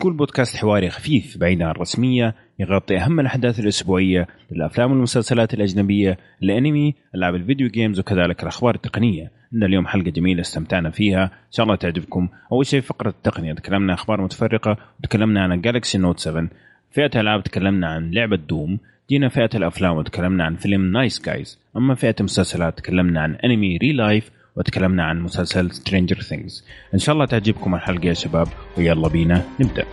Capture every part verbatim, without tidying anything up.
كل بودكاست حواري خفيف بعيد عن الرسمية يغطي أهم الأحداث الأسبوعية للأفلام والمسلسلات الأجنبية، الأنمي، ألعاب الفيديو جيمز، وكذلك الأخبار التقنية. عندنا اليوم حلقة جميلة استمتعنا فيها، إن شاء الله تعجبكم. أول شيء فقرة التقنية، تكلمنا أخبار متفرقة وتكلمنا عن الجالكسي نوت سفن. فئة الألعاب تكلمنا عن لعبة دوم. جينا فئة الأفلام وتكلمنا عن فيلم نايس جايز. أما فئة المسلسلات تكلمنا عن أنمي ري لايف وتكلمنا عن مسلسل سترينجر ثينجز. إن شاء الله تعجبكم الحلقة يا شباب، ويلا بينا نبدأ.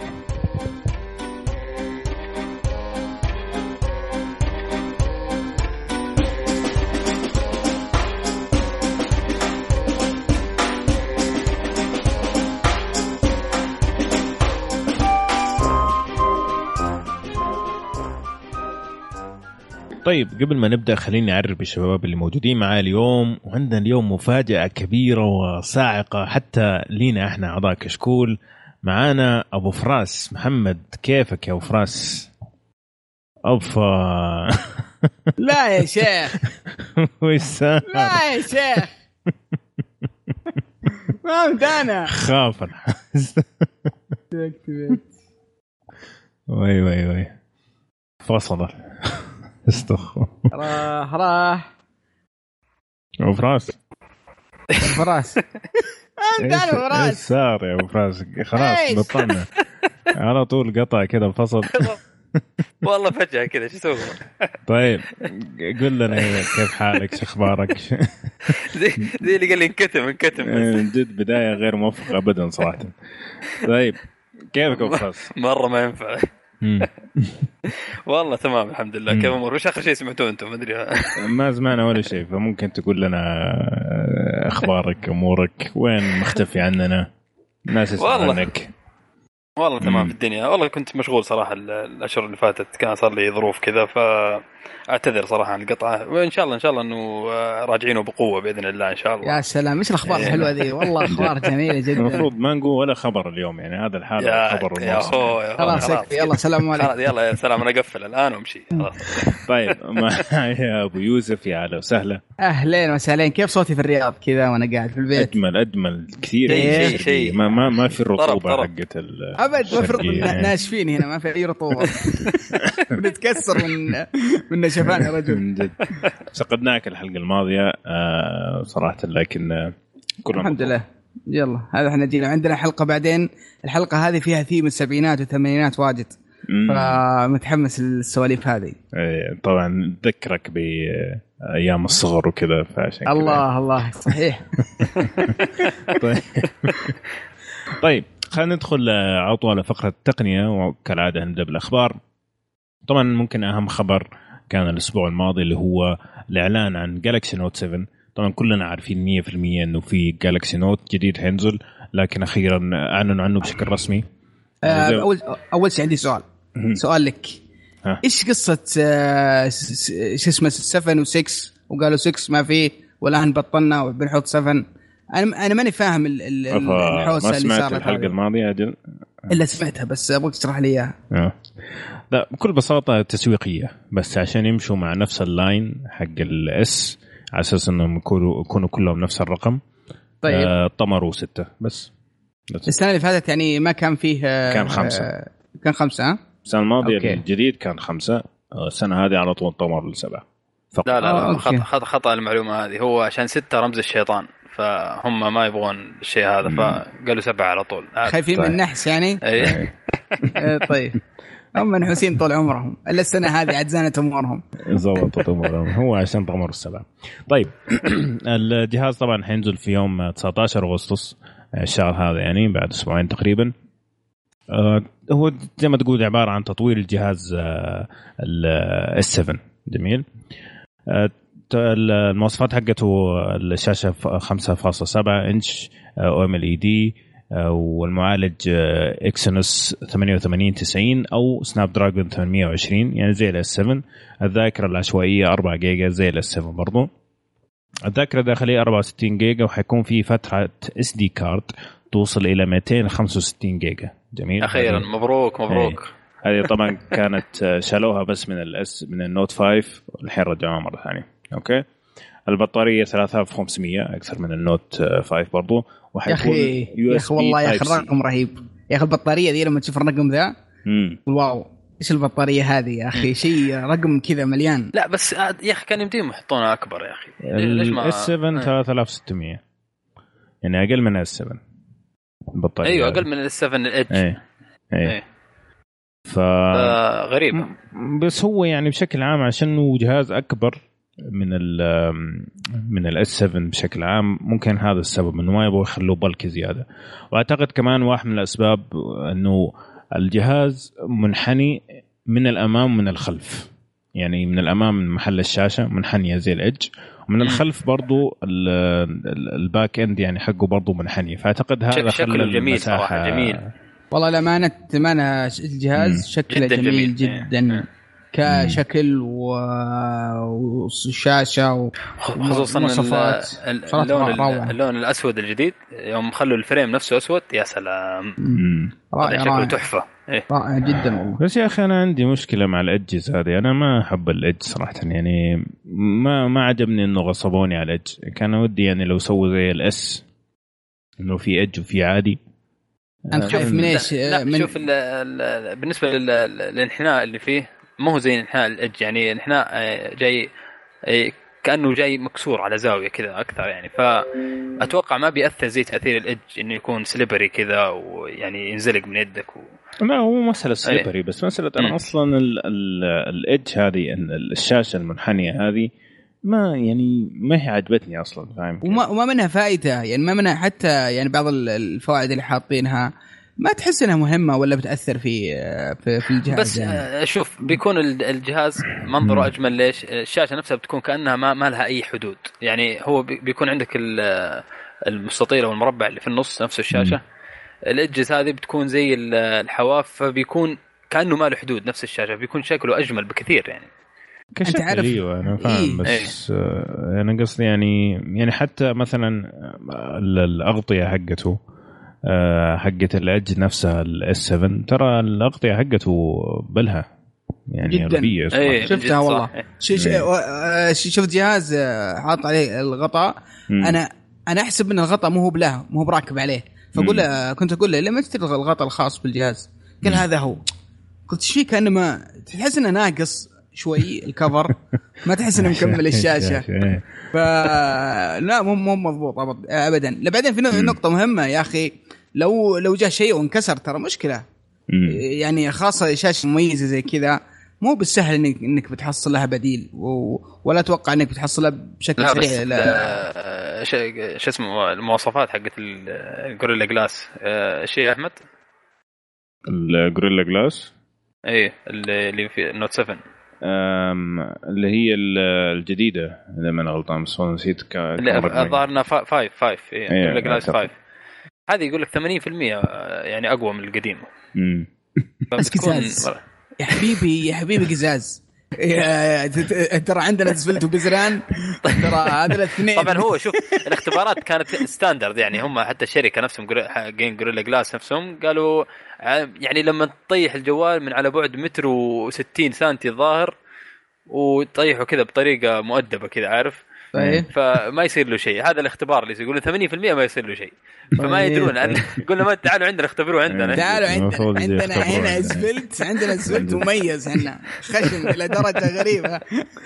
طيب قبل ما نبدأ خليني أعرف الشباب اللي موجودين معايا اليوم. وعندنا اليوم مفاجأة كبيرة وصاعقة حتى لينا احنا أعضاء كشكول. معانا أبو فراس محمد. كيفك يا أبو فراس؟ أوفا لا يا شيخ ويسان لا يا شيخ ما بدانا خاف وي وي وي فصل استخ راح راح أبو فراس فراس انت أبو فراس صار يا أبو فراس خلاص بطلنا على طول قطع كذا فصل والله فجأة كذا شو سوي؟ طيب قل لنا كيف حالك، شو اخبارك؟ زي زي اللي قال لي انكتم انكتم من جد بداية غير موفقة ابدا صراحة. طيب كيفك أبو فراس؟ مرة ما ينفع. والله تمام الحمد لله. كيف امورك؟ وش اخر شيء سمعتوه انتم؟ ما ادري ما سمعنا ولا شيء، فممكن تقول لنا اخبارك امورك، وين مختفي عننا الناس يسمعوا عنك؟ والله تمام في الدنيا. والله كنت مشغول صراحة الأشهر اللي فاتت، كان صار لي ظروف كذا فأعتذر صراحة عن القطعة، وإن شاء الله إن شاء الله إنه راجعينه بقوة بإذن الله إن شاء الله. يا سلام، إيش الأخبار الحلوة دي؟ والله أخبار جميلة جدا. المفروض ما نقول ولا خبر اليوم، يعني هذا الحال خبر الموسم. خلاص يلا سلام عليكم. يلا سلام، أنا أقفل الآن وأمشي خلاص. طيب يا أبو يوسف، يا أهلا وسهلا. أهلين وسهلين. كيف صوتي في الرياض كذا وأنا قاعد في البيت؟ أجمل أجمل كثير. شيء شيء ما ما ما في الرطوبة حقت ال أبد. مفروض ناشفين هنا، ما في أي رطوبة. بنتكسر من من نشفان يا رجل. سقدناك الحلقة الماضية آه صراحة، لكن كلنا الحمد لله. يلا هذا احنا جينا عندنا حلقة بعدين. الحلقة هذه فيها ثيم السبعينات والثمانينات واجد، فمتحمس للسواليف هذه. طبعا ذكرك بأيام الصغر وكذا، فعشان الله كدا. الله صحيح. طيب. طيب خلينا ندخل عطوا على فقرة التقنية، وكالعادة نبدأ بالأخبار. طبعا ممكن أهم خبر كان الأسبوع الماضي اللي هو الإعلان عن جالكسي نوت سفن. طبعا كلنا عارفين مية في المية أنه في جالكسي نوت جديد هينزل، لكن أخيرا أعلنوا عنه بشكل رسمي. أول أول شيء عندي سؤال سؤال لك. ها. إيش قصة شو اسمه سفن وسكس؟ وقالوا سكس ما فيه، والآن بطلنا وبنحط سفن. أنا أنا ماني فاهم الحوسة اللي صارت. الحلقة الماضية أجل إلا سمعتها، بس أبغى تشرح لي إياها. لا بكل بساطة تسويقية، بس عشان يمشوا مع نفس اللاين حق الاس، على أساس إنهم يكونوا يكونوا كلهم نفس الرقم. طيب آه طمروا ستة بس. السنة اللي فاتت يعني ما كان فيه آه كان خمسة آه كان خمسة ها؟ السنة الماضية الجديد كان خمسة، السنة هذه على طول طمر لسبعة فقط. لا لا, لا خطأ خطأ المعلومة هذه. هو عشان ستة رمز الشيطان، فهم ما يبغون الشيء هذا، فقالوا سبعة على طول. خايفين طيب. من النحس يعني. طيب هم منحوسين طول عمرهم، إلا السنة هذه عجزانت أمورهم. زبطت أمورهم، هو عشان طمر السبعة. طيب الجهاز طبعا حينزل في يوم تسعة عشر أغسطس الشهر هذا، يعني بعد أسبوعين تقريبا. آه هو زي ما تقول عبارة عن تطوير الجهاز آه ال سبعة. جميل. آه المواصفات حقته الشاشة خمسة فاصلة سبعة إنش أو إم إل إي دي، والمعالج إكسينوس ثمانية وثمانين تسعين أو سناب دراجون ثمانمية وعشرين، يعني زي الاس سبعة. الذاكرة العشوائية أربعة جيجا زي الاس سبعة برضو. الذاكرة الداخلية أربعة وستين جيجا، وحيكون في فتحة اس دي كارد توصل إلى مئتين وخمسة وستين جيجا. جميل. أخيرا مبروك مبروك. هذه طبعا كانت شالوها بس من الاس من النوت خمسة، الحين رجعوها مرة ثانية. أوكي. البطارية ثلاثة آلاف وخمسمية، أكثر من النوت خمسة برضو. يا أخي يا أخي والله يا أخي الرقم رهيب. يا اخي البطاريه دي لما تشوف الرقم ذا واو ايش البطاريه هذه يا اخي شيء رقم كذا مليان. لا بس يا اخي كان يمديهم يحطونها اكبر يا اخي. ليش ما اس سبعة ثلاثة آلاف وستمية يعني اقل من اس سبعة البطاريه. ايوه اقل من اس سبعة الادج. ايه ايه ف غريب. بس هو يعني بشكل عام عشان جهاز اكبر من ال من الاس سبعة بشكل عام ممكن هذا السبب انه ما يبغوا يخلوه بلك زياده. واعتقد كمان واحد من الاسباب انه الجهاز منحني من الامام ومن الخلف. يعني من الامام من محل الشاشه منحنيه زي الإدج ومن الخلف برضو الباك اند يعني حقه برضو منحني. فاعتقد هذا خلى جميل صراحه جميل والله لأمانة أمانة الجهاز شكله جدا جميل جدا كشكل والشاشة وخصوصا اللون اللون الأسود الجديد يوم خلوا الفريم نفسه أسود يا سلام رائع شكله تحفة. رائع جدا والله. بس يا أخي أنا عندي مشكلة مع الإدجز هذه. أنا ما أحب الإدج صراحة يعني ما ما عجبني إنه غصبوني على الإدج. كان ودي يعني لو سووا زي الإس إنه في إدج وفي عادي. أنت شوف من إيش لا من شوف ال ال بالنسبة للانحناء اللي فيه ما هو زي انحناء الإدج. يعني انحناء جاي كأنه جاي مكسور على زاوية كذا أكثر يعني. فأتوقع ما بيأثر زي تأثير الإدج إنه يكون سليبري كذا ويعني ينزلق من يدك و... لا هو مسألة سليبري بس مسألة أنا أصلا الإدج هذه الشاشة المنحنية هذه ما يعني ما هي عجبتني أصلا فاهم. وما, وما منها فائدة يعني ما منها حتى يعني بعض الفوائد اللي حاطينها ما تحس انها مهمه ولا بتاثر في في, في الجهاز. بس يعني. شوف بيكون الجهاز منظره اجمل. ليش؟ الشاشه نفسها بتكون كانها ما, ما لها اي حدود. يعني هو بيكون عندك المستطيل او المربع اللي في النص نفس الشاشه. الإدجز هذه بتكون زي الحواف فبيكون كانه ما له حدود نفس الشاشه. بيكون شكله اجمل بكثير يعني. انت عارف ايوه انا فاهم إيه؟ بس إيه؟ انا قصدي يعني يعني حتى مثلا الاغطيه حقته حقت الإدج نفسها الإس سبعة ترى الأغطية حقته بلها يعني ربية أيه شفتها والله. أيه. شفت جهاز حاط عليه الغطاء. أنا أنا أحسب إن الغطاء مو هو بلها مو براكب عليه. فقول له كنت أقول له لما تشتري الغطاء الخاص بالجهاز قال هذا هو. قلت شيء كأنه ما تحس إنه ناقص شوي الكفر ما تحس إنه مكمل الشاشة. فلا مو مو مضبوط أبدا. لا بعدين في نقطة مهمة يا أخي لو لو جاء شيء وانكسر ترى مشكلة. مم. يعني خاصة شاشة مميزة زي كذا مو بالسهل إنك إنك بتحصل لها بديل و... ولا أتوقع إنك بتحصلها بشكل لا سريع. لا شو اسمه المواصفات حقت الجوريلا جلاس شيء أحمد الجوريلا جلاس إيه اللي في النوت سبعة اللي هي الجديدة إذا ما أنا غلطان بس نسيت ظهرنا فايف فايف إيه جوريلا جلاس فايف. هذه يقول لك ثمانين بالمئة يعني أقوى من القديم. بس قزاز يا حبيبي يا حبيبي قزاز ترى عندنا اسفلت وبزران ترى هذا الاثنين. طبعا هو شوف الاختبارات كانت ستاندرد يعني هم حتى الشركة نفسهم جين جوريلا جلاس نفسهم قالوا يعني لما تطيح الجوال من على بعد متر وستين سنتي الظاهر وتطيحه كذا بطريقة مؤدبة كذا عارف فما يصير له شيء. هذا الاختبار اللي يقولون ثمانين بالمئة ما يصير له شيء فما يدرون. قلنا ما تعالوا عندنا اختبروا عندنا تعالوا عندنا عندنا هنا اسفلت عندنا اسفلت مميز هنا خشن إلى درجة غريبة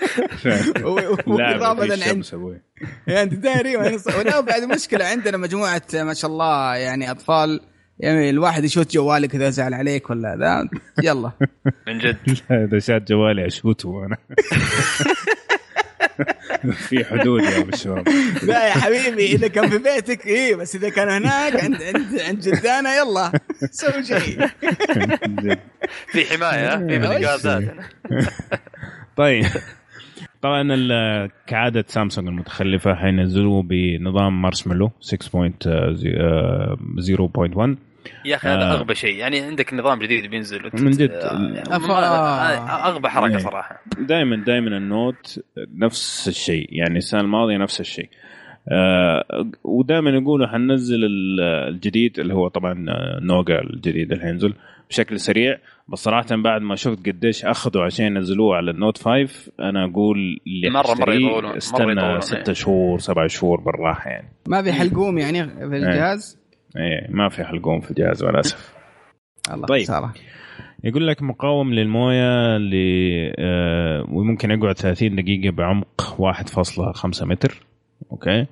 وإضافة عند يعني داري ولا بعد مشكلة عندنا مجموعة ما شاء الله يعني أطفال يعني الواحد يشوت جوالك إذا زعل عليك ولا ذا يلا من جد إذا شات جوالي أشوته أنا في حدود يا ابو الشباب. لا يا حبيبي اذا كان في بيتك ايه بس اذا كان هناك عند عند عند جدانا يلا سوي شيء في حمايه في بالغازات. طيب طبعا كعادة سامسونج المتخلفة حينزلوا بنظام مارشميلو ستة صفر واحد. يا أخي هذا أغبى شيء يعني عندك نظام جديد بينزل من جد أغبى حركة صراحة. دائما دائما النوت نفس الشيء يعني السنة الماضية نفس الشيء آه ودائما يقولوا حننزل الجديد اللي هو طبعا نوغا الجديد اللي حينزل بشكل سريع. بس صراحة بعد ما شفت قديش أخذوا عشان ينزلوه على النوت خمسة أنا أقول اللي مرة مرة يطولون استنى ستة شهور سبعة شهور بالراحة يعني ما بيحلقوم يعني في الجهاز. ايه ما في حلقوم في الجهاز ولا اسف. طيب خسارة. يقول لك مقاوم للمويه اللي آه وممكن يقعد ثلاثين دقيقة بعمق واحد فاصلة خمسة متر. أوكي.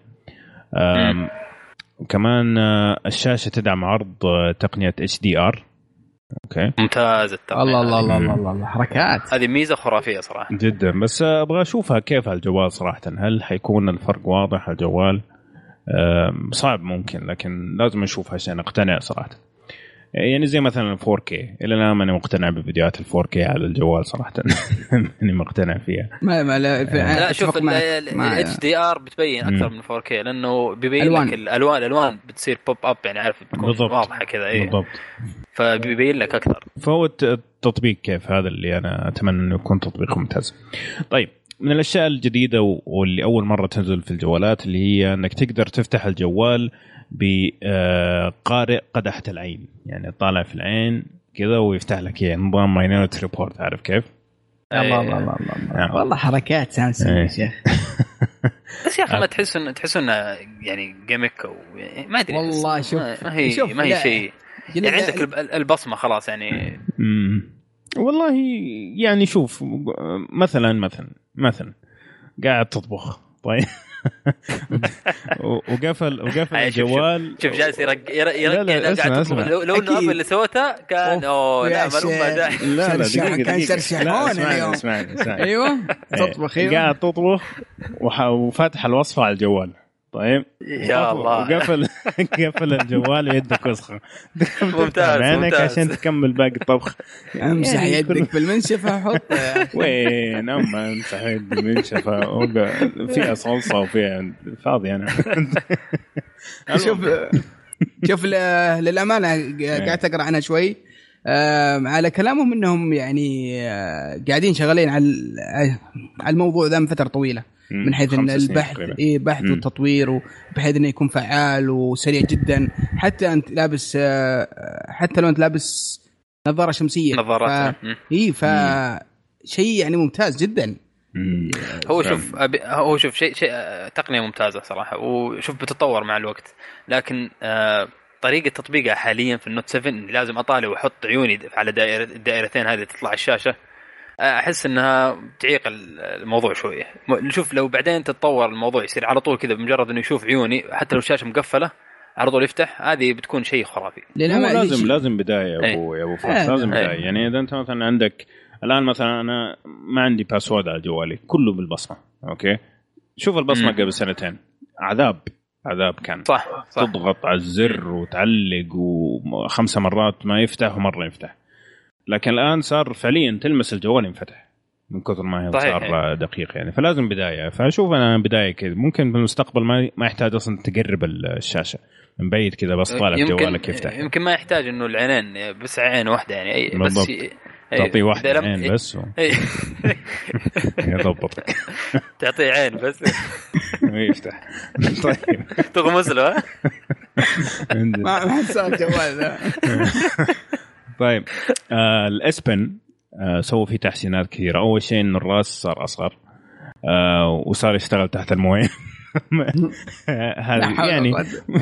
وكمان آه الشاشة تدعم عرض آه تقنية إتش دي آر. أوكي. ممتاز التقنية. الله الله الله الله الله الله حركات. هذه ميزة خرافية صراحة. جدا. بس آه أبغى أشوفها كيف على الجوال صراحة. هل حيكون الفرق واضح على الجوال؟ آه صعب ممكن، لكن لازم نشوفها عشان أقتنع صراحة. يعني زي مثلا فور كي، إلا أنا ماني مقتنع بفيديوهات الفور كي على الجوال صراحة. ماني مقتنع فيها. ما ما لا, لا شوف ال إتش دي آر بتبين أكثر من فور كي، لأنه بيبين ألوان. لك الألوان الألوان بتصير بوب أب، يعني عارف تكون واضحة كذا. إيه بالضبط. فبيبين لك أكثر. فهو التطبيق كيف هذا اللي أنا أتمنى إنه يكون تطبيق ممتاز. طيب من الأشياء الجديدة واللي أول مرة تنزل في الجوالات اللي هي أنك تقدر تفتح الجوال بقارئ قدحة العين، يعني طالع في العين كذا ويفتح لك يعني نظام ماينورتي ريبورت. عارف كيف؟ الله الله الله الله والله حركات سامسونج يا شيخ. بس يا أخي ما تحس إن تحس إنه يعني جيمك أو ما أدري والله. شوف ما هي شوف ما هي شيء يعني عندك البصمة خلاص يعني. امم والله يعني شوف مثلا مثلا مثلا قاعد تطبخ طيب وقفل وقفل الجوال. شوف جالس يرجع يرجع قاعد تطبخ. لو لو انه ابل اللي سوته كان اوه لا ما داعي. لا لا كان سرشحون اليوم. ايوه تطبخ قاعد تطبخ وفاتح الوصفة على الجوال. طيب يا الله وقفل قفل الجوال ويدك وسخة. ممتاز عينك عشان تكمل باقي الطبخ. امسح يدك بالمنشفة حطها. وين أما امسح يدك بالمنشفة فيها صلصة وفيها فاضي أنا. شوف شوف للأمانة قاعد أقرأ عنها شوي على كلامهم إنهم يعني قاعدين شغالين على على الموضوع ذا من فترة طويلة، من حيث ان البحث ايه بحث والتطوير، وبحيث انه يكون فعال وسريع جدا. حتى انت لابس حتى لو انت لابس نظاره شمسيه نظارات ف... ايه ف شيء يعني ممتاز جدا. هو شوف هو شوف شيء شيء تقنيه ممتازه صراحه، وشوف بتتطور مع الوقت. لكن آه طريقه تطبيقها حاليا في النوت سفن لازم اطالع واحط عيوني على دائره الدائرتين هذه تطلع الشاشه. احس انها تعيق الموضوع شويه. نشوف لو بعدين تتطور الموضوع يصير على طول كذا بمجرد انه يشوف عيوني حتى لو الشاشه مقفله على طول يفتح، هذه بتكون شيء خرافي. لازم لازم بدايه يا ابو يا ابو فاس. لازم بدايه. يعني اذا انت مثلا عندك الان مثلا انا ما عندي باسورد على جوالي كله بالبصمه. اوكي شوف البصمه قبل سنتين عذاب عذاب كان صح, صح. تضغط على الزر وتعلق وخمسة مرات ما يفتح ومره يفتح. لكن الآن صار فعليا تلمس الجوال ينفتح من كثر ما هي صار دقيق يعني. فلازم بداية. فأشوف أنا بداية كذا ممكن بالمستقبل ما ما يحتاج أصلا تقرب الشاشة من بعيد كذا بس طالع جوالك يفتح. يمكن ما يحتاج إنه العينين بس عين واحدة يعني أي بس تعطيه واحدة عين بس و... يضبطك تعطيه عين بس ويفتح. طيب تغمس له ما ما صار جوال ذا. طيب آه الاسبن آه سووا فيه تحسينات كثيرة. أول شيء إن الرأس صار أصغر آه وصار يشتغل تحت المويه. هذا يعني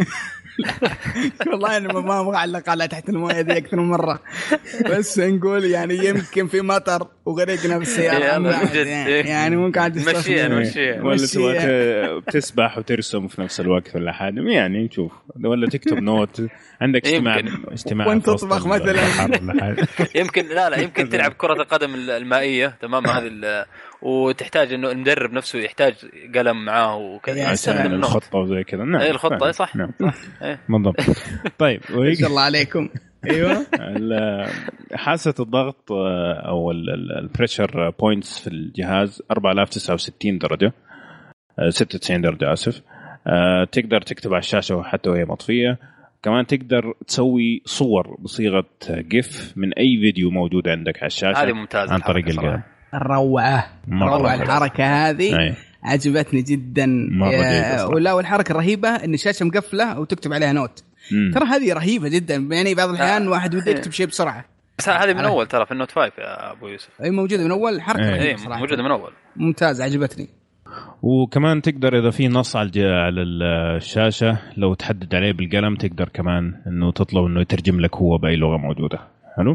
والله أنا ما أبغى أعلق على تحت المويه ذي أكثر من مرة، بس نقول يعني يمكن في مطر وغرقنا بالسيارة يعني ممكن عاد مشيها مشيها ولا تبغى بتسبح وترسم في نفس الوقت ولا حاجة يعني تشوف، ولا تكتب نوت عندك اجتماع اجتماع وانت تطبخ مثلا يمكن لا لا يمكن تلعب كرة القدم المائية تمام هذه، وتحتاج انه المدرب نفسه يحتاج قلم معاه وكذا الخطة وزي كذا. نعم اي الخطة صح نعم بالضبط. طيب ما شاء الله عليكم. ايوه حاسة الضغط او البريشر بوينتس في الجهاز أربعة آلاف وتسعة وستين درجة ستة وتسعين درجة اسف. تقدر تكتب على الشاشة حتى وهي مطفية. كمان تقدر تسوي صور بصيغة جيف من أي فيديو موجود عندك على الشاشة. هذه ممتازة عن طريق القلم. الروعة روعة الحركة هذه أي. عجبتني جدا ولا والحركة الرهيبة إن الشاشة مقفلة وتكتب عليها نوت. مم. ترى هذه رهيبة جدا يعني بعض الأحيان آه. واحد بده يكتب شيء بسرعة. بس هذه من أول ترى في النوت فايف يا أبو يوسف. أي موجودة من أول حركة أي موجودة من أول ممتاز عجبتني. وكمان تقدر إذا في نص على على الشاشة لو تحدد عليه بالقلم تقدر كمان إنه تطلب إنه يترجم لك هو بأي لغة موجودة. حلو.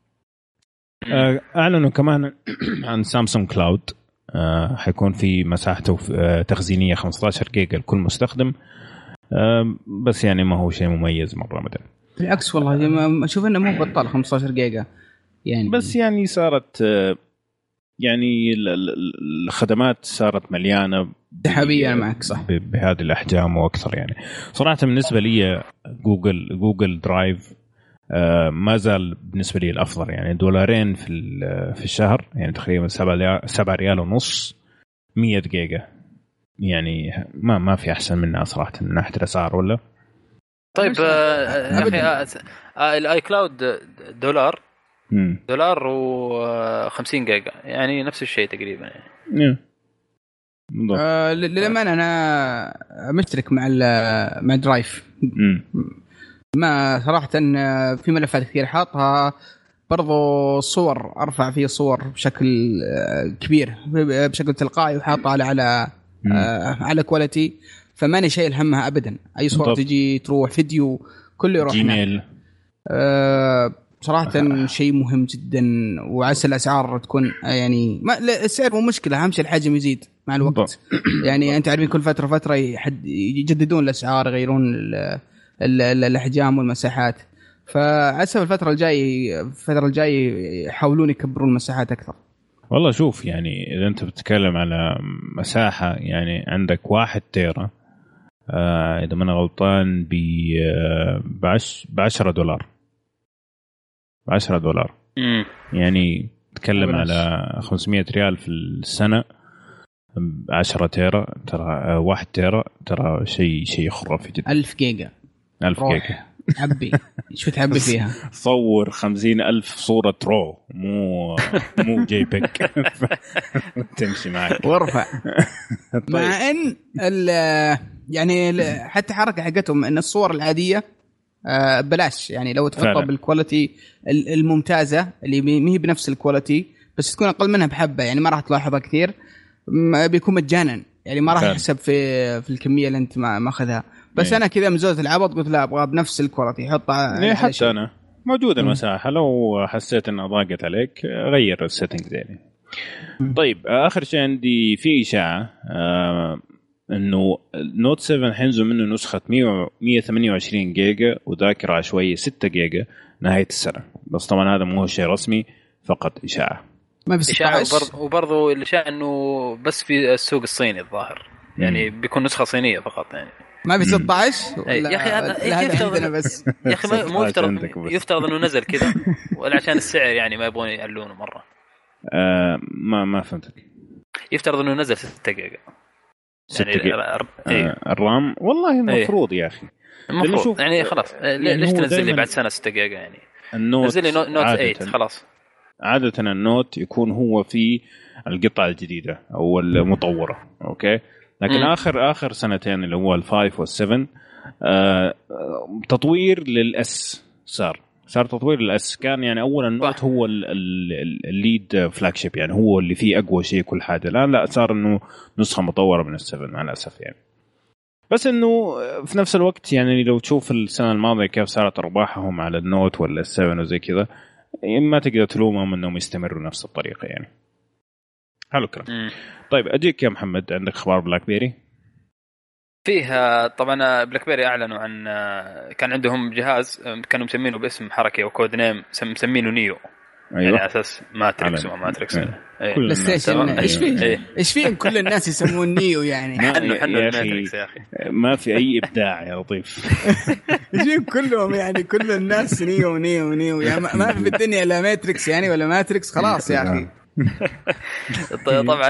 اعلنوا كمان عن سامسونج كلاود، حيكون في مساحته تخزينيه خمسة عشر جيجا لكل مستخدم، بس يعني ما هو شيء مميز مره مثلا. بالعكس والله اشوف انه مو بطال خمسة عشر جيجا يعني، بس يعني صارت يعني الخدمات صارت مليانه ذهبيه معك صح بهذه الاحجام واكثر. يعني صراحه بالنسبه لي جوجل جوجل درايف ما زال بالنسبه لي الافضل، يعني دولارين في في الشهر، يعني تقريبا سبعة ريال ونص مية جيجا، يعني ما ما في احسن منها صراحه من ناحيه الاسعار. ولا طيب يا اخي الاي كلاود دولار مم. دولار وخمسين جيجا، يعني نفس الشيء تقريبا يعني. آه للأمانة أنا مشترك مع مع درايف. مم. ما صراحة في ملفات كثير حاطها، برضو صور أرفع فيه صور بشكل كبير بشكل تلقائي وحاطها على على آه على كواليتي، فماني شايل همها أبدا. أي صورة بالضبط. تجي تروح فيديو كله يروح جيميل. آه صراحة آه. شيء مهم جدا، وعسى الأسعار تكون يعني ما السعر مو مشكلة، أهم شيء الحجم يزيد مع الوقت. يعني أنت عارفين كل فترة فترة يجددون الأسعار، يغيرون الأحجام والمساحات، فعسى الفترة الجاية الفترة الجاية يحاولون يكبرون المساحات أكثر. والله شوف، يعني إذا أنت بتتكلم على مساحة، يعني عندك واحد تيرا آه إذا ما أنا غلطان بعشرة دولار بعشرة دولار مم. يعني تتكلم على خمسمية ريال في السنة. عشرة تيرا ترى واحد تيرا ترى شيء شيء خرافي جدا. ألف جيجا ألف جيجا عبي شو تحبي فيها؟ صور خمسين ألف صورة رو، مو مو جي بيك تمشي معك وارفع. مع ان يعني حتى حركة حقتهم ان الصور العادية بلاش، يعني لو تحطها بالكواليتي الممتازة اللي ما هي بنفس الكواليتي بس تكون أقل منها بحبة، يعني ما راح تلاحظها كثير، بيكون مجانا، يعني ما راح يحسب في في الكمية اللي أنت ما ماخذها. بس أيه. أنا كذا مزود العبط قلت لا أبغى بنفس الكواليتي حطها. إيه حتى شيء. أنا موجودة المساحة، لو حسيت إنها ضاقت عليك غير السيتنج يعني. طيب آخر شيء عندي في إشاعة آه إنه نوت سبعة حينزل منه نسخة مية وثمانية وعشرين جيجا وذاكرة عشوائية ستة جيجا نهاية السنة، بس طبعا هذا مو شيء رسمي، فقط إشاعة. ما في إشاعة. وبرضو الإشاعة إنه بس في السوق الصيني الظاهر، يعني مم. بيكون نسخة صينية فقط، يعني ما في ستة عشر. يا أخي هذا يفترض بس يا أخي مو يفترض يفترض إنه نزل كذا ولا عشان السعر يعني ما يبغون يعلونه مرة. آه ما ما فهمتك. يفترض إنه نزل ستة جيجا يعني آه الرام. والله المفروض يا أخي المفروض يعني خلاص يعني ليش تنزل لي بعد سنة ستة جيجا؟ يعني نزل لي نوت ثمانية خلاص. عادة النوت يكون هو في القطعة الجديدة أو المطورة، أوكي، لكن م. آخر آخر سنتين اللي هو الفايف والسفن آه تطوير للأس صار صار تطوير للأس. كان يعني أولا النوت هو الليد فلاجشيب، يعني هو اللي فيه أقوى شيء كل حاجة. الآن لا، صار إنه نسخة مطورة من السفن مع الأسف يعني. بس إنه في نفس الوقت يعني لو تشوف السنة الماضية كيف صارت أرباحهم على النوت ولا السفن وزي كذا، ما تقدر تلومهم انهم يستمروا نفس الطريقه يعني. حلو كلام. طيب اجيك يا محمد، عندك اخبار بلاك بيري؟ فيها طبعا بلاك بيري اعلنوا عن كان عندهم جهاز كانوا مسمينه باسم حركي وكود نيم مسمينه نيو. أيوة. يعني على اساس ماتريكس وما ماتريكس. بلاي ستيشن ايش فيه ايش فيه كل الناس يسمون نيو يعني. حنو حنو الماتريكس يا اخي، ما في اي ابداع يا لطيف. ايش كلهم يعني كل الناس نيو نيو نيو يعني ما في الدنيا الا ماتريكس يعني ولا ماتريكس خلاص يا اخي. طبعا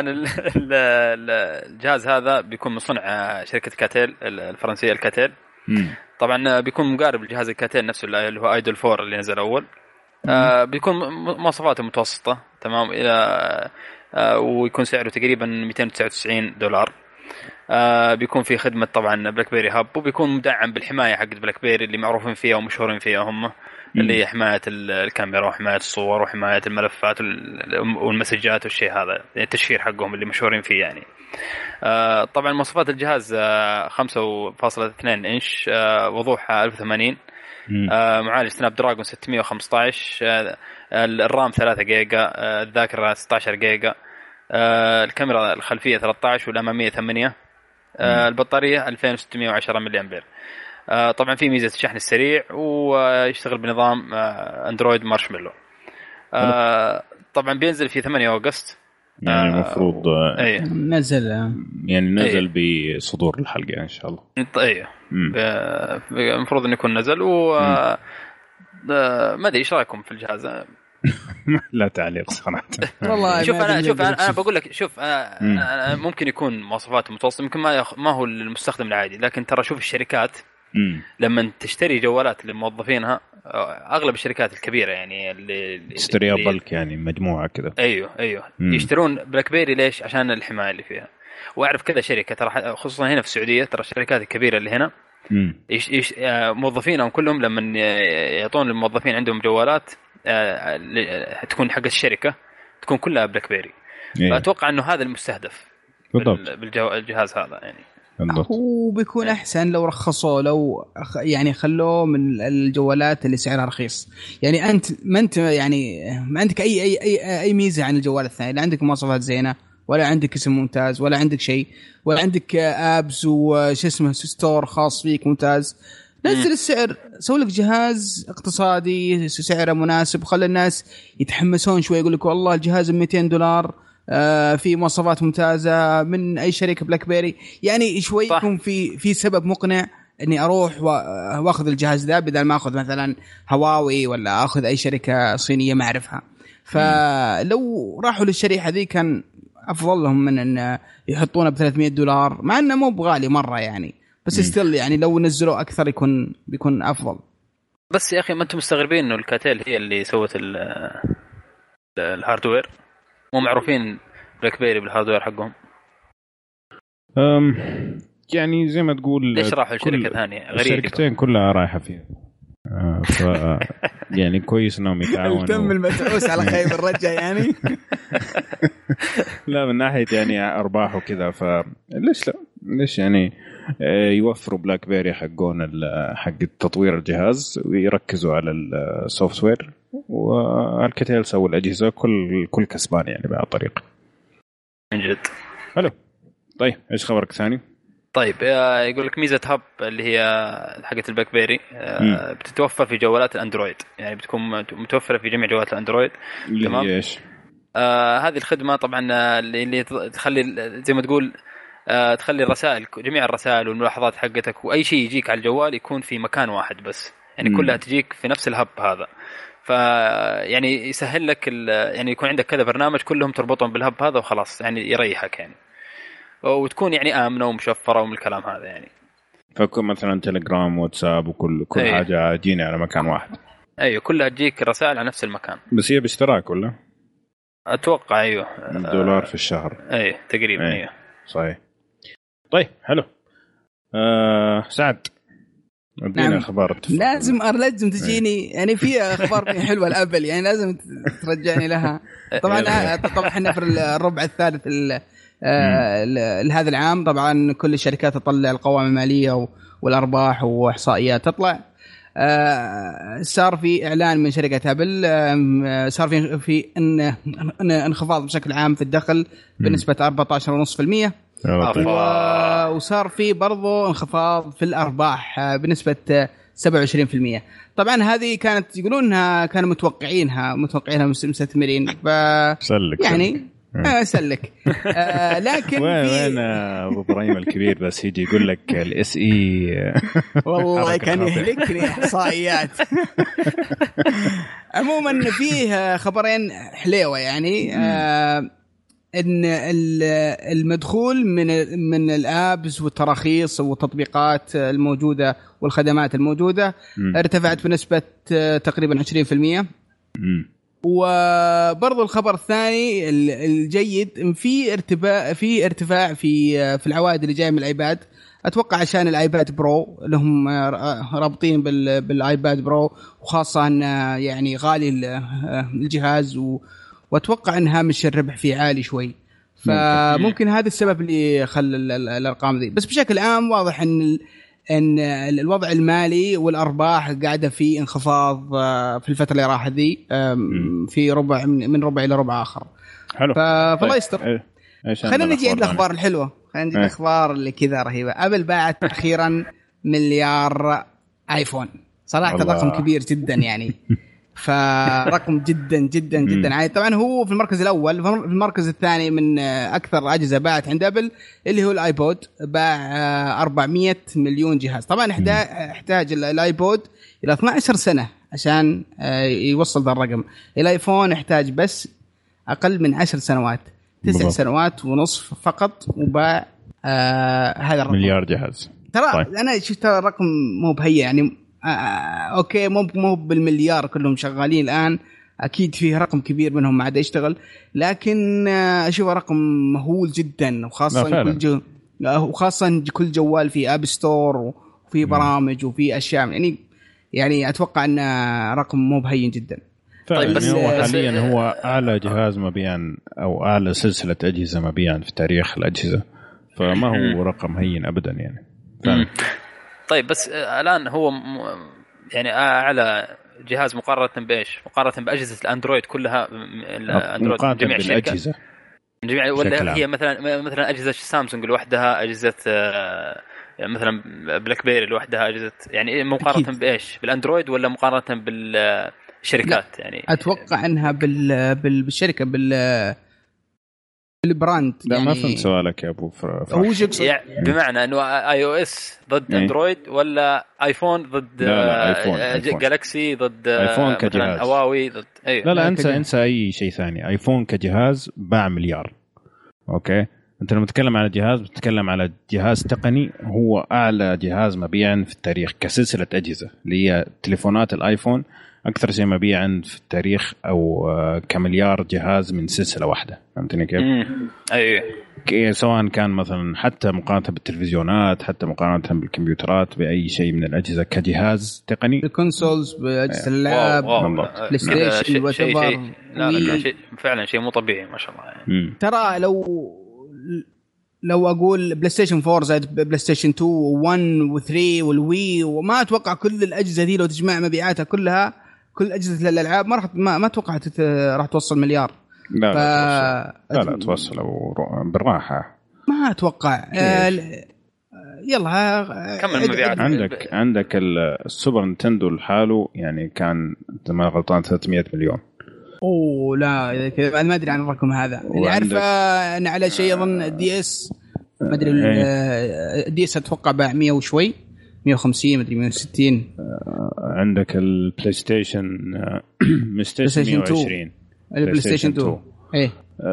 الجهاز هذا بيكون من صنع شركة كاتيل الفرنسية الكاتيل. طبعا بيكون مقارب لجهاز الكاتيل نفسه اللي هو ايدول فور اللي نزل اول. آه بيكون مواصفاته متوسطة تمام إلى آه ويكون سعره تقريبا مئتين وتسعة وتسعين دولار. آه بيكون في خدمة طبعا بلاك بيري هاب، وبيكون مدعم بالحماية حق بلاك بيري اللي معروفين فيها ومشهورين فيها هم، اللي هي حماية الكاميرا وحماية الصور وحماية الملفات والمسجات والشيء هذا، التشفير حقهم اللي مشهورين فيه يعني. آه طبعا مواصفات الجهاز آه خمسة فاصلة اثنين إنش، آه وضوح ألف وثمانين، آه معالج سناب دراجون ستمية وخمسة عشر، آه الرام ثلاثة جيجا، آه الذاكرة ستة عشر جيجا، آه الكاميرا الخلفية ثلاثة عشر والأمامية ثمانية، آه البطارية ألفين وستمية وعشرة ملي أمبير. آه طبعا في ميزة الشحن السريع ويشتغل بنظام آه أندرويد مارشميلو. آه طبعا بينزل في ثمانية أغسطس يعني المفروض آه أيه. نزل يعني نزل أيه. بصدور الحلقة إن شاء الله. ايوه المفروض انه يكون نزل. و ما ادري ايش رايكم في الجهاز؟ لا تعليق صراحه. والله شوف انا شوف انا, أنا بقول لك شوف أنا ممكن يكون مواصفاته متوسطه، يمكن ما يخ... ما هو المستخدم العادي، لكن ترى شوف الشركات مم. لما تشتري جوالات للموظفينها، اغلب الشركات الكبيره يعني اللي تشتريها بلك يعني مجموعه كده، ايوه ايوه مم. يشترون بلاك بيري. ليش؟ عشان الحمايه اللي فيها. واعرف كذا شركه ترى خصوصا هنا في السعوديه، ترى الشركات الكبيره اللي هنا إيش إيش موظفينهم كلهم لما يعطون الموظفين عندهم جوالات تكون حق الشركة تكون كلها بلاك بيري. إيه. فأتوقع إنه هذا المستهدف بالجهاز هذا يعني. هو بيكون أحسن لو رخصوا، لو يعني خلوه من الجوالات اللي سعرها رخيص. يعني أنت ما أنت يعني ما عندك أي أي أي أي ميزة عن الجوال الثاني، لا عندك مواصفات زينة ولا عندك اسم ممتاز ولا عندك شيء، ولا عندك ابس وش اسمه ستور خاص فيك ممتاز. نزل السعر، سوي لك جهاز اقتصادي سعره مناسب، وخلي الناس يتحمسون شوي، يقول لك والله الجهاز مئتين دولار آه في مواصفات ممتازه من اي شركه بلاك بيري. يعني شوي يكون في في سبب مقنع اني اروح واخذ الجهاز ذا بدل ما اخذ مثلا هواوي ولا اخذ اي شركه صينيه ما اعرفها. فلو راحوا للشريحه ذي كان أفضل لهم من أن يحطونه بثلاثمية دولار، مع أنه مو بغالي مرة يعني، بس استيل يعني لو نزلوا أكثر يكون بيكون أفضل. بس يا أخي ما أنتم مستغربين إنه الكاتيل هي اللي سوت الهاردوير؟ مو معروفين بلاك بيري بالهاردوير حقهم؟ أم يعني زي ما تقول ليش راحوا لشركة ثانية غريبة؟ الشركتين كلها رايحة فيها. آه ف يعني كويس انهم يتعاونوا. تم المتعوس على خيب الرجع يعني. لا من ناحيه يعني ارباح وكذا، فليش لا ليش يعني يوفروا بلاك بيري حقون حق تطوير الجهاز ويركزوا على السوفت وير، والكتيل سووا الاجهزه كل كل كسبان يعني بهذه الطريقه. من جد حلو. طيب ايش خبرك ثاني؟ طيب يقول لك ميزة هاب اللي هي حقة البلاك بيري بتتوفر في جوالات الأندرويد، يعني بتكون متوفرة في جميع جوالات الأندرويد. تمام. إيش آه هذه الخدمة طبعا اللي تخلي زي ما تقول آه تخلي الرسائل جميع الرسائل والملاحظات حقتك وأي شيء يجيك على الجوال يكون في مكان واحد بس، يعني مم. كلها تجيك في نفس الهب هذا. فيعني يسهل لك يعني يكون عندك كذا برنامج كلهم تربطهم بالهب هذا وخلاص، يعني يريحك يعني، وتكون يعني آمنة ومشفرة ومن الكلام هذا يعني. فكون مثلا تليجرام واتساب وكل كل أيوه. حاجة جيني على مكان واحد. أيوة كلها تجيك رسائل على نفس المكان. بس هي باشتراك ولا؟ أتوقع أيوه دولار في الشهر. أيوه تقريبا. أيوه صحيح. طيب حلو. آه سعد ادينا نعم. اخبار لازم لازم تجيني يعني في اخبار حلوه الابل يعني لازم ترجعني لها. طبعا طبعا احنا في الربع الثالث لهذا العام طبعا كل الشركات تطلع القوائم الماليه والارباح واحصائيات تطلع. صار في اعلان من شركه ابل، صار في في ان انخفاض بشكل عام في الدخل بنسبه أربعة عشر فاصلة خمسة بالمئة، وصار في برضو انخفاض في الأرباح بنسبة سبعة وعشرين بالمئة. طبعا هذه كانت يقولونها كانوا متوقعينها متوقعينها مستثمرين ف يعني أسلك آه لكن وين وين أبو إبراهيم الكبير بس يجي يقول لك الاس اي والله كان يهلكني إحصائيات. عموما فيه خبرين حليوة يعني آه ان المدخول من من الابس والتراخيص والتطبيقات الموجوده والخدمات الموجوده م. ارتفعت بنسبه تقريبا عشرين بالمئة. وبرضو الخبر الثاني الجيد في ارتفاع في ارتفاع في في العوائد اللي جايه من الايباد. اتوقع عشان الايباد برو لهم رابطين بالايباد برو، وخاصه ان يعني غالي الجهاز و واتوقع ان هامش الربح فيه عالي شوي، فممكن هذا السبب اللي خلى الارقام ذي. بس بشكل عام واضح ان ان الوضع المالي والارباح قاعده في انخفاض في الفتره اللي راحت ذي، في ربع من ربع الى ربع اخر. حلو. فالله يستر. خلينا نجي عند الاخبار الحلوه، خلينا نجي الاخبار اللي كذا رهيبه. ابل باعت اخيرا مليار ايفون، صراحه رقم كبير جدا يعني. فرقم جدا جدا جدا عالي. طبعا هو في المركز الاول. في المركز الثاني من اكثر اجهزه باعت عند ابل اللي هو الايبود، باع أربعمية مليون جهاز. طبعا احتاج الايبود الى اثنتي عشرة سنه عشان يوصل ذا الرقم. الايفون يحتاج بس اقل من عشر سنوات، تسع سنوات ونصف فقط، وباع آه هذا الرقم مليار جهاز. ترى طيب. انا شفت الرقم مو بهي يعني. آه اوكي مو مو بالمليار كلهم شغالين الان، اكيد فيه رقم كبير منهم ما عاد يشتغل، لكن آه اشوفه رقم مهول جدا. وخاصه كل جو وخاصه كل جوال في اب ستور وفي برامج وفي اشياء يعني يعني اتوقع ان رقم مو بهين جدا. طيب بس هو حاليا هو اعلى جهاز مبيعا او اعلى سلسله اجهزه مبيعا في تاريخ الاجهزه، فما هو رقم هين ابدا يعني. طيب بس الان هو يعني اعلى جهاز مقارنه بايش؟ مقارنه باجهزه الاندرويد كلها، الاندرويد من جميع الاجهزه جميع، ولا هي مثلا مثلا اجهزه سامسونج لوحدها، اجهزه مثلا بلاك بيري لوحدها، اجهزه يعني مقارنه بايش؟ بالاندرويد ولا مقارنه بالشركات؟ يعني اتوقع انها بال... بال... بالشركه بال البراند. لا يعني ما فهمت سؤالك يا ابو فرح. يعني بمعنى انه اي او اس ضد اندرويد ولا ايفون ضد لا لا آيفون. آيفون. جالاكسي ضد ايفون كجهاز، هواوي ضد أيوه. لا لا انسى كجهاز. انسى اي شيء ثاني. ايفون كجهاز باع مليار. اوكي انت لما تتكلم على جهاز بتتكلم على جهاز تقني، هو اعلى جهاز مبيعا في التاريخ كسلسله اجهزه اللي هي تليفونات الايفون، اكثر شيء مبيعا في التاريخ، او كمليار جهاز من سلسله واحده. فهمتني كيف؟ ايوه سواء كان مثلا حتى مقارنه بالتلفزيونات، حتى مقارنه بالكمبيوترات، باي شيء من الاجهزه كجهاز تقني، الكونسولز باجهزه اللعب، بلاي ستيشن واتيفر. لا لا شيء فعلا شيء مو طبيعي ما شاء الله يعني. ترى لو لو اقول بلاي ستيشن فور زائد بلاي ستيشن تو و1 و3 والوي، وما اتوقع كل الاجهزه دي لو تجمع مبيعاتها كلها، كل اجهزه الالعاب ما راح ما, ما توقعت راح توصل مليار. لا ف... لا, لا لا توصل بالراحه ما اتوقع. آه يلا كمل مبيعات. عندك عندك السوبر نينتندو لحاله يعني كان ما غلطان ثلاثمية مليون. اوه لا كذا ما ادري عن الرقم هذا. اللي عارفه ان على شيء اظن دي اس ما ادري دي اس اتوقع باع مية وشوي، مية وخمسين ما ادري مية وستين. عندك البلاي ستيشن مية وعشرين البلاي ستيشن تو ايه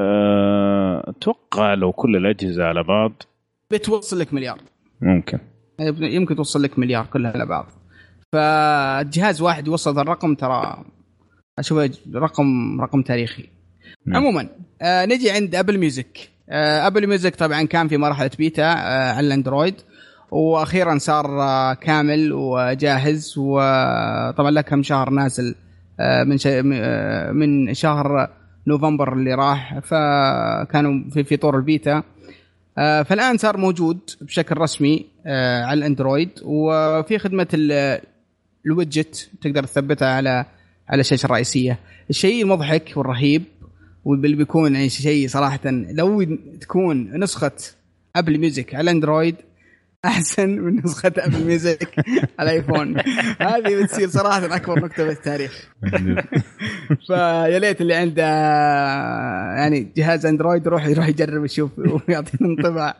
اتوقع لو كل الاجهزه على بعض بتوصل لك مليار. ممكن يمكن توصل لك مليار كلها على بعض. فالجهاز واحد يوصل هذا الرقم ترى اشوفه رقم رقم تاريخي. م. عموما آه نجي عند ابل ميوزك. آه ابل ميوزك طبعا كان في مرحله بيتا آه على الاندرويد، واخيرا صار آه كامل وجاهز، وطبعا له كم شهر نازل آه من شا... آه من شهر نوفمبر اللي راح، فكانوا في في طور البيتا. آه فالان صار موجود بشكل رسمي آه على الاندرويد، وفي خدمه الويدجت تقدر تثبتها على على الشاشة الرئيسية. الشيء المضحك والرهيب واللي بيكون يعني شيء صراحة، لو تكون نسخة أبل ميوزك على أندرويد أحسن من نسخة أبل ميوزك على آيفون، هذه بتصير صراحة أكبر نكتة بالتاريخ. فيا ليت اللي عنده يعني جهاز أندرويد يروح يروح يجرب يشوف ويعطينا انطباع.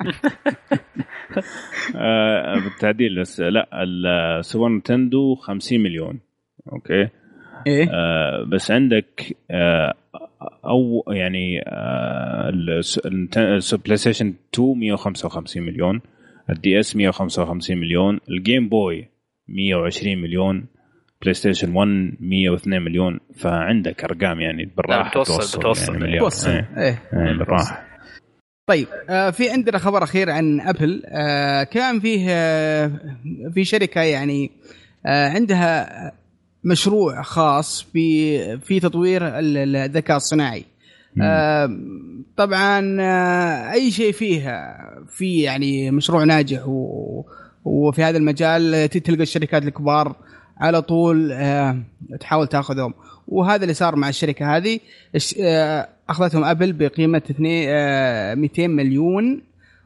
بالتعديل بس لا السوبر نينتندو خمسين مليون. أوكي إيه؟ آه بس عندك آه او يعني آه البلاي ستيشن تو مية وخمسة وخمسين مليون، الدي اس مية وخمسة وخمسين مليون، الجيم بوي مية وعشرين مليون، بلاي ستيشن ون مية واثنين مليون. فعندك ارقام يعني بالراحه توصل بتوصل يعني توصل ايه, إيه. إيه بالراحه. طيب آه في عندنا خبر اخير عن ابل. آه كان فيه آه في شركه يعني آه عندها مشروع خاص في في تطوير الذكاء الصناعي. آه طبعا آه اي شيء فيها في يعني مشروع ناجح وفي هذا المجال تلقى الشركات الكبار على طول تحاول تاخذهم. وهذا اللي صار مع الشركه هذه. اخذتهم ابل بقيمه مئتين مليون.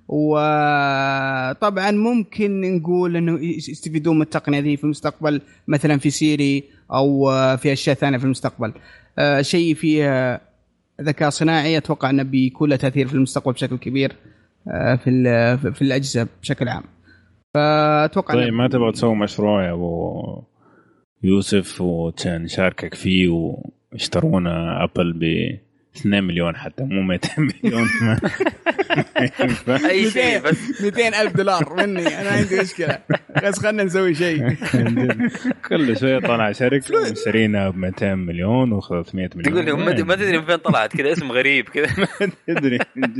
وطبعا ممكن نقول انه يستفيدون من التقنيه دي في المستقبل، مثلا في سيري او في اشياء ثانيه في المستقبل. شيء فيه ذكاء صناعي اتوقع انه بيكون له تاثير في المستقبل بشكل كبير في في الاجهزه بشكل عام. فاتوقع طيب ما تبغى تسوي مشروع يا ابو يوسف ونشاركك فيه ويشترونا ابل ب اثنين مليون حتى مو مئتين مليون؟ اي شيء بس مئتين ألف دولار مني انا عندي مشكله، بس خلنا نسوي شيء. كل شويه طلع شركه مشترينا ب مئتين مليون و ثلاثمئة مليون. تقول لي ما تدري من فين طلعت كذا اسم غريب كذا. ما تدري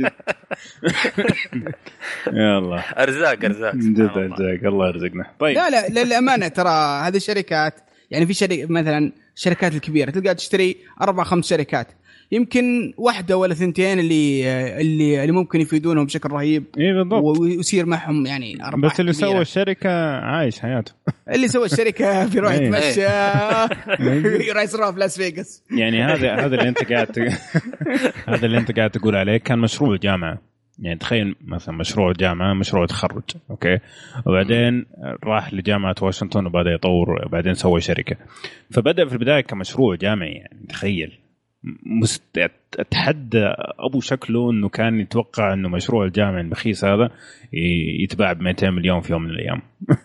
يلا ارزاق ارزاق جد ارزاق الله يرزقنا. طيب لا لا للامانه ترى هذه الشركات يعني في شركه مثلا الشركات الكبيره تلقى تشتري اربع خمس شركات، يمكن واحدة ولا ثنتين اللي اللي اللي ممكن يفيدونهم بشكل رهيب. إيه بالضبط. ويصير معهم يعني أرباح. بس اللي سوى الشركة عايش حياته. اللي سوى الشركة بيروح يتمشى يروح يصرف في لاس فيغاس. يعني هذا هذا اللي أنت قاعد هذا اللي أنت قاعد تقول عليه كان مشروع جامعة. يعني تخيل مثلا مشروع جامعة مشروع تخرج أوكي، وبعدين راح لجامعة واشنطن وبدأ يطور وبعدين سوى شركة. فبدأ في البداية كمشروع جامعي يعني تخيل مست... أتحدى أبو شكله أنه كان يتوقع أنه مشروع الجامعة البخيس هذا يتباع ب مئتين مليون في يوم من الأيام.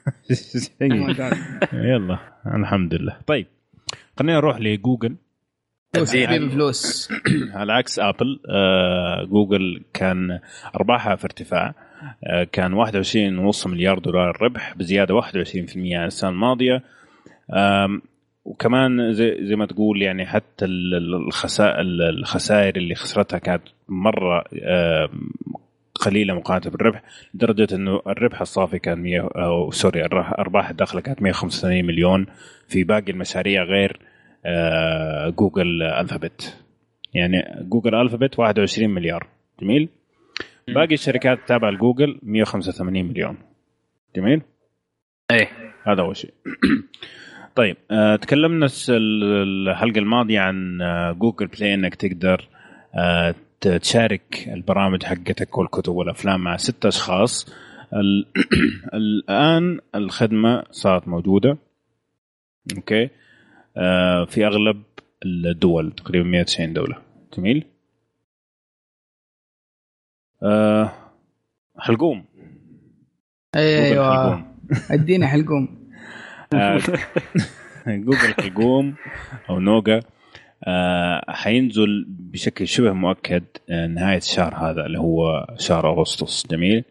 يلا الحمد لله. طيب خلينا نروح لجوجل. فلوس على عكس أبل آه، جوجل كان أرباحها في ارتفاع، آه، كان واحد وعشرين فاصلة خمسة مليار دولار ربح بزيادة واحد وعشرين بالمئة عن السنة الماضية. آه، وكمان زي زي ما تقول يعني حتى الخسائر الخسائر اللي خسرتها كانت مرة قليلة مقارنة بالربح، لدرجة إنه الربح الصافي كان مية أو سوري أرباح الدخل كانت مئة وخمسة وثمانين مليون في باقي المشاريع غير جوجل ألفابت. يعني جوجل ألفابت واحد وعشرين مليار جميل، باقي الشركات التابعة لجوجل مئة وخمسة وثمانين مليون جميل. أي هذا أول شيء. طيب أه تكلمنا الحلقة الماضية عن أه جوجل بلاي انك تقدر أه تشارك البرامج حقتك والكتب والافلام مع ستة اشخاص. الان الخدمة صارت موجودة اوكي أه في اغلب الدول تقريبا مئة وتسعين دولة جميل. أه حلقوم ايوه ادينا حلقوم. جوجل حلقوم أو نوغا حينزل بشكل شبه مؤكد نهاية الشهر هذا اللي هو شهر أغسطس جميل.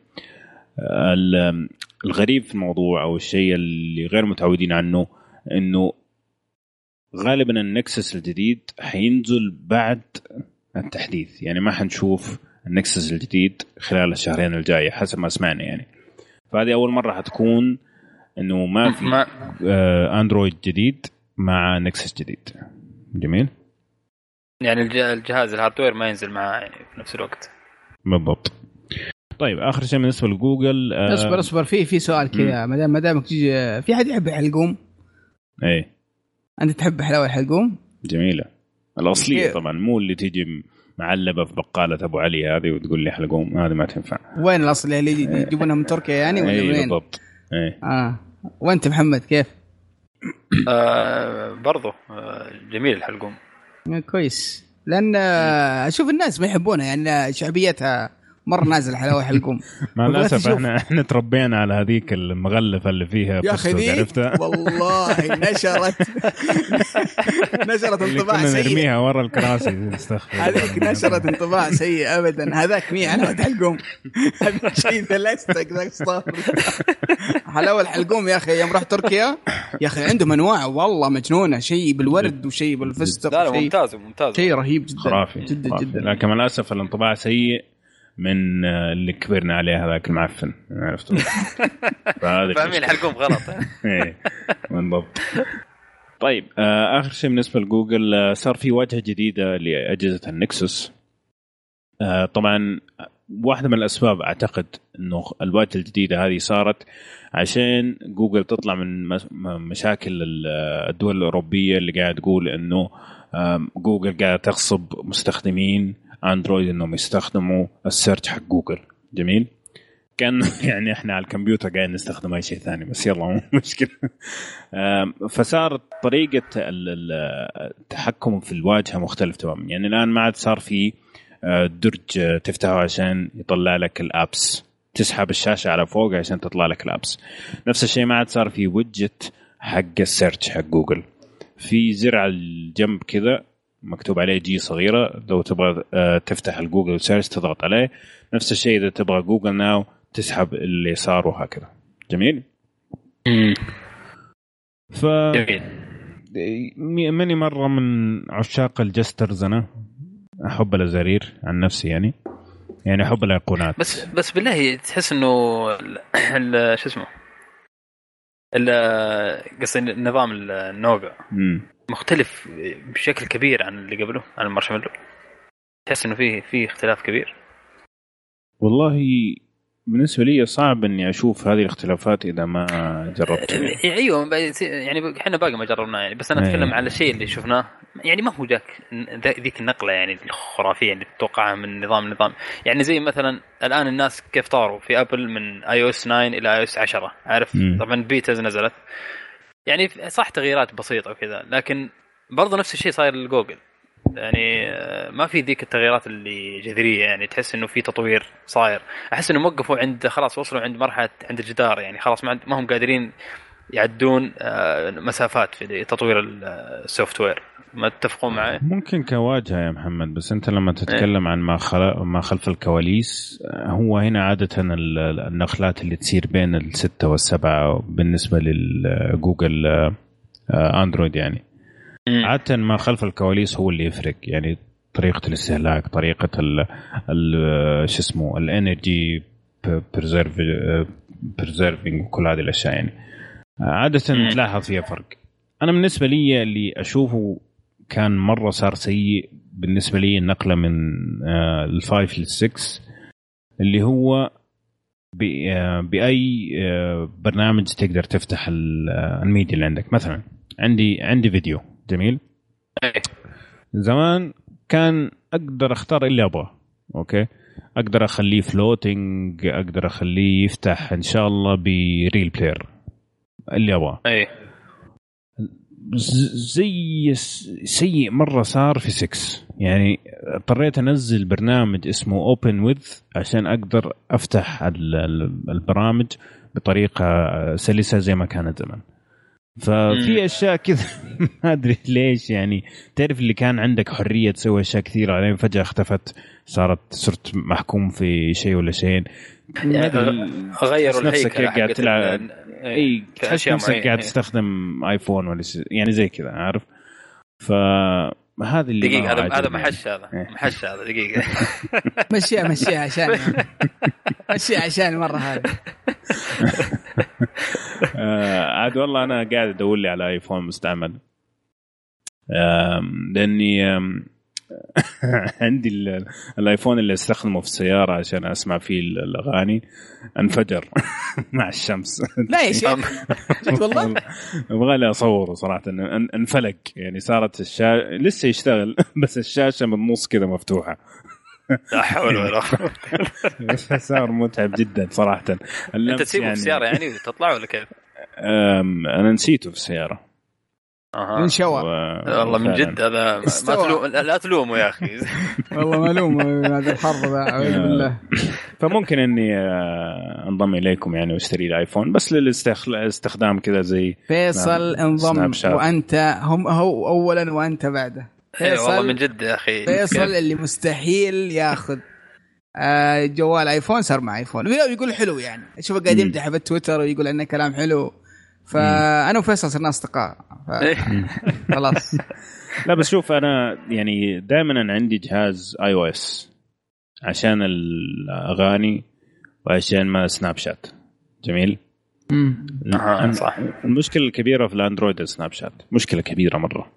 الغريب في الموضوع أو الشيء اللي غير متعودين عنه إنه غالبا النكسس الجديد حينزل بعد التحديث، يعني ما حنشوف النكسس الجديد خلال الشهرين الجاية حسب ما سمعنا يعني. فهذه أول مرة حتكون انه ما في ما آه اندرويد جديد مع نكسس جديد جميل. يعني الجهاز الهاردوير ما ينزل معه يعني في نفس الوقت بالضبط. طيب اخر شيء بالنسبه لجوجل آه اصبر اصبر في في سؤال كذا ما دام ما دامك تيجي في حد يحب الحلقوم؟ اي انت تحب حلاوه الحلقوم؟ جميله الاصليه إيه؟ طبعا مو اللي تيجي معلبه في بقاله ابو علي هذه وتقول لي حلقوم، هذه ما تنفع. وين الاصليه اللي يجيبونها من تركيا يعني ولا وين؟ وين بالضبط. ايه اه وانت محمد كيف؟ آه برضو آه جميل الحلقوم كويس، لان اشوف الناس ما يحبونها يعني شعبيتها مره نازل حلاوه حلقوم. مع الاسف احنا احنا تربينا على هذيك المغلفه اللي فيها يا اخي عرفتها والله نشرت نشرت انطباع سيء، نرميها ورا الكراسي. استغفر هذيك نشرت انطباع سيء ابدا. هذاك مي حلاوه الحلقوم هذا شيء ثلاثتك ذاك صار حلاوه الحلقوم يا اخي. يوم رحت تركيا يا اخي عندهم انواع والله مجنونه، شيء بالورد وشيء بالفستق. لا لا ممتاز ممتاز شيء رهيب جدا خرافي جدا خرافي. جدا. لكن للاسف الانطباع سيء من اللي كبرنا عليه هذاك المعفن عرفتوا. فاهمين حلقهم غلط. ايه بالضبط. طيب اخر شيء بالنسبه لجوجل صار في واجهه جديده لاجهزه النكسس. طبعا واحدة من الأسباب أعتقد إنه الواجهة الجديدة هذه صارت عشان جوجل تطلع من مشاكل الدول الأوروبية اللي قاعد تقول إنه جوجل قاعد تغصب مستخدمين أندرويد إنهم يستخدموا السيرش حق جوجل. جميل. كان يعني إحنا على الكمبيوتر قاعد نستخدم أي شيء ثاني بس يلا مو مشكلة. فصارت طريقة التحكم في الواجهة مختلف تماما. يعني الآن ما عاد صار في درج تفتحه عشان يطلع لك الابس، تسحب الشاشة على فوق عشان تطلع لك الابس. نفس الشيء ما عاد صار في ويدجت حق السيرش حق جوجل، في زر على الجنب كذا مكتوب عليه جي صغيرة، لو تبغى تفتح الجوجل سيرش تضغط عليه. نفس الشيء إذا تبغى جوجل ناو تسحب اللي صار وهكذا. جميل. ف مني مرة من عشاق الجسترز، أنا أحب الأزرير عن نفسي يعني يعني أحب الأيقونات. بس بس بالله تحس إنه ال شو اسمه ال قصدي النظام النوغا مختلف بشكل كبير عن اللي قبله، عن المارشميلو. تحس إنه فيه فيه اختلاف كبير. والله بالنسبة لي صعب إني أشوف هذه الاختلافات إذا ما جربت. أيوة يعني إحنا باقي ما جربناه يعني، بس أنا أتكلم أيه. على الشيء اللي شفناه يعني ما هو ذاك ذيك النقلة يعني الخرافية اللي تتوقعها من نظام نظام يعني زي مثلا الآن الناس كيف طاروا في أبل من آي أو إس تسعة إلى آي أو إس عشرة، عارف م. طبعا بيتاز نزلت يعني صح تغييرات بسيطة وكذا، لكن برضو نفس الشيء صاير للجوجل يعني ما في ذيك التغييرات اللي جذرية يعني. تحس إنه في تطوير صاير. أحس إنه موقفوا عند خلاص وصلوا عند مرحلة عند الجدار يعني، خلاص ما هم قادرين يعدون مسافات في تطوير السوفت وير. ما تتفقون معي؟ ممكن كواجهة يا محمد، بس أنت لما تتكلم عن ما خل... ما خلف الكواليس، هو هنا عادة النقلات اللي تصير بين الستة والسبعة بالنسبة للجوجل أندرويد يعني عادة ما خلف الكواليس هو اللي يفرق يعني. طريقة الاستهلاك، طريقة ال ال شو اسمه الانرجي بريزيرفينج وكل هذه الأشياء يعني عادة تلاحظ فيها فرق. أنا بالنسبة لي اللي أشوفه كان مرة صار سيء بالنسبة لي النقلة من الفايف للسكس، اللي هو بأي برنامج تقدر تفتح الميديا اللي عندك. مثلا عندي عندي فيديو جميل، زمان كان أقدر أختار اللي أبغاه، أوكي، أقدر أخليه فلوتينج، أقدر أخليه يفتح إن شاء الله بريل بلاير اللي أبغاه. أي زي سيء مرة صار في سكس يعني. اضطريت أنزل برنامج اسمه Open With عشان أقدر أفتح البرامج بطريقة سلسة زي ما كانت زمان. ففي أشياء كذا ما أدري ليش يعني. تعرف اللي كان عندك حرية تسوي أشياء كثيرة عليهم فجأة اختفت، صارت صرت محكوم في شيء ولا شيء يعني. غيروا الهيكل قاعد تلعب اي تحس نفسك قاعد تستخدم ايفون ولا يعني زي كذا، عارف. فهذا اللي دقيقة هذا هذا محش هذا محش هذا دقيقة مشيها مشيها عشان مشيها عشان مرة هذا عاد والله أنا قاعد أدور لي على آيفون مستعمل لأني عندي الآيفون اللي استخدمه في السيارة عشان أسمع فيه الأغاني انفجر مع الشمس. لا يا شيخ والله أبغى لي أصوره صراحة انفلق يعني. صارت الشاشة لسه يشتغل بس الشاشة من النص كذا مفتوحة. لا حول ولا قوة. صار متعب جدا صراحة. أنت تسيبه يعني في السيارة يعني تطلع ولا كيف؟ أنا نسيته في السيارة. أها. انشوى. والله من جد هذا ما تلوم، لا تلومه يا أخي. والله ما لوم هذا الحر ذا أعوذ بالله. فممكن إني انضم إليكم يعني واشتري الآيفون بس للاستخدام كذا زي فيصل انضم وأنت هم هو أولا وأنت بعده. فيصل والله من جد يا أخي. فيصل اللي مستحيل ياخذ جوال آيفون صار مع آيفون ويقول حلو يعني. شوف قاعد يمدح بالتويتر ويقول إنه كلام حلو. فأنا وفيصل صرنا أصدقاء خلاص. لا بس شوف أنا يعني دائما عندي جهاز آي أو إس عشان الأغاني وعشان ما سناب شات. جميل. آه صح. المشكلة الكبيرة في الأندرويد سناب شات مشكلة كبيرة مرة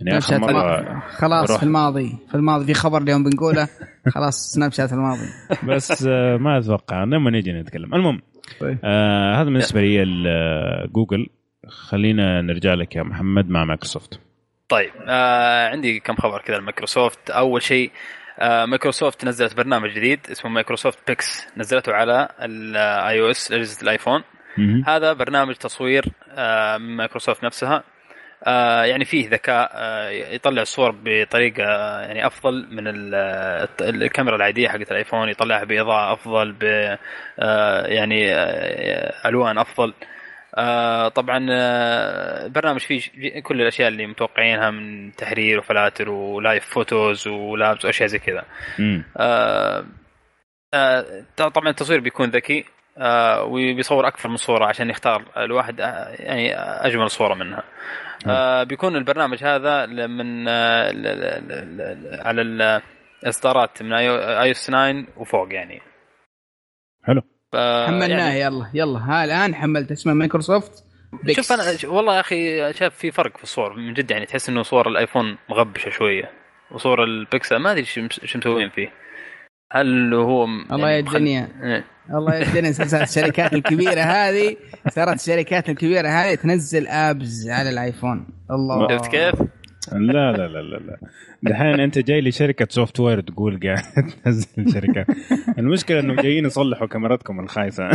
يعني اخر مره خلاص روح. في الماضي في الماضي في خبر اليوم بنقوله خلاص سناب شات الماضي. بس ما اتوقع لما نيجي نتكلم. المهم آه هذا بالنسبه لي جوجل. خلينا نرجع لك يا محمد مع مايكروسوفت. طيب آه عندي كم خبر كذا المايكروسوفت. اول شيء آه مايكروسوفت نزلت برنامج جديد اسمه مايكروسوفت بيكس، نزلته على الاي او اس اجهزه الايفون. هذا برنامج تصوير آه من مايكروسوفت نفسها. آه يعني فيه ذكاء آه يطلع الصور بطريقه يعني افضل من الكاميرا العاديه حقت الايفون، يطلعها باضاءه افضل ب آه يعني آه الوان افضل. آه طبعا آه البرنامج فيه كل الاشياء اللي متوقعينها من تحرير وفلاتر ولايف فوتوز ولابس واشياء زي كذا. آه آه طبعا التصوير بيكون ذكي آه وبيصور اكثر من صوره عشان يختار الواحد آه يعني اجمل صوره منها. آه بيكون البرنامج هذا من آه ل ل ل على الاصدارات من اي او اس تسعة وفوق يعني. حلو حملناه يعني يلا يلا ها الان حملت اسمه مايكروسوفت بيكس. شوف انا والله يا اخي شايف في فرق في الصور من جد، يعني تحس انه صور الايفون مغبشه شويه وصور البيكسل ما ادري شو مسوين فيه. هل هو الله يا الدنيا إيه؟ الله يا الدنيا صارت الشركات الكبيره هذه صارت الشركات الكبيره هذه تنزل ابز على الايفون. الله شفت كيف؟ لا لا لا لا لا دحين انت جاي لي شركه سوفت وير تقول قاعد تنزل شركه. المشكله انه جايين يصلحوا كاميراتكم الخايسه.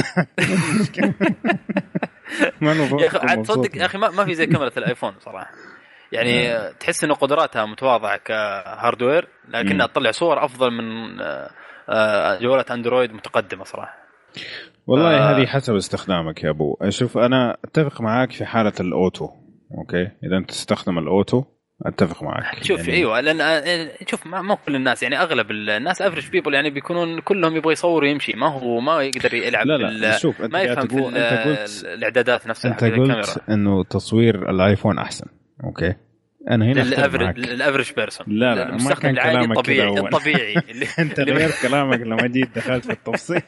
ما نفهم تصدق يا اخي ما في زي كاميرا الايفون صراحه، يعني تحس انه قدراتها متواضعه كهاردوير لكنها تطلع صور افضل من جوالات اندرويد متقدمه صراحه. والله آه هذه حسب استخدامك يا ابو. اشوف انا اتفق معاك في حاله الاوتو. اوكي اذا انت تستخدم الاوتو اتفق معك. شوف يعني ايوه لان شوف ما كل الناس يعني اغلب الناس افريج بيبل يعني بيكونون كلهم يبغى يصور ويمشي، ما هو ما يقدر يلعب. لا لا شوف انت ما يفهم تقول في انت قلت الاعدادات نفسها. انت قلت انه تصوير الايفون احسن. اوكي انا هنا الافريج بيرسون. لا لا ما كان كلامك الطبيعي الطبيعي اللي انت غيرت كلامك لما جيت دخلت في التفصيل.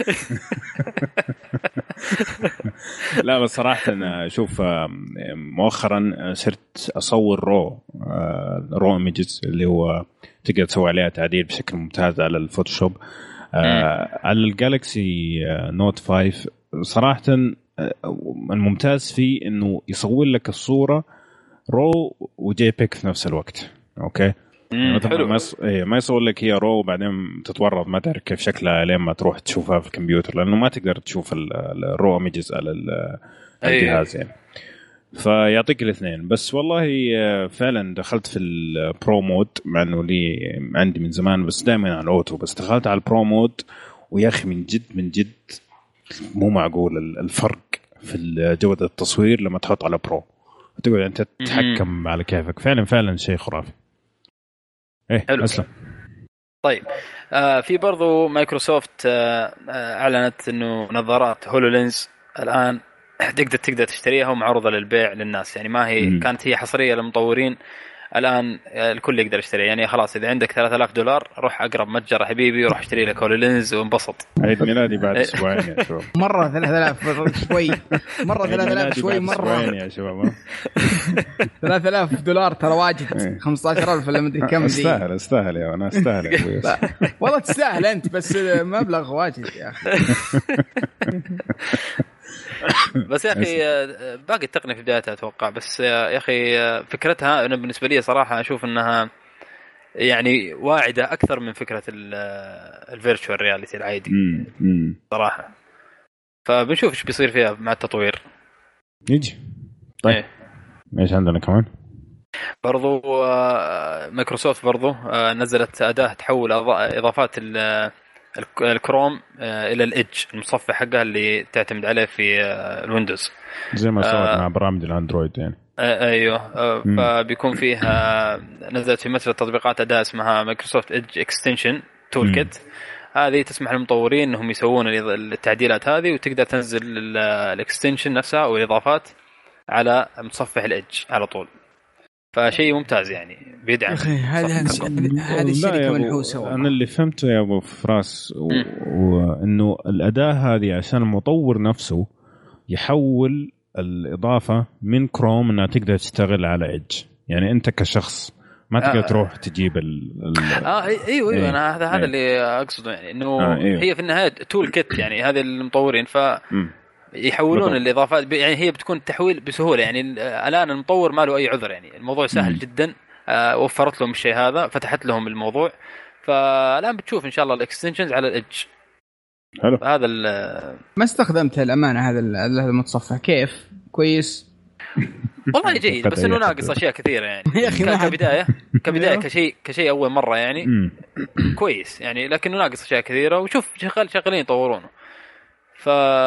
لا بس صراحه انا شوف مؤخرا صرت اصور رو رو ايمجز اللي هو تقدر تسوي عليها تعديل بشكل ممتاز على الفوتوشوب على الجالكسي نوت خمسة. صراحه الممتاز فيه انه يصور لك الصوره رو وجي بيك في نفس الوقت. اوكي يعني ما يص... إيه ما يصور لك هي رو وبعدين تتورط ما تعرف كيف شكلها لين ما تروح تشوفها في الكمبيوتر لانه ما تقدر تشوف الرو ايمجز على الجهاز يعني. فيعطيك الاثنين. بس والله فعلا دخلت في البرو مود مع انه لي عندي من زمان بس دائما على الاوتو، بس دخلت على البرو مود ويا اخي من جد من جد مو معقول الفرق في جودة التصوير لما تحط على برو تقول انت تتحكم على كيفك. فعلا فعلا شيء خرافي. ايه اسلم. طيب آه في برضو مايكروسوفت آه اعلنت انه نظارات هولولينز الان تقدر تقدر تشتريها ومعروضه للبيع للناس، يعني ما هي م. كانت هي حصريه للمطورين، الان الكل يقدر يشتري. يعني خلاص اذا عندك ثلاثة آلاف دولار روح اقرب متجر حبيبي وروح اشتري لك هولولينز وانبسط. عيد ميلادي بعد اسبوعين يا شباب. مره ثلاثة آلاف شوي مره ثلاثة آلاف شوي مره يا شباب. ثلاثة آلاف دولار ترى واجد. خمسة عشر ألف ولا مدري كم دي. استاهل استاهل يا انا استاهل يا ابوي. والله تستاهل انت بس مبلغ واجد يا اخي. بس يا اخي باقي التقنيه في بدايتها اتوقع، بس يا اخي فكرتها انا بالنسبه لي صراحه اشوف انها يعني واعده اكثر من فكره الفيرتشوال رياليتي العادي صراحه. فبنشوف ايش بيصير فيها مع التطوير. يجي طيب ايه. ايش عندنا كمان برضو مايكروسوفت برضو نزلت اداه تحول اضافات الكروم الى الإدج المصفح حقها اللي تعتمد عليه في الويندوز زي ما سوت آه مع برامج الاندرويد يعني. ايوه آه فبيكون فيها نزلت في مثل التطبيقات اداه اسمها مايكروسوفت إدج اكستنشن تول كيت. هذه تسمح للمطورين انهم يسوون التعديلات هذه وتقدر تنزل الاكستنشن نفسها او الاضافات على متصفح الإدج على طول. فشيء ممتاز يعني بيدعم. اخي هذه هذه الشركه منحوسه. انا اللي فهمته يا ابو فراس وانه الاداه هذه عشان المطور نفسه يحول الاضافه من كروم انها تقدر تشتغل على إدج. يعني انت كشخص ما تقدر آه تروح تجيب ال, ال... اه ايوه ايوه إيه. انا هذا هذا إيه. اللي اقصده يعني انه آه إيه. هي في النهايه تول كيت يعني هذه المطورين ف يحولون الاضافات يعني هي بتكون تحويل بسهوله يعني الان المطور ما له اي عذر يعني الموضوع سهل م. جدا آه وفرت لهم الشيء هذا فتحت لهم الموضوع فالان بتشوف ان شاء الله الاكستنشنز على الإدج. حلو. هذا ما استخدمت الامانه هذا هذا المتصفح كيف كويس والله جيد بس انه ناقص اشياء كثيره يعني يا اخي كبدايه كبدايه كشيء كشيء اول مره يعني كويس يعني لكنه ناقص اشياء كثيره وشوف شغال شغالين يطورونه ف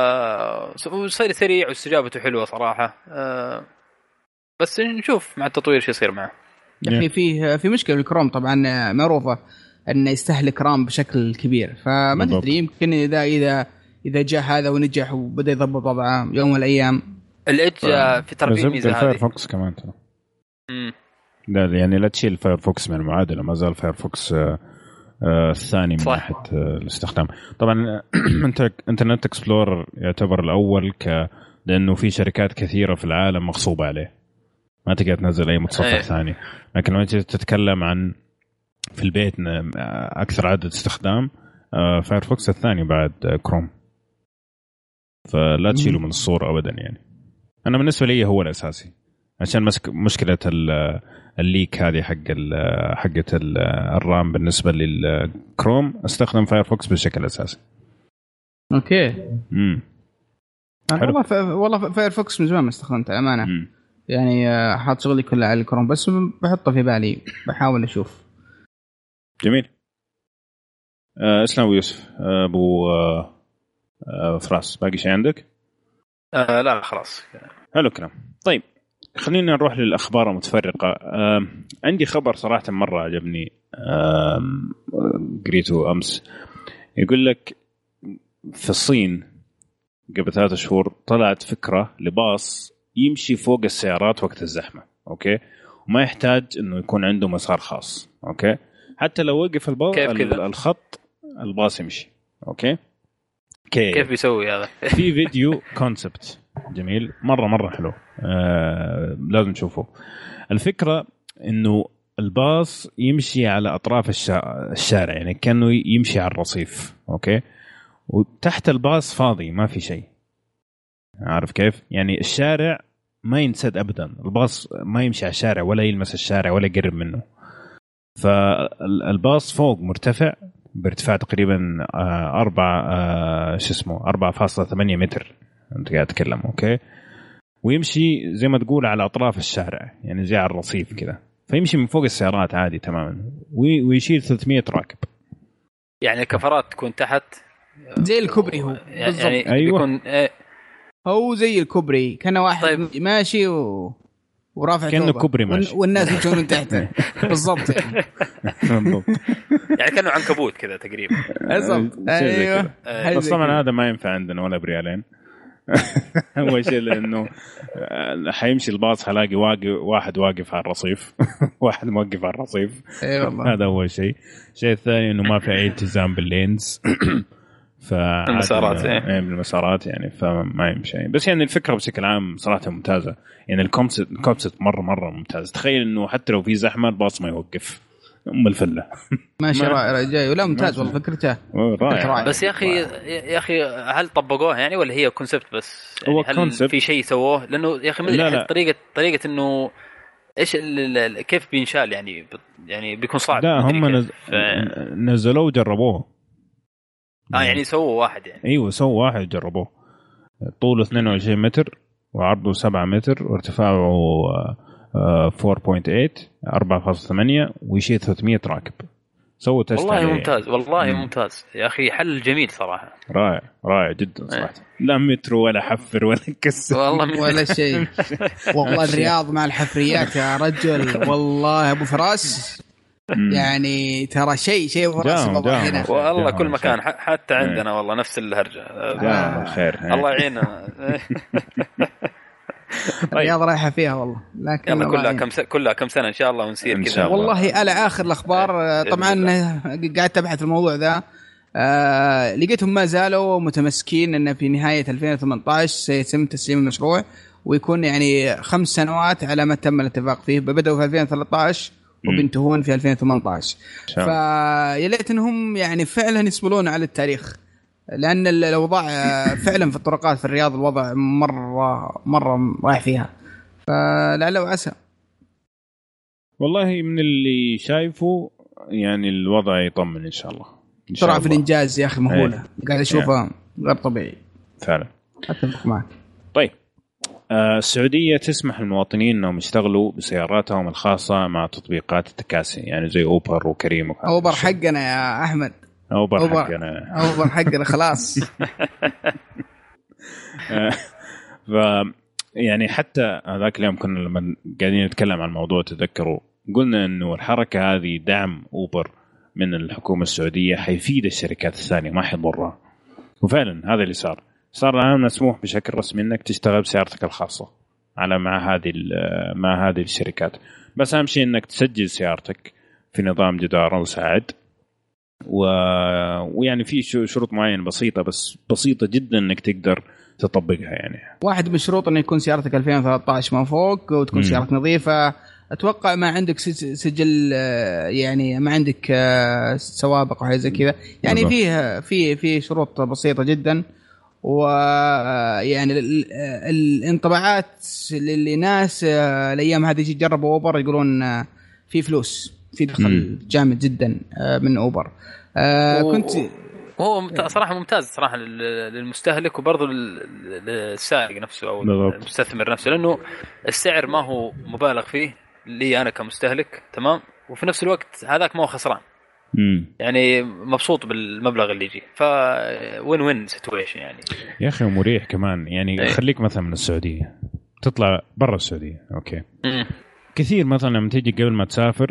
صار سريع واستجابته حلوه صراحه أه... بس نشوف مع التطوير شو يصير معه. يا اخي في في مشكله بالكروم طبعا معروفه انه يستهلك رام بشكل كبير فما تدري يمكن اذا اذا اذا جاء هذا ونجح وبدا يضبط وضعه يوم من الايام الإدج في تربيه ميزه هذه فايرفوكس كمان ترى امم لا يعني لا تشيل فايرفوكس من المعادله ما زال فايرفوكس آه آه الثاني من ناحيه آه الاستخدام طبعا انت انترنت اكسبلورر يعتبر الاول ك لانه في شركات كثيره في العالم مغصوبه عليه ما تقدر تنزل اي متصفح ثاني لكن لما تتكلم عن في البيت اكثر عدد استخدام آه فايرفوكس الثاني بعد آه كروم فلا تشيله من الصوره ابدا يعني انا بالنسبه لي هو الاساسي عشان مسك مشكله الليك هذه حق حقه الرام بالنسبه للكروم استخدم فايرفوكس بشكل اساسي. اوكي امم والله والله فايرفوكس من زمان ما استخدمته امانه مم. يعني حاط شغلي كله على الكروم بس بحطه في بالي بحاول اشوف. جميل. آه اسلام ويوسف آه ابو آه آه فراس باقي شيء عندك؟ آه لا خلاص. حلو كلام. طيب خلينا نروح للأخبار المتفرقة. آه عندي خبر صراحة مرة عجبني آه قريته أمس يقول لك في الصين قبل ثلاثة شهور طلعت فكرة لباص يمشي فوق السيارات وقت الزحمة أوكي وما يحتاج إنه يكون عنده مسار خاص أوكي حتى لو وقف الباص الخط الباص يمشي أوكي كيف, كيف بيسوي هذا؟ في فيديو كونسبت جميل مرة مرة حلو آه لازم تشوفه. الفكرة إنه الباص يمشي على أطراف الشارع يعني كأنه يمشي على الرصيف أوكي وتحت الباص فاضي ما في شيء عارف كيف يعني الشارع ما ينسد أبدا الباص ما يمشي على الشارع ولا يلمس الشارع ولا يقرب منه فالباص فوق مرتفع بارتفاع تقريبا أربعة شو اسمه أربعة فاصلة ثمانية متر أنت قاعد تتكلم أوكي ويمشي زي ما تقول على أطراف الشارع يعني زي على الرصيف كذا فيمشي من فوق السيارات عادي تماما ويشيل ثلاثمية راكب يعني الكفرات تكون تحت زي الكوبري هو يعني أيوة. بيكون هو زي الكوبري كان واحد طيب. ماشي و... ورافع كأنه كوبري ماشي والناس يمشون تحته بالضبط يعني يعني كانوا عنكبوت كذا تقريبا بالضبط ايوه بس طبعا هذا ما ينفع عندنا ولا بريالين اول شيء لانه حيمشي الباص حلاقي واقف واحد واقف على الرصيف واحد موقف على الرصيف هذا اول شيء. الشيء الثاني انه ما في اي التزام باللينز فالمسارات ايه بالمسارات يعني فما يمشي بس يعني الفكره بشكل عام صراحه ممتازه يعني الكونسبت الكونسبت مره مره ممتاز. تخيل انه حتى لو في زحمه الباص ما يوقف ام الفله ماشي رائع جاي ولا ممتاز والله فكرته رائع. بس يا اخي يا اخي هل طبقوها يعني ولا هي كونسبت بس يعني هو هل كونسبت في شيء سووه لانه يا اخي من طريقه طريقه انه ايش كيف بينشال يعني يعني بيكون صعب. لا هم نز... ف... نزلوه وجربوه اه يعني سووا واحد يعني ايوه سووا واحد جربوه طوله اثنين وعشرين متر وعرضه سبعة متر وارتفاعه أربعة فاصلة ثمانية أربعة فاصلة ثمانية ويشيل ثلاثمية راكب. سووا تست والله ممتاز والله مم. ممتاز يا اخي حل جميل صراحه رائع رائع جدا صراحه. لا مترو ولا حفر ولا كسر والله ولا شيء والله الرياض مع الحفريات يا رجل والله ابو فراس يعني ترى شيء شيء فراس هنا والله كل مكان حتى عندنا والله نفس الهرجه يا خير الله يعيننا. الرياض رايحه فيها والله لكن كلها كم س... كلها كم سنه ان شاء الله ونسير كذا والله على اخر الاخبار طبعا قاعد ابحث في الموضوع ذا آه... لقيتهم ما زالوا متمسكين ان في نهايه ألفين وثمانية عشر سيتم تسليم المشروع ويكون يعني خمس سنوات على ما تم الاتفاق فيه. بدأوا في ألفين وثلاثة عشر وبينتهون في ألفين وثمانية عشر. فيا ليت انهم يعني فعلا يسبلون على التاريخ، لان الاوضاع فعلا في الطرقات في الرياض الوضع مره مره رايح فيها، فلعل وعسى. والله من اللي شايفه يعني الوضع يطمن ان شاء الله. ترى في الانجاز يا اخي مهوله قاعد اشوفها غير طبيعي فعلا. اتفق معك. طيب آه السعوديه تسمح للمواطنين انهم يشتغلوا بسياراتهم الخاصه مع تطبيقات التكاسي، يعني زي اوبر وكريم وكذا. اوبر حقنا يا احمد، اوبر, أوبر حقنا اوبر حقنا خلاص. ف يعني حتى هذاك اليوم كنا لما قاعدين نتكلم عن الموضوع تذكروا قلنا انه الحركه هذه دعم اوبر من الحكومه السعوديه حيفيد الشركات الثانيه ما حيضرها، وفعلا هذا اللي صار. صار الآن مسموح بشكل رسمي انك تشتغل بسيارتك الخاصه على مع هذه مع هذه الشركات، بس اهم شيء انك تسجل سيارتك في نظام جدار او ساعد، و... ويعني في شروط معينه بسيطه بس بسيطه جدا انك تقدر تطبقها. يعني واحد من الشروط انه يكون سيارتك ألفين وثلاثة عشر ما فوق، وتكون م. سيارتك نظيفه. اتوقع ما عندك سجل يعني ما عندك سوابق وحاجه زي كذا، يعني فيه في في شروط بسيطه جدا. ويعني الانطباعات للناس الايام هذه يجربوا اوبر يقولون في فلوس، في دخل م. جامد جدا من اوبر. كنت هو صراحه ممتاز صراحه للمستهلك وبرضه للسائق نفسه او بالضبط. المستثمر نفسه، لانه السعر ما هو مبالغ فيه لي انا كمستهلك، تمام، وفي نفس الوقت هذاك ما هو خسران. مم. يعني مبسوط بالمبلغ اللي يجي، ف وين وين سيتويشن يعني يا اخي، مريح كمان. يعني أي. خليك مثلا من السعوديه تطلع برا السعوديه، اوكي مم. كثير مثلا لما تيجي قبل ما تسافر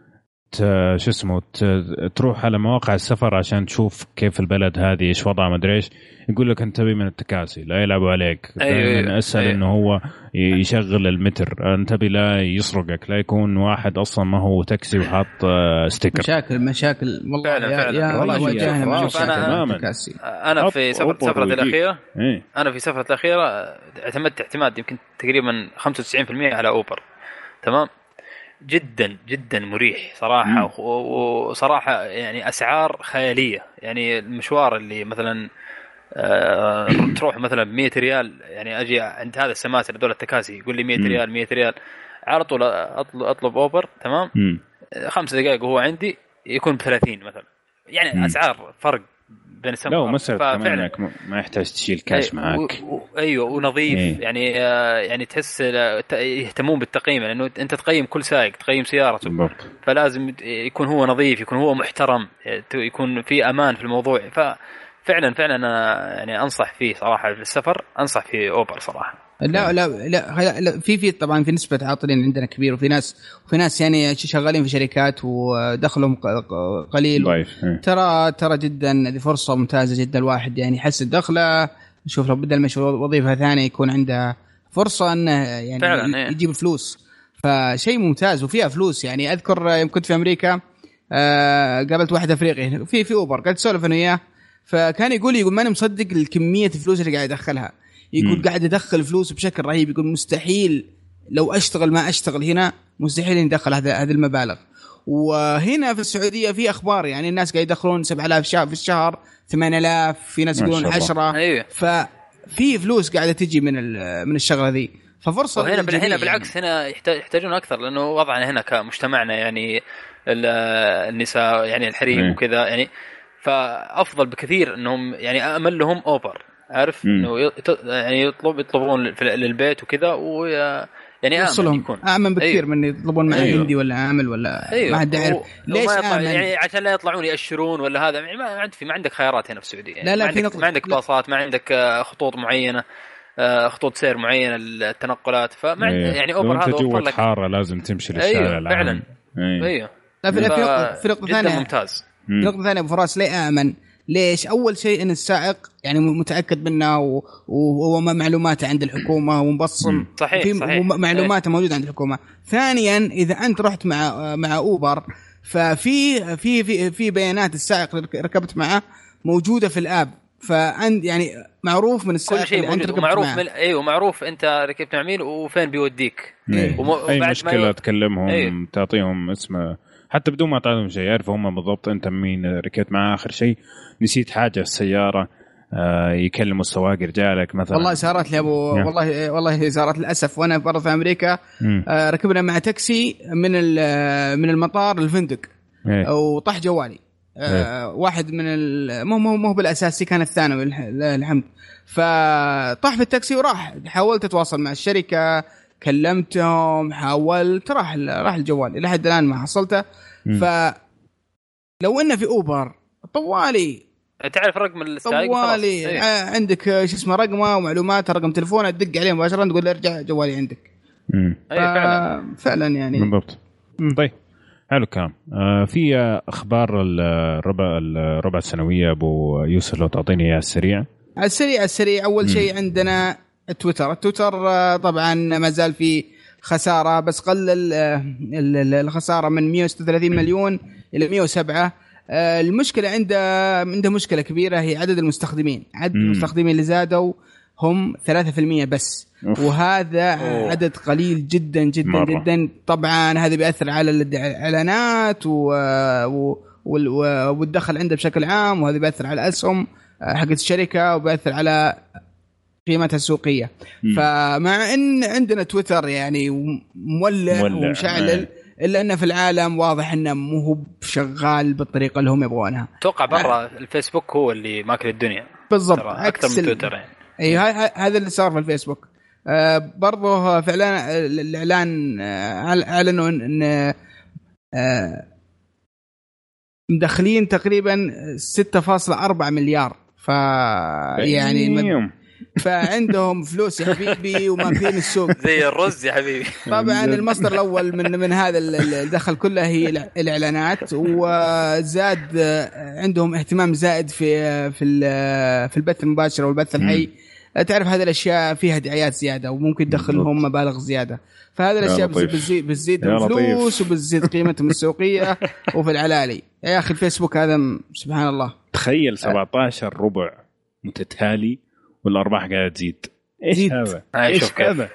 شو اسمه تروح على مواقع السفر عشان تشوف كيف البلد هذه ايش وضعها ما ادري ايش، يقول لك انتبه من التكاسي لا يلعبوا عليك. أيوة اسهل أيوة. انه هو يشغل المتر، انتبه لا يسرقك، لا يكون واحد اصلا ما هو تاكسي وحاط ستيكر. مشاكل مشاكل والله فعلا يا, فعلا. يا والله واجهنا مشاكل تماما. انا في سفرة سفرة الاخيره ايه؟ انا في سفرة الاخيره اعتمدت اعتماد يمكن تقريبا خمسة وتسعين بالمئة على اوبر، تمام، جدا جدا مريح صراحة. وصراحة يعني أسعار خيالية. يعني المشوار اللي مثلا آه تروح مثلا بمية ريال، يعني أجي عند هذا السماسر دولة التكاسي يقول لي مية ريال مية ريال، على طول أطلب, أطلب أوبر، تمام، مم. خمس دقائق وهو عندي يكون بثلاثين مثلا. يعني مم. أسعار فرق بين السماء والأرض. لا مسألة كمان إنك ما يحتاج تشيل كاش أي معك. و... و... أيوة ونظيف. إيه. يعني آه يعني تحس يهتمون بالتقييم، لأنه أنت تقيم كل سائق، تقيم سيارته بالضبط. فلازم يكون هو نظيف، يكون هو محترم، يكون في أمان في الموضوع. ففعلا فعلا أنا يعني أنصح فيه صراحة في السفر، أنصح في أوبر صراحة. لا لا لا, لا في في طبعا في نسبة عاطلين عندنا كبير، وفي ناس وفي ناس يعني شغالين في شركات ودخلهم قليل. ترى ترى جدا هذه فرصة ممتازة جدا، الواحد يعني يحسن دخله، نشوف لو بدل مش وظيفة ثانية يكون عنده فرصة انه يعني فعلا يجيب فلوس، فشيء ممتاز وفيها فلوس. يعني اذكر يوم كنت في امريكا آه قابلت واحد افريقي في في اوبر، قاعد اسولف انا وياه، فكان يقول لي يقول ماني مصدق الكمية الفلوس اللي قاعد يدخلها. يقول قاعد يدخل فلوس بشكل رهيب، يقول مستحيل لو أشتغل ما أشتغل هنا مستحيل يدخل هذا هذه المبالغ. وهنا في السعودية في أخبار يعني الناس قاعد يدخلون سبعة آلاف في الشهر، ثمانية آلاف، في ناس يقولون عشرة. أيوة. ففي فلوس قاعدة تجي من من الشغلة ذي، ففرصة. وهنا هنا بالعكس هنا يحتاجون أكثر، لأنه وضعنا هنا كمجتمعنا يعني النساء يعني الحريم وكذا، يعني فأفضل بكثير إنهم يعني أأمل لهم أوبر، عارف انه يعني يطلب يطلبون للبيت وكذا، ويعني يوصلهم امن بكثير أيوه. من يطلبون معي أيوه. هندي ولا عامل ولا أيوه. ما حد يعرف ليش امن، يعني عشان لا يطلعون يأشرون ولا هذا. يعني ما عندك ما عندك خيارات هنا في السعوديه، يعني لا لا ما عندك, ما عندك باصات، ما عندك خطوط معينه، خطوط سير معينه للتنقلات. فما أيوه. يعني اوبر هذا وفر لك حاره لازم تمشي للشارع أيوه. العام فعلا أيوه, أيوه. لا في في فرق ثانيه ممتاز. نقطه ثانيه ابو فراس، ليه امن؟ ليش؟ أول شيء إن السائق يعني متأكد منه وهو معلوماته عند الحكومة ومبصم، صحيح في صحيح. معلوماته موجودة عند الحكومة. ثانيا إذا أنت رحت مع مع أوبر، ففي في في في بيانات السائق اللي ركبت معه موجودة في الآب فعند يعني معروف من السائق كل شيء اللي انت موجود ومعروف من... ايوه معروف انت ركبت عميل وفين بيوديك. أيه. وم... اي مشكله ي... تكلمهم أيه. تعطيهم اسمه حتى بدون ما تعطيهم شيء يعرفوا هم بالضبط انت مين ركبت معاه اخر شيء، نسيت حاجه في السياره، آه يكلموا السواق رجالك مثلا. والله صارت لي ابو والله والله صارت للاسف وانا برا في امريكا. آه ركبنا مع تاكسي من من المطار للفندق أيه. وطاح جوالي. آه واحد من مو مو مو بالاساسي كان الثانوي الحمد، فطاح في التاكسي وراح. حاولت اتواصل مع الشركه كلمتهم حاولت راح راح الجوال لحد الان ما حصلته. فلو انه في اوبر طوالي تعرف رقم السائق طوالي أيه. عندك شو اسمه رقمه ومعلومات رقم تليفونه تدق عليه مباشره تقول له ارجع جوالي عندك. اي فعلا فعلا يعني بالضبط. طيب حلو الكلام. آه في اخبار الربع الربع السنويه ابو يوسف لو تعطيني اياها السريع. السريع السريع اول شيء عندنا تويتر. التويتر طبعا ما زال في خساره بس قلل الخساره من مئة وستة وثلاثين مليون الى مئة وسبعة. المشكله عنده عنده مشكله كبيره هي عدد المستخدمين. عدد المستخدمين اللي زادوا هم ثلاثة بالمئة بس. أوف. وهذا أوه. عدد قليل جدا جدا مرة. جدا. طبعا هذا بيأثر على الإعلانات و... و... والدخل عنده بشكل عام، وهذا بيأثر على الأسهم حقت الشركة وبيأثر على قيمتها السوقية. م. فمع إن عندنا تويتر يعني مولع, مولع. ومشعلل إلا أنه في العالم واضح أنه مو هو شغال بالطريقة اللي هم يبغونها. توقع برا الفيسبوك هو اللي ماكل الدنيا بالضبط أكثر من تويتر يعني. اي هذا اللي صار في الفيسبوك. آه برضه فعلا الاعلان اعلنوا ان آه مدخلين تقريبا ستة فاصلة أربعة مليار. ف يعني فعندهم فلوس يا حبيبي وما فين السوق زي الرز يا حبيبي. طبعا المصدر الاول من من هذا الدخل كله هي الاعلانات، وزاد عندهم اهتمام زائد في في في البث المباشر والبث الحي. تعرف هذه الاشياء فيها دعايات زياده وممكن تدخلهم مبالغ زياده، فهذه الاشياء بتزيد بتزيد الفلوس وبتزيد قيمتهم السوقيه وفي العلالي. يا اخي الفيسبوك هذا سبحان الله. تخيل سبعة عشر ربع متتالي والارباح قاعده تزيد. ايش هذا؟ ايش هذا؟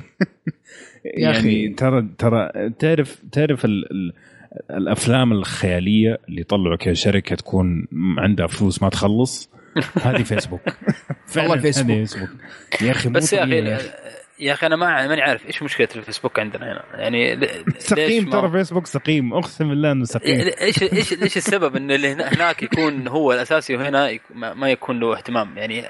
يا اخي ترى ترى تعرف تعرف ال ال الافلام الخياليه اللي يطلعوا كشركه تكون عندها فلوس ما تخلص، هذه فيسبوك. والله فيسبوك. فيسبوك يا اخي. بس يا اخي يا اخي انا ما ماني عارف ايش مشكله الفيسبوك عندنا هنا يعني. سقيم ترى فيسبوك سقيم اقسم بالله انه سقيم. ايش ايش ايش السبب انه اللي هناك يكون هو الاساسي وهنا ما يكون له اهتمام يعني؟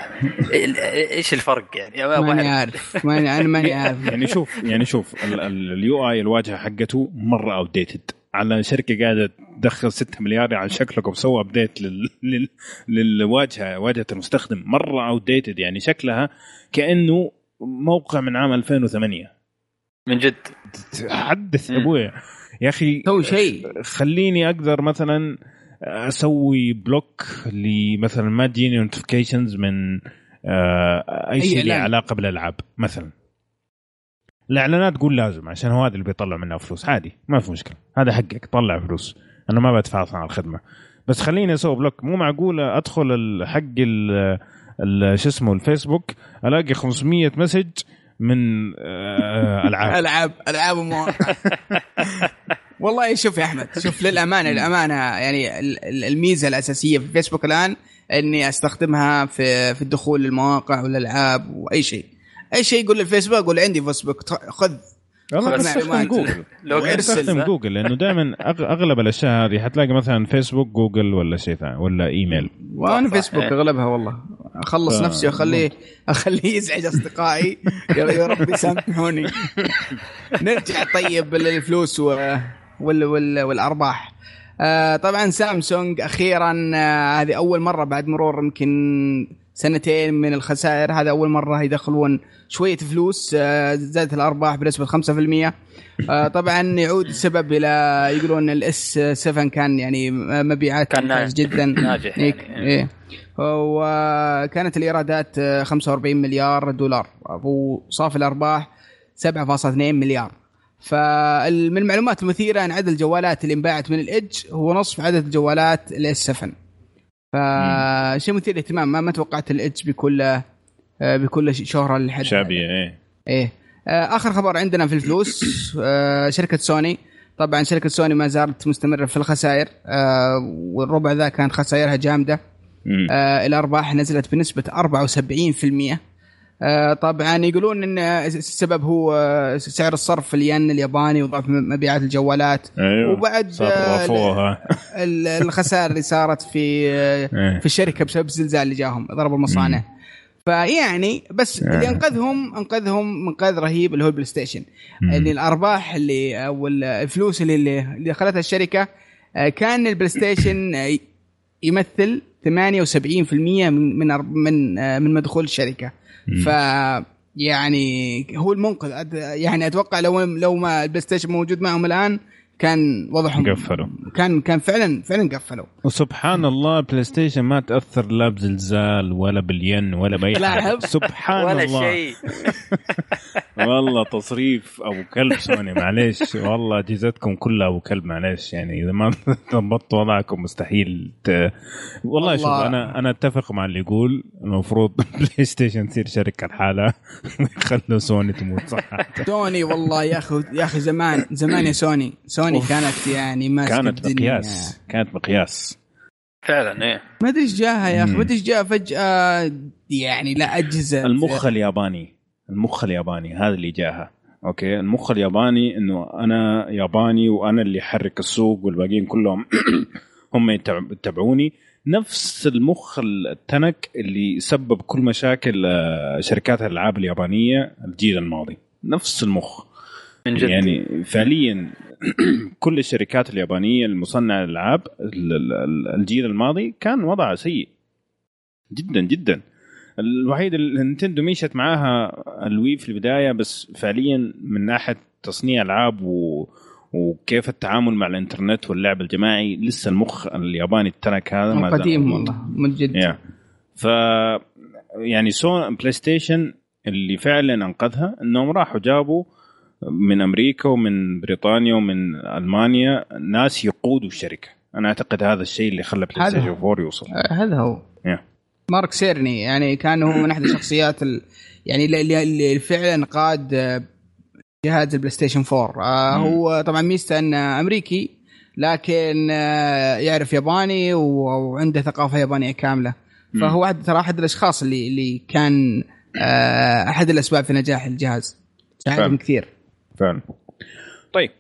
ايش الفرق يعني؟ ماني عارف ماني انا ماني عارف يعني. شوف يعني شوف اليو اي الواجهه حقته مره اوتديتد على شركه قاعده تدخل ستة مليار على شكلكم سووا ابديت لل... لل... للواجهه واجهه المستخدم مره اوتديتد يعني شكلها كانه موقع من عام ألفين وثمانية من جد. حدث ابويا يا اخي سوي شيء خليني اقدر مثلا اسوي بلوك لمثلا ما تجيني نوتيفيكيشنز من اي شيء له علاقه بالالعاب مثلا. الاعلانات تقول لازم عشان هو هذا اللي بيطلع منه فلوس، عادي ما في مشكله، هذا حقك طلع فلوس، انا ما بدفع على الخدمه. بس خليني اسوي بلوك. مو معقوله ادخل الحق شو اسمه الفيسبوك الاقي خمسمية مسج من العاب العاب العاب ومواقع. والله شوف يا احمد، شوف للامانه الامانه يعني الميزه الاساسيه في فيسبوك الان اني استخدمها في في الدخول للمواقع والالعاب واي شيء. اي شيء يقول الفيسبوك اقول عندي فيسبوك خذ. والله استخدم جوجل لو استخدم جوجل لانه دائما اغلب الاشياء هذه حتلاقي مثلا فيسبوك جوجل ولا شيء ثاني ولا ايميل. وانا فيسبوك اغلبها والله اخلص ف... نفسي واخليه اخليه يزعج اصدقائي. يا رب يسامحوني. نرجع طيب للفلوس و... وال... وال... والارباح. آه طبعا سامسونج اخيرا آه هذه اول مره بعد مرور يمكن سنتين من الخسائر، هذا أول مرة يدخلون شوية فلوس. زادت الأرباح بنسبة خمسة في المية. طبعا يعود السبب إلى يقولون الإس سفن كان يعني مبيعات كان ناجح جدا ناجح يعني. إيه. وكانت الإيرادات خمسة وأربعين مليار دولار وصافي الأرباح سبعة فاصلة اثنين مليار. فمن المعلومات المثيرة أن عدد الجوالات اللي انباعت من الإدج هو نصف عدد الجوالات الإس سفن. فشيء مثير للاهتمام. ما ما توقعت الإدج بكل بكل شهرة لحد شابية. ايه ايه. اخر خبر عندنا في الفلوس، شركة سوني. طبعا شركة سوني ما زالت مستمرة في الخسائر، والربع ذا كانت خسائرها جامدة. الأرباح نزلت بنسبة أربعة وسبعين بالمئة. طبعا يقولون ان السبب هو سعر الصرف في الين الياباني وضعف مبيعات الجوالات. أيوه. وبعد الخسائر اللي صارت في في الشركة بسبب الزلزال اللي جاهم ضرب المصانع. فيعني بس اللي انقذهم انقذهم منقذ رهيب اللي هو البلاي ستيشن. اللي الارباح اللي او الفلوس اللي اللي دخلتها الشركه كان البلاي ستيشن يمثل ثمانية وسبعين بالمئة من من من من مدخول الشركه. ف يعني هو المنقذ. يعني اتوقع لو لو ما البلاي ستيشن موجود معهم الان كان وضعهم قفلوا. كان كان فعلا فعلا قفلوا. وسبحان الله بلاي ستيشن ما تأثر لا بزلزال ولا بالين ولا بأي حاجة. سبحان ولا الله ولا شيء. والله تصريف أبو كلب سوني. معليش والله أجهزتكم كلها أبو كلب. معليش يعني إذا ما ضبطوا وضعكم مستحيل ت... والله شوف أنا أنا أتفق مع اللي يقول المفروض بلاي ستيشن تصير شركة الحالة ويخلوا سوني تموت. صح سوني والله يا أخي يا أخي زمان زمان يا سوني سوني أوف. كانت يعني ما كانت مقياس كانت مقياس فعلا. ايه ما ادري ايش جاها يا اخي. ما ادري ايش جاء فجأة يعني. لا اجهزه المخ الياباني المخ الياباني هذا اللي جاها. اوكي المخ الياباني انه انا ياباني وانا اللي احرك السوق والباقيين كلهم هم يتبعوني. نفس المخ التنك اللي سبب كل مشاكل شركات الالعاب اليابانيه الجيل الماضي. نفس المخ يعني فعليا كل الشركات اليابانية المصنعة الألعاب الجيل الماضي كان وضعها سيء جدا جدا. الوحيد اللي نينتندو مشت معاها الوي في البداية، بس فعليا من ناحية تصنيع ألعاب و... وكيف التعامل مع الانترنت واللعب الجماعي لسه المخ الياباني التنك هذا ما قديم والله من جد. yeah. ف يعني سون بلاي ستيشن اللي فعلا انقذها انهم راحوا جابوا من أمريكا ومن بريطانيا ومن ألمانيا ناس يقودوا الشركة. أنا أعتقد هذا الشيء اللي خلى بلاي ستيشن فور يوصل. هذا هو yeah. مارك سيرني يعني كان هو من أحد الشخصيات ال... يعني اللي, اللي فعلا قاد جهاز البلاي ستيشن فور. آه هو طبعا ميزته أنه أمريكي لكن آه يعرف ياباني وعنده ثقافة يابانية كاملة. فهو واحد ترى أحد الأشخاص اللي اللي كان آه أحد الأسباب في نجاح الجهاز. ساعدهم كثير فعلا. طيب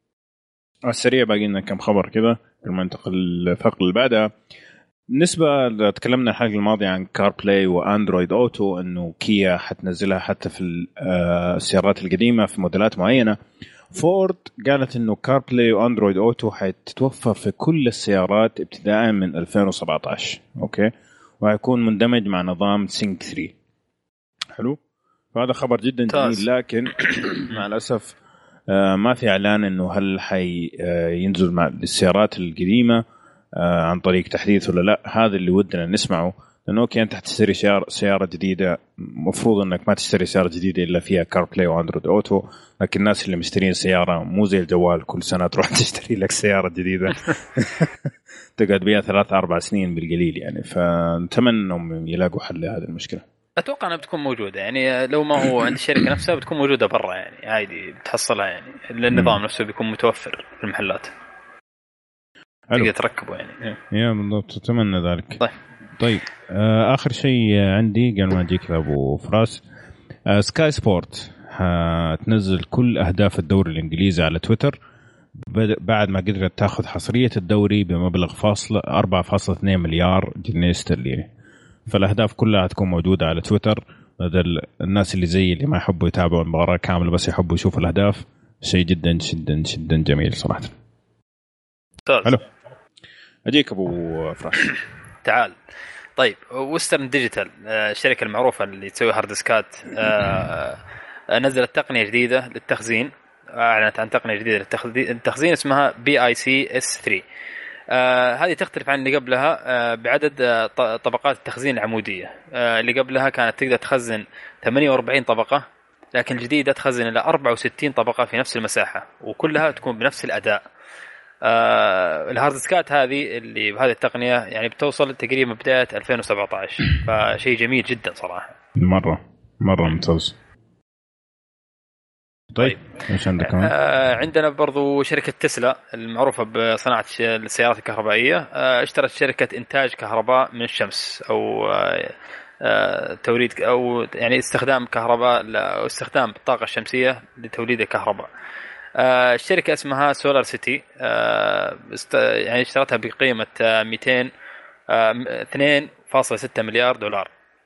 على السريع باقي لنا كم خبر كذا قبل ما ننتقل للفقرة اللي بعدها. بالنسبة تكلمنا الحلقة الماضية عن كار بلاي وأندرويد أوتو إنه كيا حتنزلها حتى في السيارات القديمة في موديلات معينة. فورد قالت إنه كار بلاي وأندرويد أوتو حتتوفر في كل السيارات ابتداء من ألفين وسبعة عشر. أوكي وهيكون مندمج مع نظام سينك ثري. حلو. فهذا خبر جدا جميل لكن مع الأسف ما في إعلان إنه هل حي ينزل مع السيارات القديمة عن طريق تحديث ولا لا. هذا اللي ودنا نسمعه لأنه أوكي أنت تشتري سيارة جديدة مفروض إنك ما تشتري سيارة جديدة إلا فيها كار بلاي وأندرويد أوتو. لكن الناس اللي مشترين سيارة مو زي الجوال كل سنة تروح تشتري لك سيارة جديدة تقعد بيها ثلاث أربع سنين بالقليل يعني. فنتمنى إنهم يلاقوا حل لهذه المشكلة. أتوقع أنها بتكون موجودة يعني لو ما هو عند الشركة نفسها بتكون موجودة برا يعني عادي بتحصلها يعني. النظام نفسه بيكون متوفر في المحلات تقدر تركبه يعني. يا بالضبط أتمنى ذلك. طيب طيب آه آخر شيء عندي قبل ما أجيك لأبو فراس. آه سكاي سبورت هتنزل كل أهداف الدوري الإنجليزي على تويتر بعد ما قدرت تأخذ حصرية الدوري بمبلغ فاصلة أربعة فاصلة اثنين مليار جنيه استرليني. فالأهداف كلها هتكون موجودة على تويتر. هذا الناس اللي زي اللي ما يحبوا يتابعوا المباراة كاملة بس يحبوا يشوفوا الأهداف شيء جدا جدا جدا جميل صراحة. حلو. أجيك أبو فراس. تعال. طيب وسترن ديجيتال الشركة المعروفة اللي تسوي هارد ديسكات نزلت تقنية جديدة للتخزين. أعلنت عن تقنية جديدة للتخزين اسمها بي آي سي إس ثري. آه هذه تختلف عن اللي قبلها آه بعدد آه طبقات التخزين العمودية. آه اللي قبلها كانت تقدر تخزن ثمانية وأربعين طبقة لكن الجديدة تخزن إلى أربعة وستين طبقة في نفس المساحة وكلها تكون بنفس الأداء. آه الهارد ديسكات هذه اللي بهذه التقنيه يعني بتوصل تقريبا بدايه ألفين وسبعة عشر، فشيء جميل جدا صراحه. مره مره ممتاز. طيب ايش عندك كمان؟ آه عندنا برضو شركه تسلا المعروفه بصناعه السيارات الكهربائيه، آه اشترت شركه انتاج كهرباء من الشمس او آه آه توليد او يعني استخدام كهرباء او استخدام الطاقه الشمسيه لتوليد الكهرباء. آه الشركه اسمها سولار سيتي، آه است يعني اشترتها بقيمه آه مئتين اثنين فاصلة ستة مليار دولار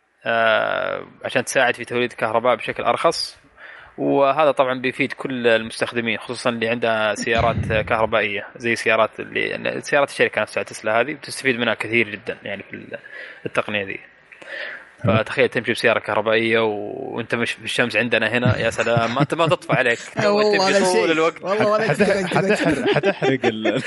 آه عشان تساعد في توليد الكهرباء بشكل ارخص، وهذا طبعا بيفيد كل المستخدمين خصوصا اللي عندها سيارات كهربائيه زي سيارات اللي سيارات الشركه نفسها تسلا هذه بتستفيد منها كثير جدا يعني في التقنيه دي. فتخيل تمشي بسياره كهربائيه وانت مش في الشمس عندنا هنا، يا سلام، ما انت ما تطفى عليك والله طول الوقت والله حتحرق حتحرق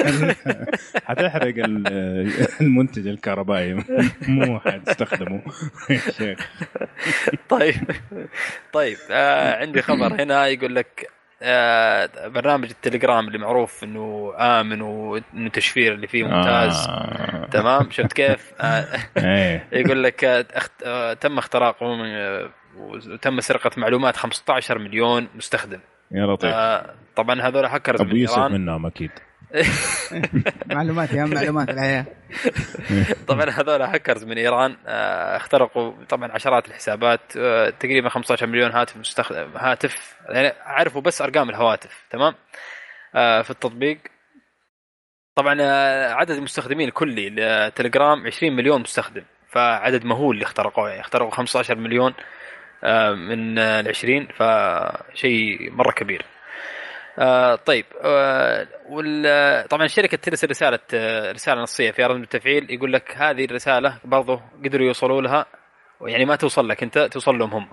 حتحرق المنتج الكهربائي مو حتستخدمه يا شيخ. طيب طيب آه عندي خبر هنا يقول لك آه برنامج التليجرام اللي معروف انه امن وانه تشفير اللي فيه ممتاز. آه. تمام، شفت كيف؟ آه يقول لك اخت... آه تم اختراقه وتم سرقة معلومات خمسة عشر مليون مستخدم. يا لطيف. آه طبعا هذول هاكرز من ايران منهم اكيد. معلومات يا معلومات الحياة. طبعا هذول هاكرز من ايران آه اخترقوا طبعا عشرات الحسابات، آه تقريبا خمسة عشر مليون هاتف مستخدم هاتف يعني عرفوا بس ارقام الهواتف. تمام. آه في التطبيق طبعا آه عدد المستخدمين الكلي لتليجرام عشرين مليون مستخدم، فعدد مهول اللي اخترقوه، يعني اخترقوا خمسة عشر مليون آه من آه العشرين، فشيء مره كبير. آه طيب آه طبعا الشركة ترسل رسالة آه رسالة نصية في رمز التفعيل، يقول لك هذه الرسالة برضو قدروا يوصلوا لها، يعني ما توصل لك أنت، توصل لهم هم،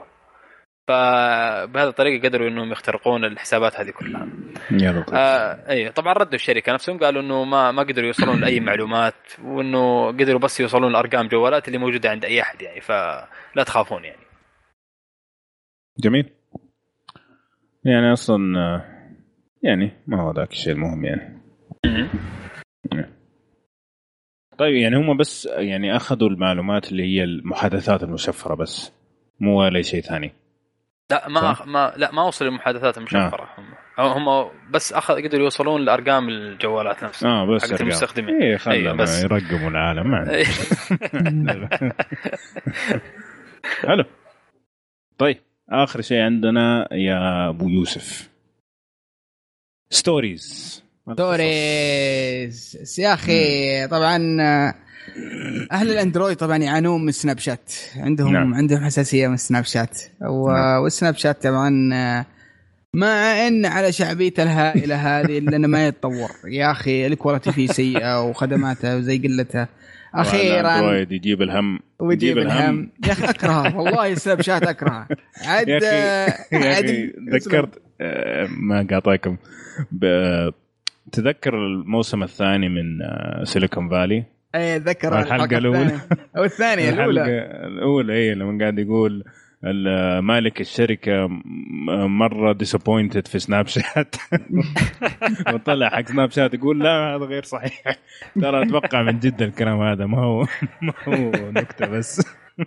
فبهذا الطريقة قدروا إنهم يخترقون الحسابات هذه كلها. آه أي طبعا ردوا الشركة نفسهم قالوا إنه ما ما قدروا يوصلون لأي معلومات، وإنه قدروا بس يوصلون لأرقام جوالات اللي موجودة عند أي أحد يعني، فلا تخافون يعني. جميل. يعني أصلا يعني ما هو ذاك الشيء المهم يعني. طيب يعني هم بس يعني أخذوا المعلومات اللي هي المحادثات المشفرة بس، مو ولا شيء ثاني. لا ما أخ... ما لا ما وصلوا للمحادثات المشفرة. آه. هم هم بس أخذ قدروا يوصلون لأرقام الجوالات نفسها. آه بس حق المستخدمين. إيه خلنا بس يرقموا العالم معنا. حلو. طيب آخر شيء عندنا يا أبو يوسف، ستوريز. ستوريز يا أخي. طبعا أهل الأندرويد طبعا يعانون من سناب شات، عندهم نعم. عندهم حساسية من سناب شات و... نعم. والسناب شات طبعا مع إن على شعبيته الهائلة هذه إلا أنه ما يتطور يا أخي، الكواليتي فيه سيئة وخدماته زي قلتها. أخيرا اندرويد يجيب الهم ويجيب الهم يا أخي. أكره والله سناب شات أكره. عد عد ذكرت ما قاطعكم، تذكر الموسم الثاني من سيليكون فالي؟ اي ذكر الحلقة الأولى أو الثانية الأولى الأولى اي لما قاعد يقول مالك الشركة مرة ديسابوينتد في سناب شات وطلع حق سناب شات يقول لا هذا غير صحيح، ترى أتوقع من جد الكلام هذا ما هو ما هو نكتة بس.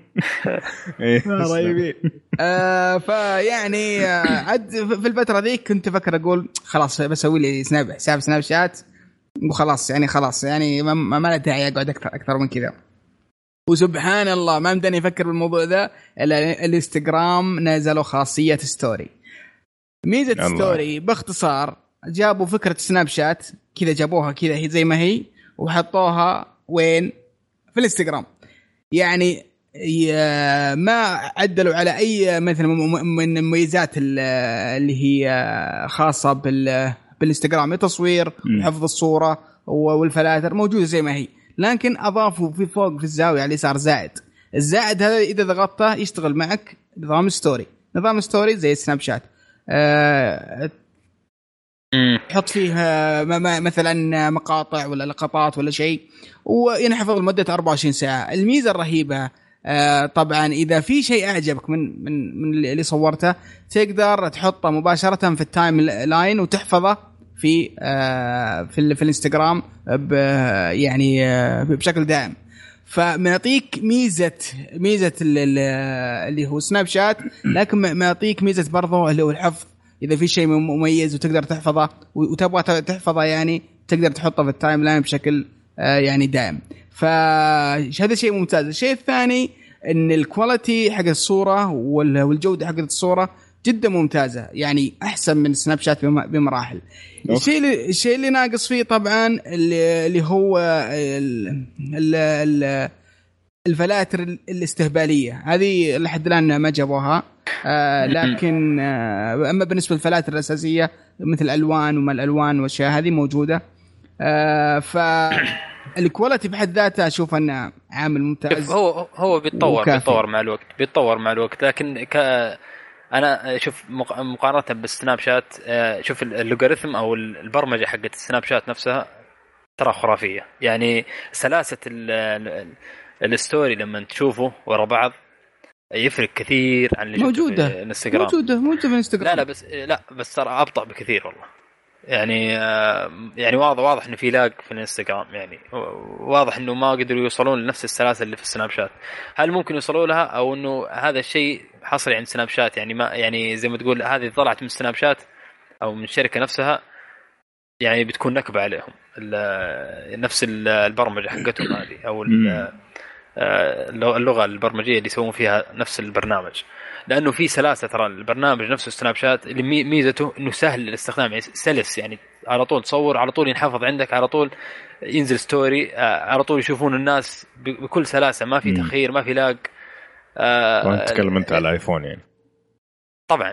رهيبين. آه فيعني عد في الفترة ذيك كنت فكر أقول خلاص بسوي لي سناب حساب سناب شات وخلاص، يعني خلاص يعني ما, ما له داعي أقعد أكثر أكثر من كذا. وسبحان الله ما مداني أفكر بالموضوع ذا، الانستغرام نزلوا خاصية ستوري. ميزة ستوري باختصار جابوا فكرة سناب شات كذا، جابوها كذا هي زي ما هي وحطوها وين في الانستغرام، يعني ما عدلوا على أي مثلا من المميزات اللي هي خاصة بالانستغرام، التصوير وحفظ الصورة والفلاتر موجودة زي ما هي، لكن أضافوا في فوق في الزاوية على اليسار زائد. الزائد هذا إذا ضغطته يشتغل معك نظام ستوري. نظام ستوري زي سناب شات أه يحط فيها مثلا مقاطع ولا لقطات ولا شيء وينحفظ لمدة أربعة وعشرين ساعة. الميزة الرهيبة أه طبعا إذا في شيء أعجبك من من من اللي صورته تقدر تحطه مباشرة في التايم لاين وتحفظه في آه في, في الانستغرام يعني آه بشكل دائم. فمعطيك ميزة ميزة اللي هو سناب شات، لكن معطيك ميزة برضه اللي هو الحفظ. إذا في شيء مميز وتقدر تحفظه وتبغى تحفظه يعني تقدر تحطه في التايم لاين بشكل يعني دائم. فهذا شيء ممتاز. الشيء الثاني إن الكواليتي حق الصورة والجودة حق الصورة جدا ممتازة، يعني أحسن من سناب شات بمراحل. الشيء الشيء اللي ناقص فيه طبعا اللي, اللي هو ال ال الفلاتر الاستهبالية هذه لحد الآن ما جابوها. آه لكن آه أما بالنسبة للفلاتر الأساسية مثل الألوان وما الألوان والأشياء هذه موجودة. آه فالكواليتي بحد ذاتها أشوف أنه عامل ممتاز. هو هو بيتطور بيتطور مع الوقت بيتطور مع الوقت لكن ك انا شوف مقارنه بالسناب شات، شوف اللوغاريتم او البرمجه حقت السناب شات نفسها ترى خرافيه. يعني سلاسه الستوري لما تشوفه ورا بعض يفرق كثير عن اللي موجوده في الانستغرام. موجوده موجوده في الانستغرام. لا لا بس لا بس ترى ابطا بكثير والله. يعني يعني واضح واضح انه في لاج في الانستغرام، يعني واضح انه ما قدروا يوصلون لنفس السلاسل اللي في السناب شات. هل ممكن يوصلوا لها او انه هذا الشيء حصري عند سناب شات؟ يعني ما يعني زي ما تقول هذه طلعت من سناب شات او من الشركه نفسها، يعني بتكون نكبه عليهم نفس البرمجه حقتهم هذه او اللغه البرمجيه اللي يسوون فيها نفس البرنامج. لانه في سلاسه ترى البرنامج نفسه سناب شات اللي ميزته انه سهل الاستخدام، يعني سلس، يعني على طول تصور على طول ينحفظ عندك على طول ينزل ستوري على طول يشوفون الناس بكل سلاسه، ما في تخيير ما في لاج. آه تتكلم انت على الايفون يعني طبعا.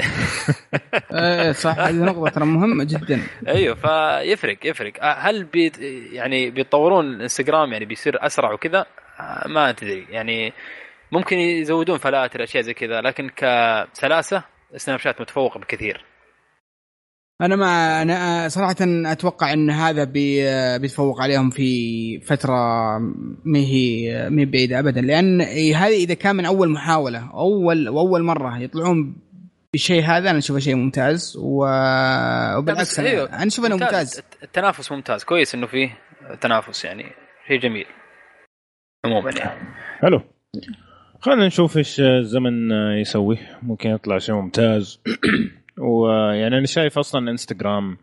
ايه صح، هذه نقطه ترى مهمه جدا. ايوه فيفرق يفرق. هل بيت يعني بيتطورون الانستغرام يعني بيصير اسرع وكذا؟ ما تدري، يعني ممكن يزودون فلاتر اشياء زي كذا، لكن كسلاسه سناب شات متفوق بكثير. انا ما انا صراحه اتوقع ان هذا بي بيتفوق عليهم في فتره ما هي ما بعيده ابدا، لان هذه اذا كان من اول محاوله اول واول مره يطلعون بالشيء هذا انا اشوفه شيء ممتاز. وبالعكس أيوه انا اشوف انه ممتاز. التنافس ممتاز، كويس انه فيه تنافس، يعني شيء جميل عموما. يعني حلو، خلينا نشوف ايش الزمن يسوي، ممكن يطلع شيء ممتاز. ويعني انا شايف اصلا انستغرام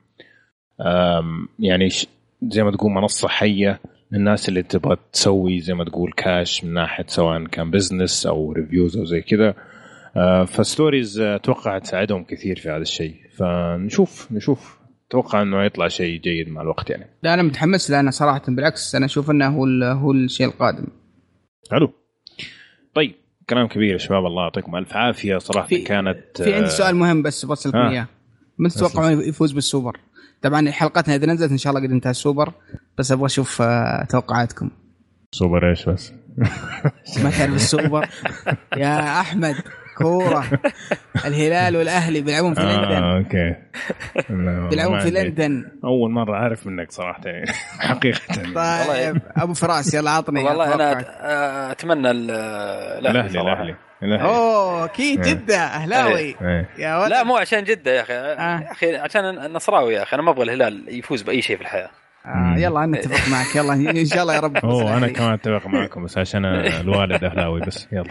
يعني زي ما تقول منصه حيه للناس اللي تبغى تسوي زي ما تقول كاش من ناحيه سواء كان بزنس او ريفيوز او زي كذا. فستوريز اتوقع تساعدهم كثير في هذا الشيء، فنشوف نشوف اتوقع انه يطلع شيء جيد مع الوقت. يعني لا انا متحمس، لأنا صراحه بالعكس انا اشوف انه هو هو الشيء القادم. حلو، طيب كلام كبير يا شباب، الله يعطيكم الف عافيه. صراحه في كانت في عندي سؤال مهم بس بوصلكم آه. اياه. من تتوقعون يفوز بالسوبر؟ طبعا حلقتنا اذا نزلت ان شاء الله قد انتهى السوبر، بس ابغى اشوف توقعاتكم. سوبر ايش بس؟ ما تعرف السوبر يا احمد؟ كوره الهلال والاهلي بيلعبون في لندن. اه اوكي بيلعبون في لندن. اول مره اعرف منك صراحه يعني حقيقه. طيب ابو فراس يلا عطني. والله انا اتمنى الاهلي الاهلي. اوه اكيد جده اهلاوي يا ولد. لا مو عشان جده يا اخي، يا اخي عشان النصراوي يا اخي. انا ما ابغى الهلال يفوز باي شيء في الحياه. آه يلا انا اتفق معك، يلا ان شاء الله يا رب. اوه انا كمان اتفق معكم بس عشان الوالد اهلاوي بس. يلا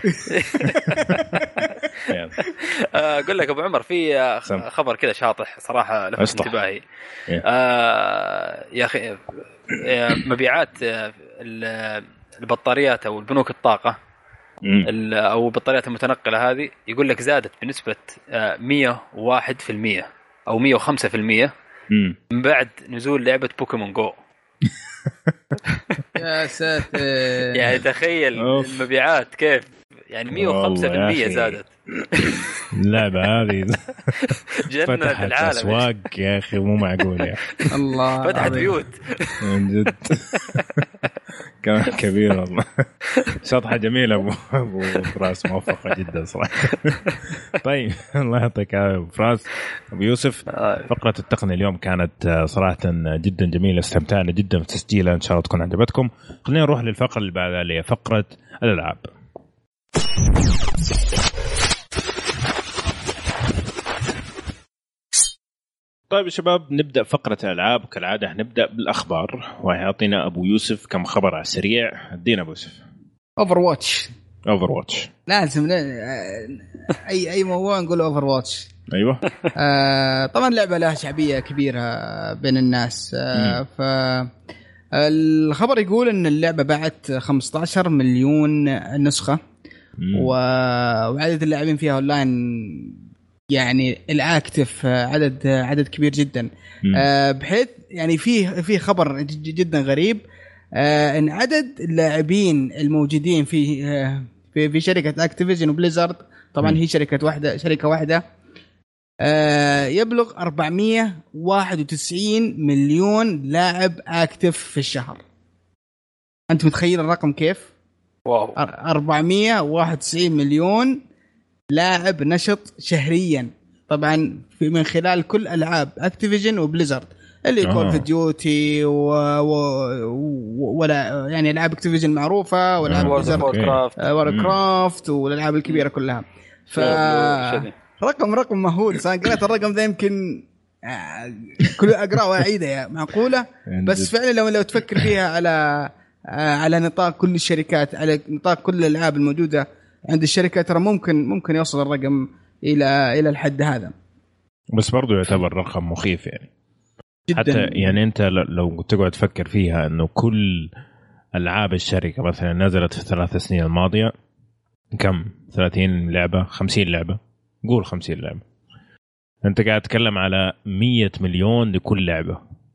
اقول لك ابو عمر في خبر كذا شاطح صراحه لفت انتباهي. آه يا اخي مبيعات البطاريات او البنوك الطاقه او البطاريات المتنقله هذه يقول لك زادت بنسبه مية وواحد بالمية او مية وخمسة بالمية من بعد نزول لعبة بوكيمون جو. يا ساتر، يعني تخيل المبيعات كيف، يعني مية وخمسة بالمية زادت. اللعبة هذه فتحت العالم أسواق يا أخي مو معقول يا أخي. الله فتحت بيوت من جد. كان كبير والله. شطحة جميلة أبو أبو فراس، موفقة جدا صراحة. طيب الله يعطيك يا أبو فراس. أبو يوسف، فقرة التقنية اليوم كانت صراحة جدا جميلة، استمتعنا جدا في تسجيلها، إن شاء الله تكون عجبتكم. خلينا نروح للفقرة اللي بعدها اللي هي فقرة الألعاب. طيب يا شباب نبدأ فقرة الألعاب كالعادة. هنبدأ بالأخبار ويعطينا أبو يوسف كم خبر على السريع. ادينا أبو يوسف. اوفر واتش اوفر واتش لازم لا... اي اي موضوع نقول اوفر واتش. ايوه. آه طبعا لعبه لها شعبيه كبيره بين الناس. آه ف الخبر يقول ان اللعبه باعت خمسة عشر مليون نسخه و... وعدد اللاعبين فيها اونلاين يعني الاكتف عدد عدد كبير جدا. آه بحيث يعني فيه في خبر جدا غريب، آه ان عدد اللاعبين الموجودين في آه في, في شركه اكتيفيجن وبليزرد، طبعا هي شركه واحده شركه واحده، آه يبلغ أربعمية وواحد وتسعين مليون لاعب اكتف في الشهر. انت متخيل الرقم كيف؟ واو، أربعمية وواحد وتسعين مليون لاعب نشط شهريا، طبعا في من خلال كل العاب اكتيفيجن وبليزرد اللي يكون في ديوتي و... و... ولا يعني العاب اكتيفيجن معروفه والعاب ووركرافت والالعاب الكبيره كلها. ف رقم رقم مهول. انا قرأت الرقم ذا يمكن كل اقراه واعيده يا معقوله، بس فعلا لو لو تفكر فيها على على نطاق كل الشركات، على نطاق كل الالعاب الموجوده عند الشركه، ترى ممكن ممكن يوصل الرقم الى الى الحد هذا. بس برضو يعتبر رقم مخيف يعني جداً. حتى يعني انت لو تقعد تفكر فيها انه كل العاب الشركه مثلا نزلت في الثلاث سنين الماضيه كم؟ ثلاثين لعبه، خمسين لعبه، قول خمسين لعبه، انت قاعد تتكلم على مية مليون لكل لعبه.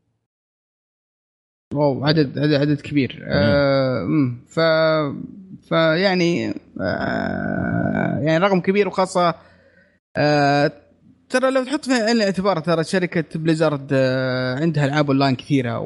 واو، عدد عدد, عدد كبير. آه ف فيعني آه يعني رقم كبير، وخاصه آه ترى لو تحط في عين الاعتبار ترى شركه بليزرد آه عندها العاب اونلاين كثيره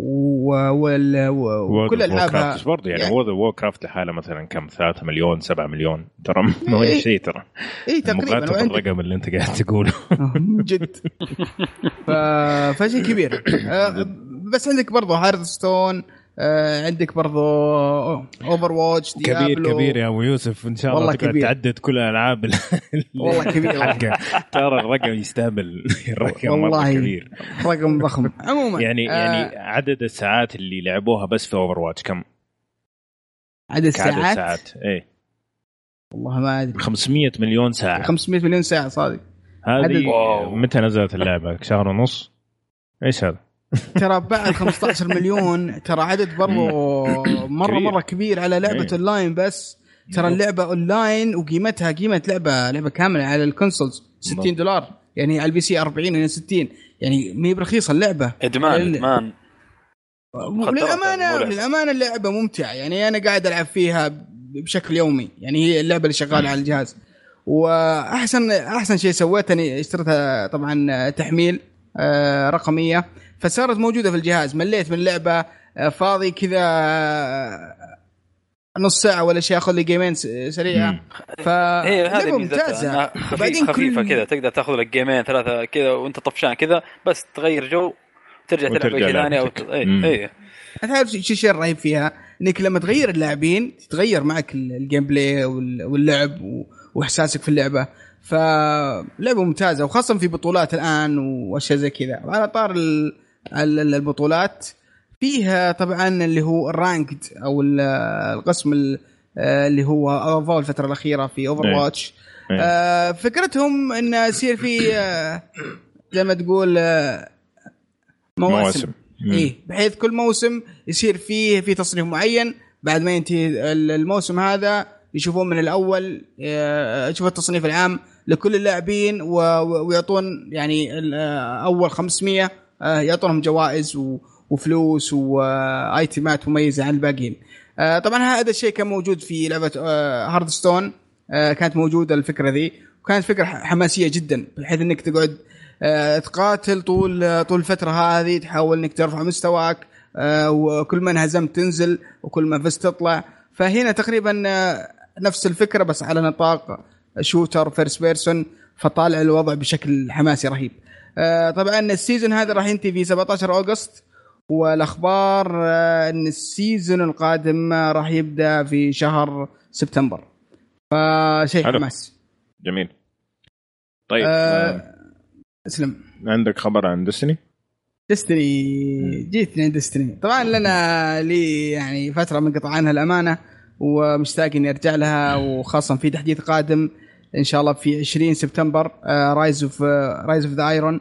وكل العابها برضه يعني وورد اوف ووركرافت لحاله مثلا كم؟ ثلاثة مليون، سبعة مليون، ترى ما هو شيء ترى. اي تقريبا الرقم اللي انت قاعد تقوله جد. ف فشيء كبير. آه بس عندك برضه هاردستون، آه عندك برضو اوفر واتش، كبير كبير يا ابو يوسف. ان شاء الله تقدر تعدد كل الالعاب. والله كبير ترى الرقم يستاهل. الرقم والله كبير، رقم ضخم. عموما يعني آه يعني عدد الساعات اللي لعبوها بس في اوفر واتش كم؟ عدد الساعات, ساعات ايه والله ما ادري. خمسمية مليون ساعه. خمسمية مليون ساعه صادق. هذه متى نزلت اللعبه؟ شهر ونص؟ ايش هذا؟ ترى بعد خمسة عشر مليون ترى عدد برضو مرة مرة كبير على لعبة أونلاين. بس ترى اللعبة أونلاين وقيمتها قيمة لعبة لعبة كاملة على الكونسولز ستين دولار، يعني على البي سي أربعين يعني ستين، يعني مي برخيصة اللعبة. إدمان إدمان. للأمانة للأمانة اللعبة ممتعة، يعني أنا قاعد ألعب فيها بشكل يومي، يعني هي اللعبة اللي شغالة على الجهاز. وأحسن أحسن شيء سويتني اشتريتها طبعا تحميل آه رقمية، فصارت موجودة في الجهاز. مليت من اللعبة فاضي كذا نص ساعة ولا شيء، أخذ لي جيمين سريعة. فهذه ممتازة خفيفة خفيفة كل... كذا تقدر تأخذ لك جيمين ثلاثة كذا وأنت طفشان كذا، بس تغير جو ترجع تلعب شيء ثاني أو إيه إيه. تعرف شيء شيء رهيب فيها إنك لما تغير اللاعبين تتغير معك الجيم بلاي واللعب وإحساسك في اللعبة. فلعبة ممتازة، وخاصة في بطولات الآن وأشياء زي كذا. على طار البطولات فيها طبعا اللي هو الرانكد أو القسم اللي هو أضافوه الفترة الأخيرة في أوفر واتش. فكرتهم إن يصير في زي ما تقول مواسم، إيه، بحيث كل موسم يصير فيه في تصنيف معين. بعد ما ينتهي الموسم هذا يشوفون من الأول، يشوفوا التصنيف العام لكل اللاعبين ويعطون يعني أول خمسمية يعطونهم جوائز وفلوس وآيتمات مميزة عن الباقين. طبعا هذا الشيء كان موجود في لعبة هاردستون، كانت موجودة الفكرة ذي، وكانت فكرة حماسية جدا، بحيث انك تقعد تقاتل طول طول الفترة هذه، تحاول انك ترفع مستواك، وكل ما انهزمت تنزل وكل ما فزت تطلع. فهنا تقريبا نفس الفكرة بس على نطاق شوتر فيرست بيرسون، فطالع الوضع بشكل حماسي رهيب. طبعا السيزون هذا راح ينتهي في سبعة عشر أغسطس، والأخبار أن السيزون القادم راح يبدأ في شهر سبتمبر، فشيء حماس جميل. طيب أه... اسلم. عندك خبر عن ديستني؟ ديستني جيتني عند ديستني طبعا لنا لي يعني فترة منقطع عنها الأمانة ومشتاق إني أرجع لها وخاصة في تحديث قادم إن شاء الله في عشرين سبتمبر رايز اوف رايز اوف ذا ايرون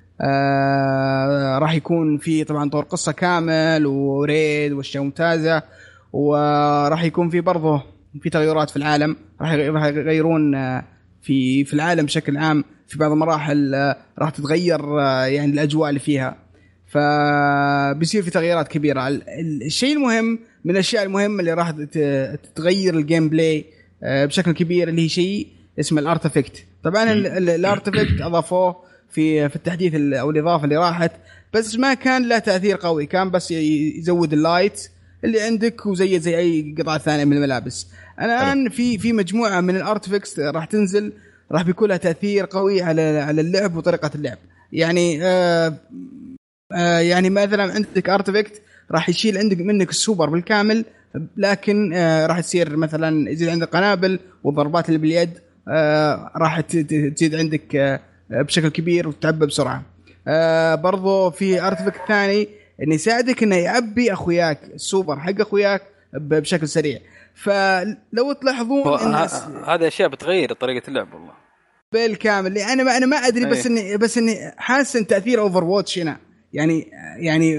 راح يكون في طبعا طور قصة كامل وريد واشياء ممتازة وراح يكون في برضه في تغيرات في العالم راح يغيرون في في العالم بشكل عام في بعض المراحل راح تتغير يعني الأجواء اللي فيها فبيصير في تغييرات كبيرة. الشيء المهم من الأشياء المهمة اللي راح تتغير الجيم بلاي بشكل كبير اللي هي شيء اسمه الارتفكت. طبعا الارتفكت أضافوه في في التحديث أو الإضافة اللي راحت بس ما كان له تأثير قوي كان بس يزود اللايت اللي عندك وزي زي أي قطعة ثانية من الملابس. الآن في في مجموعة من الارتفكتس راح تنزل راح بيكون لها تأثير قوي على على اللعب وطريقة اللعب. يعني آه آه يعني مثلا عندك ارتفكت راح يشيل عندك منك السوبر بالكامل لكن آه راح تصير مثلا يزيد عندك قنابل والضربات اللي باليد آه راح تزيد عندك آه بشكل كبير وتعبى بسرعة. آه برضو في ارتفكت ثاني انه يساعدك انه يعبي اخوياك السوبر حق اخوياك بشكل سريع. فلو تلاحظون هذا اشياء بتغير طريقة اللعب والله بالكامل. انا ما انا ما ادري بس اني بس اني حاسس ان تاثير اوفر واتش هنا يعني يعني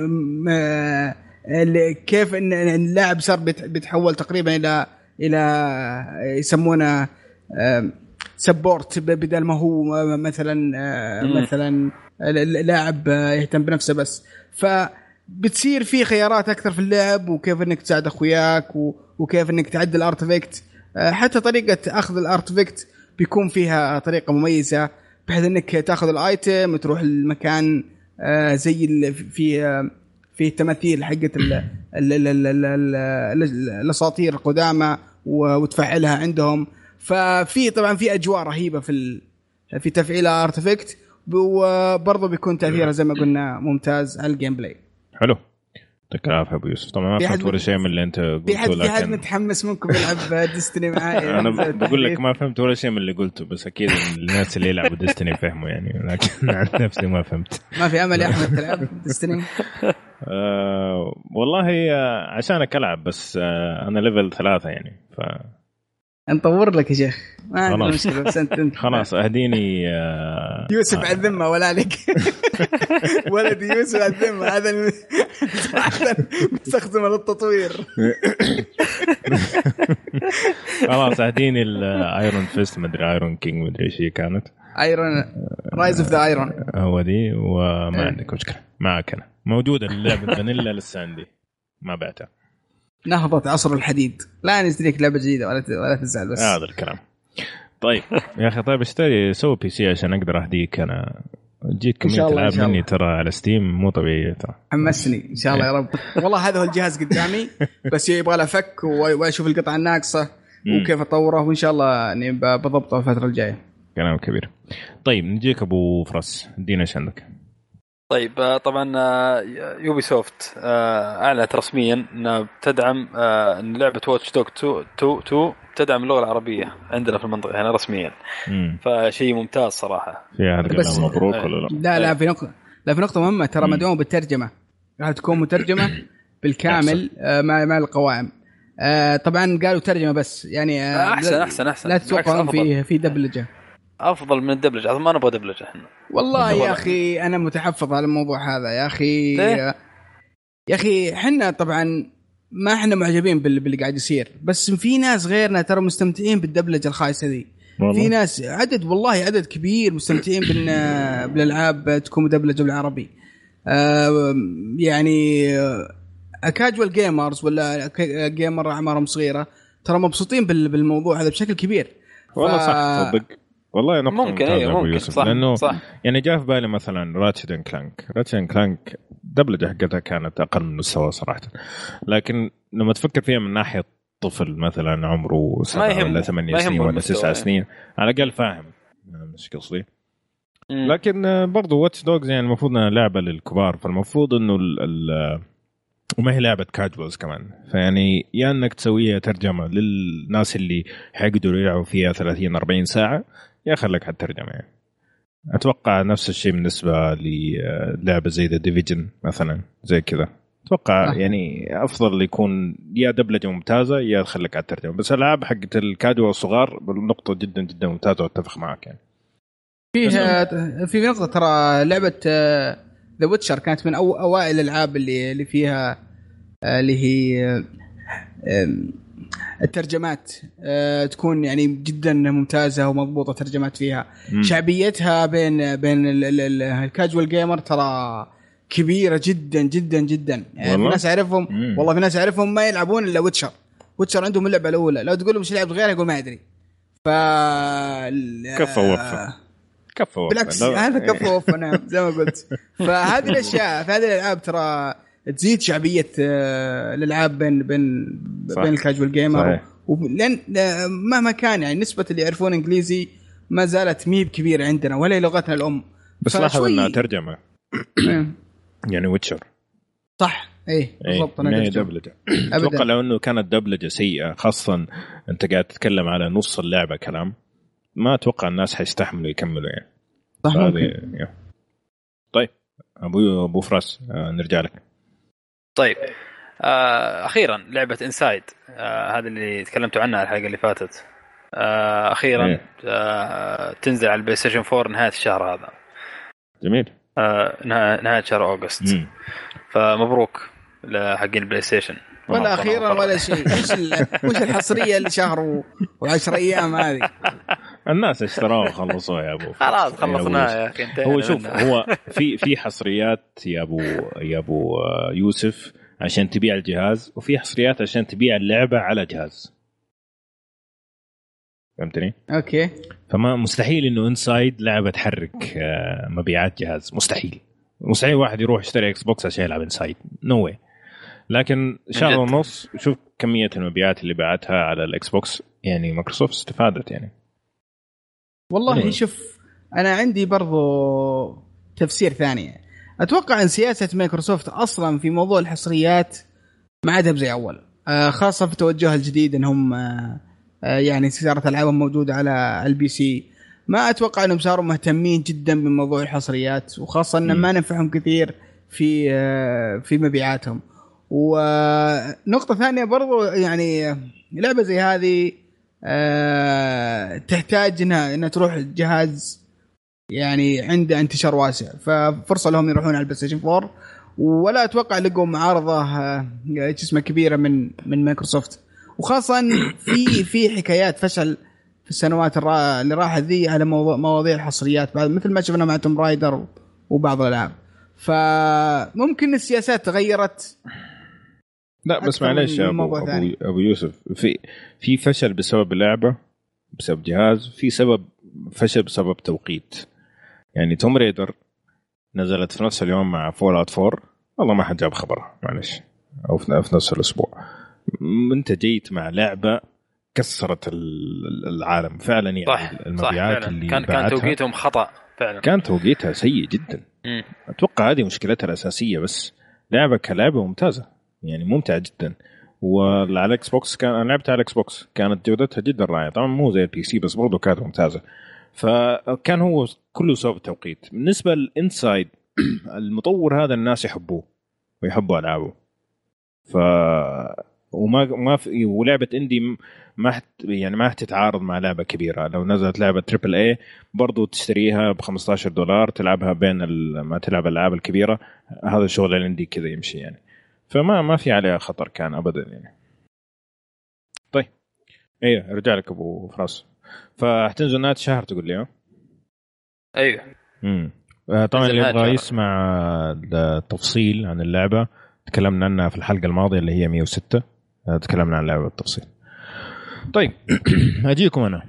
كيف ان اللاعب صار بيتحول تقريبا الى الى يسمونه سبورت بدل ما هو مثلا مثلا لاعب يهتم بنفسه بس. فبتصير في خيارات اكثر في اللعب وكيف انك تساعد اخوياك وكيف انك تعدل الارتفكت حتى طريقه اخذ الارتفكت بيكون فيها طريقة مميزة بحيث انك تاخذ الايتم وتروح المكان زي في في التماثيل حقت الاساطير القدامى وتفعلها عندهم. ففي طبعا في اجواء رهيبة في في تفعيل ارتفكت وبرضه بيكون تأثيره زي ما قلنا ممتاز على الجيم بلاي. حلو يعطيك العافية أبو يوسف. طبعا ما فهمت ولا شيء من اللي أنت قلته لكن في حد متحمس منكم يلعب ديستني معايا. أنا بقول لك ما فهمت ولا شيء من اللي قلته بس أكيد الناس اللي يلعبوا ديستني فهموا يعني لكن عن نفسي ما فهمت. ما في أمل يا أحمد تلعب ديستني؟ آه والله عشانك ألعب بس آه أنا ليفل ثلاثة يعني ف نطور لك يا شيخ ما عندنا مشكلة بس أنت خلاص أهديني آه يوسف على الذمة ولا عليك ولد يوسف على الذمة هذا مستخدمه للتطوير. خلاص أهديني الآيرون فيست مدري آيرون كينج مدري إيش هي كانت آيرون رايز اوف ذا ايرون هو دي وما عندك مشكلة معك أنا موجودة اللعبة فانيلا لسه عندي ما بعتها. نهضة عصر الحديد لا نشتريك لعبة جديدة ولا ولا تزعل بس هذا الكلام. طيب يا أخي طيب اشتري سوي بي سي عشان أقدر أهديك أنا جيت كمية ألعاب مني ترى على ستيم مو طبيعية ترى. حمسني إن شاء الله يا رب والله هذا هو الجهاز قدامي بس يبغى له فك وأشوف القطع الناقصة وكيف أطوره وإن شاء الله يعني بضبطه الفترة الجاية. كلام كبير. طيب نجيك أبو فرس ادينا ايش عندك. طيب طبعا يوبي سوفت أعلنت رسميا أنها بتدعم أن لعبة واتش دوغ تو تدعم اللغة العربية عندنا في المنطقة هنا رسميا. مم. فشيء ممتاز صراحة. بس مبروك ولا لا؟ لا لا في نقطة لا في نقطة مهمة ترى مدعوم بالترجمة راح تكون مترجمة بالكامل مع مع القوائم. طبعا قالوا ترجمة بس يعني أحسن أحسن أحسن لا تتوقعون في في دبلجة أفضل من الدبلجة. ما نبغى دبلجة إحنا والله يا أخي أنا متحفظ على الموضوع هذا يا أخي. يا أخي حنا طبعا ما إحنا معجبين باللي قاعد يصير بس في ناس غيرنا ترى مستمتعين بالدبلجة الخايسة دي. في ناس عدد والله عدد كبير مستمتعين بالألعاب تكون مدبلجة بالعربي. آه يعني كاجوال جيمرز ولا جيمر أعمارهم صغيرة ترى مبسوطين بالموضوع هذا بشكل كبير. والله ف... صح صدق والله ممكن ايه ممكن صح لانه صح. يعني جاء في بالي مثلا راتشد اند كلانك راتشد اند كلانك دبلجه حقتها كانت اقل من مستوى صراحه لكن لما تفكر فيها من ناحيه طفل مثلا عمره سبعة ولا ثمانية سنين ولا تسعة سنين على الاقل فاهم مش قصدي. لكن برضو واتش دوغز يعني المفروض انها لعبه للكبار فالمفروض انه ال وما هي لعبة كاجوالز كمان فيعني يا أنك تسويها ترجمة للناس اللي حيقدروا يلعبوا فيها ثلاثين أربعين ساعة يا خلك حتى ترجمة يعني اتوقع نفس الشيء بالنسبه للعبه زي ذا ديفيجن مثلا زي كذا. اتوقع يعني افضل يكون يا دبلجه ممتازه يا خليك على الترجمه. بس الالعاب حقت الكادو الصغار بالنقطه جدا جدا ممتازه واتفق معك يعني. فيها في نقطه ترى لعبه ذا ويتشر كانت من أو اوائل الالعاب اللي اللي فيها اللي هي الترجمات تكون يعني جدا ممتازه ومضبوطه ترجمات فيها. م. شعبيتها بين بين الكاجوال جيمر ترى كبيره جدا جدا جدا. يعني في ناس اعرفهم مم. والله في ناس اعرفهم ما يلعبون الا ويتشر. ويتشر عندهم اللعبه الاولى، لو تقول لهم ايش لعبت غيرها يقول ما ادري. ف كفى وفى كفى وفى بالعكس هذا كفى وفى. نعم زي ما قلت. فهذه الاشياء في هذه الالعاب ترى تزيد شعبيه الالعاب بين بين صح. بين الكاجوال جيمر. ولان مهما كان يعني نسبه اللي يعرفون انجليزي ما زالت ميب كبيره عندنا ولا لغتنا الام. بس لاحظ انها ترجمه يعني ويتشر صح. ايه بالضبط. انا دبلجه اتوقع لو انه كانت دبلجه سيئه خاصه انت قاعد تتكلم على نص اللعبه كلام ما اتوقع الناس حيستحملوا يكملوا يعني. صح ممكن. يعني. طيب ابو ابو فراس آه نرجع لك. طيب آه اخيرا لعبه انسايد آه هذا اللي تكلمتوا عنها الحلقه اللي فاتت آه اخيرا إيه. آه تنزل على البلاي ستيشن فور نهايه الشهر هذا. جميل. آه نهايه شهر أغسطس. فمبروك لحقين البلاي ستيشن. ولا اخيرا ولا شيء. وش وش الحصريه اللي شهر وعشر ايام هذه؟ الناس اشتروه وخلصوه يا ابو. خلاص خلصناه يا اخي. هو شوف هو في في حصريات يا ابو يا ابو يوسف عشان تبيع الجهاز وفي حصريات عشان تبيع اللعبه على جهاز. فهمتني؟ اوكي. فما مستحيل انه انسايد لعبه تحرك مبيعات جهاز. مستحيل. مستحيل واحد يروح يشتري اكس بوكس عشان يلعب انسايد. نو واي. لكن شهر ونص شوف كميه المبيعات اللي باعتها على الاكس بوكس يعني مايكروسوفت استفادت يعني. والله شوف انا عندي برضو تفسير ثاني. اتوقع ان سياسه مايكروسوفت اصلا في موضوع الحصريات ما عادها زي اول خاصه في توجهها الجديد انهم يعني صارت العابهم موجوده على البي سي. ما اتوقع انهم صاروا مهتمين جدا بموضوع الحصريات وخاصه ان ما نفعهم كثير في في مبيعاتهم. ونقطه ثانيه برضو يعني لعبه زي هذه تحتاج انها انها تروح الجهاز يعني عنده انتشار واسع ففرصه لهم يروحون على البلاي ستيشن فور. ولا اتوقع لقوا معارضه اسمها كبيره من من مايكروسوفت وخاصه في في حكايات فشل في السنوات اللي راحت ذي على مواضيع الحصريات بعد مثل ما شفنا مع توم رايدر وبعض الالعاب. فممكن السياسات تغيرت. لا بس معلش يا أبو, أبو, أبو يوسف في في فشل بسبب اللعبة بسبب جهاز في سبب فشل بسبب توقيت. يعني توم رايدر نزلت في نفس اليوم مع فول اوت فور والله ما حد جاب خبرها معلش أو في نفس الأسبوع. أنت جيت مع لعبة كسرت العالم فعلا يعني صح المبيعات صح اللي كان كان توقيتهم خطأ فعلا. كان توقيتها سيء جدا. م. أتوقع هذه مشكلتها الأساسية. بس لعبة كلعبة ممتازة يعني ممتعة جدا. وعلى الاكس بوكس كان انا لعبت على الاكس بوكس كانت جودتها جدا رائعة طبعا مو زي البي سي بس برضو كانت ممتازة. فكان هو كله سبب التوقيت. بالنسبة للإنسايد المطور هذا الناس يحبوه ويحبوا ألعابه. ف وما ما في ولعبة اندي ما حت يعني ما تتعارض مع لعبة كبيرة. لو نزلت لعبة تريبل اي برضو تشتريها بخمسة عشر دولار تلعبها بين ما تلعب الألعاب الكبيرة. هذا الشغل الاندي كذا يمشي يعني. فما ما في عليها خطر كان أبدا يعني. طيب ايه رجع لك ابو فراس. فاحتنزل نهاية شهر تقول لي اه ايوه امم طبعا اللي يبغى يسمع التفصيل عن اللعبة تكلمنا عنها في الحلقة الماضية اللي هي مية وستة تكلمنا عن اللعبة بالتفصيل. طيب أجيكم أنا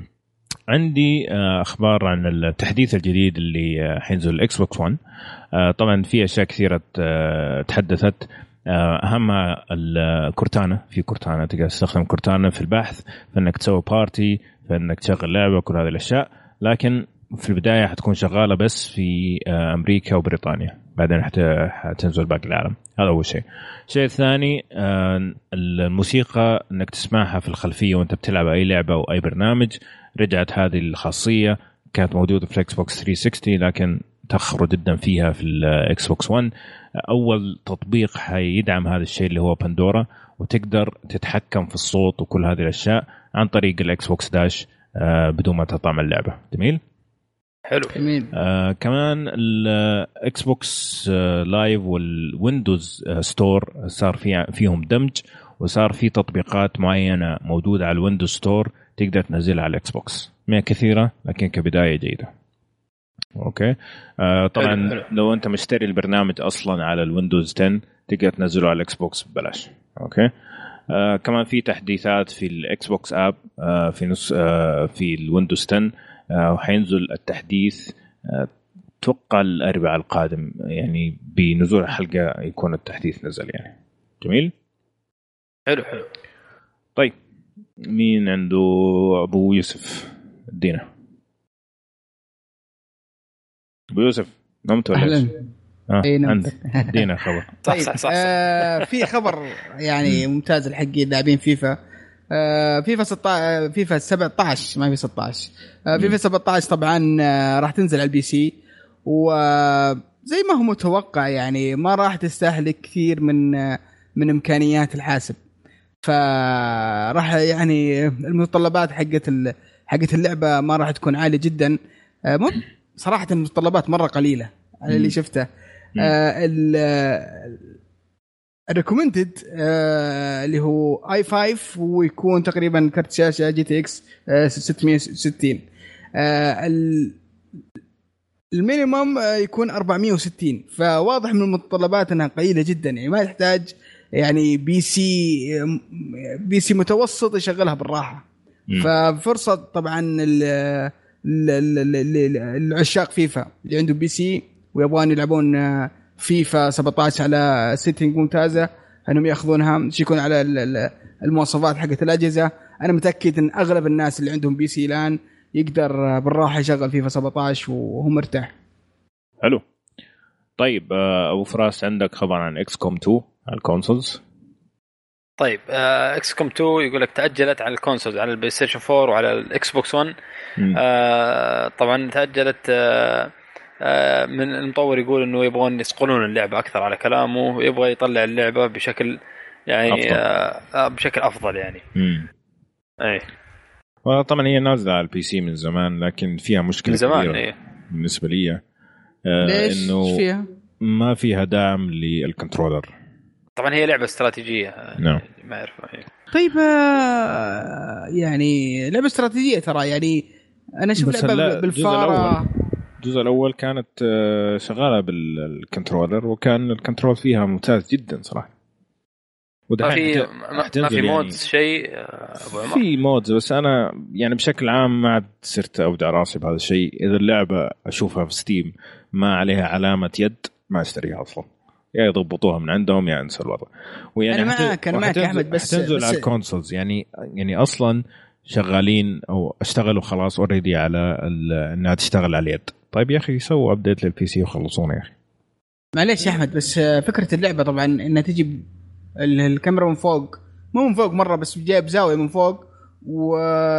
عندي أخبار عن التحديث الجديد اللي حينزل الإكس بوكس ون. طبعا في أشياء كثيرة تحدثت أهمها الكورتانا. في كورتانا تقدر تستخدم كورتانا في البحث فإنك تسوي بارتي فإنك تشغل لعبة كل هذه الأشياء. لكن في البداية حتكون شغالة بس في أمريكا وبريطانيا بعدين حتنزل باقي العالم. هذا أول شيء. الشيء الثاني الموسيقى إنك تسمعها في الخلفية وأنت بتلعب أي لعبة أو أي برنامج. رجعت هذه الخاصية كانت موجودة في الإكس بوكس ثلاثمية وستين لكن تأخروا جدا فيها في الإكس بوكس ون. أول تطبيق حيدعم هذا الشيء اللي هو باندورا، وتقدر تتحكم في الصوت وكل هذه الأشياء عن طريق الإكس بوكس داش بدون ما تطعم اللعبة. جميل. حلو. جميل. آه كمان الإكس بوكس آه لايف والويندوز آه ستور صار فيها فيهم دمج، وصار في تطبيقات معينة موجودة على الويندوز ستور تقدر تنزلها على الإكس بوكس. ما كثيرة لكن كبداية جيدة. أوكي. آه طبعا حلو. حلو. لو أنت مشتري البرنامج أصلا على الويندوز عشرة تقدر تنزله على الإكس بوكس ببلاش. أوكي. آه كمان في تحديثات في الإكس بوكس آب آه في نص آه في الويندوز عشرة، آه وحينزل التحديث آه توقع الأربعاء القادم، يعني بنزول الحلقة يكون التحديث نزل يعني. جميل. حلو حلو. طيب مين عنده؟ أبو يوسف ادينا. أبو يوسف نمت ولا أهلا. آه اي نمت. ادينا خبر. طيب صح صح صح. آه في خبر يعني ممتاز الحق لاعبين فيفا. آه فيفا ستة فيفا سبعة عشر ما في ستة عشر. آه فيفا سبعة عشر طبعا آه راح تنزل على البي سي، وزي ما هو متوقع يعني ما راح تستهلك كثير من آه من امكانيات الحاسب، فراح يعني المتطلبات حقت حقت اللعبه ما راح تكون عاليه جدا. آه صراحه المتطلبات مره قليله على اللي شفته. الريكومندد آه اللي هو اي خمسة ويكون تقريبا كرت شاشه جي تي اكس آه ستمية وستين. آه المينيمم آه يكون أربعمية وستين، فواضح من المتطلبات انها قليله جدا، يعني ما يحتاج يعني بي سي بي سي متوسط يشغلها بالراحه. ففرصه طبعا العشاق فيفا اللي عنده بي سي ويبغون يلعبون فيفا سبعة عشر على سيتنج ممتازة أنهم يأخذونها يكون على المواصفات حقت الأجهزة. أنا متأكد أن أغلب الناس اللي عندهم بي سي الآن يقدر بالراحة يشغل فيفا سبعة عشر وهو مرتاح. حلو. طيب أبو فراس عندك خبر عن إكس كوم تو على الكونسولز؟ طيب إكس كوم تو يقول لك تأجلت على الكونسولز على البلاي ستيشن فور وعلى الإكس بوكس ون. آه طبعا تأجلت آه من المطور يقول انه يبغون يسقلون اللعبه اكثر على كلامه، ويبغى يطلع اللعبه بشكل يعني أفضل. بشكل افضل يعني. امم اي طبعا هي نازله على البي سي من زمان، لكن فيها مشكله من زمان كبيره إيه. بالنسبه لي آه ليش انه فيها؟ ما فيها دعم للكنترولر. طبعا هي لعبه استراتيجيه نعم. ما اعرف. طيب آه يعني لعبه استراتيجيه ترى، يعني انا اشوف لعبه بالفاره. الجزء الأول كانت شغالة بالكنترولر وكان الكنترول فيها ممتاز جدا صراحة. ما في ما في مودز يعني شيء في مودز، بس أنا يعني بشكل عام ما عاد صرت أودع راسي بهذا الشيء. إذا اللعبة أشوفها في ستيم ما عليها علامة يد ما أشتريها أصلا، يا يضبطوها من عندهم يا انسى الوضع. ويعني أنا معك أنا معك أحمد، بس تنزل بس على الكونسولز يعني يعني أصلا شغالين أو اشتغلوا خلاص أوريدي على إنها تشتغل على اليد. طيب يا أخي سووا أبديت للبي سي وخلصونا يا أخي. معليش يا أحمد، بس فكرة اللعبة طبعا إنها تجي الكاميرا من فوق، مو من فوق مرة بس جايب زاوية من فوق، و...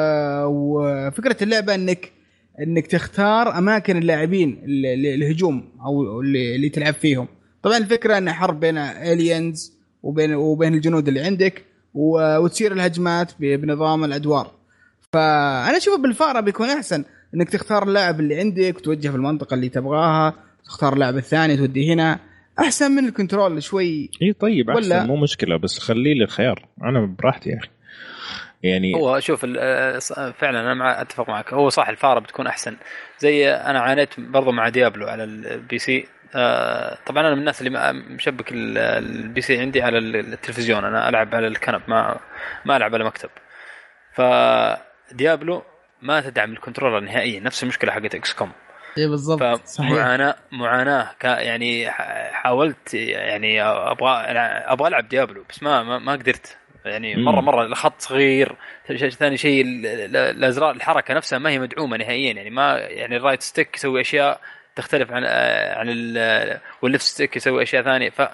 وفكرة اللعبة إنك إنك تختار أماكن اللاعبين الهجوم أو اللي, اللي تلعب فيهم. طبعا الفكرة إن حرب بين الينز وبين وبين الجنود اللي عندك، و... وتصير الهجمات بنظام الأدوار. فأنا أشوف بالفارة بيكون أحسن انك تختار اللاعب اللي عندك وتوجه في المنطقه اللي تبغاها، تختار اللاعب الثاني توديه هنا، احسن من الكنترول شوي. اي طيب احسن مو مشكله، بس خلي لي الخيار انا براحتي يا اخي. يعني هو شوف فعلا انا مع اتفق معك، هو صح الفاره بتكون احسن. زي انا عانيت برضو مع ديابلو على البي سي. طبعا انا من الناس اللي مشبك البي سي عندي على التلفزيون، انا العب على الكنب ما ما العب على مكتب. فديابلو ما تدعم الكنترولر نهائيا، نفس المشكله حقت اكس كوم. اي بالضبط صحيح. معاناه معاناه يعني حاولت يعني ابغى ابغى العب ديابلو بس ما ما, ما قدرت يعني. مره مره الخط صغير، ثاني شيء الازرار الحركه نفسها ما هي مدعومه نهائيا يعني. ما يعني الرايت ستيك يسوي اشياء تختلف عن عن والليفت ستيك يسوي اشياء ثانيه. ف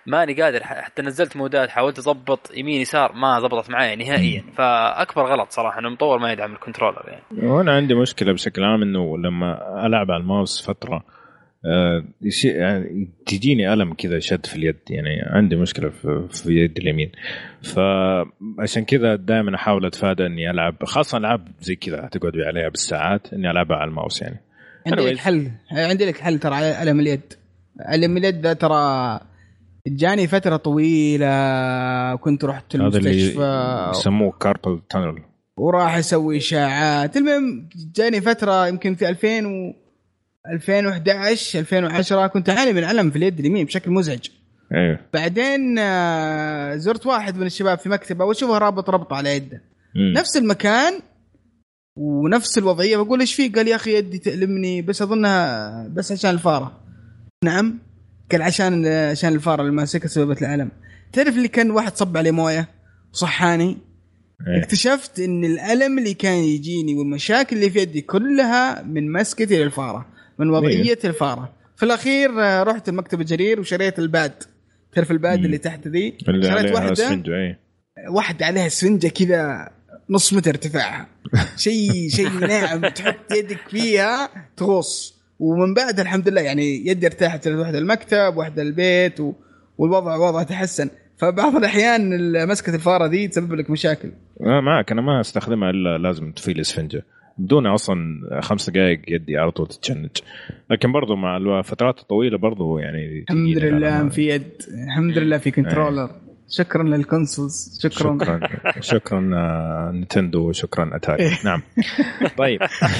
ماني قادر، حتى نزلت مودات حاولت اضبط يمين يسار ما ضبطت معي نهائيا. فاكبر غلط صراحه انه المطور ما يدعم الكنترولر يعني. وانا عندي مشكله بشكل عام انه لما العب على الماوس فتره أه يعني تجيني ألم كذا شد في اليد، يعني عندي مشكله في, في يد اليمين. فعشان كذا دائما احاول اتفادى اني العب، خاصه العاب زي كذا تقعد عليها بالساعات، اني العبها على الماوس يعني. عندي لك حل عندي لك حل ترى على ألم اليد. ألم اليد ده ترى جاني فترة طويلة، كنت رحت المستشفى يسموه كاربل تانل وراح أسوي إشاعات. المهم جاني فترة يمكن في ألفين و ألفين وأحد عشر ألفين وعشرة كنت أعاني من ألم في اليد اليمين بشكل مزعج. أيوه. بعدين زرت واحد من الشباب في مكتبه وشوفه رابط ربط على يده نفس المكان ونفس الوضعية، بقول إيش فيه؟ قال يا أخي يدي تألمني بس أظنها بس عشان الفارة. نعم قال عشان عشان الفارة اللي ماسكها سببت الألم. تعرف اللي كان واحد صب عليه موية وصحاني. أيه. اكتشفت إن الألم اللي كان يجيني والمشاكل اللي في يدي كلها من مسكتي للفارة، من وضعية أيه. الفارة. في الأخير رحت المكتب الجرير وشريت الباد. تعرف الباد مم. اللي تحت ذي؟ شريت واحدة أيه. واحدة عليها سفنجة كذا نص متر ارتفاعها، شيء شيء ناعم تحط يدك فيها تغوص. ومن بعد الحمد لله يعني يدي ارتاحت، واحدة المكتب واحدة البيت و... والوضع وضع تحسن. فبعض الأحيان مسكة الفارة دي تسبب لك مشاكل. آه معك أنا ما استخدمها إلا لازم تفيل اسفنجة، بدون أصلا خمس دقائق يدي على طول تتشنج. لكن برضو مع الفترات الطويلة برضو يعني الحمد لله في يد، الحمد لله في كنترولر. شكرا للكونسولز، شكرا شكرا شكرا نينتندو، شكرا اتاري. نعم. طيب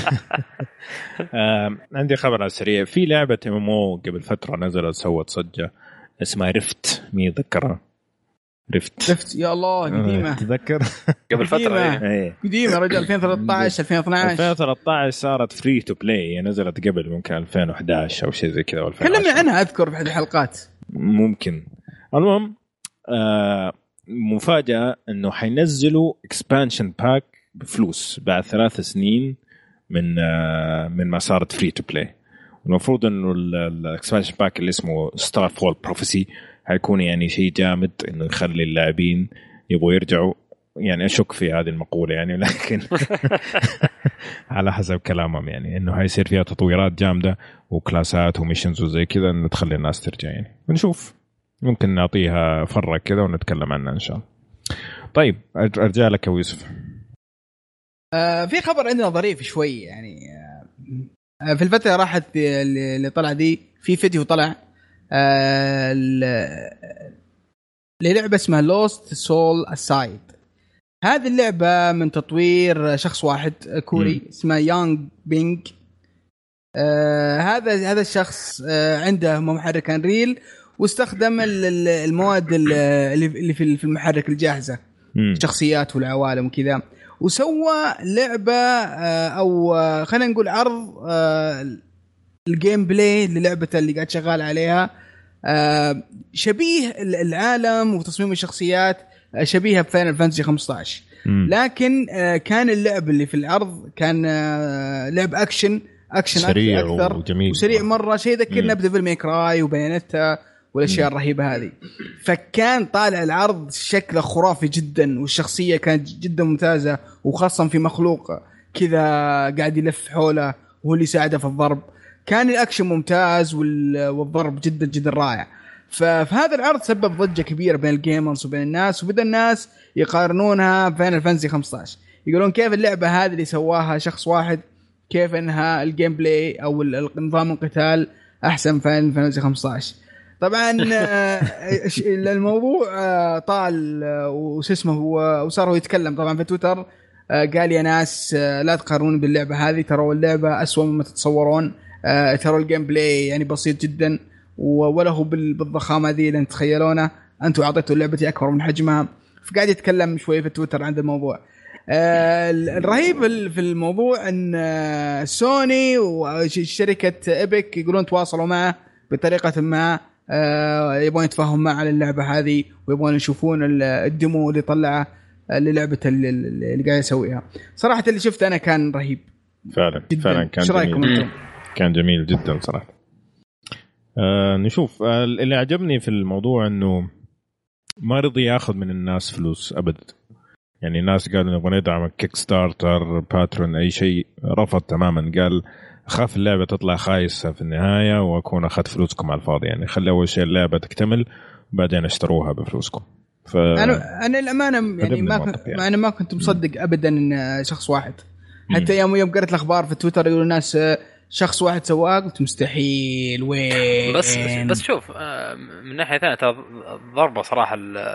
آه، عندي خبر على السريع. في لعبه ام ام او قبل فتره نزلت سوت صجه اسمها ريفت، مين يتذكرها؟ ريفت ريفت يا الله قديمه. تذكر قبل فتره ايه قديمه رجل ألفين وثلاثة عشر ألفين واثني عشر ألفين وثلاثة عشر صارت فري تو بلاي، نزلت قبل ممكن ألفين وأحد عشر او شيء زي كذا. كلمني عنها اذكر بأحد الحلقات ممكن. المهم آه مفاجأة انه حينزلوا اكسبانشن باك بفلوس بعد ثلاث سنين من آه من ما صارت فري تو بلاي. والمفروض انه الاكسبانشن باك اللي اسمه ستار فول بروفيسي حيكون يعني شيء جامد، انه يخلي اللاعبين يبغوا يرجعوا. يعني اشك في هذه المقولة يعني، لكن على حسب كلامهم يعني انه هيصير فيها تطويرات جامدة وكلاسات وميشنز وزي كذا، انه تخلي الناس ترجع. يعني بنشوف، ممكن نعطيها فرة كذا ونتكلم عنها إن شاء الله. طيب أرجع لك يا يوسف. آه في خبر عندنا ظريف شوي يعني. آه في الفترة راحت اللي طلع دي في فيديو طلع آه للعبة اسمها Lost Soul Aside. هذه اللعبة من تطوير شخص واحد كوري م. اسمه يانغ بينغ. آه هذا هذا الشخص آه عنده محرك انريل، واستخدم المواد اللي في المحرك الجاهزة، الشخصيات والعوالم وكذا، وسوى لعبة أو خلينا نقول عرض الجيم بلاي للعبة اللي قاعد شغال عليها. شبيه العالم وتصميم الشخصيات شبيهة بفاينل فانتسي خمسة عشر، لكن كان اللعب اللي في العرض كان لعب أكشن أكشن سريع أكثر وجميل وسريع مرة، شيء ذكرنا بديفل ماي كراي وبياناتا والاشياء الرهيبه هذه. فكان طالع العرض شكله خرافي جدا، والشخصيه كانت جدا ممتازه، وخاصه في مخلوق كذا قاعد يلف حوله وهو اللي يساعده في الضرب. كان الاكشن ممتاز والضرب جدا جدا رائع. فهذا العرض سبب ضجه كبيره بين الجيمرز وبين الناس، وبدا الناس يقارنونها بفاينل فانتسي خمسة عشر، يقولون كيف اللعبه هذه اللي سواها شخص واحد كيف انها الجيم بلاي او نظام القتال احسن فاينل فانتسي خمسة عشر. طبعا الموضوع طال وش اسمه هو، وصاروا يتكلم طبعا في تويتر، قال يا ناس لا تقارنون باللعبه هذه، ترى اللعبه اسوأ مما تتصورون، ترى الجيم بلاي يعني بسيط جدا وله بالضخامه ذي اللي تتخيلونه، انتم اعطيتوا لعبتي اكبر من حجمها. فقاعد يتكلم شوي في تويتر عن الموضوع. الرهيب في الموضوع ان سوني وشركه ايبك يقولون تواصلوا معه بطريقه ما، يبغون يتفاهموا معه على اللعبه هذه، ويبغون يشوفون الديمو اللي طلعه للعبه اللي قاعد يسويها. صراحه اللي شفته انا كان رهيب فعلا، فعلا كان جميل، كان جميل جدا صراحه. آه نشوف. آه اللي عجبني في الموضوع انه ما رضي ياخذ من الناس فلوس ابدا. يعني الناس قالوا نبغى ندعم كيك ستارتر باترون اي شيء، رفض تماما. قال اخاف اللعبه تطلع خايسه في النهايه واكون اخذت فلوسكم على الفاضي. يعني خلي اول شيء اللعبه تكتمل وبعدين اشتروها بفلوسكم. ف انا انا الامانه يعني ما كنت يعني. انا ما كنت مصدق ابدا ان شخص واحد. حتى يوم يوم قرأت الاخبار في تويتر يقولوا الناس شخص واحد سواق، قلت مستحيل. وين بس بس شوف من ناحيه ثانيه ضربه صراحه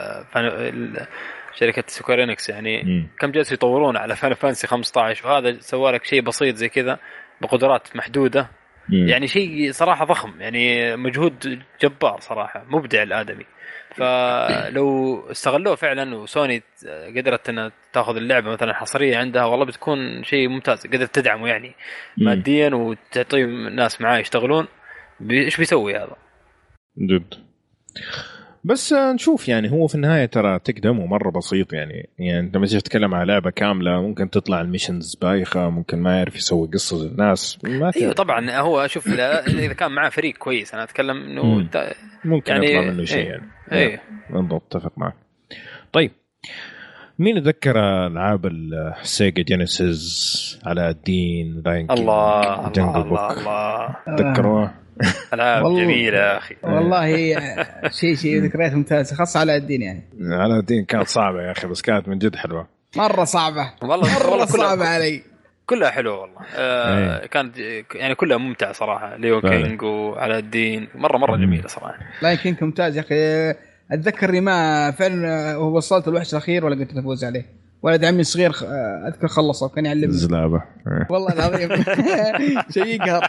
شركه سكوير إنكس يعني م. كم جالسوا يطورون على فاينل فانتسي خمسة عشر وهذا سوى لك شيء بسيط زي كذا بقدرات محدوده م. يعني شيء صراحه ضخم، يعني مجهود جبار صراحه، مبدع الادمي. فلو استغلوه فعلا وسوني قدرت انها تاخذ اللعبه مثلا حصريه عندها، والله بتكون شيء ممتاز. قدرت تدعمه يعني ماديا وتعطي الناس معاه يشتغلون. ايش بيسوي هذا جد؟ بس نشوف. يعني هو في النهايه ترى تقدمه مره بسيط. يعني يعني انت ما تيجي تتكلم على لعبه كامله ممكن تطلع الميشنز بايخه، ممكن ما يعرف يسوي قصه للناس. ايوه طبعا. هو اشوف اذا كان معاه فريق كويس، انا اتكلم انه ممكن يعني يطلع منه شيء. يعني ايه بالضبط اتفق معك. طيب مين ذكر العاب السيجا جينيسيس على الدين لاين كينج الله الله الله, الله. تذكروه؟ العاب جميله يا اخي والله. شيء شيء ذكريات ممتازه خاصه على الدين. يعني على الدين كانت صعبه يا اخي، بس كانت من جد حلوه. مره صعبه والله مره صعبه علي. كلها حلوه والله. آه كانت يعني كلها ممتعه صراحه. ليون كينج وعلى الدين مره مره جميله صراحه. لاين كينج ممتاز يا اخي. اتذكر ما فعلا وصلت الوحش الاخير ولا قلت افوز عليه. ولد عمي الصغير اذكر خلصه كان يعلمني زلابه والله العظيم. شيء يقهر.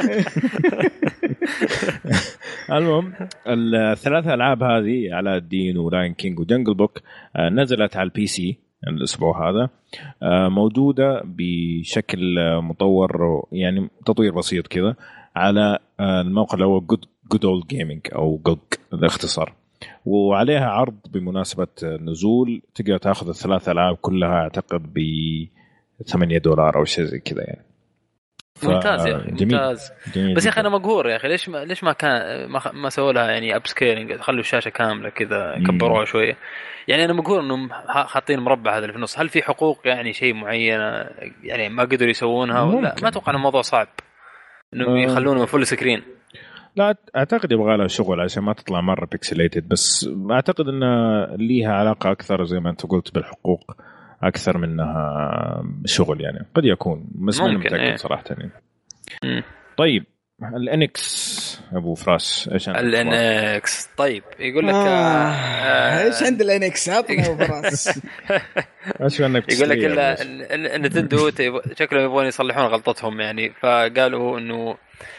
المهم الثلاث العاب هذه على الدين ولاين كينج وجنجل بوك نزلت على البي سي الاسبوع هذا. موجوده بشكل مطور، يعني تطوير بسيط كذا على الموقع اللي هو جود جود اولد جيمنج او جوج الاختصار، وعليها عرض بمناسبة نزول. تقدر تاخذ الثلاث ألعاب كلها أعتقد ب ثمانية دولار أو شيء زي كذا يعني. ممتاز يا أخي ممتاز. جميل بس يا أخي أنا مقهور يا أخي، ليش ما ليش ما كان ما, ما سووا لها يعني أب سكيلينج، خلوا الشاشة كاملة كذا يكبروها شوية. يعني أنا مقهور إنهم حاطين مربع هذا اللي في النص. هل في حقوق يعني شيء معينة يعني ما قدروا يسوونها ولا ما أتوقع؟ الموضوع صعب إنهم أه يخلونه فول سكرين. لا أعتقد يبغى لها شغل عشان ما تطلع مرة بيكسليتد، بس أعتقد أن ليها علاقة أكثر زي ما أنت قلت بالحقوق أكثر منها شغل. يعني قد يكون بس ما متأكد إيه. صراحة يعني. طيب الانكس أبو فراس إيش عندك؟ الانكس طيب يقول لك آه. آه. إيش عند الانكس؟ عطنا أبو فراس. إيش عندك؟ يقول لك النتندو شكلهم يبغون يصلحون غلطتهم يعني، فقالوا إنه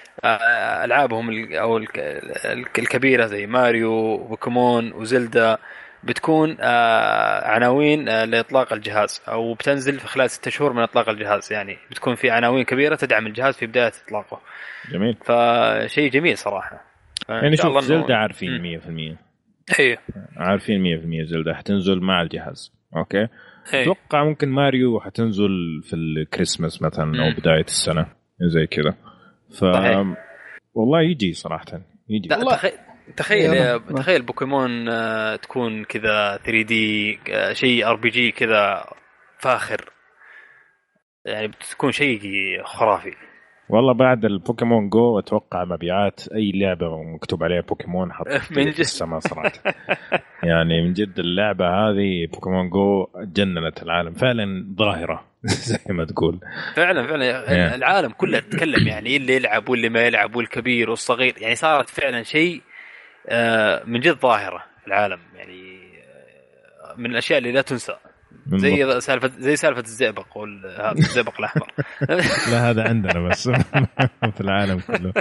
ألعابهم أو الكبيرة زي ماريو وبوكيمون وزلدا بتكون عناوين لإطلاق الجهاز، أو بتنزل في خلال ستة شهور من إطلاق الجهاز. يعني بتكون في عناوين كبيرة تدعم الجهاز في بداية إطلاقه. جميل. فشيء جميل صراحة. يعني شوف زلدا عارفين مية في المية. إيه عارفين مية في المية زلدا حتنزل مع الجهاز. أوكي. أتوقع ممكن ماريو حتنزل في الكريسماس مثلا أو بداية السنة زي كذا. ف والله يجي صراحة يجي. والله تخيل تخيل, تخيل بوكيمون تكون كذا ثري دي شيء ار بي جي كذا فاخر، يعني بتكون شيء خرافي والله. بعد البوكيمون جو اتوقع مبيعات اي لعبه مكتوب عليها بوكيمون حط في السماء صراحه. يعني من جد اللعبه هذه بوكيمون جو جننت العالم فعلا، ظاهره زي ما تقول. فعلا فعلا العالم كله يتكلم، يعني اللي يلعب واللي ما يلعب والكبير والصغير، يعني صارت فعلا شيء من جد ظاهره في العالم، يعني من الاشياء اللي لا تنسى. زي سالفه زي سالفه الزئبق وهذا الزئبق الاحمر. لا هذا عندنا بس في العالم كله.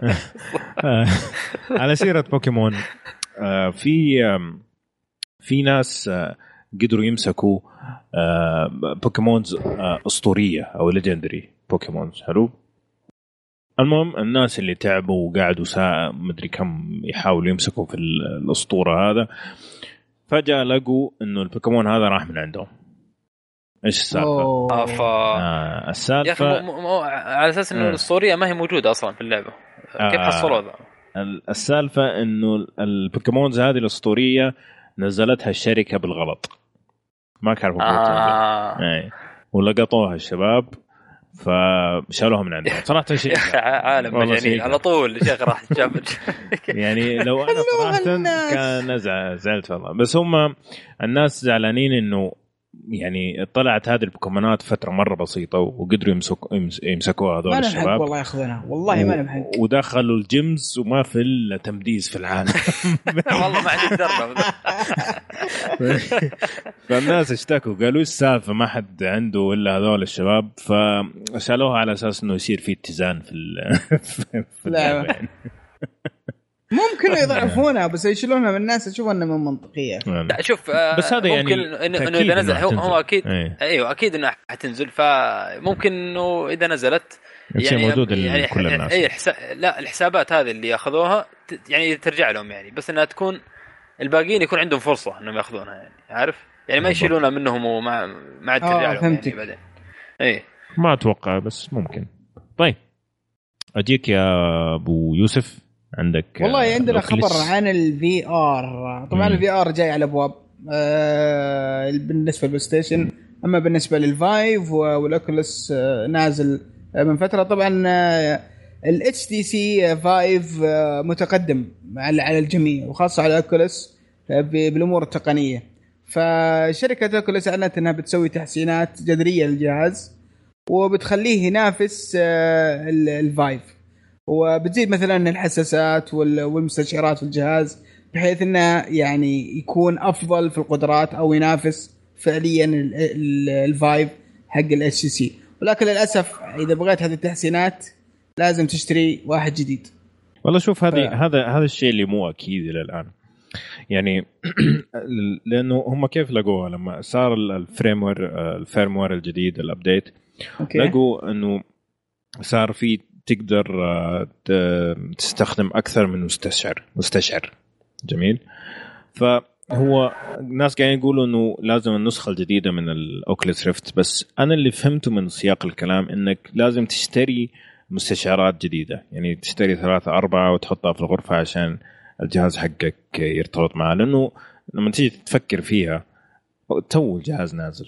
على سيره بوكيمون، في في ناس قدروا يمسكوا بوكيمونز اسطوريه او ليجندري بوكيمونز. حلو. المهم الناس اللي تعبوا وقعدوا ساعه مدري كم يحاولوا يمسكوا في الاسطوره هذا، فجأة لقوا إنه البوكيمون هذا راح من عندهم. إيش السالفة؟ آه السالفة م- م- على أساس إنه آه. الأسطورية ما هي موجودة أصلاً في اللعبة. آه. كيف حصلوا ذا؟ السالفه انه البوكيمونز هذه الاسطوريه نزلتها الشركه بالغلط، ما كانوا آه. اي ولقطوها الشباب فشالوها من عندهم. صراحه شيء عالم مجانين على طول شيخ راح جاب يعني لو انا صراحه كان نزع زعلت والله. بس هم الناس زعلانين انه يعني طلعت هذه البوكيمونات فتره مره بسيطه وقدروا يمسكوا يمسكوها هذول الشباب والله ياخذونها والله ما لهم حق، ودخلوا الجيمز وما في الا تمديز في العالم والله ما عندي درب. فالناس اشتكوا قالوا ايش السالفه ما حد عنده الا هذول الشباب، فشالوها على اساس انه يصير في اتزان في في لا ممكن يضعفونها بس يشيلونها من الناس. اشوف انها من منطقيه. لا شوف بس هذا ممكن يعني انه اذا نزل هو, هو اكيد ايه. ايوه اكيد انها حتنزل، فممكن انه اذا نزلت يعني موجود يعني كل الناس اي حساب. لا الحسابات هذه اللي ياخذوها يعني ترجع لهم يعني، بس انها تكون الباقيين يكون عندهم فرصه انهم ياخذونها يعني عارف يعني ما يشيلونها منهم وما ما ترجع لهم يعني بعدين. اي ما اتوقع بس ممكن. طيب اجيك يا ابو يوسف، عندك والله عندنا خبر عن الفي ار. طبعا الفي ار جاي على ابواب آه بالنسبه للبلاي ستيشن، اما بالنسبه للفايف والاوكولس آه نازل من فتره. طبعا آه الاتش تي سي فايف آه متقدم على على الجميع وخاصه على الاوكولس آه بالامور التقنيه. فشركه اوكولس اعلنت انها بتسوي تحسينات جذريه للجهاز وبتخليه ينافس آه الفايف، وبتزيد مثلا الحساسات والمستشعرات في الجهاز بحيث انه يعني يكون افضل في القدرات او ينافس فعليا الفايف حق الاتش سي. ولكن للاسف اذا بغيت هذه التحسينات لازم تشتري واحد جديد. والله شوف هذه ف... هذا هذا الشيء اللي مو اكيد الى الان يعني لانه هم كيف لقوها لما صار الفريموير الفيرموير الجديد الابديت أوكي. لقوا انه صار في تقدر تستخدم أكثر من مستشعر مستشعر جميل. فهو الناس قاعدين يقولوا إنه لازم النسخة الجديدة من الأوكيوليس ريفت، بس أنا اللي فهمته من سياق الكلام إنك لازم تشتري مستشعرات جديدة، يعني تشتري ثلاثة أربعة وتحطها في الغرفة عشان الجهاز حقك يرتبط معه. لأنه لما تيجي تفكر فيها تو الجهاز نازل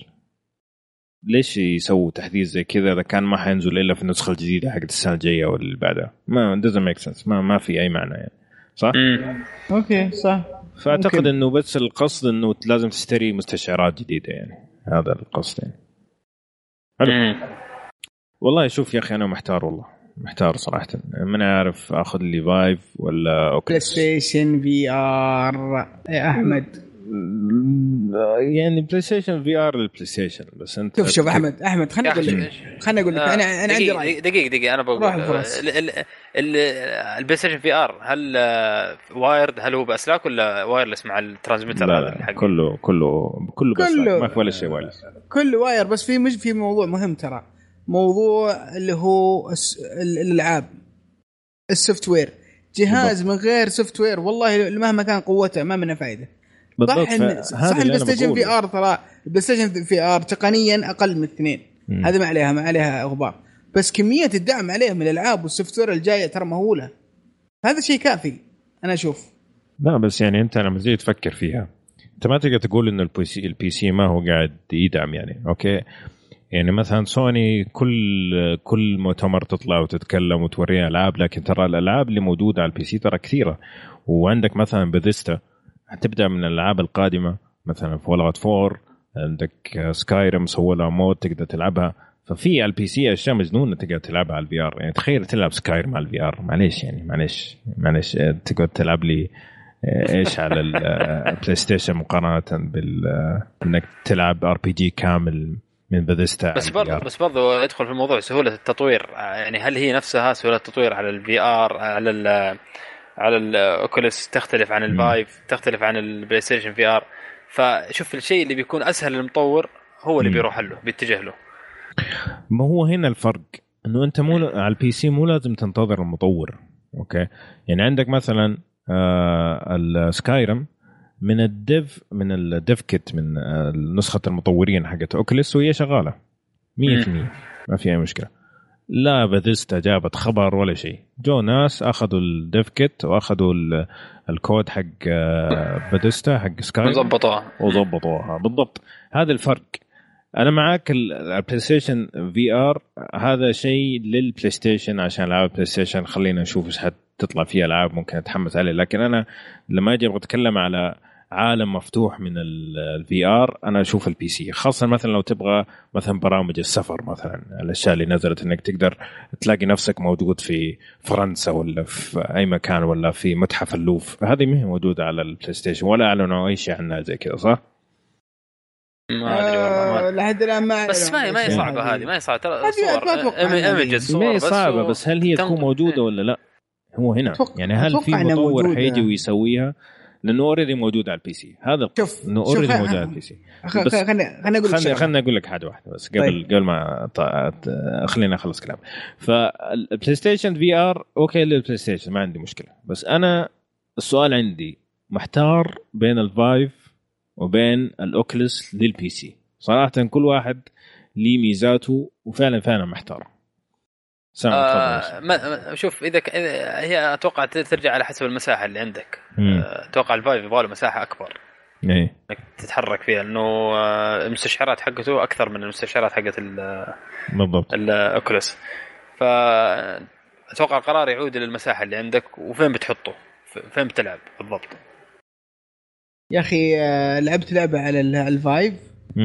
ليش يسووا تحديث زي كذا إذا كان ما حينزل إلا في النسخة الجديدة حقت السنة الجاية ولا اللي بعدها؟ ما doesn't make sense، ما ما في أي معنى يعني صح؟ مم. أوكي صح. فأعتقد ممكن. إنه بس القصد إنه لازم تشتري مستشعرات جديدة يعني هذا القصد يعني. حلو. والله شوف يا أخي أنا محتار والله محتار صراحة، من أعرف أخذ لي فايف ولا أوكيوليس. بلاي ستيشن في آر يا أحمد يعني بلاي ستيشن في ار للبلاي ستيشن. بس انت شوف شوف احمد احمد خليني اقول لك خليني اقول لك آه انا انا عندي راي. دقيقه دقيقه انا بقول البلاي ستيشن في ار هل وايرد هل هو باسلاك ولا وايرلس مع الترانسميتر هذا حقه؟ كله كله كله باسلاك ما في ولا شيء وايرلس، كله واير. بس في مش في موضوع مهم ترى، موضوع اللي هو الالعاب السوفت وير. جهاز من غير سوفت وير والله مهما كان قوته ما منه فايده. صح صح البلاي ستيشن في ار ترى البلاي ستيشن في ار تقنيا اقل من اثنين، هذا ما عليها ما عليها غبار، بس كميه الدعم عليه من الالعاب والسوفت وير الجايه ترى مهوله. هذا شيء كافي انا اشوف. لا بس يعني انت لما تيجي تفكر فيها انت ما تقدر تقول انه البي سي البي سي ما هو قاعد يدعم يعني. اوكي يعني مثلا سوني كل كل مؤتمر تطلع وتتكلم وتوريها العاب، لكن ترى الالعاب اللي موجوده على البي سي ترى كثيره. وعندك مثلا بثيستا هتبدأ من الألعاب القادمة مثلا فولغات فور، عندك سكايرم سووا لها مود تقدر تلعبها. ففي على البي سي أشياء مجنونة تقدر تلعبها على الفي آر. يعني تخيل تلعب سكايرم على الفي آر، معليش يعني معليش معليش تقدر تلعب لي إيش على البلاي ستيشن مقارنة بال إنك تلعب آر بي جي كامل من بثيستا. بس برضه بس برضه ادخل في الموضوع سهولة التطوير. يعني هل هي نفسها سهولة التطوير على الفي آر على ال على الاوكوليس تختلف عن الفايف تختلف عن البلاي ستيشن في ار؟ فشوف الشيء اللي بيكون اسهل للمطور هو اللي بيروح له بيتجه له. ما هو هنا الفرق انه انت مو على البي سي مو لازم تنتظر المطور. اوكي يعني عندك مثلا آه السكايرم من الديف من الديف كيت من نسخه المطورين حقت اوكوليس وهي شغاله مية بالمية ما فيها مشكله. لا بثيستا جابت خبر ولا شيء. جو ناس اخذوا الديف كيت واخذوا الكود حق بثيستا حق سكاي وضبطوها وضبطوها بالضبط. هذا الفرق. انا معاك البلاي ستيشن في ار هذا شيء للبلاي ستيشن عشان العاب بلاي ستيشن، خلينا نشوف ايش حتطلع فيها العاب ممكن اتحمس عليه. لكن انا لما اجي ابغى اتكلم على عالم مفتوح من الفي ار انا اشوف البي سي، خاصه مثلا لو تبغى مثلا برامج السفر مثلا، الاشياء اللي نزلت انك تقدر تلاقي نفسك موجود في فرنسا ولا في اي مكان ولا في متحف اللوف، هذه ما هي موجوده على البلاي ستيشن ولا اعلنوا اي شيء عنها زي كذا صح؟ ما ادري والله لحد الان ما بس ما هي ما هي صعبه هذه، ما هي صعبه ترى صور ايمج الصور ما هي صعبه بس هل هي تكون موجوده ولا لا؟ هو هنا يعني هل في مطور حيجي ويسويها؟ لانه اوريدي موجود على البي سي. هذا انه اوريدي موجود على البي سي. خلينا خلينا اقول خلينا خلينا اقول لك حاجه واحده بس قبل طيب. قبل ما خلينا اخلص كلام. فالبلاي ستيشن في ار اوكي للبلاي ستيشن ما عندي مشكله، بس انا السؤال عندي محتار بين الفايف وبين الاوكلس للبي سي صراحه. كل واحد ليه ميزاته وفعلا فعلا محتار. آه ما شوف اذا ك... هي اتوقع ترجع على حسب المساحه اللي عندك. آه اتوقع الفايف يبغى له مساحه اكبر ايه انك تتحرك فيها، لانه المستشعرات حقته اكثر من المستشعرات حقت ال بالضبط الاوكلس. فاتوقع القرار يعود للمساحه اللي عندك وفين بتحطه، فين بتلعب بالضبط. يا اخي لعبت لعبه على الفايف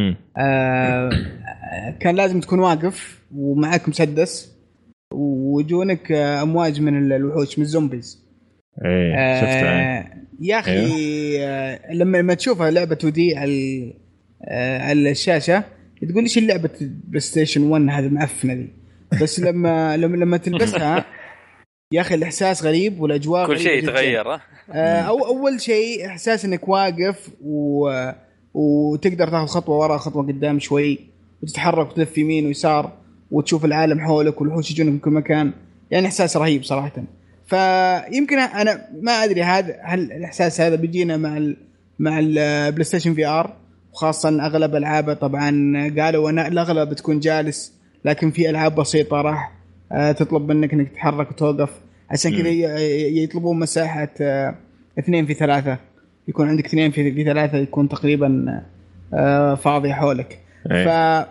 آه كان لازم تكون واقف ومعك مسدس وجونك امواج من الوحوش من الزومبيز. ايه آه شفتها يا اخي. آه لما لما تشوفها لعبه تو دي على آه على الشاشه تقول ليش اللعبه بلاي ستيشن واحد هذه معفنه دي، بس لما لما لما تلبسها يا اخي الاحساس غريب والاجواء كل شيء يتغير. آه او اول شيء احساس انك واقف و وتقدر تاخذ خطوه ورا خطوه قدام شوي وتتحرك وتلف يمين ويسار وتشوف العالم حولك والوحوش يجونك من كل مكان، يعني احساس رهيب صراحه. فيمكن انا ما ادري هذا هل الاحساس هذا بيجينا مع ال مع البلاي ستيشن في ار، وخاصه اغلب العابه طبعا قالوا انا الاغلب بتكون جالس، لكن في العاب بسيطه راح تطلب منك انك تتحرك وتوقف، عشان كذا يطلبون مساحه اثنين في ثلاثة، يكون عندك اثنين في ثلاثة يكون تقريبا فاضي حولك. ف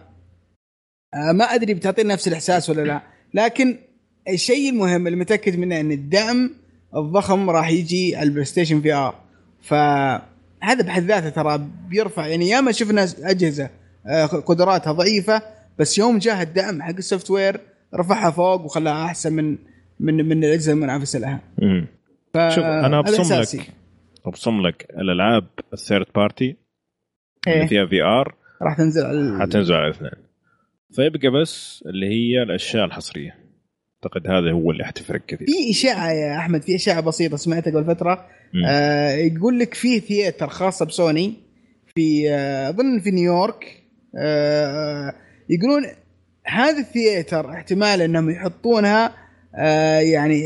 ما أدري بتعطينا نفس الإحساس ولا لا، لكن الشيء المهم اللي متأكد منه أن الدعم الضخم راح يجي على البلاي ستيشن في آر، فهذا بحد ذاته ترى بيرفع. يعني ياما شفنا أجهزة قدراتها ضعيفة بس يوم جاء الدعم حق السوفت وير رفعها فوق وخلاها أحسن من من من الأجهزة المنافسة لها. شوف أنا أبصم لك أبصم لك الألعاب الثيرد بارتي اللي فيها في آر راح تنزل على حتنزل على الاثنين، فيبقى بس اللي هي الأشياء الحصرية. أعتقد هذا هو اللي حتفرق كثير. في إشاعة يا أحمد، في إشاعة بسيطة سمعتها قبل فترة آه يقول لك في ثياتر خاصة بسوني في أظن آه في نيويورك، آه يقولون هذا الثياتر احتمال أنهم يحطونها آه يعني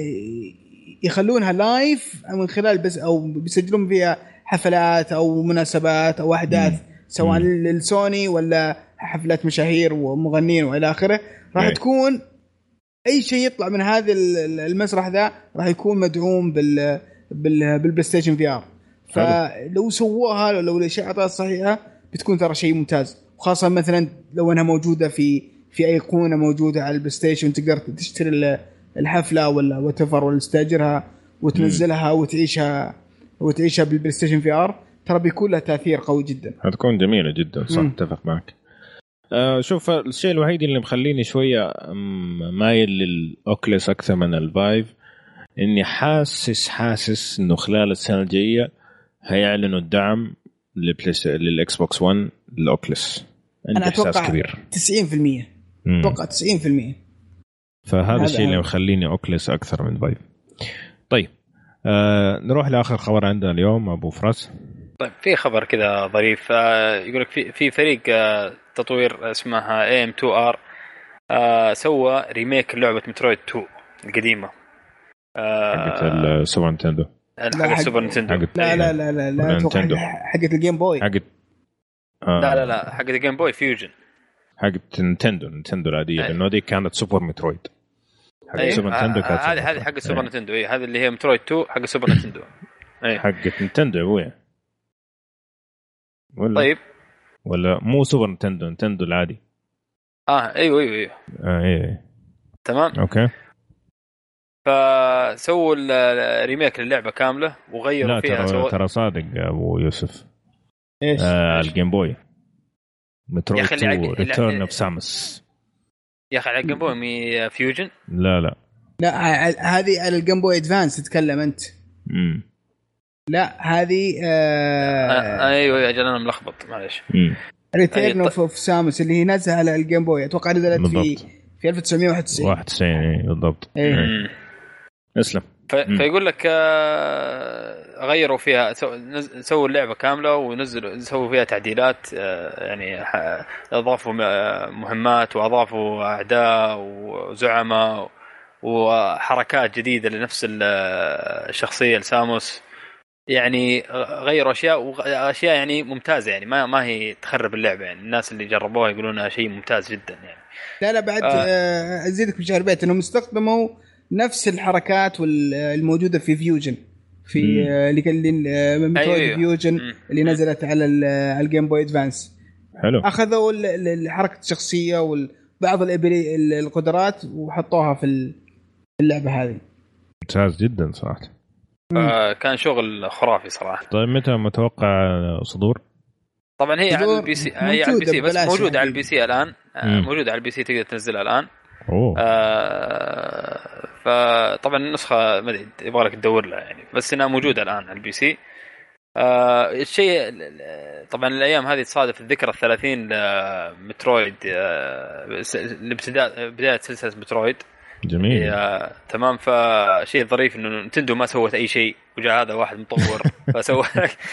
يخلونها لايف من خلال بس أو بيسجلون فيها حفلات أو مناسبات أو أحداث سواء للسوني ولا حفلات مشاهير ومغنين وإلى آخره. راح تكون أي شيء يطلع من هذا المسرح ذا راح يكون مدعوم بال بال بالبلاي ستيشن في آر. فلو سووها لو الإشاعة صحيحة بتكون ترى شيء ممتاز، وخاصة مثلا لو أنها موجودة في في أيقونة موجودة على البلاي ستيشن تقدر تشتري الحفلة ولا وتفر ولا تستأجرها وتنزلها وتعيشها وتعيشها بالبلاي ستيشن في آر، ترى بيكون لها تأثير قوي جدا. هتكون جميلة جدا صح. اتفق معك. أه شوف الشيء الوحيد اللي مخليني شوية مايل للأوكلس أكثر من الفايف إني حاسس حاسس إنه خلال السنة الجاية هيعلنوا الدعم للبلايس للإكس بوكس ون للأوكلس. أنا أتوقع كبير تسعين في المية أتوقع تسعين في المية. فهذا الشيء اللي مخليني أوكلس أكثر من فايف. طيب أه نروح لآخر خبر عندنا اليوم أبو فراس. طيب في خبر كذا ظريف، يقولك في في فريق تطوير اسمها إيه إم تو آر سوى ريميك لعبة مترويد تو القديمة حقت السوبر نينتندو. حقت السوبر نينتندو. لا لا لا لا لا حقت الجيم بوي. حقت آه. لا لا لا حقت الجيم بوي فيوجن. حق نينتندو نينتندو العاديه لانه هذه كانت سوبر مترويد حق أيه. سوبر نينتندو كانت هذه هذه حق سوبر نينتندو اي هذه اللي هي مترويد تو حق سوبر نينتندو أيه. حق نينتندو ابويا ولا طيب ولا مو سوبر نينتندو نينتندو العادي اه ايوه ايوه ايوه اه ايه تمام اوكي فسووا الريميك للعبه كامله وغيروا فيها ترى سو... ترى صادق ابو يوسف ايش آه الجيم بوي مترويد تو ريتيرن اوف سامس يا اخي على الجيم بوي مي فيوجن لا لا لا هذه على الجيم بوي ادفانس تتكلم انت امم لا هذه آه... آه ايوه يا اجل انا ملخبط معلش ريتيرن اوف سامس اللي هي نزلت على الجيم بوي اتوقع نزلت في في ألف وتسعمية وواحد وتسعين واحد وتسعين بالضبط ايه. اسلم ف... فيقول لك آه غيروا فيها سو... نز... سووا اللعبه كامله ونزلوا سووا فيها تعديلات آه يعني ح... اضافوا مهمات واضافوا اعداء وزعماء وحركات جديده لنفس الشخصيه لساموس يعني غيروا اشياء واشياء يعني ممتازه يعني ما ما هي تخرب اللعبه يعني الناس اللي جربوها يقولونها شيء ممتاز جدا يعني لا لا بعد آه. ازيدك بشهر بيت انهم استخدموا نفس الحركات والموجوده في فيوجن في اللي كان مترويد أيوه. فيوجن مم. اللي نزلت على الجيم بوي ادفانس حلو اخذوا الحركه الشخصيه وبعض القدرات وحطوها في اللعبه هذه ممتاز جدا صراحه كان شغل خرافي صراحه. طيب متى متوقع صدور؟ طبعا هي على البي سي هي على البي سي بس موجوده على البي سي الان موجوده على البي سي تقدر تنزلها الان. اوه آه فطبعا النسخه ما ادري يبغى لك تدور لها يعني بس انها موجوده الان على البي سي. آه الشيء طبعا الايام هذه تصادف الذكرى الثلاثين لمترويد آه لابتداء بدايه سلسله مترويد. جميل آه، تمام. فشيء ظريف انه نتندو ما سوت اي شيء وجاء هذا واحد مطور فسوى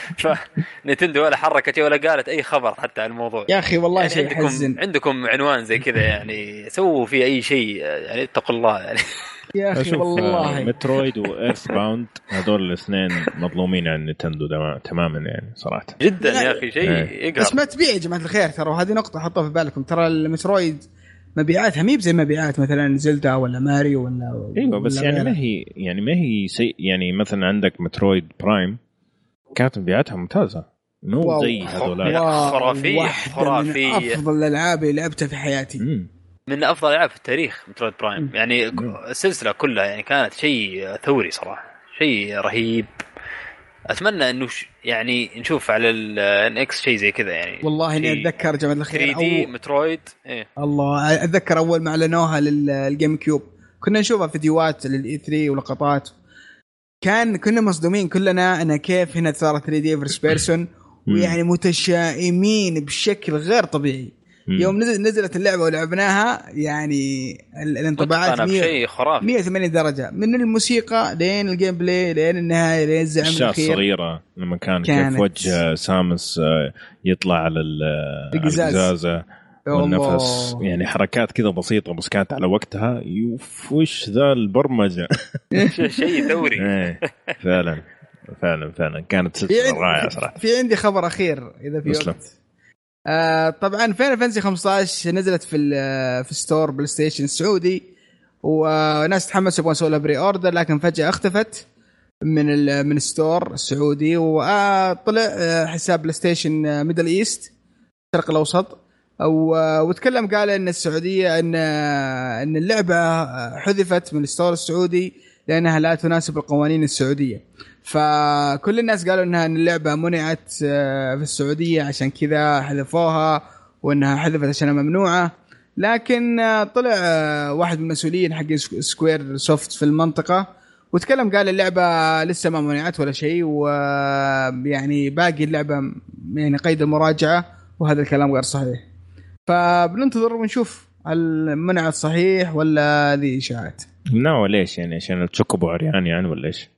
فنتندو ولا حركت ولا قالت اي خبر حتى عن الموضوع يا اخي والله يعني شيء عندكم حزن. عندكم عنوان زي كذا يعني سووا فيه اي شيء يعني اتقوا الله يعني يا اخي والله مترويد وايرث باوند هذول الاثنين مظلومين عن نتندو تماما يعني صراحه جدا يا اخي شيء يقهر. بس ما تبيع يا جماعه الخير ترى هذه نقطه حطوها في بالكم ترى المترويد مبيعاتها ميب زي مبيعات مثلا زلدا ولا ماريو ولا ايوه بس يعني ما هي يعني ما هي سي يعني مثلا عندك مترويد برايم كانت مبيعاتها ممتازه مو زي هذول خرافيه خرافيه من افضل الالعاب اللي لعبتها في حياتي مم. من افضل العاب في التاريخ مترويد برايم يعني مم. السلسله كلها يعني كانت شيء ثوري صراحه شيء رهيب. اتمنى انه يعني نشوف على الان اكس شيء زي كذا يعني والله اني اتذكر جماعه الخير ثري دي مترويد إيه؟ الله اتذكر اول ما اعلنوها للجيم كيوب كنا نشوفها فيديوهات للاي ثري ولقطات كان كنا مصدومين كلنا انا كيف هنا صارت ثري دي فيرست بيرسون ويعني متشائمين بشكل غير طبيعي. يوم نزلت اللعبة ولعبناها يعني الانطباعات مية مية وثمانين درجة من الموسيقى لين الجيم بلاي لين النهاية لين الزعم الأخير. الشاشة صغيرة لما كان كيف وجه سامس يطلع على القزازة والنفس يعني حركات كذا بسيطة بس كانت على وقتها يوف وش ذا البرمجة شيء ثوري فعلا فعلا فعلا كانت سلسلة رائعة صراحة. في عندي خبر أخير إذا في وقت. آه طبعا فاينل فانتسي خمسة عشر نزلت في في ستور بلاي ستيشن السعودي وناس تحمسوا يبغون يسووا لها بري اوردر لكن فجأة اختفت من من الستور السعودي وطلع حساب بلاي ستيشن ميدل ايست الشرق الاوسط وتكلم قال ان السعودية ان ان اللعبة حذفت من الستور السعودي لانها لا تناسب القوانين السعودية. فكل الناس قالوا انها اللعبه منعت في السعوديه عشان كذا حذفوها وانها حذفت عشان ممنوعه. لكن طلع واحد من المسؤولين حق سكوير سوفت في المنطقه وتكلم قال اللعبه لسه ما منعت ولا شيء ويعني باقي اللعبه يعني قيد المراجعه وهذا الكلام غير صحيح. فبننتظر ونشوف هل منعت صحيح ولا هذه اشاعات. نو ليش يعني عشان التشوكوبو عريان يعني ولا ايش؟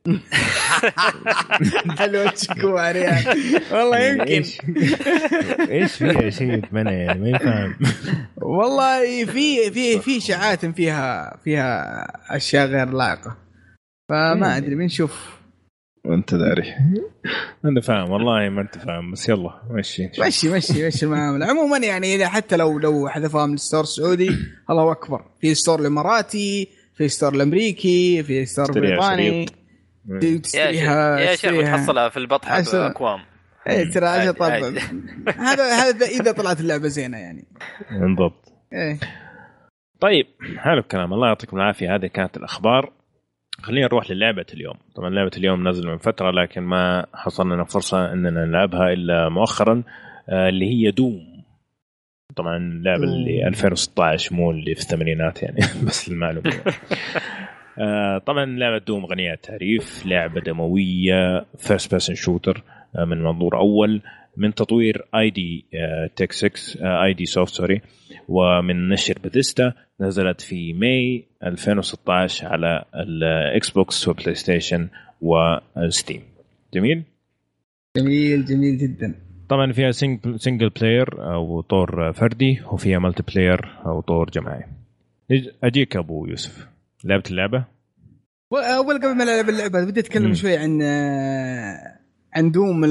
حلو التشوكوبو عريان والله يمكن ايش فيها شيء يتمنى يعني ما يفهم والله في في في اشاعات فيها فيها اشياء غير لائقه فما ادري بنشوف وانت داري. انا فاهم والله ما انت فاهم بس يلا مشي مشي مشي مشي المعامله. عموما يعني حتى لو لو حذفوها من الستور السعودي الله اكبر، في ستور الاماراتي، في ستور الامريكي، في ستور بريطاني تشتريها يا شيخ تحصلها في البطحه باكوام. ايه ترى عشان طب هذا هذا اذا طلعت اللعبه زينه يعني بالضبط. ايه طيب حلو الكلام، الله يعطيكم العافيه. هذه كانت الاخبار. خلينا نروح للعبة اليوم. طبعا لعبة اليوم نزل من فترة لكن ما حصلنا لنا فرصة اننا نلعبها الا مؤخرا، آه اللي هي دوم. طبعا اللعبة اللي ألفين وستة عشر مو اللي في الثمانينات يعني بس المعلومة. آه طبعا لعبة دوم غنية التعريف، لعبة دموية فيرست بيرسون شوتر من منظور اول، من تطوير اي دي تك ستة اي دي سوفت سوري، ومن نشر بثيستا. نزلت في ماي ألفين وستة عشر على الاكس بوكس وبلاي ستيشن وستيم. جميل جميل جميل جدا. طبعا فيها سنجل بلاير او طور فردي، وفيها مالتي بلاير او طور جماعي. اجيك ابو يوسف، لعبت اللعبه؟ اول قبل ما العب اللعبه بدي اتكلم شوي عن عن دوم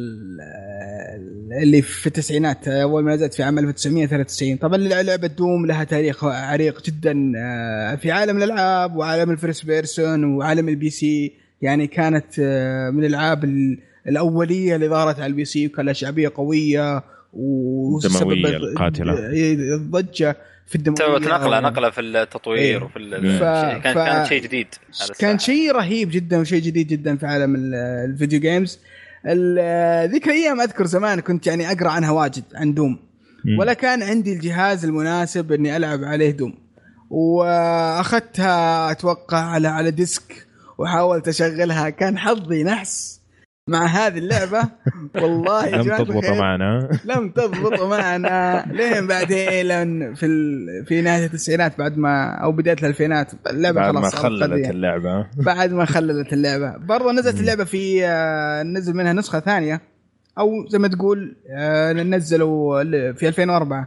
اللي في التسعينات، أول ما نزلت في عام ألف وتسعمائة وثلاثة وتسعين. طبعا لعبة دوم لها تاريخ عريق جدا في عالم الألعاب وعالم الفيرست بيرسون وعالم البي سي. يعني كانت من الألعاب الأولية اللي ظهرت على البي سي وكان لها شعبية قوية وسبب الضجة في الدموية. نقلة نقلة في التطوير إيه. وفي ف... كان ف... كان شيء جديد، كان شيء رهيب جدا وشيء جديد جدا في عالم الفيديو جيمز. ذيك الايام اذكر زمان كنت يعني اقرا عنها واجد عن دوم، ولا كان عندي الجهاز المناسب اني العب عليه دوم، واخذتها اتوقع على على ديسك وحاولت اشغلها. كان حظي نحس مع هذه اللعبة والله. لم تضبط معنا لم تضبط معنا لين بعدين لأن في ال... في نهاية التسعينات بعد ما أو بداية الألفينات اللعبة بعد خلاص ما خللت اللعبة بعد ما خللت اللعبة برضه نزلت اللعبة في نزل منها نسخة ثانية أو زي ما تقول نزلوا في ألفين وأربعة،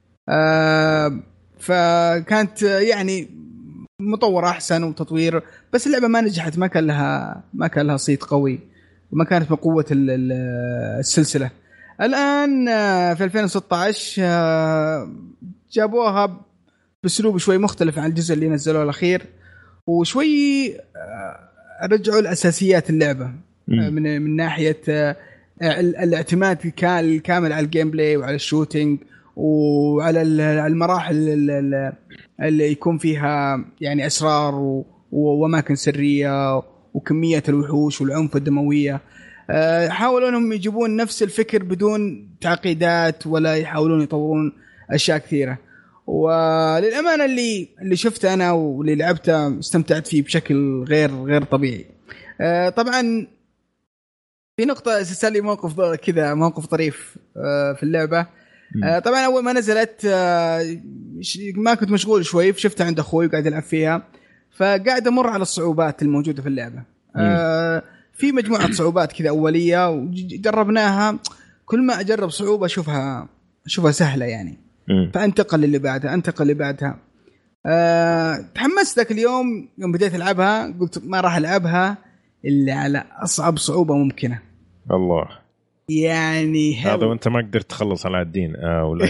فكانت يعني مطورة أحسن وتطوير، بس اللعبة ما نجحت، ما كان لها ما كان لها صيت قوي وما كانت بقوة السلسلة. الآن في ألفين وستة عشر جابوها بأسلوب شوي مختلف عن الجزء اللي نزلوه الأخير، وشوي رجعوا الأساسيات اللعبة من من ناحية الاعتماد الكامل على الجيم بلاي وعلى الشوتينج وعلى المراحل اللي يكون فيها يعني أسرار وأماكن سرية وكمية الوحوش والعنف الدموية. حاولوا أنهم يجيبون نفس الفكر بدون تعقيدات ولا يحاولون يطورون أشياء كثيرة. وللأمانة اللي اللي شفته أنا واللي لعبته استمتعت فيه بشكل غير غير طبيعي. طبعا في نقطة سالي موقف كذا موقف طريف في اللعبة. طبعا أول ما نزلت ما كنت مشغول شوي، فشفتها عند أخوي وقاعد يلعب فيها، فقاعد أمر على الصعوبات الموجودة في اللعبة. آه في مجموعة صعوبات كذا أولية وجربناها، كل ما أجرب صعوبة أشوفها أشوفها سهلة يعني، مم. فأنتقل اللي بعدها أنتقل اللي بعدها. آه تحمست ذاك اليوم يوم بديت ألعبها، قلت ما راح ألعبها إلا على أصعب صعوبة ممكنة. الله يعني هذا وانت ما قدرت تخلص على الدين آه ولا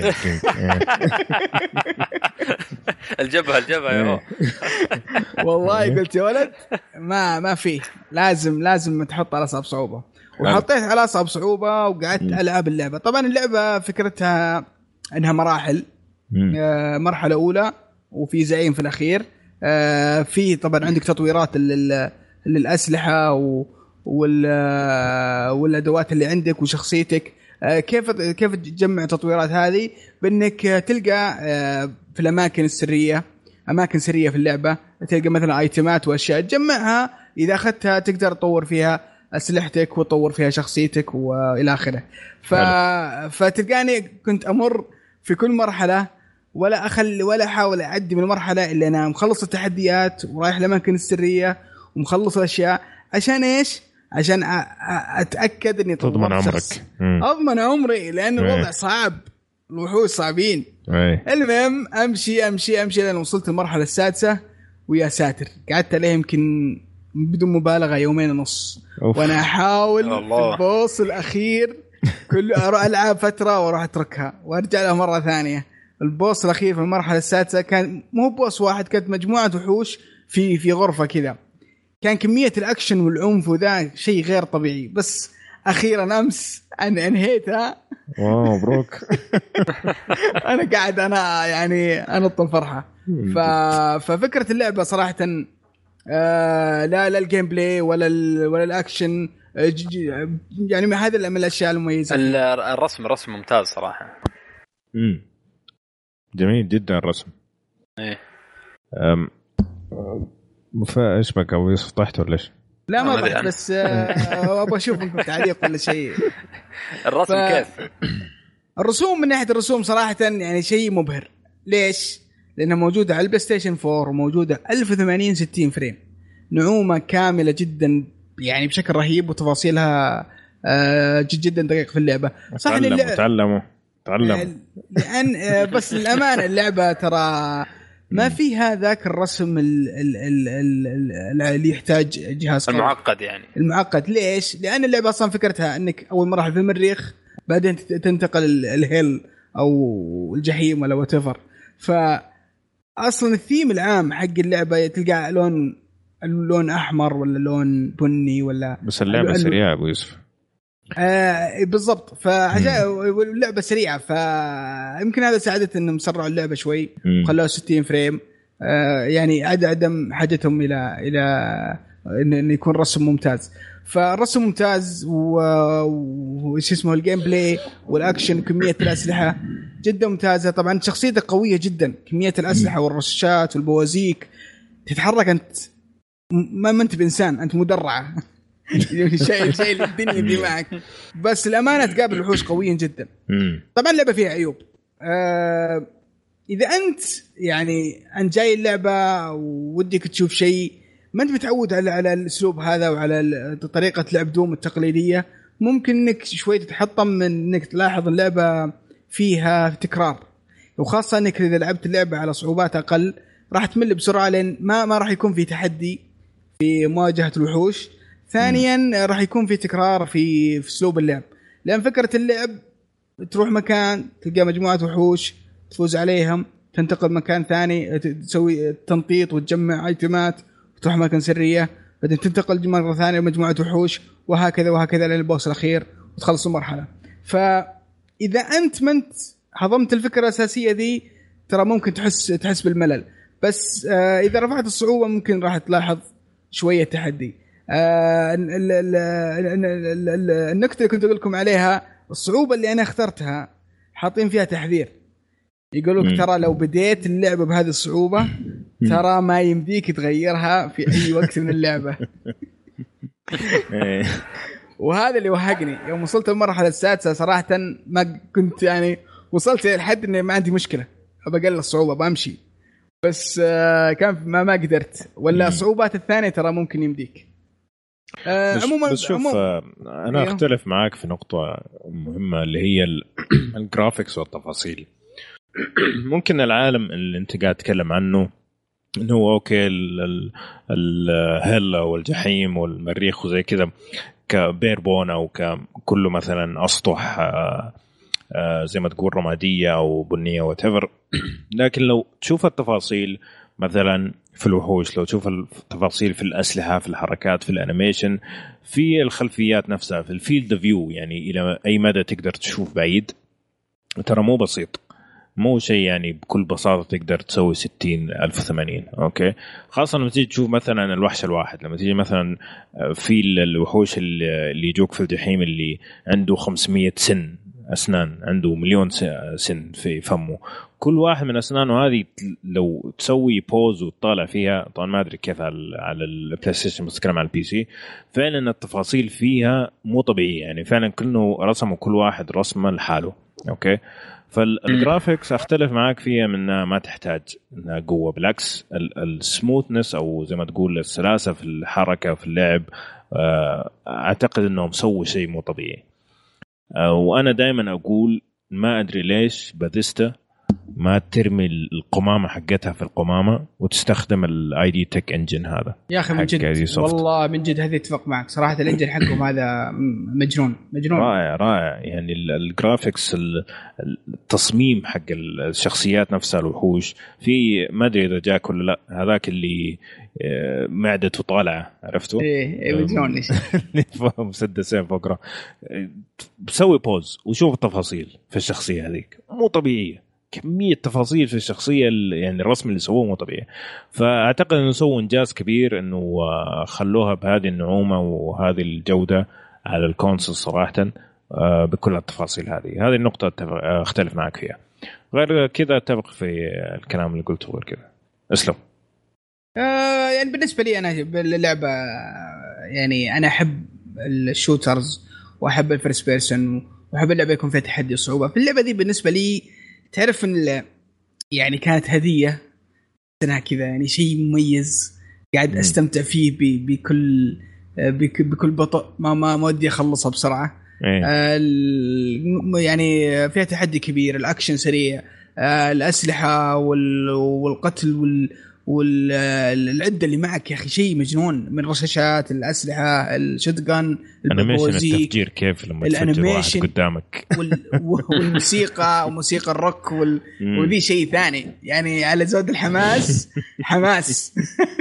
الجبهة الجبهة يا هو والله قلت يا ولد ما ما فيه، لازم لازم تحط على أصعب صعوبة، وحطيت على أصعب صعوبة وقعدت ألعب اللعبة. طبعا اللعبة فكرتها إنها مراحل، آه مرحلة أولى وفي زعيم في الأخير. آه في طبعا عندك تطويرات للأسلحة و والأدوات اللي عندك وشخصيتك. كيف كيف تجمع تطويرات هذه؟ بأنك تلقى في الأماكن السرية، أماكن سرية في اللعبة، تلقى مثلا آيتمات وأشياء تجمعها، إذا أخذتها تقدر تطور فيها أسلحتك وتطور فيها شخصيتك وإلى آخره. ف... فتلقاني كنت أمر في كل مرحلة ولا أخل ولا أحاول أعدي من المرحلة إلا أنا مخلص التحديات ورايح الأماكن السرية ومخلص الأشياء. عشان إيش؟ عشان أتأكد إني تضمن عمرك، أضمن عمري، لأن الوضع صعب، الوحوش صعبين. أي. المهم أمشي أمشي أمشي لأن وصلت المرحلة السادسة، ويا ساتر قعدت عليه يمكن بدون مبالغه يومين ونص وانا احاول في البوس الاخير كل اروح العب فتره واروح اتركها وارجع لها مره ثانيه. البوس الاخير في المرحله السادسه كان مو بوس واحد، كانت مجموعه وحوش في في غرفه كذا، كان كميه الاكشن والعنف وذا شيء غير طبيعي. بس اخيرا امس انا انهيتها. واو مبروك. انا قاعد انا يعني انا الفرحه. ف... ففكره اللعبه صراحه آه لا لا الجيم بلاي ولا ال... ولا الاكشن يعني من هذا من الاشياء المميزه. الرسم رسم ممتاز صراحه. امم جميل جدا الرسم. ايه امم مفا ايش بك ابو يوسف طحت ولا ايش؟ لا ما طحت بس آه ابغى اشوف منكم تعليق ولا شيء. الرسم ف... كيف الرسوم من ناحيه الرسوم صراحه يعني شيء مبهر. ليش؟ لانها موجوده على البلاي ستيشن فور وموجوده ألف وثمانين ستين فريم، نعومه كامله جدا يعني بشكل رهيب، وتفاصيلها آه جد جدا دقيق في اللعبه. صح ان اللعبه تعلموا تعلموا لان آه بس الامانه اللعبه ترى ما فيها ذاك الرسم اللي يحتاج جهاز المعقد يعني المعقد. ليش؟ لان اللعبه اصلا فكرتها انك اول مره في المريخ بعدين تنتقل الهيل او الجحيم ولا واتيفر. فاصلا الثيم العام حق اللعبه تلقى لون اللون احمر ولا لون بني ولا بس اللعبه سريعه ابو يوسف. آه بالضبط. فاللعبه سريعه فيمكن هذا ساعدت انهم سرعوا اللعبه شوي وخلوها ستين فريم. آه يعني عدم حاجتهم الى الى ان يكون رسم ممتاز. فالرسم ممتاز وش اسمه الجيم بلاي والاكشن وكميه الاسلحه جدا ممتازه. طبعا شخصيته قويه جدا، كميه الاسلحه والرشاشات والبوازيك تتحرك انت ما ما انت بانسان، انت مدرعه شيء شيء الدنيا دي معك. بس الامانه تقابل وحوش قويين جدا. طبعا اللعبه فيها عيوب. آه اذا انت يعني انت جاي اللعبه ودك تشوف شيء ما انت متعود على على الاسلوب هذا وعلى طريقه لعب دوم التقليديه، ممكن انك شوي تتحطم من انك تلاحظ اللعبه فيها تكرار، وخاصه انك اذا لعبت اللعبه على صعوبات اقل راح تمل بسرعه لان ما ما راح يكون في تحدي في مواجهه الوحوش. ثانيا راح يكون في تكرار في في اسلوب اللعب، لان فكره اللعب تروح مكان تلقى مجموعه وحوش تفوز عليهم، تنتقل مكان ثاني تسوي تنطيط وتجمع ايتمات وتروح مكان سريه، بعدين تنتقل مره ثانيه لمجموعه وحوش وهكذا وهكذا للبوس الاخير وتخلص المرحله. فاذا انت ما انت هضمت الفكره الاساسيه دي ترى ممكن تحس تحس بالملل. بس آه اذا رفعت الصعوبه ممكن راح تلاحظ شويه تحدي. آه النقطه اللي كنت اقول لكم عليها الصعوبه اللي انا اخترتها حاطين فيها تحذير، يقولوا ترى لو بديت اللعبه بهذه الصعوبه ترى ما يمديك تغيرها في اي وقت من اللعبه. وهذا اللي وهقني يوم وصلت المرحله السادسه صراحه ما كنت يعني وصلت لحد اني ما عندي مشكله بقلل الصعوبه بمشي، بس كان ما ما قدرت. ولا الصعوبات الثانيه ترى ممكن يمديك. عموما بس شوف انا اختلف معاك في نقطه مهمه اللي هي الجرافيكس والتفاصيل. ممكن العالم اللي انت قاعد تتكلم عنه انه هو اوكي الهلا والجحيم والمريخ وزي كذا كبيربون او ككله مثلا اسطح زي ما تقول رماديه او بنيه واتيفر. لكن لو تشوف التفاصيل مثلا في الوحوش، لو تشوف التفاصيل في الأسلحة، في الحركات، في الانيميشن، في الخلفيات نفسها، في الفيلد فيو، يعني إلى أي مدى تقدر تشوف بعيد، ترى مو بسيط، مو شيء يعني بكل بساطة تقدر تسوي ستين ألف وثمانين. أوكي، خاصة لما تيجي تشوف مثلا الوحش الواحد، لما تيجي مثلا في الوحوش اللي يجوك في الجحيم اللي عنده خمسمية سن أسنان، عنده مليون سن في فمه، كل واحد من أسنانه هذه لو تسوي بوز وتطالع فيها، طبعا ما أدري كيف على البلاي ستيشن بس كلام على البي سي، فعلا التفاصيل فيها مو طبيعية، يعني فعلا كله رسموا كل واحد رسمه لحاله. أوكي، فالجرافيكس أختلف معاك فيها من ما تحتاج إنها قوة، بالعكس السموثنس أو زي ما تقول السلاسة في الحركة في اللعب، أعتقد إنهم سووا شيء مو طبيعي. وأنا دائما أقول ما أدري ليش باثيستا ما ترمي القمامه حقتها في القمامه وتستخدم الاي دي تك انجن هذا. يا اخي من جد والله من جد هذه اتفق معك صراحه. الانجن حقهم هذا مجنون مجنون رائع رائع يعني الجرافيكس التصميم حق الشخصيات نفسها الوحوش في ما ادري اذا جاك ولا لا هذاك اللي معدته طالعه عرفته ايه مجنون مسدسين فوق بسوي بوز وشوف التفاصيل في الشخصيه هذيك مو طبيعيه. كمية تفاصيل في الشخصية يعني الرسم اللي سووه مو طبيعي. فأعتقد أنه سووا إنجاز كبير أنه خلوها بهذه النعومة وهذه الجودة على الكونسول صراحة بكل التفاصيل هذه. هذه النقطة أختلف معك فيها. غير كذا أتفق في الكلام اللي قلته غير كذا. أسلم. آه يعني بالنسبة لي أنا باللعبة يعني أنا أحب الشوترز وأحب الفيرست بيرسون وأحب اللعبة يكون فيها تحدي وصعوبة. في اللعبة دي بالنسبة لي تعرف ان يعني كانت هديه سنه كذا يعني شيء مميز قاعد استمتع فيه بكل بكل بطء ما ما ودي اخلصها بسرعه. يعني فيها تحدي كبير الاكشن سريع الاسلحه والقتل وال والعده اللي معك يا اخي شيء مجنون من رشاشات الاسلحه الشوتجان الانيميشن التفجير كيف لما تفجر واحد قدامك والموسيقى وموسيقى الروك وال... وذي شيء ثاني يعني على زود الحماس حماس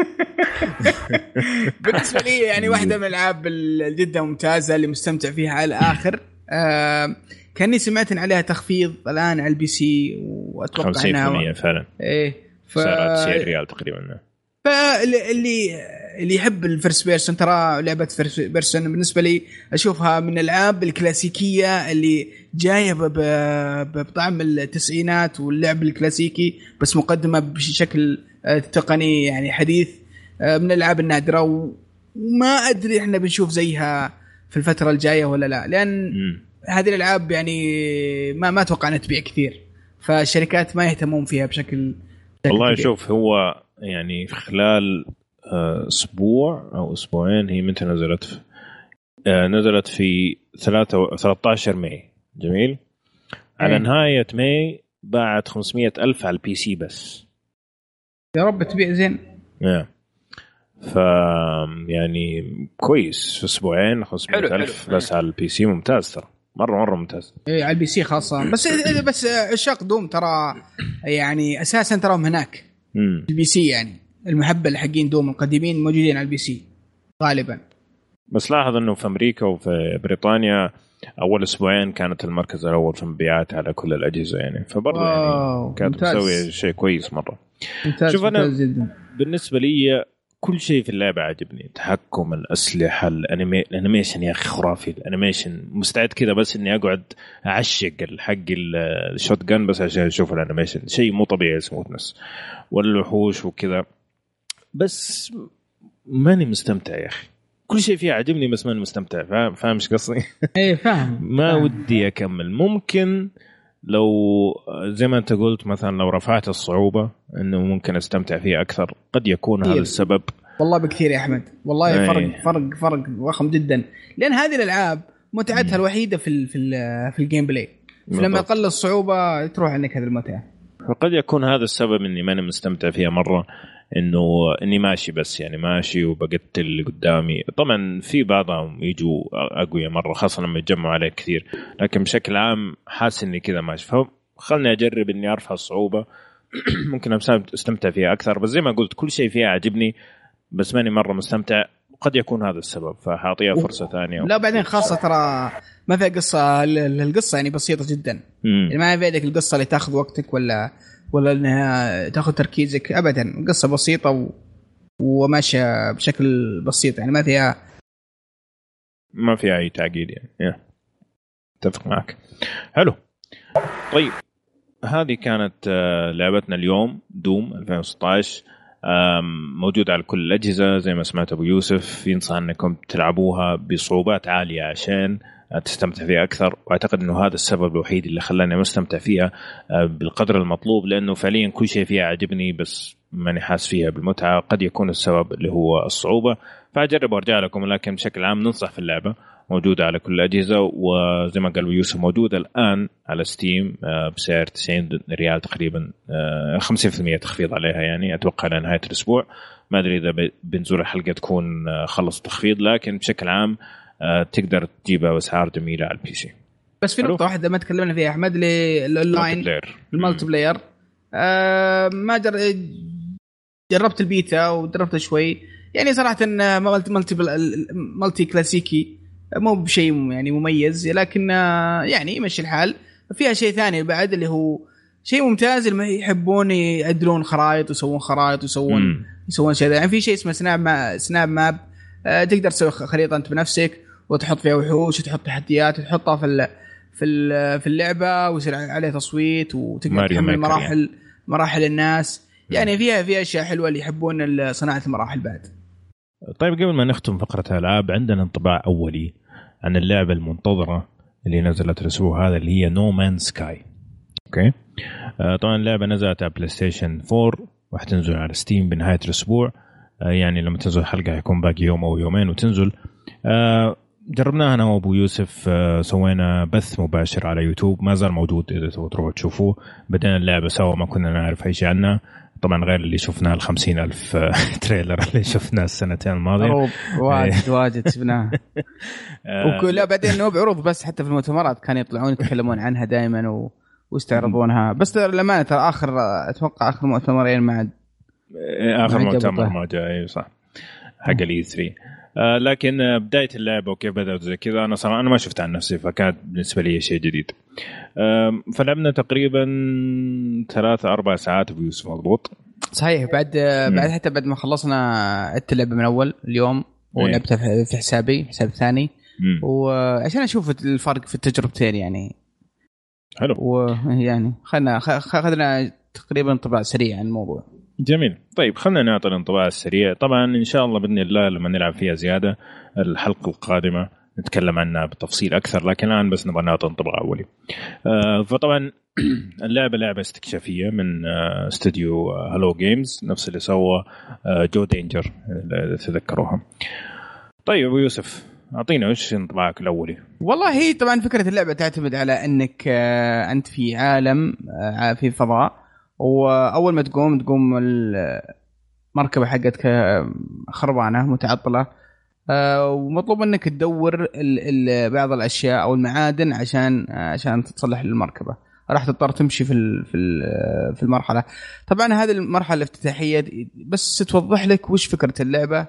بالنسبه لي يعني واحده من الالعاب جدا ممتازه اللي مستمتع فيها على الاخر. آه كاني سمعت عليها تخفيض الان على البي سي واتوقع انها فعلا ايه ف... صارت ريال تقريبا. فاللي اللي يحب الفيرست بيرسون ترى لعبه فيرست بيرسون بالنسبه لي اشوفها من الالعاب الكلاسيكيه اللي جايه بطعم التسعينات واللعب الكلاسيكي بس مقدمه بشكل تقني يعني حديث من الالعاب النادره وما ادري احنا بنشوف زيها في الفتره الجايه ولا لا لان م. هذه الالعاب يعني ما ما اتوقع انها تبيع كثير فالشركات ما يهتمون فيها بشكل والله شوف هو يعني خلال أسبوع أو أسبوعين هي متى نزلت نزلت في ثلاثة عشر ماي جميل على نهاية ماي باعت خمسمية ألف على البي سي بس يا رب تبيع زين yeah. ف يعني كويس في أسبوعين خمسمية ألف بس على البي سي ممتاز ترى مرة مرة ممتاز. إيه على البي سي خاصة بس بس عشاق دوم ترى يعني أساسا تراهم هناك مم. البي سي يعني المحبة الحقين دوم القديمين موجودين على البي سي غالبا. بس لاحظ إنه في أمريكا وفي بريطانيا أول أسبوعين كانت المركز الأول في المبيعات على كل الأجهزة يعني فبرضه يعني كانت تسوي شيء كويس مرة. ممتاز شوف أنا ممتاز جدا. بالنسبة لي كل شيء في اللعبة عجبني تحكم الأسلحة الأنيمي... الأنيميشن يا أخي خرافي الأنيميشن مستعد كذا بس إني أقعد أعشق الحق الشوت جان بس عشان أشوف الأنيميشن شيء مو طبيعي سموثنس والوحوش وكذا بس ماني مستمتع يا أخي كل شيء فيه عجبني بس ماني مستمتع فاهم فاهم إيش قصدي؟ إيه فاهم ما فهم. ودي أكمل ممكن لو زي ما أنت قلت مثلا لو رفعت الصعوبة إنه ممكن أستمتع فيه أكثر قد يكون هذا السبب. والله بكثير يا أحمد والله فرق أي. فرق فرق ضخم جدا لأن هذه الألعاب متعتها الوحيدة في ال في ال في الجيم بلاي فلما يقل الصعوبة تروح عنك هذه المتعة. فقد يكون هذا السبب إني ماني مستمتع فيها مرة إنه إني ماشي بس يعني ماشي وبقتل اللي قدامي طبعا في بعضهم يجوا أقوياء مرة خاصة لما يتجمعوا عليه كثير لكن بشكل عام حاسس إني كذا ماشي فخلني أجرب إني أرفع الصعوبة ممكن أستمتع فيها أكثر بس زي ما قلت كل شيء فيها عجبني بس ماني مرة مستمتع قد يكون هذا السبب فحاطيها فرصة ثانية. لا بعدين خاصة ترى ما في قصة القصة يعني بسيطة جدا يعني ما في ذيك القصة اللي تأخذ وقتك ولا ولا إنها تأخذ تركيزك أبدا قصة بسيطة و... وماشية بشكل بسيط يعني ما فيها ما فيها أي تعقيد يعني اتفق معك. حلو طيب هذه كانت لعبتنا اليوم دوم ألفين وستة عشر موجود على كل الأجهزة زي ما سمعت أبو يوسف ينصح أنكم تلعبوها بصعوبات عالية عشان تستمتع فيها أكثر وأعتقد أنه هذا السبب الوحيد اللي خلاني مستمتع فيها بالقدر المطلوب لأنه فعليا كل شيء فيها عجبني بس ماني حاس فيها بالمتعة قد يكون السبب اللي هو الصعوبة فأجرب وارجع لكم لكن بشكل عام ننصح في اللعبة موجودة على كل الأجهزة، وزي ما قال يوسف موجودة الآن على ستيم بسعر تسعين ريال تقريبا، خمسين بالمئة تخفيض عليها يعني. أتوقع لنهاية الأسبوع، ما أدري إذا بنزول الحلقة تكون خلص تخفيض، لكن بشكل عام تقدر تجيبها بأسعار جميلة على البي سي. بس في نقطة واحدة ما تكلمنا فيها أحمد، للأونلاين المالتي بلاير. آه ما جر... جربت البيتا وجربت شوي يعني صراحة مالتي مالتي مالتي كلاسيكي مو بشيء يعني مميز، لكن يعني يمشي الحال. فيها شيء ثاني بعد اللي هو شيء ممتاز، اللي يحبون يعدلون خرائط ويسوون خرائط ويسوون مم. يسوون شيء يعني. في شيء اسمه سناب ما... سناب ماب، آه تقدر تسوي خريطة أنت بنفسك وتحط فيها وحوش وتحط تحديات وتحطها في ال... في ال... في اللعبة ويصير عليه تصويت وتقدر تحمل مراحل يعني. مراحل الناس يعني. فيها فيها أشياء حلوة اللي يحبون صناعة المراحل بعد. طيب قبل ما نختم فقرة الألعاب، عندنا انطباع أولي عن اللعبة المنتظرة اللي نزلت الأسبوع هذا اللي هي نو مان سكاي. أوكي آه طبعا اللعبة نزلت على بلاي ستيشن فور وحتنزل على ستيم بنهاية الأسبوع. آه يعني لما تنزل الحلقة هيكون باقي يوم أو يومين وتنزل. آه جربناها أنا وأبو يوسف، آه سوينا بث مباشر على يوتيوب، ما زال موجود إذا تروحوا تشوفوه. بدأنا اللعبة سوا، ما كنا نعرف أي شيء عنها طبعا، غير اللي شفناه الخمسين ألف تريلر اللي شفناه السنتين الماضية. واجد واجد شفناه. وكل بعدين إنه بعروض بس، حتى في المؤتمرات كانوا يطلعون يتكلمون عنها دائما و... واستعرضونها. بس لما ترى آخر أتوقع آخر مؤتمرين ما عاد آخر مؤتمر ما جاء صح حق الإي ثري. آه لكن بداية اللعبة وكيف بدأت زي كذا أنا صراحة أنا ما شفت عن نفسي، فكانت بالنسبة لي شيء جديد. آه فلعبنا تقريبا ثلاثة أربع ساعات بيوسف مضبوط صحيح. بعد مم. بعد حتى بعد ما خلصنا عدت اللعبة من أول اليوم ولعبتها في حسابي حساب ثاني، وعشان أشوف الفرق في التجربتين يعني. حلو. ويعني خلنا خذنا تقريبا انطباع سريع عن الموضوع. جميل. طيب خلنا نعطي الانطباع السريع. طبعا إن شاء الله بإذن الله لما نلعب فيها زيادة الحلقة القادمة نتكلم عنها بتفصيل أكثر، لكن الآن بس نبغى نعطي انطباع أولي. آه فطبعا اللعبة لعبة استكشافية من آه استوديو آه هالو جيمز، نفس اللي سوى آه جو دينجر اللي تذكروها. طيب أبو يوسف أعطينا وش انطباعك الأولي؟ والله طبعا فكرة اللعبة تعتمد على أنك آه أنت في عالم آه في فضاء، وأول ما تقوم تقوم المركبة حقتك خربانة متعطلة، ومطلوب منك تدور ال ال بعض الأشياء أو المعادن عشان عشان تصلح المركبة. راح تضطر تمشي في ال في ال في المرحلة. طبعا هذه المرحلة الافتتاحية بس توضح لك وش فكرة اللعبة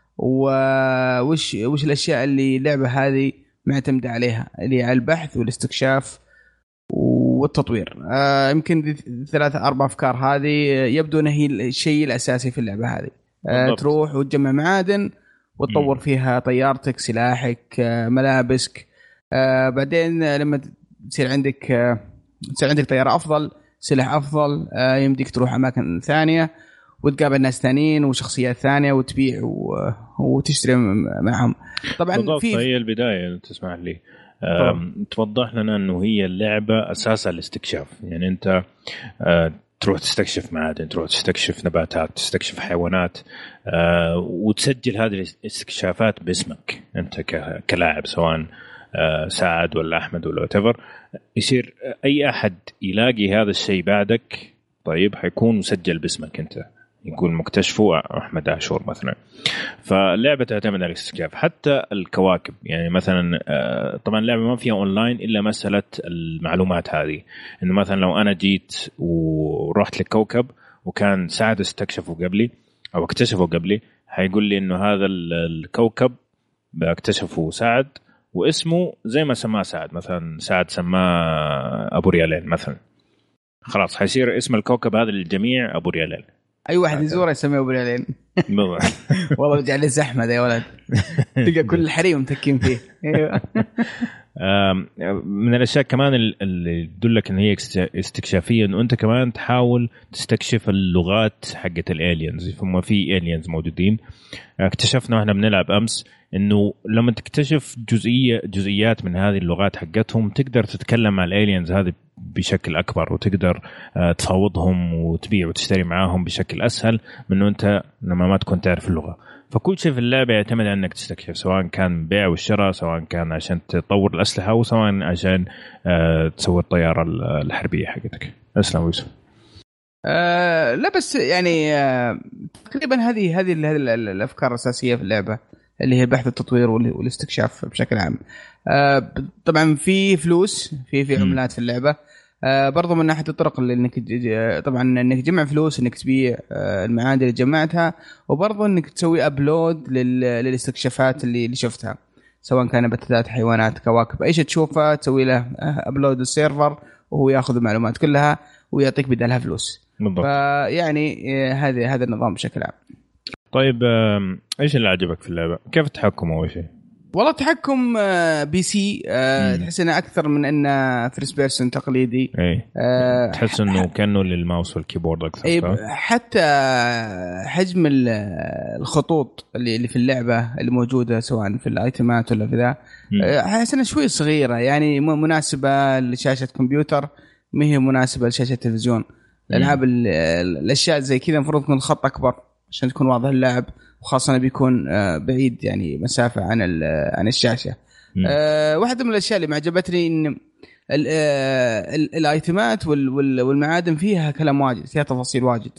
ووش وش الأشياء اللي اللعبة هذه معتمدة عليها، اللي على البحث والاستكشاف والتطوير. آه يمكن ثلاثة أربع أفكار هذه يبدو أن هي الشيء الأساسي في اللعبة هذه. آه تروح وتجمع معادن وتطور فيها طيارتك، سلاحك، آه ملابسك. آه بعدين لما تصير عندك آه تصير عندك طيارة أفضل، سلاح أفضل، آه يمديك تروح أماكن ثانية وتقابل ناس ثانيين وشخصيات ثانية وتبيع وتشتري معهم. طبعا في هي البداية تسمح لي توضح لنا أنه هي اللعبة أساسها الاستكشاف. يعني أنت أه تروح تستكشف معادن، تروح تستكشف نباتات، تستكشف حيوانات، أه وتسجل هذه الاستكشافات باسمك أنت كلاعب، سواء أه سعد ولا أحمد ولا whatever. يصير أي أحد يلاقي هذا الشيء بعدك طيب حيكون مسجل باسمك أنت، يقول مكتشفه أحمد عاشور مثلا. فاللعبة تعتمد على الاستكشاف. حتى الكواكب يعني مثلا طبعا اللعبة ما فيها أونلاين إلا مسألة المعلومات هذه، إنه مثلا لو أنا جيت ورحت لكوكب وكان سعد استكشفه قبلي أو اكتشفه قبلي، هيقول لي إنه هذا الكوكب اكتشفه سعد واسمه زي ما سماه سعد، مثلا سعد سماه أبو ريالين مثلا، خلاص حيصير اسم الكوكب هذا للجميع أبو ريالين. أي واحد يزوره يسميه أبو ريالين. والله بجعل زحمة يا ولد، تلقى كل الحريم متكين فيه. من الأشياء كمان اللي تدلك إن هي استكشافية، إنه أنت كمان تحاول تستكشف اللغات حقت الالينز. فما في الينز موجودين اكتشفنا واحنا بنلعب أمس انه لما تكتشف جزئيه جزئيات من هذه اللغات حقتهم تقدر تتكلم مع الالينز هذه بشكل اكبر، وتقدر تفاوضهم وتبيع وتشتري معاهم بشكل اسهل من انه انت لما ما تكون تعرف اللغه. فكل شيء في اللعبه يعتمد على انك تستكشف، سواء كان بيع والشراء، سواء كان عشان تطور الاسلحه، او سواء عشان تسوي الطياره الحربيه حقتك. اسلم يوسف. أه لا بس يعني أه تقريبا هذه هذه الافكار الاساسيه في اللعبه اللي هي البحث والتطوير والاستكشاف بشكل عام. أه طبعا في فلوس، في في عملات في اللعبه. أه برضو من ناحيه الطرق اللي انك طبعا انك تجمع فلوس، انك تبيع أه المعادن اللي جمعتها، وبرضو انك تسوي ابلود للاستكشافات اللي اللي شفتها، سواء كان نباتات، حيوانات، كواكب، اي شيء تشوفه تسوي له ابلود للسيرفر وهو ياخذ المعلومات كلها ويعطيك بدالها فلوس. بالضبط. فيعني هذا هذا النظام بشكل عام. طيب ايش اللي عجبك في اللعبه؟ كيف التحكم اول شيء؟ والله تحكم بي سي تحس انه اكثر من انه فيرست بيرسون تقليدي. اي أه تحس انه كانه للماوس والكيبورد اكثر. أي حتى حجم الخطوط اللي اللي في اللعبه اللي موجوده سواء في الايتمات ولا في ذا، احس انها شوي صغيره، يعني مناسبه لشاشه كمبيوتر، ما هي مناسبه لشاشه تلفزيون. الالعاب الاشياء زي كذا المفروض تكون الخط اكبر عشان تكون واضح اللاعب، وخاصه بيكون بعيد يعني مسافه عن عن الشاشه. أه واحده من الاشياء اللي معجبتني ان الايتمات والمعادن فيها كلام واجد، فيها تفاصيل واجد،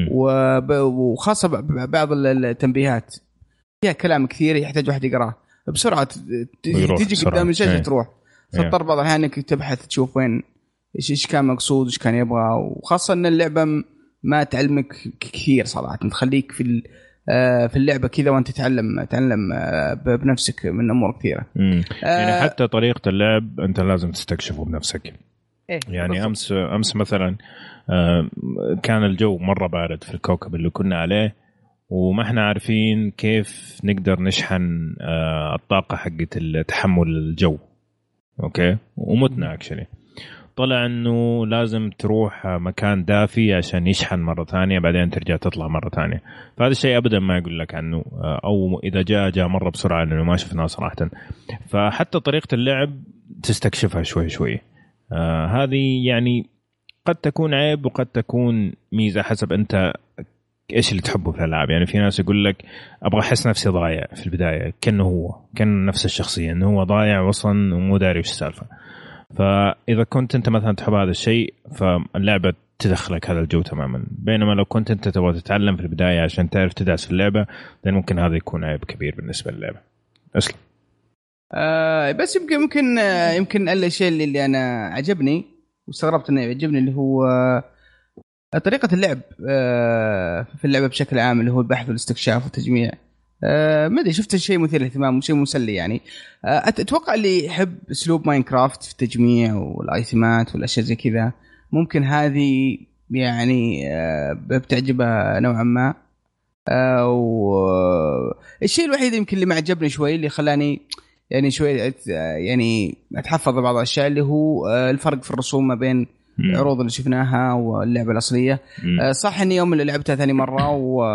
وخاصه بعض التنبيهات فيها كلام كثير يحتاج واحد يقراه بسرعه، تيجي قدام الشاشه تروح، تضطر بعض الاحيان انك تبحث تشوف وين ايش ايش كان مقصود، ايش كان يبغى. وخاصه ان اللعبه ما تعلمك كثير صراحه، تخليك في في اللعبه كذا وانت تتعلم تعلم بنفسك من امور كثيره. يعني حتى طريقه اللعب انت لازم تستكشفه بنفسك. إيه يعني بالضبط. امس امس مثلا كان الجو مره بارد في الكوكب اللي كنا عليه، وما احنا عارفين كيف نقدر نشحن الطاقه حقت تحمل الجو. اوكي، ومتنا اكشلي. طلع انه لازم تروح مكان دافي عشان يشحن مره ثانيه، بعدين ترجع تطلع مره ثانيه. فهذا الشيء ابدا ما يقول لك عنه، او اذا جاء جاء مره بسرعه لانه ما شفناه صراحه. فحتى طريقه اللعب تستكشفها شوي شوي. آه هذه يعني قد تكون عيب وقد تكون ميزه حسب انت ايش اللي تحبه في الالعاب. يعني في ناس يقول لك ابغى احس نفسي ضايع في البدايه، كانه هو كان نفس الشخصيه انه هو ضايع وصلا ومو داري وش السالفه. فإذا كنت أنت مثلا تحب هذا الشيء فاللعبة تدخلك هذا الجو تماما. بينما لو كنت أنت تبغى تتعلم في البداية عشان تعرف تدعس في اللعبة، لأن ممكن هذا يكون عيب كبير بالنسبة للعبة. أسلم. آه بس يمكن يمكن آه يمكن الشيء اللي, اللي أنا عجبني واستغربت إنه يعجبني اللي هو آه طريقة اللعب آه في اللعبة بشكل عام، اللي هو البحث والاستكشاف والتجميع. أه ما ادري، شفت شيء مثير للاهتمام وشيء مسلي يعني. أه اتوقع اللي يحب اسلوب ماينكرافت في التجميع والايتمات والاشياء زي كذا ممكن هذه يعني أه بتعجبها نوعا ما. أه والشيء الوحيد يمكن اللي ما عجبني شوي، اللي خلاني يعني شوي يعني اتحفظ بعض الاشياء، اللي هو الفرق في الرسوم ما بين العروض اللي شفناها واللعبة الأصلية. مم. صح إني يوم اللي لعبتها ثاني مرة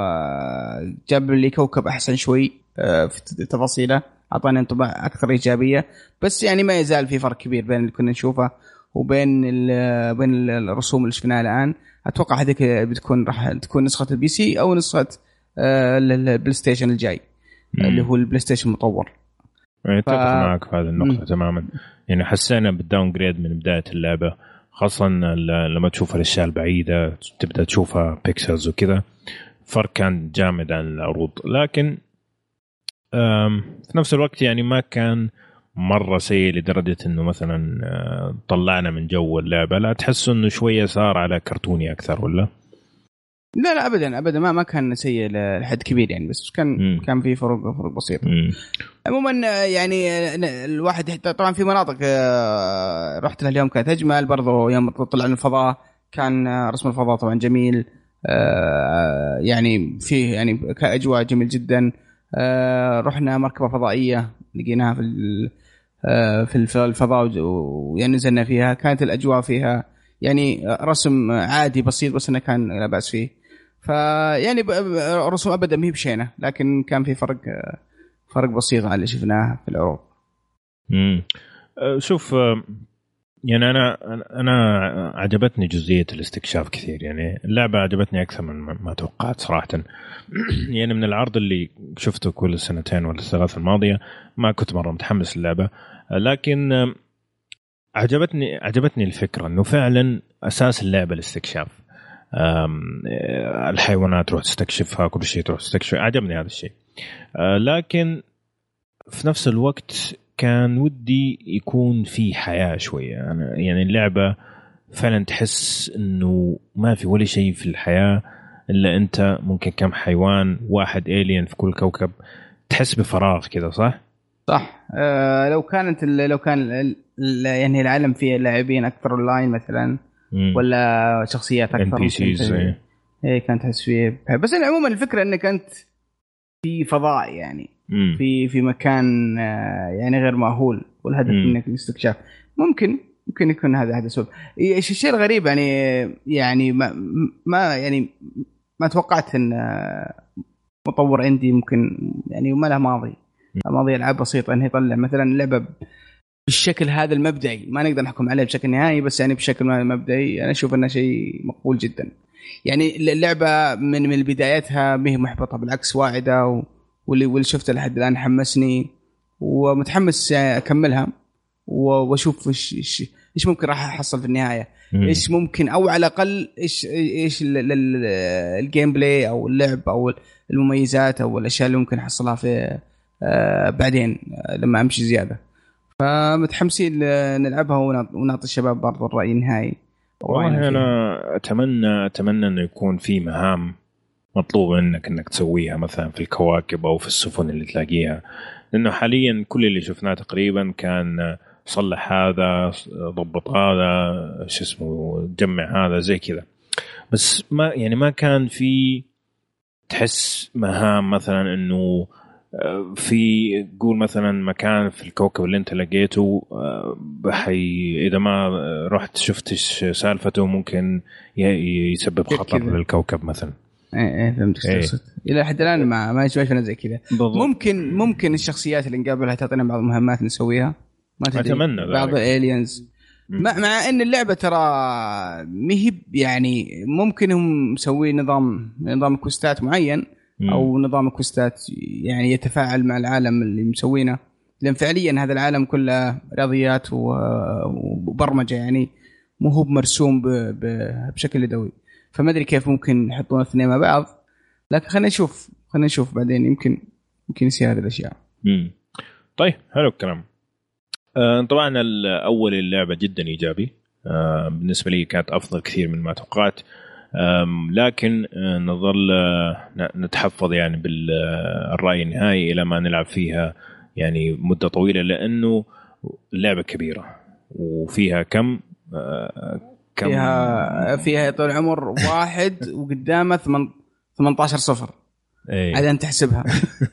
وجاب لي كوكب أحسن شوي في تفاصيله، أعطاني انطباع أكثر إيجابية، بس يعني ما يزال في فرق كبير بين اللي كنا نشوفه وبين بين الرسوم اللي شفناها الآن. أتوقع هذيك بتكون راح تكون نسخة البي سي أو نسخة البلاي ستيشن الجاي. مم. اللي هو البلاي ستيشن المطور. أتفق ف... معك في هذه النقطة. مم. تماما. يعني حسينا بالداون جريد من بداية اللعبة، خاصة لما تشوف الأشياء البعيدة تبدأ تشوفها بيكسلز وكذا، فرق كان جامد عن العروض. لكن في نفس الوقت يعني ما كان مرة سيء لدرجة إنه مثلا طلعنا من جو اللعبة. لا تحس إنه شوية صار على كرتوني أكثر ولا؟ لا لا أبدا أبدا ما ما كان سيء لحد كبير يعني، بس كان م. كان في فرق فرق بسيط. عموما يعني الواحد طبعا في مناطق رحت لها اليوم كانت أجمل برضو. يوم طلع الفضاء كان رسم الفضاء طبعا جميل، يعني فيه يعني كأجواء جميل جدا. رحنا مركبة فضائية لقيناها في في الفضاء ويعني نزلنا فيها، كانت الأجواء فيها يعني رسم عادي بسيط بس إنه كان لا بأس فيه. فيعني رسوم أبدا ما هي بشينة، لكن كان في فرق فرق بسيط على اللي شفناه في العروض. امم شوف يعني انا انا عجبتني جزئيه الاستكشاف كثير، يعني اللعبه عجبتني اكثر من ما توقعت صراحه. يعني من العرض اللي شفته كل السنتين ولا الثلاث الماضيه ما كنت مره متحمس للعبه، لكن عجبتني عجبتني الفكره انه فعلا اساس اللعبه الاستكشاف. الحيوانات تروح تستكشفها، كل شيء تروح تستكشف، عجبني هذا الشيء. لكن في نفس الوقت كان ودي يكون في حياة شوية. أنا يعني اللعبة فعلا تحس إنه ما في ولا شيء في الحياة إلا أنت، ممكن كم حيوان واحد إيليان في كل كوكب، تحس بفراغ كذا صح؟ صح. أه لو كانت لو كان يعني العالم فيه لاعبين أكثر أونلاين مثلا مم. ولا شخصيات أكثر إن بي سيز إيه كانت تحس فيه. بس عموما الفكرة إنك أنت في فضاء يعني مم. في في مكان يعني غير مأهول، والهدف مم. منك الاستكشاف. ممكن ممكن يكون هذا هذا سبب. ايش الشيء الغريب يعني يعني ما ما يعني ما توقعت ان مطور عندي ممكن يعني وما له ماضي ماضي العاب بسيطه انه يطلع مثلا لعبه بالشكل هذا المبدئي. ما نقدر نحكم عليه بشكل نهائي، بس يعني بشكل مبدئي انا اشوف انه شيء مقبول جدا. يعني اللعبه من من بدايتها ما هي محبطه، بالعكس واعده، و واللي واللي شفته لحد الآن حمسني ومتحمس أكملها وأشوف إيش إيش إيش ممكن راح أحصل في النهاية. مم. إيش ممكن أو على الأقل إيش إيش الجيم بلاي أو اللعب أو المميزات أو الأشياء اللي ممكن أحصلها في آه بعدين لما أمشي زيادة. فمتحمسين نلعبها ونعطي الشباب برضو الرأي النهائي. والله أنا أتمنى أتمنى إنه يكون في مهام مطلوب منك انك تسويها مثلا في الكواكب او في السفن اللي تلاقيها، لانه حاليا كل اللي شفناه تقريبا كان صلح هذا، ضبط هذا، شو اسمه، جمع هذا زي كذا، بس ما يعني ما كان في تحس مهام مثلا انه في قول مثلا مكان في الكوكب اللي انت لقيته بحي اذا ما رحت شفت سالفته ممكن يسبب خطر للكوكب مثلا. ايه ايه فهمت قصدك. الى حد الان ما ما شفنا زي كذا. ممكن ممكن الشخصيات اللي نقابلها تعطينا بعض المهمات نسويها، ما تدري، اتمنى بعض الالينز. مع, مع ان اللعبه ترى مهب يعني ممكن هم مسوي نظام نظام كوستات معين او نظام كوستات يعني يتفاعل مع العالم اللي مسوينه، لان فعليا هذا العالم كله رياضيات وبرمجه، يعني مو هو مرسوم بشكل يدوي. فما ادري كيف ممكن يحطون الاثنين مع بعض، لكن خلينا نشوف خلينا نشوف بعدين يمكن يمكن يصير هذه الاشياء. امم طيب حلو الكلام. آه طبعا الاول اللعبه جدا ايجابي، آه بالنسبه لي كانت افضل كثير من ما توقعت، آه لكن آه نظل آه نتحفظ يعني بالراي النهائي الى ما نلعب فيها يعني مده طويله، لانه اللعبه كبيره وفيها كم آه كم فيها فيها طول عمر واحد وقدامه ثمانية عشر صفر ايه. عاد انت تحسبها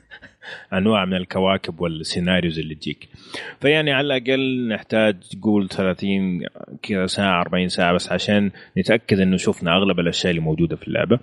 انواع من الكواكب والسيناريوز اللي تجيك، فيعني على الاقل نحتاج تقول ثلاثين كذا ساعه أربعين ساعه بس عشان نتاكد انه شفنا اغلب الاشياء اللي موجوده في اللعبه،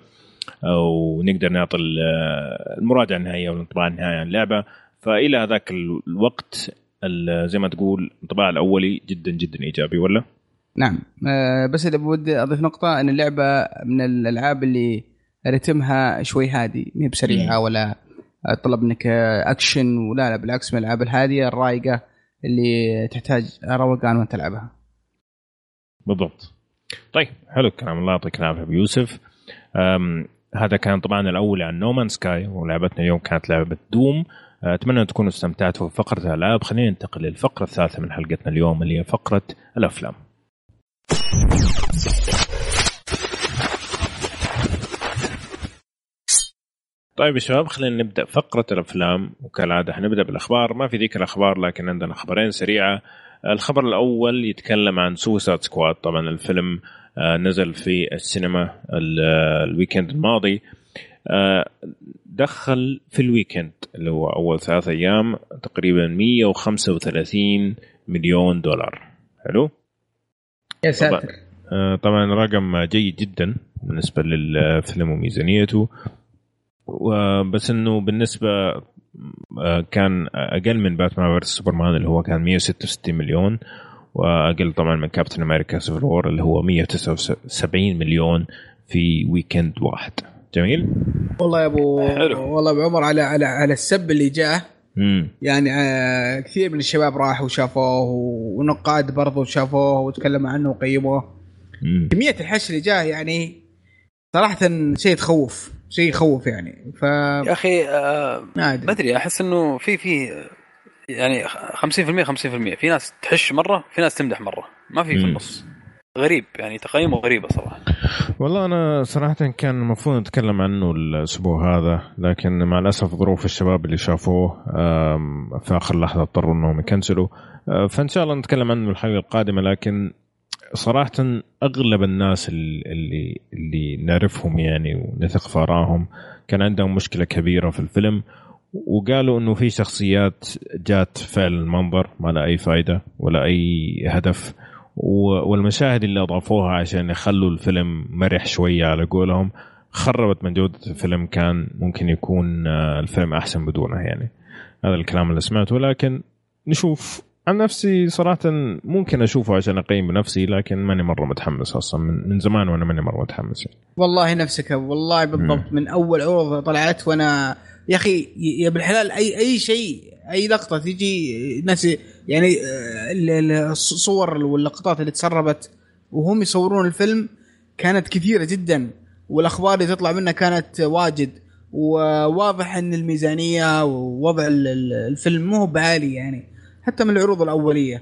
ونقدر نعطي المراجعه النهائيه والانطباع النهائي عن اللعبه. فالى هذاك الوقت زي ما تقول الانطباع الاولي جدا جدا ايجابي ولا؟ نعم. بس اللي بودي أضيف نقطة أن اللعبة من الألعاب اللي رتمها شوي هادي، مي بسريعة ولا طلب منك أكشن، ولا لا بالعكس من الألعاب الهادية الرايقة اللي تحتاج روقان وأنت تلعبها. بالضبط. طيب حلو الكلام، الله يعطيك العافية أبو يوسف. هذا كان طبعا الأول عن نومان سكاي، ولعبتنا اليوم كانت لعبة دوم. أتمنى أن تكونوا استمتعتوا في فقرة الألعاب. خلينا ننتقل للفقرة الثالثة من حلقتنا اليوم اللي هي فقرة الأفلام. طيب يا شباب خلينا نبدأ فقرة الأفلام، وكالعادة حنبدأ بالأخبار. ما في ذيك الأخبار لكن عندنا خبرين سريعة. الخبر الأول يتكلم عن سوسايد سكواد. طبعا الفيلم نزل في السينما الويكند الماضي، دخل في الويكند اللي هو أول ثلاثة أيام تقريبا مية وخمسة وثلاثين مليون دولار. حلو يا ساتر. طبعا رقم جيد جدا بالنسبة للفيلم وميزانيته. بس انه بالنسبه كان اقل من باتمان فيرس سوبرمان اللي هو كان مية وستة وستين مليون، واقل طبعا من كابتن امريكا سيفل وور اللي هو مية وتسعة وسبعين مليون في ويكند واحد. جميل والله يا ابو حلو. والله ابو عمر على على على السب اللي جاء يعني آه كثير من الشباب راحوا وشافوه، ونقاد برضو شافوه وتكلموا عنه وقيموه. مم. كمية الحش اللي جاء يعني صراحة شيء تخوف، شيء يخوف يعني. ف يا أخي آه ما أدري، أحس إنه في في يعني خمسين في المية خمسين في المية، في ناس تحش مرة، في ناس تمدح مرة، ما في في النص. غريب يعني، تقييمه غريبة صراحة. والله أنا صراحة كان المفروض نتكلم عنه الأسبوع هذا، لكن مع الأسف ظروف الشباب اللي شافوه في آخر لحظة اضطروا إنهم يكنسلوا، فإن شاء الله نتكلم عنه الحلقة القادمة. لكن صراحة أغلب الناس اللي اللي نعرفهم يعني ونثق في آرائهم كان عندهم مشكلة كبيرة في الفيلم، وقالوا إنه في شخصيات جات فعل المنظر ما لا أي فائدة ولا أي هدف، والمشاهد اللي أضافوها عشان يخلوا الفيلم مرح شوية على قولهم خربت من جودة الفيلم. كان ممكن يكون الفيلم أحسن بدونه يعني. هذا الكلام اللي سمعته، لكن نشوف. عن نفسي صراحة ممكن أشوفه عشان أقيم بنفسي، لكن ماني مرة متحمس أصلا من, من زمان، وأنا ماني مرة متحمس يعني. والله نفسك والله بالضبط. م. من أول عروض طلعت وأنا يا أخي يا بالحلال أي أي شيء أي لقطة تيجي ناس يعني الصور واللقطات اللي تسربت وهم يصورون الفيلم كانت كثيرة جدا، والأخبار اللي تطلع منها كانت واجد، وواضح أن الميزانية ووضع الفيلم مو بعالي يعني حتى من العروض الأولية.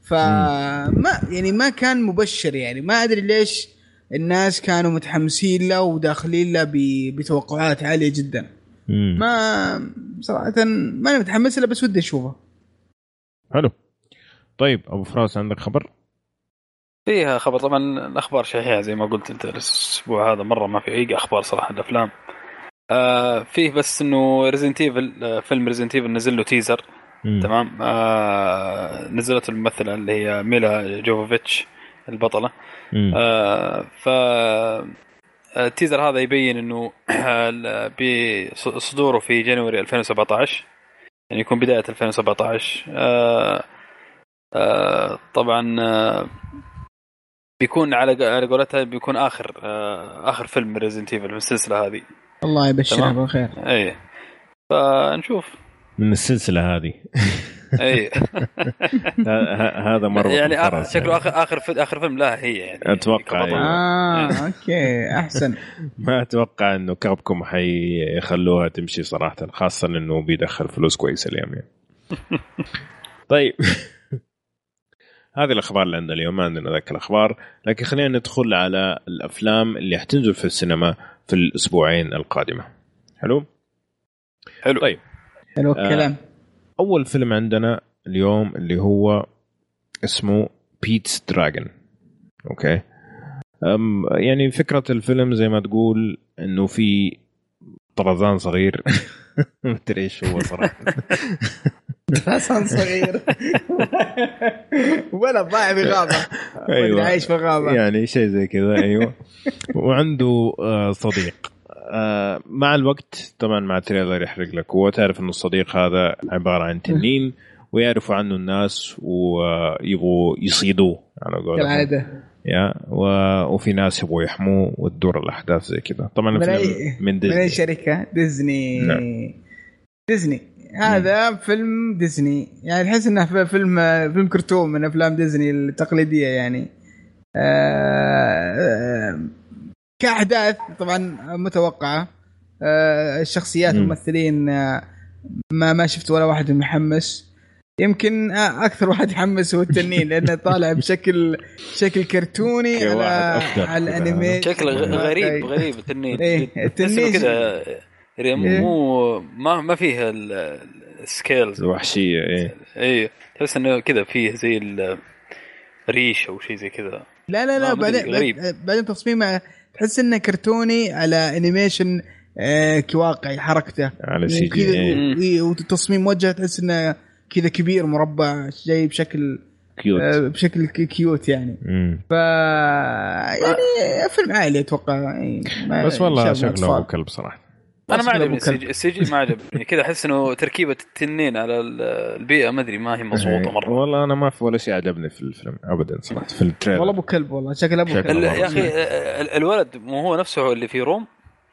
فما يعني ما كان مبشر يعني. ما أدري ليش الناس كانوا متحمسين له وداخلين له بتوقعات عالية جدا. مم. ما صراحة ما أنا متحمس له، بس ودي أشوفه. حلو. طيب أبو فراس عندك خبر؟ فيها خبر طبعا. الأخبار شحيحة زي ما قلت أنت الأسبوع هذا، مرة ما في أي أخبار صراحة الأفلام. آه فيه بس إنه ريزنت إيفل، فيلم ريزنت إيفل نزل له تيزر. مم. تمام. آه نزلت الممثلة اللي هي ميلا جوفوفيتش البطلة. آه ف التيزر هذا يبين إنه بصدوره في جانوري ألفين وسبعة عشر، يعني يكون بداية ألفين وسبعة عشر. آه آه طبعا آه بيكون على على قولتها بيكون آخر آه آخر فيلم ريزنت إيفل من السلسلة هذه. الله يبشرها بالخير. أي فنشوف من السلسلة هذه. اي هذا مرة يعني آخر شكله آخر آخر فيلم آخر فيلم لا هي يعني أتوقع يعني آه أوكي أحسن. ما أتوقع إنه كابكم حيخلوها تمشي صراحة، خاصة إنه بيدخل فلوس كويسة اليوم يعني. طيب هذه الأخبار اللي عندنا اليوم، ما عندنا ذاك الأخبار، لكن خلينا ندخل على الأفلام اللي حتنزل في السينما في الأسبوعين القادمة. حلو حلو طيب حلو الكلام. آه أول فيلم عندنا اليوم اللي هو اسمه بيتس دراجون. أوكي. أم يعني فكرة الفيلم زي ما تقول إنه في طرزان صغير ما أدري إيش هو صراحة. طرزان صغير ولا ضايع في غابة. أيوة عايش في غابة يعني شيء زي كذا. أيوة. وعنده صديق. مع الوقت طبعا مع التريلر يحرق لك، هو تعرف إنه الصديق هذا عبارة عن تنين، ويعرفوا عنه الناس ويبغوا يصيدوه على قولهم كالعادة. يا و... وفي ناس يبغوا يحموه وتدور الأحداث زي كذا. طبعا من, أي... من ديزني. من شركة ديزني. نعم. ديزني هذا مم. فيلم ديزني يعني تحس إنه فيلم فيلم كرتون من أفلام ديزني التقليدية يعني. آه... كأحداث طبعا متوقعة. آه... الشخصيات الممثلين آه... ما ما شفت ولا واحد محمس. يمكن أكثر واحد يحمس هو التنين لأنه طالع بشكل شكل كرتوني على على الأنمي، شكل غريب غريب التنين. إيه التنين كذا مو ما ما فيه السكيلز الوحشية. إيه إيه تحس إنه كذا فيه زي الريش أو شيء زي كذا. لا لا لا بعدين بعدين تصميمه تحس إنه كرتوني على أنيميشن آه كواقعي حركته على سي جي. وتصميم وجهه تحس إنه كذا كبير مربع جاي بشكل كيوت. آه بشكل كيوت يعني. ف يعني فيلم عائلي اتوقع يعني. بس والله شكله كلب صراحه. انا ما عجبني السي جي، ما عجبني كذا، احس انه تركيبه التنين على البيئه ما ادري ما هي مضبوطه مره. والله انا ما في ولا شيء عجبني في الفيلم ابدا صراحه في التريلر. والله ابو كلب والله شكله ابو كلب يا اخي. الولد مو هو نفسه اللي في روم؟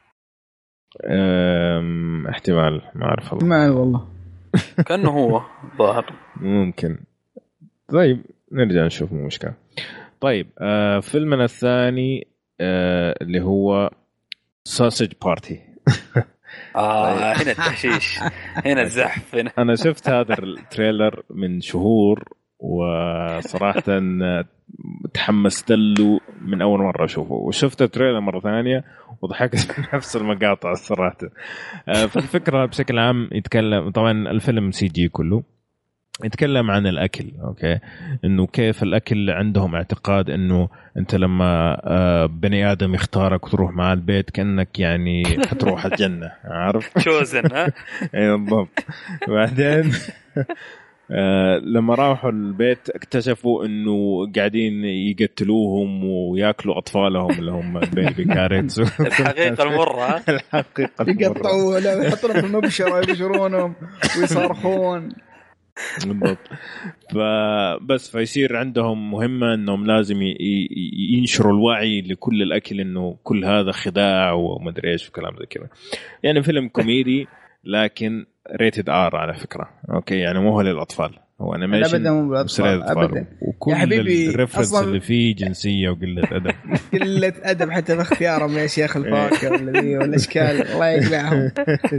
أم... احتمال ما اعرف والله. ما والله كانه هو ظاهر ممكن. طيب نرجع نشوف مو مشكله. طيب آه فيلمنا الثاني آه اللي هو ساسج بارتي. آه هنا التحشيش، هنا الزحف هنا. أنا شفت هذا التريلر من شهور وصراحة تحمست له من أول مرة أشوفه، وشفت التريلر مرة ثانية وضحكت من نفس المقاطع الصراحة. فالفكرة بشكل عام يتكلم، طبعا الفيلم سي جي كله، يتكلم عن الأكل. أوكي، إنه كيف الأكل عندهم اعتقاد إنه أنت لما بني آدم يختارك وتروح مع البيت كأنك يعني حتروح الجنة، عارف؟ شوزن ها؟ أي بالضبط. وبعدين لما راحوا البيت اكتشفوا إنه قاعدين يقتلوهم ويأكلوا أطفالهم اللي هم بيبي كاريتس. الحقيقة المرة. الحقيقة المرة. يقطعوا لا يحطون في المبشرة ويبشرونهم ويصارخون. بالضبط. فبس فيصير عندهم مهمة انهم لازم ينشروا الوعي لكل الاكل انه كل هذا خداع ومدري ايش وكلام زي كذا. يعني فيلم كوميدي لكن ريتد ار على فكرة. اوكي، يعني مو هو للاطفال، هو انيميشن ابدا. وكل الريفرنس اللي فيه جنسية وقلة ادب. قلة ادب حتى في اختيارهم يا شيخ الفاكهة ولا ذي ولا اشكال الله يقلعهم.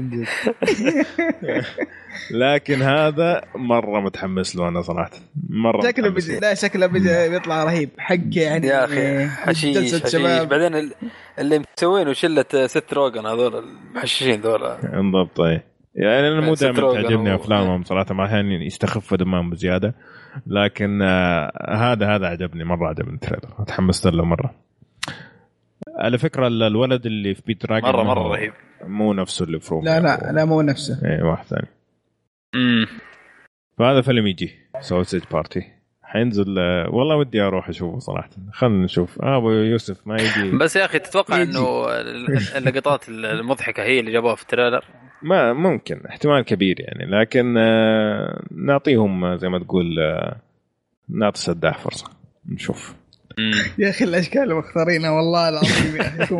لكن هذا مرة متحمس له أنا صراحة، مرة شكله بي... لا شكله بي... بيطلع رهيب حق يعني يا أخي. حشيش حشيش بعدين اللي مسوينه شلة ست روغن هذول المحششين ذولا. بالضبط. يعني أنا مو دائما تعجبني أفلامهم صراحة، مع أحيانا يستخف دمهم بزيادة، لكن آه هذا هذا عجبني مرة، عجبني التريلر، تحمست له مرة. على فكرة الولد اللي في بيت راجل مرة مرة رهيب، مو نفسه اللي في روم. لا لا لا مو نفسه، إيه واحد ثاني. امم فهذا فيلم يجي سوسيج بارتي حينزل. والله ودي اروح اشوفه صراحه، خلينا نشوف. اه ابو يوسف ما يجي بس يا اخي تتوقع انه اللقطات المضحكه هي اللي جابوها في التريلر؟ ما ممكن، احتمال كبير يعني، لكن آه نعطيهم زي ما تقول آه نعطي سداح فرصه نشوف. يا اخي الاشكال مختارينها والله العظيم يا اخي.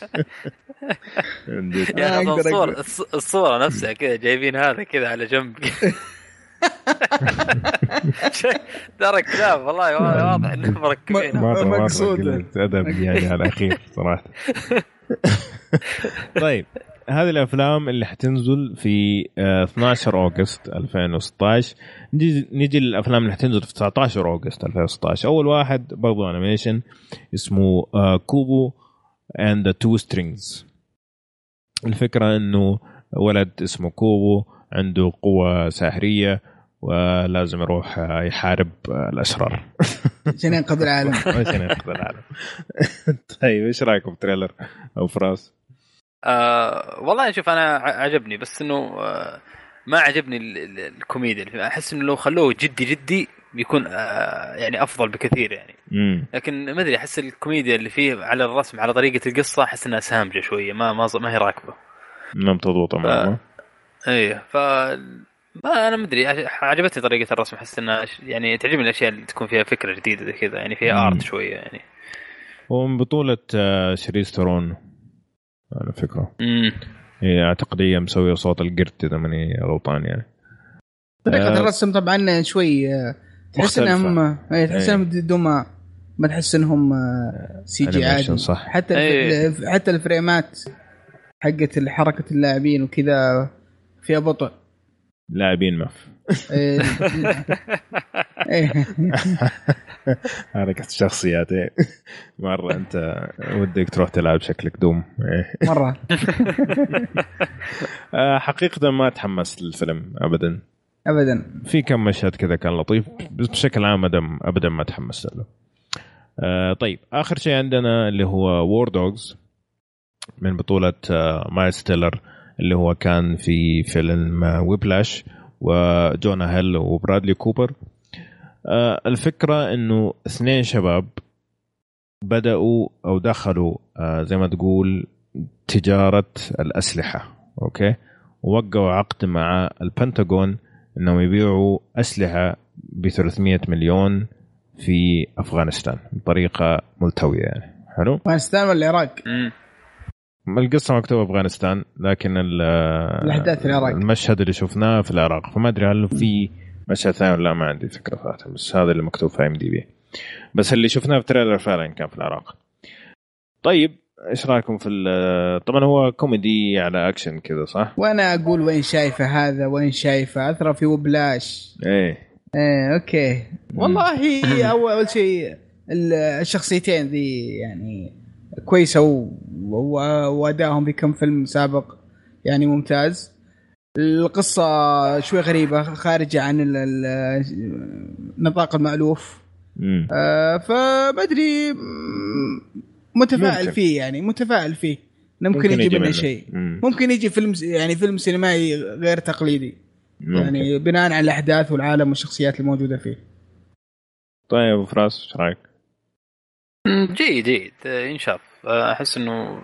يا اخي الصور الصوره نفسها كذا جايبين هذا كذا على جنب. ترى كلام والله واضح انهم مركبين. مقصود ادب يعني على الاخير صراحه. طيب هذه الافلام اللي حتنزل في اثني عشر أغسطس ألفين وستة عشر. نجي نجي للافلام اللي حتنزل في تسعة عشر أغسطس ألفين وستة عشر. اول واحد برضو انيميشن اسمه كوبو and the two strings. الفكره انه ولد اسمه كوبو عنده قوه ساحريه ولازم يروح يحارب الاشرار عشان ينقذ العالم. عشان ينقذ العالم. طيب ايش رايكم بتريلر او فراس؟ آه والله شوف انا عجبني، بس انه آه ما عجبني الكوميديا. احس انه لو خلوه جدي جدي بيكون آه يعني افضل بكثير يعني. مم. لكن ما ادري احس الكوميديا اللي فيه على الرسم على طريقه القصه احس انها سامجه شويه، ما ما ما هي راكبه، ما مضبوطه معه. ايه ف ما انا ما ادري، عجبتني طريقه الرسم، احس انها يعني تعجبني الاشياء اللي تكون فيها فكره جديده زي كذا، يعني فيها ارت شويه يعني. ومن بطوله شريس ثرون على فكره. امم هي اعتقد هي مسويه صوت القرد اذا ماني غلطان يعني. طريقه آه الرسم طبعا شوي تحس انهم تحس انهم دوما ما تحس انهم سي جي عادي صح. حتى أيه. حتى الفريمات حقت حركه اللاعبين وكذا فيها بطء. لاعبين مف حركة الشخصيات مرة أنت ودك تروح تلعب شكلك دوم مرة. حقيقة ما تحمست للفيلم أبدا أبدا. في كم مشهد كذا كان لطيف، بس بشكل عام أبدا أبدا ما تحمست له. طيب آخر شيء عندنا اللي هو وور دوغز من بطولة مايلز تيلر، اللي هو كان في فيلم ويبلاش وجونا هيل وبرادلي كوبر. آه الفكرة انه اثنين شباب بدأوا او دخلوا آه زي ما تقول تجارة الأسلحة. أوكي، ووقعوا عقد مع البنتاغون إنهم يبيعوا أسلحة بثلاثمية مليون في أفغانستان بطريقة ملتوية يعني. حلو. أفغانستان ولا العراق؟ القصة مكتوبة أفغانستان، لكن الأحداث في العراق، المشهد اللي شفناه في العراق، فما أدري هل في مشهد ثاني ولا، ما عندي فكرة فاتح، بس هذا اللي مكتوب في ام دي بي، بس اللي شفناه في تريلر فعلا كان في العراق. طيب ايش رايكم في طبعا هو كوميدي على اكشن كذا صح؟ وانا اقول وين شايفه هذا، وين شايفه اثرى في وبلاش. ايه ايه اوكي والله. اول اول شيء الشخصيتين ذي يعني كويسه، وادائهم في كم فيلم سابق يعني ممتاز. القصه شوي غريبه، خارجه عن النطاق المألوف، آه فما ادري، متفائل ممكن. فيه يعني متفائل فيه ممكن, ممكن يجي منه شيء، ممكن يجي فيلم يعني فيلم سينمائي غير تقليدي ممكن. يعني بناء على الأحداث والعالم والشخصيات الموجودة فيه. طيب فراس ايش رايك؟ جيد جيد ينشاف. احس انه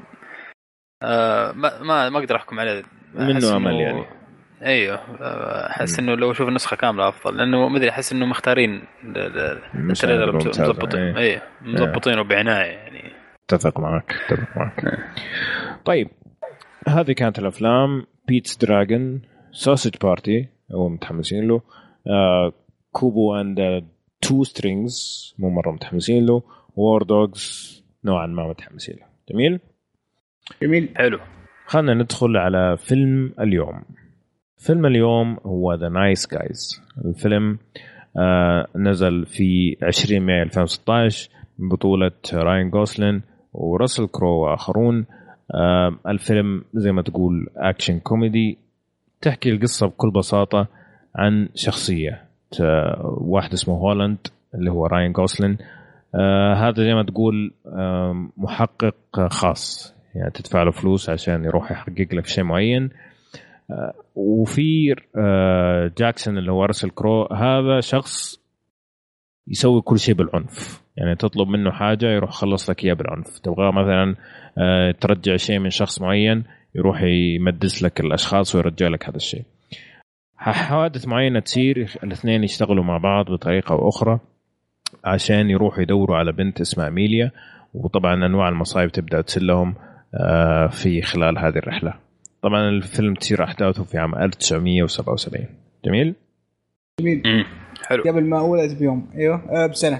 آه ما ما ما اقدر احكم عليه منه امل يعني. ايوه احس انه لو اشوف النسخه كامله افضل، لانه ما ادري احس انه مختارين التريلر مضبطين، ايه مضبطينه بعنايه يعني. اتفق معك اتفق معك. طيب هذه كانت الافلام: بيتس دراجون، سوسج بارتي هو متحمسين له، آه كوبو اند تو سترينجز مو مره متحمسين له، وور دوغز نوعا ما متحمسين له. جميل جميل حلو. خلنا ندخل على فيلم اليوم. فيلم اليوم هو The Nice Guys. الفيلم آه نزل في عشرين مايو ألفين وستة عشر من بطولة راين غوسلين وراسل كرو وآخرون. آه الفيلم زي ما تقول أكشن كوميدي، تحكي القصة بكل بساطة عن شخصية آه واحد اسمه هولاند اللي هو راين غوسلين. آه هذا زي ما تقول آه محقق خاص، يعني تدفع له فلوس عشان يروح يحقق لك شيء معين. آه وفي آه جاكسون اللي هو راسل كرو، هذا شخص يسوي كل شيء بالعنف، يعني تطلب منه حاجة يروح خلص لك إياه بالعنف. تبغى مثلا آه ترجع شيء من شخص معين يروح يمدس لك الأشخاص ويرجع لك هذا الشيء. حوادث معينة تصير، الاثنين يشتغلوا مع بعض بطريقة أو أخرى عشان يروحوا يدوروا على بنت اسمها أميليا، وطبعا أنواع المصايب تبدأ تصلهم آه في خلال هذه الرحلة. طبعا الفيلم تصير أحداثه في عام ألف وتسعمية وسبعة وسبعين. جميل جميل حلو. قبل ما أولد بيوم أيوه أه بسنة.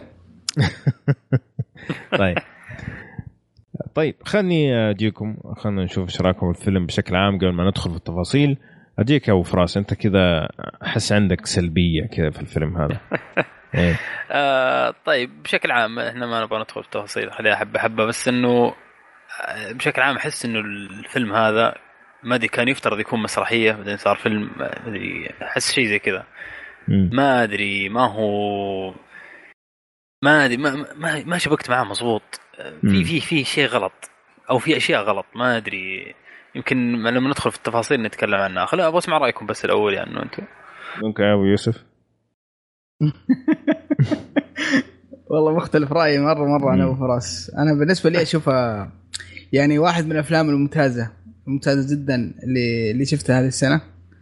طيب طيب خلني أجيكم، خلنا نشوف إيش رأيكم الفيلم بشكل عام قبل ما ندخل في التفاصيل. أجيك يا أبو فراس، أنت كذا أحس عندك سلبية كذا في الفيلم هذا. إيه؟ آه طيب بشكل عام إحنا ما نبغى ندخل في التفاصيل، خليها حبة حبة، بس إنه بشكل عام أحس إنه الفيلم هذا ما أدري كان يفترض يكون مسرحية بعدين صار فيلم، ما أدري أحس شيء زي كذا، ما أدري ما هو ما أدري ما ما, ما شبكت معه مظبوط، في في في شيء غلط أو في أشياء غلط ما أدري، يمكن لما ندخل في التفاصيل نتكلم عنها. خلينا أبغى أسمع رأيكم بس الأول يعني إنه أنتم. ممكن يا أبو يوسف. والله مختلف رأيي مرة مرة عن أبو فراس. أنا بالنسبة لي أشوفها يعني واحد من الأفلام الممتازة ممتازة جدا اللي اللي شفتها هذه السنة.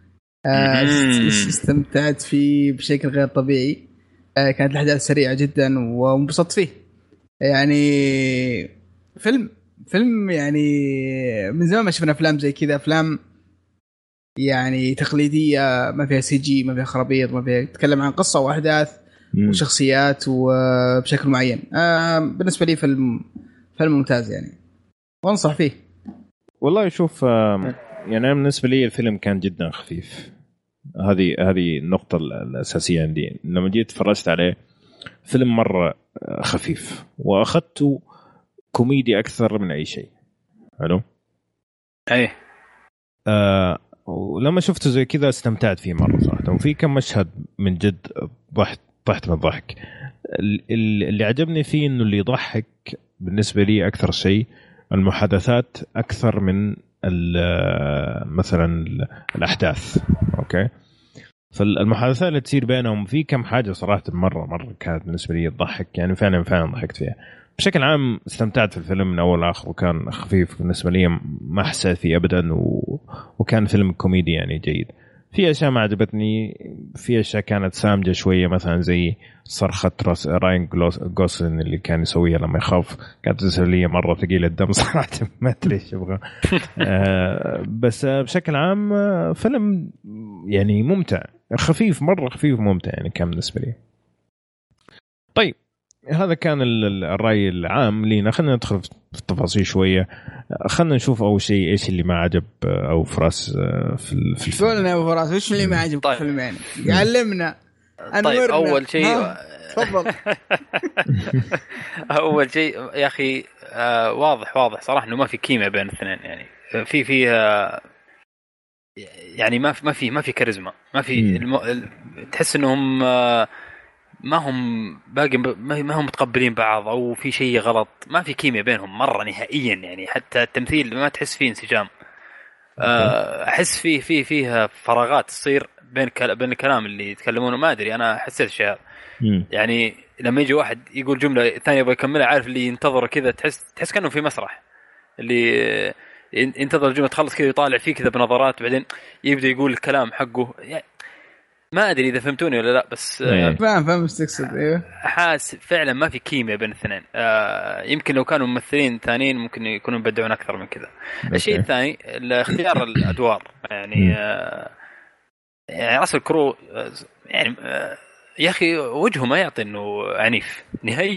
استمتعت فيه بشكل غير طبيعي. كانت الأحداث سريعة جدا وانبسطت فيه. يعني فيلم فيلم يعني من زمان ما شفنا أفلام زي كذا، أفلام يعني تقليدية ما فيها سي جي، ما فيها خرابيط، ما فيها تتكلم عن قصة وأحداث مم. وشخصيات وبشكل معين. آه بالنسبة لي فيلم فيلم ممتاز يعني، وانصح فيه. والله شوف آه يعني أنا بالنسبة لي الفيلم كان جدا خفيف. هذه هذه النقطة الأساسية عندي. لما جيت فرجت عليه فيلم مرة خفيف، وأخذته كوميدي أكثر من أي شيء. حلو. أيه. آه ولما شفته زي كذا استمتعت فيه مرة صراحة، وفي كم مشهد من جد ضحت ضحت من الضحك. اللي عجبني فيه إنه اللي يضحك بالنسبة لي أكثر شيء المحادثات أكثر من مثلا الأحداث. أوكي، فالمحادثات اللي تصير بينهم في كم حاجة صراحة مرة مرة كانت بالنسبة لي تضحك، يعني فعلا فعلا ضحكت فيها. بشكل عام استمتعت في الفيلم من أول آخر، وكان خفيف بالنسبة لي، ما حسيت فيه أبدا، و... وكان فيلم كوميدي يعني جيد. في أشياء ما عجبتني، في أشياء كانت سامجة شوية، مثلا زي صرخة راين غوسلين اللي كان يسويها لما يخاف، كانت تسلية مرة ثقيلة الدم صراحة، ما أدري إيش أبغى. آه بس بشكل عام فيلم يعني ممتع، خفيف مرة خفيف ممتع يعني كان بالنسبة لي. طيب هذا كان الرأي العام لينا، خلينا ندخل في التفاصيل شوية. خلينا نشوف أول شيء إيش اللي ما عجب أو فراس في الفيلم. قولنا يا أبو فراس إيش اللي ما عجب طيب. في الفيلم يعني علمنا. طيب أول شيء تفضل. أول شيء يا أخي آه واضح واضح صراحة إنه ما في كيمياء بين الاثنين، يعني في فيها يعني ما في ما في ما في كاريزما، ما في الم... تحس إنهم آه ما هم باقي ما هم متقبلين بعض، أو في شيء غلط، ما في كيمياء بينهم مرة نهائيا، يعني حتى التمثيل ما تحس فيه انسجام. أحس فيه فيه فيها فراغات تصير بين بين الكلام اللي يتكلمونه، ما أدري أنا حسيت الشيء هذا. يعني لما يجي واحد يقول جملة ثانية يبغى يكملها، عارف اللي ينتظر كذا، تحس تحس كأنه في مسرح، اللي ينتظر الجملة تخلص كذا يطالع فيه كذا بنظرات، بعدين يبدأ يقول الكلام حقه. يعني ما أدري إذا فهمتوني ولا لا، بس فاهم فاهم استقصد. إيه حاس فعلا ما في كيمياء بين الاثنين. آه يمكن لو كانوا ممثلين ثانيين ممكن يكونوا يبدعون أكثر من كذا. الشيء الثاني اختيار الأدوار، يعني آه يعني راسل كرو آه يعني آه يا أخي وجهه ما يعطي إنه عنيف نهائيا.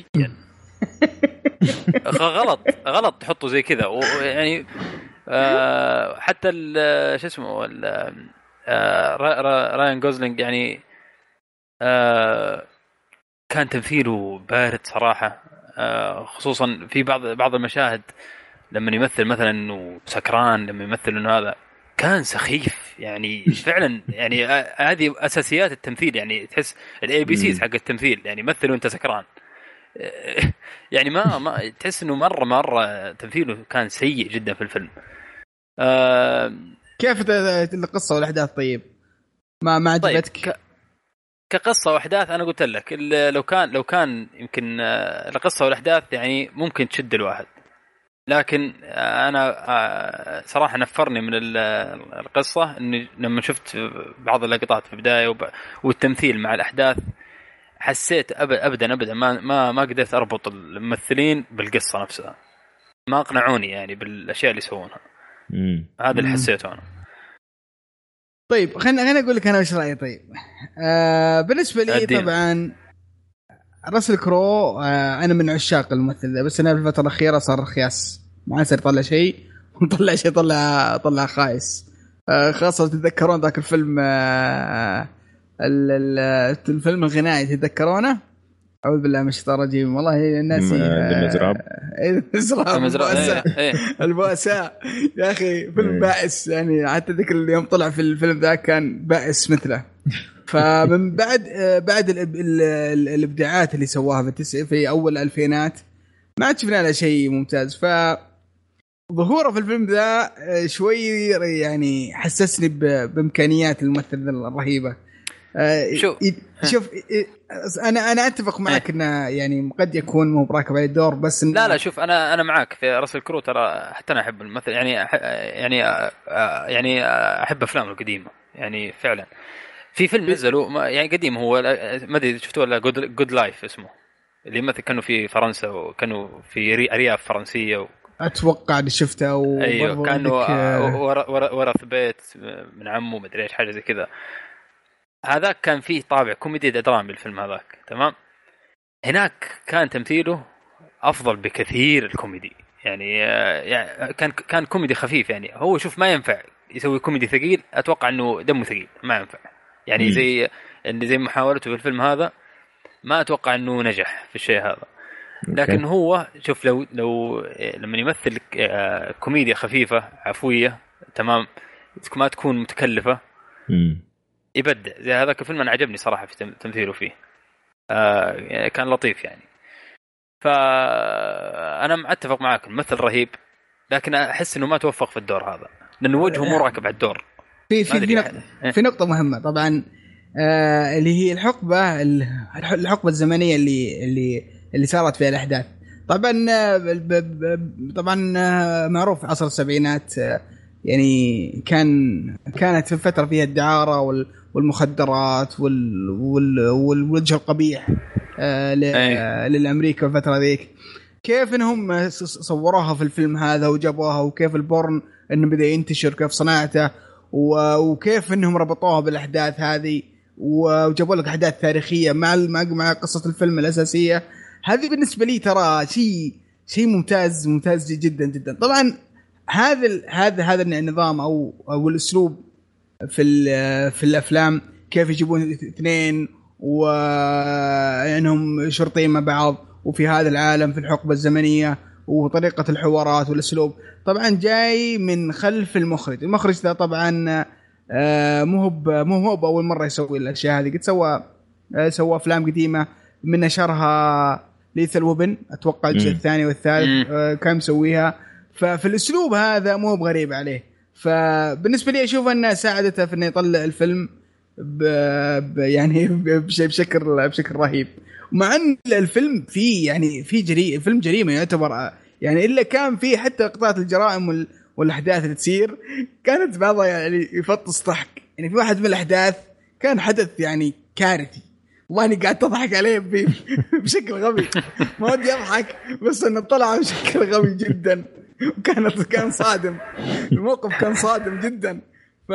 غلط غلط تحطه زي كذا، ويعني آه حتى شو اسمه آه راين غوزلينج يعني آه كان تمثيله بارد صراحة، آه خصوصا في بعض بعض المشاهد لما يمثل مثلا انه سكران، لما يمثل انه هذا كان سخيف يعني فعلا. يعني هذه اساسيات التمثيل، يعني تحس الاي بي سيز حق التمثيل، يعني مثل وانت سكران. يعني ما ما تحس انه مره مره تمثيله كان سيء جدا في الفيلم. آه كيف القصه والاحداث؟ طيب ما ما عجبتك؟ طيب كقصة وأحداث أنا قلت لك لو كان لو كان يمكن القصة والأحداث يعني ممكن تشد الواحد، لكن أنا صراحة نفرني من القصة إني لما شفت بعض اللقطات في البداية والتمثيل مع الأحداث حسيت أبدا أبدا ما ما ما قدرت أربط الممثلين بالقصة نفسها، ما أقنعوني يعني بالأشياء اللي يسوونها. هذا اللي حسيته أنا. طيب خلينا خلينا أقول لك أنا وش رأيي. طيب آه بالنسبة لي الدين. طبعا راسل كرو آه أنا من عشاق الممثل ذا، بس أنا في الفترة الأخيرة صار خياس، ما صار يطلع شيء ونطلع شيء طلع طلع خايس. آه خاصة تتذكرون ذاك الفيلم آه الفيلم الغنائي تتذكرونه؟ أعوذ بالله من الشيطان الرجيم، والله الناس المزراب المزراب البؤساء يا أخي فيلم بائس، يعني حتى ذكر اليوم طلع في الفيلم ذا كان بائس مثله. فمن بعد بعد الإبداعات اللي سواها في التسع في أول الألفينات ما عاد شفنا له شيء ممتاز، فظهوره في الفيلم ذا شوي يعني حسسني بإمكانيات الممثل الرهيبة. شوف شوف انا انا اتفق معك انه يعني قد يكون مو براكب عليه الدور، بس لا لا شوف انا انا معك في راسل كرو، ترى حتى انا احب الممثل، يعني أح يعني يعني احب افلامه القديمه، يعني فعلا في فيلم نزلوا يعني قديم هو ما ادري شفتوه ولا جود جود لايف اسمه، اللي مثل كانوا في فرنسا وكانوا في ارياف فرنسيه و... اتوقع اللي شفته و... ايوه كانوا ورا ورا ورث بيت من عمه ما ادري ايش حاجه زي كذا. هذاك كان فيه طابع كوميدي درامي الفيلم هذاك تمام. هناك كان تمثيله افضل بكثير الكوميدي، يعني, يعني كان كان كوميدي خفيف، يعني هو شوف ما ينفع يسوي كوميدي ثقيل، اتوقع انه دمه ثقيل ما ينفع، يعني زي اللي زي محاولته في الفيلم هذا ما اتوقع انه نجح في الشيء هذا. لكن هو شوف لو لو لما يمثل كوميديا خفيفه عفويه تمام ما تكون متكلفه يبدع. زي هذاك الفيلم انا عجبني صراحه في تمثيله فيه، آه كان لطيف يعني. فانا اتفق معاك الممثل رهيب، لكن احس انه ما توفق في الدور هذا لانه وجهه مو راكب على الدور. في في في نقطة, في نقطه مهمه طبعا آه اللي هي الحقبه الحقبه الزمنيه اللي اللي اللي صارت فيها الاحداث. طبعا طبعا معروف عصر السبعينات يعني كان كانت في فترة فيها الدعارة والمخدرات والوجه القبيح للأمريكا الفترة ذيك. كيف انهم صوروها في الفيلم هذا وجابوها، وكيف البورن انه بدأ ينتشر، كيف صناعته، وكيف انهم ربطوها بالاحداث هذه وجابوا لك احداث تاريخيه مع مع قصه الفيلم الاساسيه. هذه بالنسبه لي ترى شيء شيء ممتاز ممتاز جدا جدا. طبعا هذا هذا هذا النظام او او الاسلوب في في الافلام، كيف يجيبون اثنين وانهم شرطين مع بعض وفي هذا العالم في الحقبه الزمنيه، وطريقه الحوارات والاسلوب طبعا جاي من خلف المخرج. المخرج ده طبعا مو هو مو هو اول مره يسوي الاشياء هذه، قد سوى سوى افلام قديمه من اشهرها ليثل ووبن اتوقع الجزء الثاني والثالث كان مسويها. ففي الاسلوب هذا مو بغريب عليه. فبالنسبه لي اشوف انها ساعدته في انه يطلع الفيلم ب... ب... يعني بشكل بشكل رهيب. ومع ان الفيلم فيه يعني في جريمه، فيلم جريمه يعتبر يعني، الا كان فيه حتى قطعه الجرائم وال... والاحداث اللي تصير كانت بعضها يعني يفطس ضحك. يعني في واحد من الاحداث كان حدث يعني كارثي، والله قاعد تضحك عليه بشكل غبي، ما ودي اضحك بس انه طلع بشكل غبي جدا، وكانت كان صادم، الموقف كان صادم جدا. ف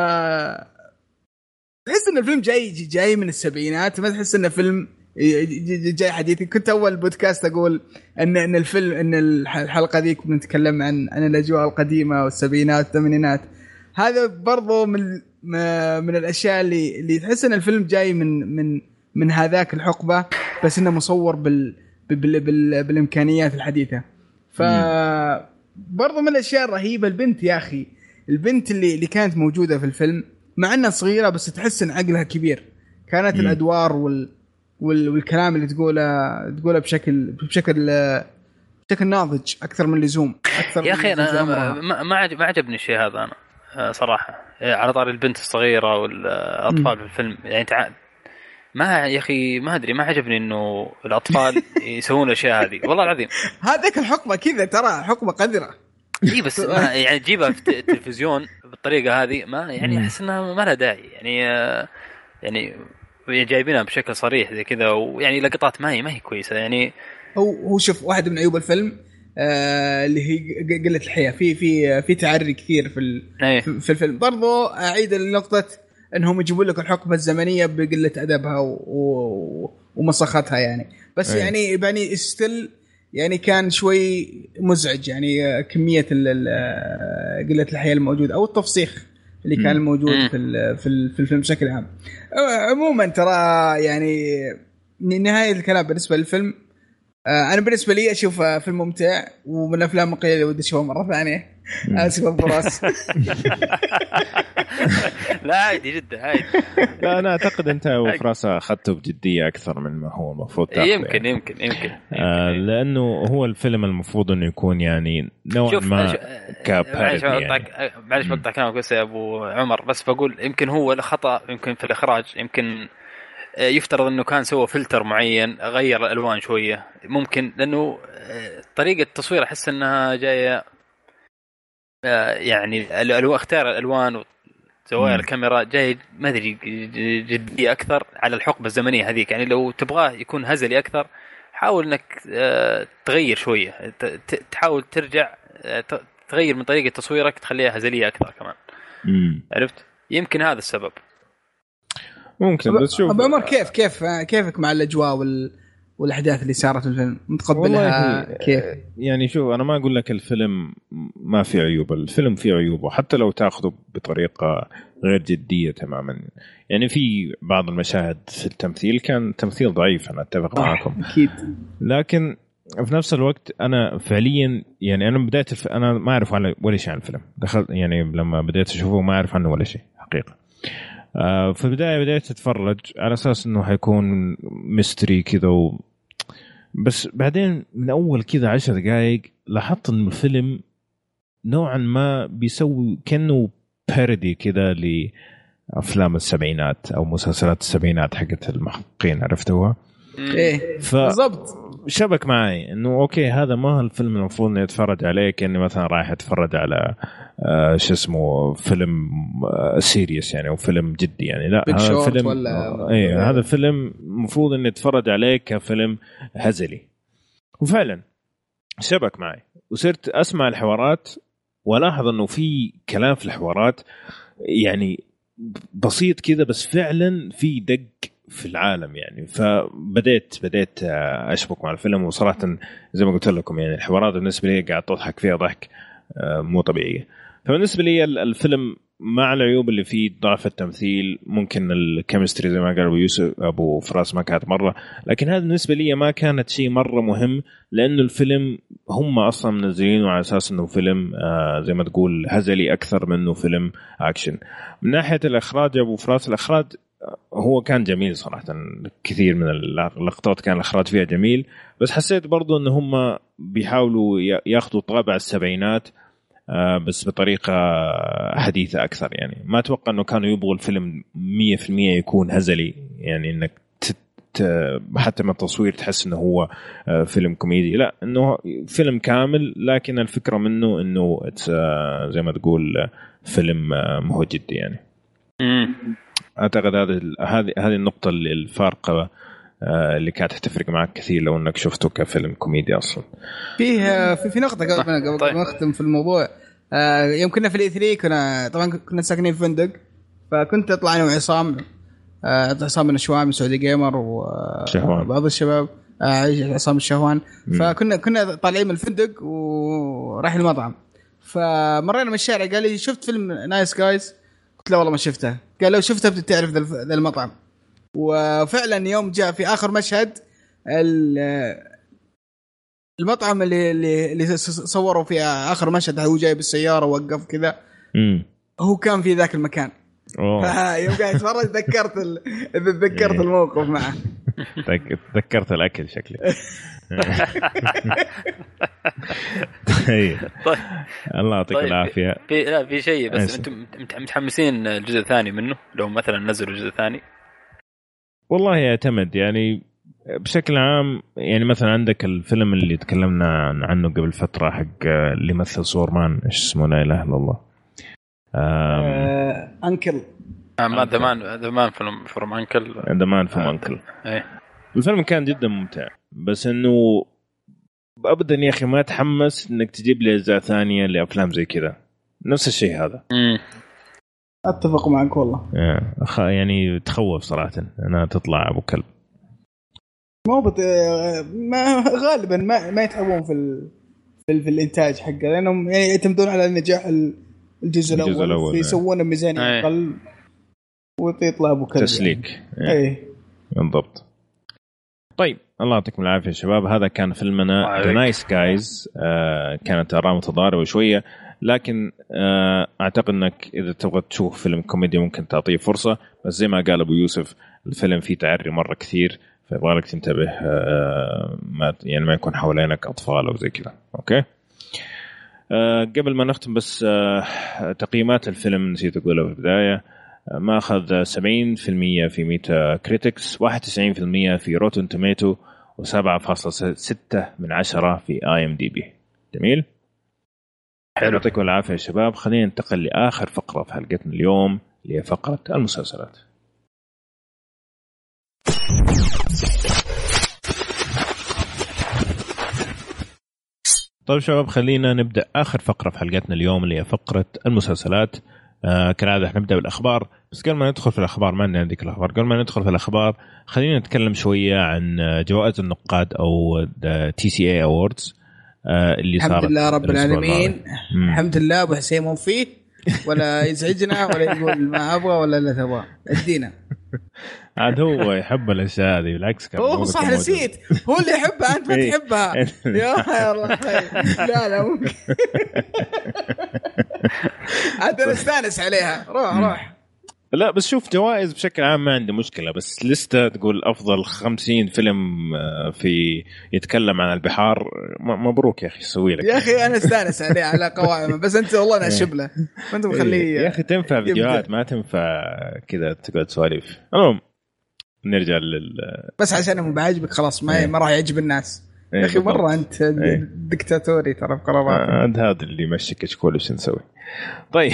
تحس ان الفيلم جاي جاي من السبعينات، ما تحس انه فيلم جاي حديثي. كنت اول بودكاست اقول ان ان الفيلم ان الحلقه ذيك بنتكلم عن عن الاجواء القديمه والسبعينات والثمانينات. هذا برضو من من الاشياء اللي اللي تحس ان الفيلم جاي من من من هذاك الحقبه، بس انه مصور بال بال بال بالامكانيات الحديثه. ف برضو من الاشياء الرهيبه البنت يا اخي، البنت اللي اللي كانت موجوده في الفيلم مع انها صغيره بس تحس ان عقلها كبير. كانت م. الادوار وال والكلام اللي تقوله تقوله بشكل بشكل بشكل ناضج اكثر من اللزوم. اكثر يا اخي انا ما ما عجبني الشيء هذا انا صراحه على طار البنت الصغيره والاطفال في الفيلم. يعني تع... ما يا اخي ما ادري، ما عجبني انه الاطفال يسوون الاشياء هذه والله العظيم. هذاك الحقبه كذا ترى حقبه قذره. اي بس ما يعني تجيبها في التلفزيون بالطريقه هذه ما يعني احس انها ما لها داعي. يعني يعني جايبينها بشكل صريح زي كذا، ويعني لقطات ما هي ما هي كويسه. يعني هو هو شوف واحد من عيوب الفيلم آه اللي هي قله الحياه، في في في تعري كثير في في الفيلم. برضو اعيد النقطه انهم يجيبوا لك الحقبه الزمنيه بقله ادبها ومسختها يعني. بس أيه. يعني يعني استل يعني كان شوي مزعج يعني كميه قله الحياه الموجوده او التفسيخ اللي كان موجود في في الفيلم بشكل عام. عموما ترى يعني نهايه الكلام بالنسبه للفيلم، انا بالنسبه لي اشوف فيلم ممتع ومن الافلام القليله اللي ودي اشوفها مره ثانيه. اسف ابو راس. لا عادي جدا عادي. لا انا اعتقد انت وفراس اخذته بجديه اكثر من ما هو المفروض تاخذه. يمكن يعني. يمكن يمكن آه لانه هو الفيلم المفروض انه يكون يعني نوعا ما كبارودي. يعني معلش بقطع كلامك بس يا ابو عمر، بس بقول يمكن هو الخطا يمكن في الاخراج. يمكن يفترض انه كان سوى فلتر معين غير الالوان شويه ممكن، لانه طريقه التصوير احس انها جايه يعني الالوان، اختار الالوان وزوايا الكاميرا جاي ما ادري جديه اكثر على الحقبه الزمنيه هذيك. يعني لو تبغاه يكون هزلي اكثر حاول انك تغير شويه، تحاول ترجع تغير من طريقه تصويرك تخليها هزليه اكثر كمان. عرفت؟ يمكن هذا السبب ممكن. بس شوف ابو عمر كيف كيف كيفك مع الاجواء وال والاحداث اللي صارت في الفيلم؟ متقبلها كيف؟ يعني شوف انا ما اقول لك الفيلم ما في عيوب، الفيلم فيه عيوبه حتى لو تاخذه بطريقه غير جديه تماما. يعني في بعض المشاهد في التمثيل كان تمثيل ضعيف، انا اتفق معكم اكيد. لكن في نفس الوقت انا فعليا يعني انا بدايه الف... انا ما اعرف ولا شيء عن الفيلم. دخلت يعني لما بديت اشوفه ما اعرف عنه ولا شيء حقيقه. آه في البداية بدأت أتفرج على أساس إنه هيكون ميستري كذا و... بس بعدين من أول كذا عشر دقائق لاحظت إنه الفيلم نوعا ما بيسوي كأنه بارودي كذا لأفلام السبعينات أو مسلسلات السبعينات حقت المحققين، عرفتوها؟ إيه ف... بالضبط. شبك معي انه اوكي هذا ما الفيلم المفروض اني اتفرج عليه كاني مثلا رايح اتفرج على آه شو اسمه فيلم آه سيريس يعني او فيلم جدي يعني لا هذا فيلم ولا آه ايه هذا فيلم المفروض اني اتفرج عليه كفيلم هزلي. وفعلا شبك معي وصرت اسمع الحوارات ولاحظ انه في كلام في الحوارات يعني بسيط كذا بس فعلا في دق في العالم يعني. فبديت بديت اشبك مع الفيلم وصراحه زي ما قلت لكم يعني الحوارات بالنسبه لي قاعد اضحك فيها ضحك مو طبيعيه. فبالنسبه لي الفيلم مع العيوب اللي فيه ضعف التمثيل ممكن الكيمستري زي ما قال ابو يوسف ابو فراس ما كانت مره، لكن هذا بالنسبه لي ما كانت شيء مره مهم لانه الفيلم هم اصلا منزلينه على اساس انه فيلم آه زي ما تقول هزلي اكثر منه فيلم اكشن. من ناحيه الاخراج ابو فراس الاخراج هو كان جميل صراحه، كثير من اللقطات كان الاخراج فيها جميل، بس حسيت برضو ان هم بيحاولوا ياخذوا طابع السبعينات بس بطريقة حديثة أكثر. يعني ما أتوقع أنه كانوا يبغوا الفيلم مية في المية يكون هزلي، يعني أنك تت حتى من التصوير تحس أنه هو فيلم كوميدي، لا أنه فيلم كامل لكن الفكرة منه أنه زي ما تقول فيلم مو جدي يعني. أعتقد هذه هذه هذه النقطة الفارقة اللي كانت تفرق معك كثير لو انك شفته كفيلم كوميدي اصلا. فيه في في نقطه قبل ما قبل ما نختم في الموضوع، يوم كنا في الاي ثلاثة كنا طبعا كنا ساكنين في فندق، فكنت اطلع انا وعصام عصام بن شوام سعودي جيمر وبعض الشباب عصام الشهوان، فكنا كنا طالعين من الفندق ورايح المطعم، فمرينا من الشارع قال لي شفت فيلم نايس جايز؟ قلت له والله ما شفته. قال لو شفته بتعرف ذا المطعم. وفعلا يوم جاء في آخر مشهد المطعم اللي اللي صوروا في آخر مشهد هو جاي بالسيارة ووقف كذا هو كان في ذاك المكان. يوم قاعد اتفرج ذكرت ال... ذكرت الموقف معه. ذكرت الأكل شكلي. طيب الله يعطيك العافية. في لا في شيء بس أنتم متحمسين الجزء الثاني منه لو مثلا نزلوا الجزء الثاني؟ والله يعتمد يعني بشكل عام. يعني مثلا عندك الفيلم اللي تكلمنا عنه قبل فترة حق اللي مثل سورمان ايش اسمه لا اله الا الله آه، انكل ما ذمان ذمان فيلم فروم انكل ذمان فروم انكل الفيلم كان جدا ممتع، بس انه ابدا يا اخي ما تحمس انك تجيب لي اجزاء ثانية لافلام زي كذا. نفس الشيء هذا. امم اتفق معك والله. يعني تخوف صراحه انا تطلع ابو كلب. مو بت... ما غالبا ما ما يتعبون في ال... في, في الانتاج حقه لانهم يعني يعتمدون على نجاح الجزء الاول, الجزء الأول يسوون ميزانيه اقل ويطلع ابو كلب تسليك. يعني. اي بالضبط. طيب الله يعطيكم العافيه يا شباب. هذا كان فيلمنا The Nice Guys. آه كانت آراء متضاربه شويه، لكن أعتقد أنك إذا تبغى تشوف فيلم كوميدي ممكن تعطيه فرصة، بس زي ما قال أبو يوسف الفيلم فيه تعري مرة كثير، فيبغالك تنتبه ما يعني ما يكون حوالينك أطفال أو زي كذا. أوكي. قبل ما نختم بس تقييمات الفيلم نسيت أقوله في البداية. ما أخذ سبعين بالمئة في ميتا كريتكس، واحد وتسعين بالمئة في روتن توميتو، وسبعة فاصلة ستة من عشرة في آي إم دي بي. جميل. يعطيكم العافية يا شباب. خلينا ننتقل لآخر فقرة في حلقتنا اليوم اللي هي فقرة المسلسلات. طيب شباب خلينا نبدأ آخر فقرة في حلقتنا اليوم اللي هي فقرة المسلسلات. آه كالعادة نبدأ بالأخبار، بس قبل ما ندخل في الأخبار ما عندنا ذيك الأخبار. قبل ما ندخل في الأخبار خلينا نتكلم شوية عن جوائز النقاد أو تي سي اي أوردز اللي صارت. الحمد لله رب العالمين. الحمد لله. أبو حسين مو فيه ولا يزعجنا ولا يقول ما أبغى ولا لا تبغى ادينا. عاد هو يحب الأشياء هذه بالعكس. كان هو صح نسيت هو اللي يحبها أنت ما تحبها. يا الله لا لا ممكن. عاد نستانس عليها. روح روح. لا بس شوف جوائز بشكل عام ما عندي مشكلة، بس لستة تقول أفضل خمسين فيلم في يتكلم عن البحار، مبروك يا أخي سوي لك يا أخي. أنا استانس عليه على قوائم، بس أنت والله نشب له وأنت مخليه يا أخي. تنفع فيديوهات ما تنفع كذا تقعد سوالف. المهم نرجع لل بس عشان مو بعجبك خلاص ما ما راح يعجب الناس. يا اخي مره انت دكتاتوري ترى بقراراتك. عند هذا اللي يمشي كشكول وش نسوي. طيب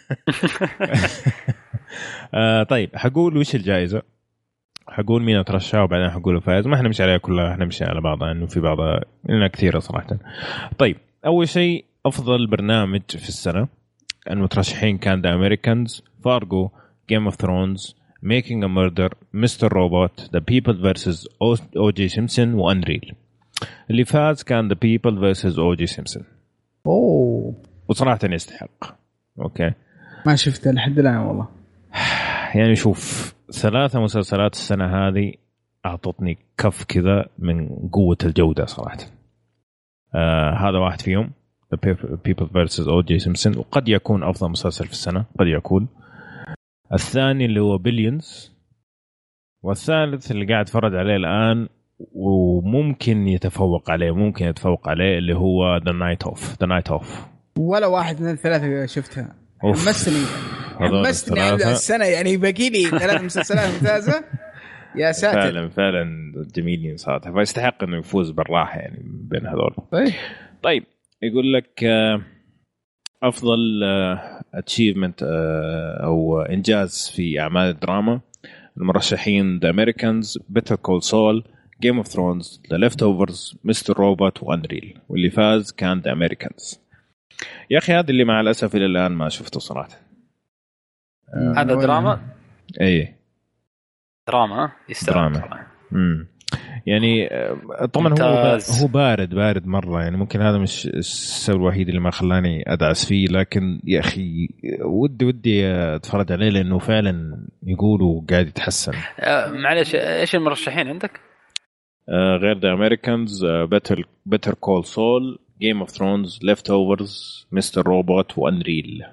آه طيب حقول وش الجائزه، حقول مين اترشح وبعدين حقول الفائز. ما احنا مش عليها كلها، احنا مش على بعضها انه في بعضها لنا كثيره صراحه. طيب اول شيء افضل برنامج في السنه، المترشحين كان The Americans, Fargo, Game of Thrones, Making a Murder, Mister Robot, The People versus أو جي Simpson وأنريل. اللي فاز كان The People versus أو جي Simpson. اوه وصراحه يستحق. اوكي ما شفته لحد الان والله. يعني شوف ثلاثة مسلسلات السنة هذه أعطتني كف كذا من قوة الجودة صراحة. آه هذا واحد فيهم The People versus أو جي Simpson، وقد يكون أفضل مسلسل في السنة، قد يكون. الثاني اللي هو بليونز، والثالث اللي قاعد أتفرج عليه الآن وممكن يتفوق عليه ممكن يتفوق عليه اللي هو The Night Of The Night Of. ولا واحد من الثلاثة شفتها. حمستني حمستني على السنة، يعني باقي لي ثلاث مسلسلات ممتازة. يا ساتر فعلا فعلا جميلين صراحة، فيستحق إنه يفوز بالراحة يعني بين هذول. طيب طيب يقول لك أفضل achievement أو إنجاز في أعمال الدراما، المرشحين The Americans, Better Call Saul, Game of Thrones, The Leftovers, Mister Robot وأنريل. واللي فاز كان The Americans. يا أخي هذا اللي مع الأسف إلى الآن ما شفته صراحة. هذا دراما؟ أي دراما يستاهل. امم يعني طبعا هو هو بارد بارد مرة، يعني ممكن هذا مش السبب الوحيد اللي ما خلاني أدعس فيه، لكن يا أخي ودي ودي أتفرج عليه لأنه فعلا يقولوا قاعد يتحسن. أه معلش إيش المرشحين عندك؟ آه غير The Americans, uh, Better Better Call Saul, Game of Thrones, Leftovers, Mister Robot وأنريل.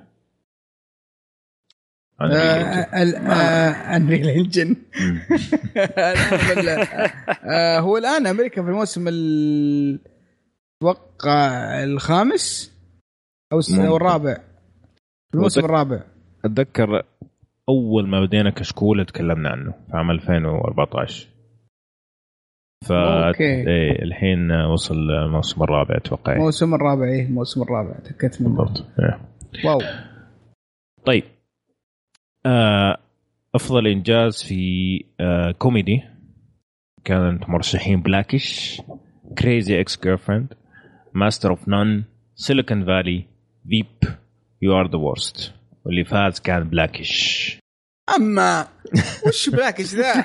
أنريل إنجن. هو الآن أمريكا في الموسم الوقع الخامس أو الرابع، الموسم الرابع. أتذكر أول ما بدينا كشكول تكلمنا عنه في عام ألفين وأربعة عشر، فا الحين وصل الموسم الرابع أتوقع. الموسم الرابع إيه الموسم الرابع تكت من بالضبط. واو. طيب أفضل إنجاز في كوميدي كانت مرشحين بلاكيش, Crazy Ex-Girlfriend, Master of None, Silicon Valley, Veep, You Are the Worst. واللي فاز كان بلاكيش. أما وش بلاكيش ذا؟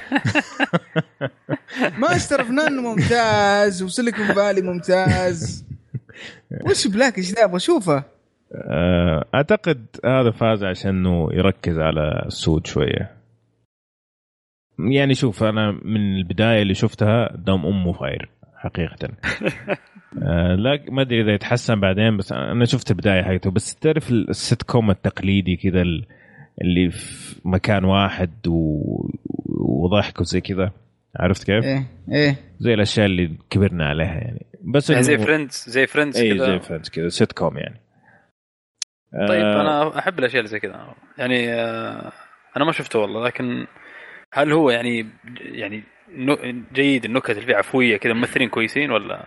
ماستر اوف نان ممتاز وسيليكون فالي ممتاز، وش بلاكيش ذا بشوفه؟ أعتقد هذا فاز عشان إنه يركز على السود شوية. يعني شوف أنا من البداية اللي شفتها دم أمه فاير حقيقة. لا ما أدري إذا يتحسن بعدين، بس أنا شفت البداية حقته. بس تعرف السيت كوم التقليدي كذا اللي في مكان واحد وضحك وزي كذا، عرفت كيف؟ إيه إيه زي الأشياء اللي كبرنا عليها يعني. بس زي فريندز زي فريندز كذا. زي فريندز كذا سيت كوم يعني. طيب آه أنا أحب الأشياء اللي زي كذا يعني. آه أنا ما شفته والله، لكن هل هو يعني يعني جيد؟ النكت اللي فيه عفوية كذا، ممثلين كويسين ولا؟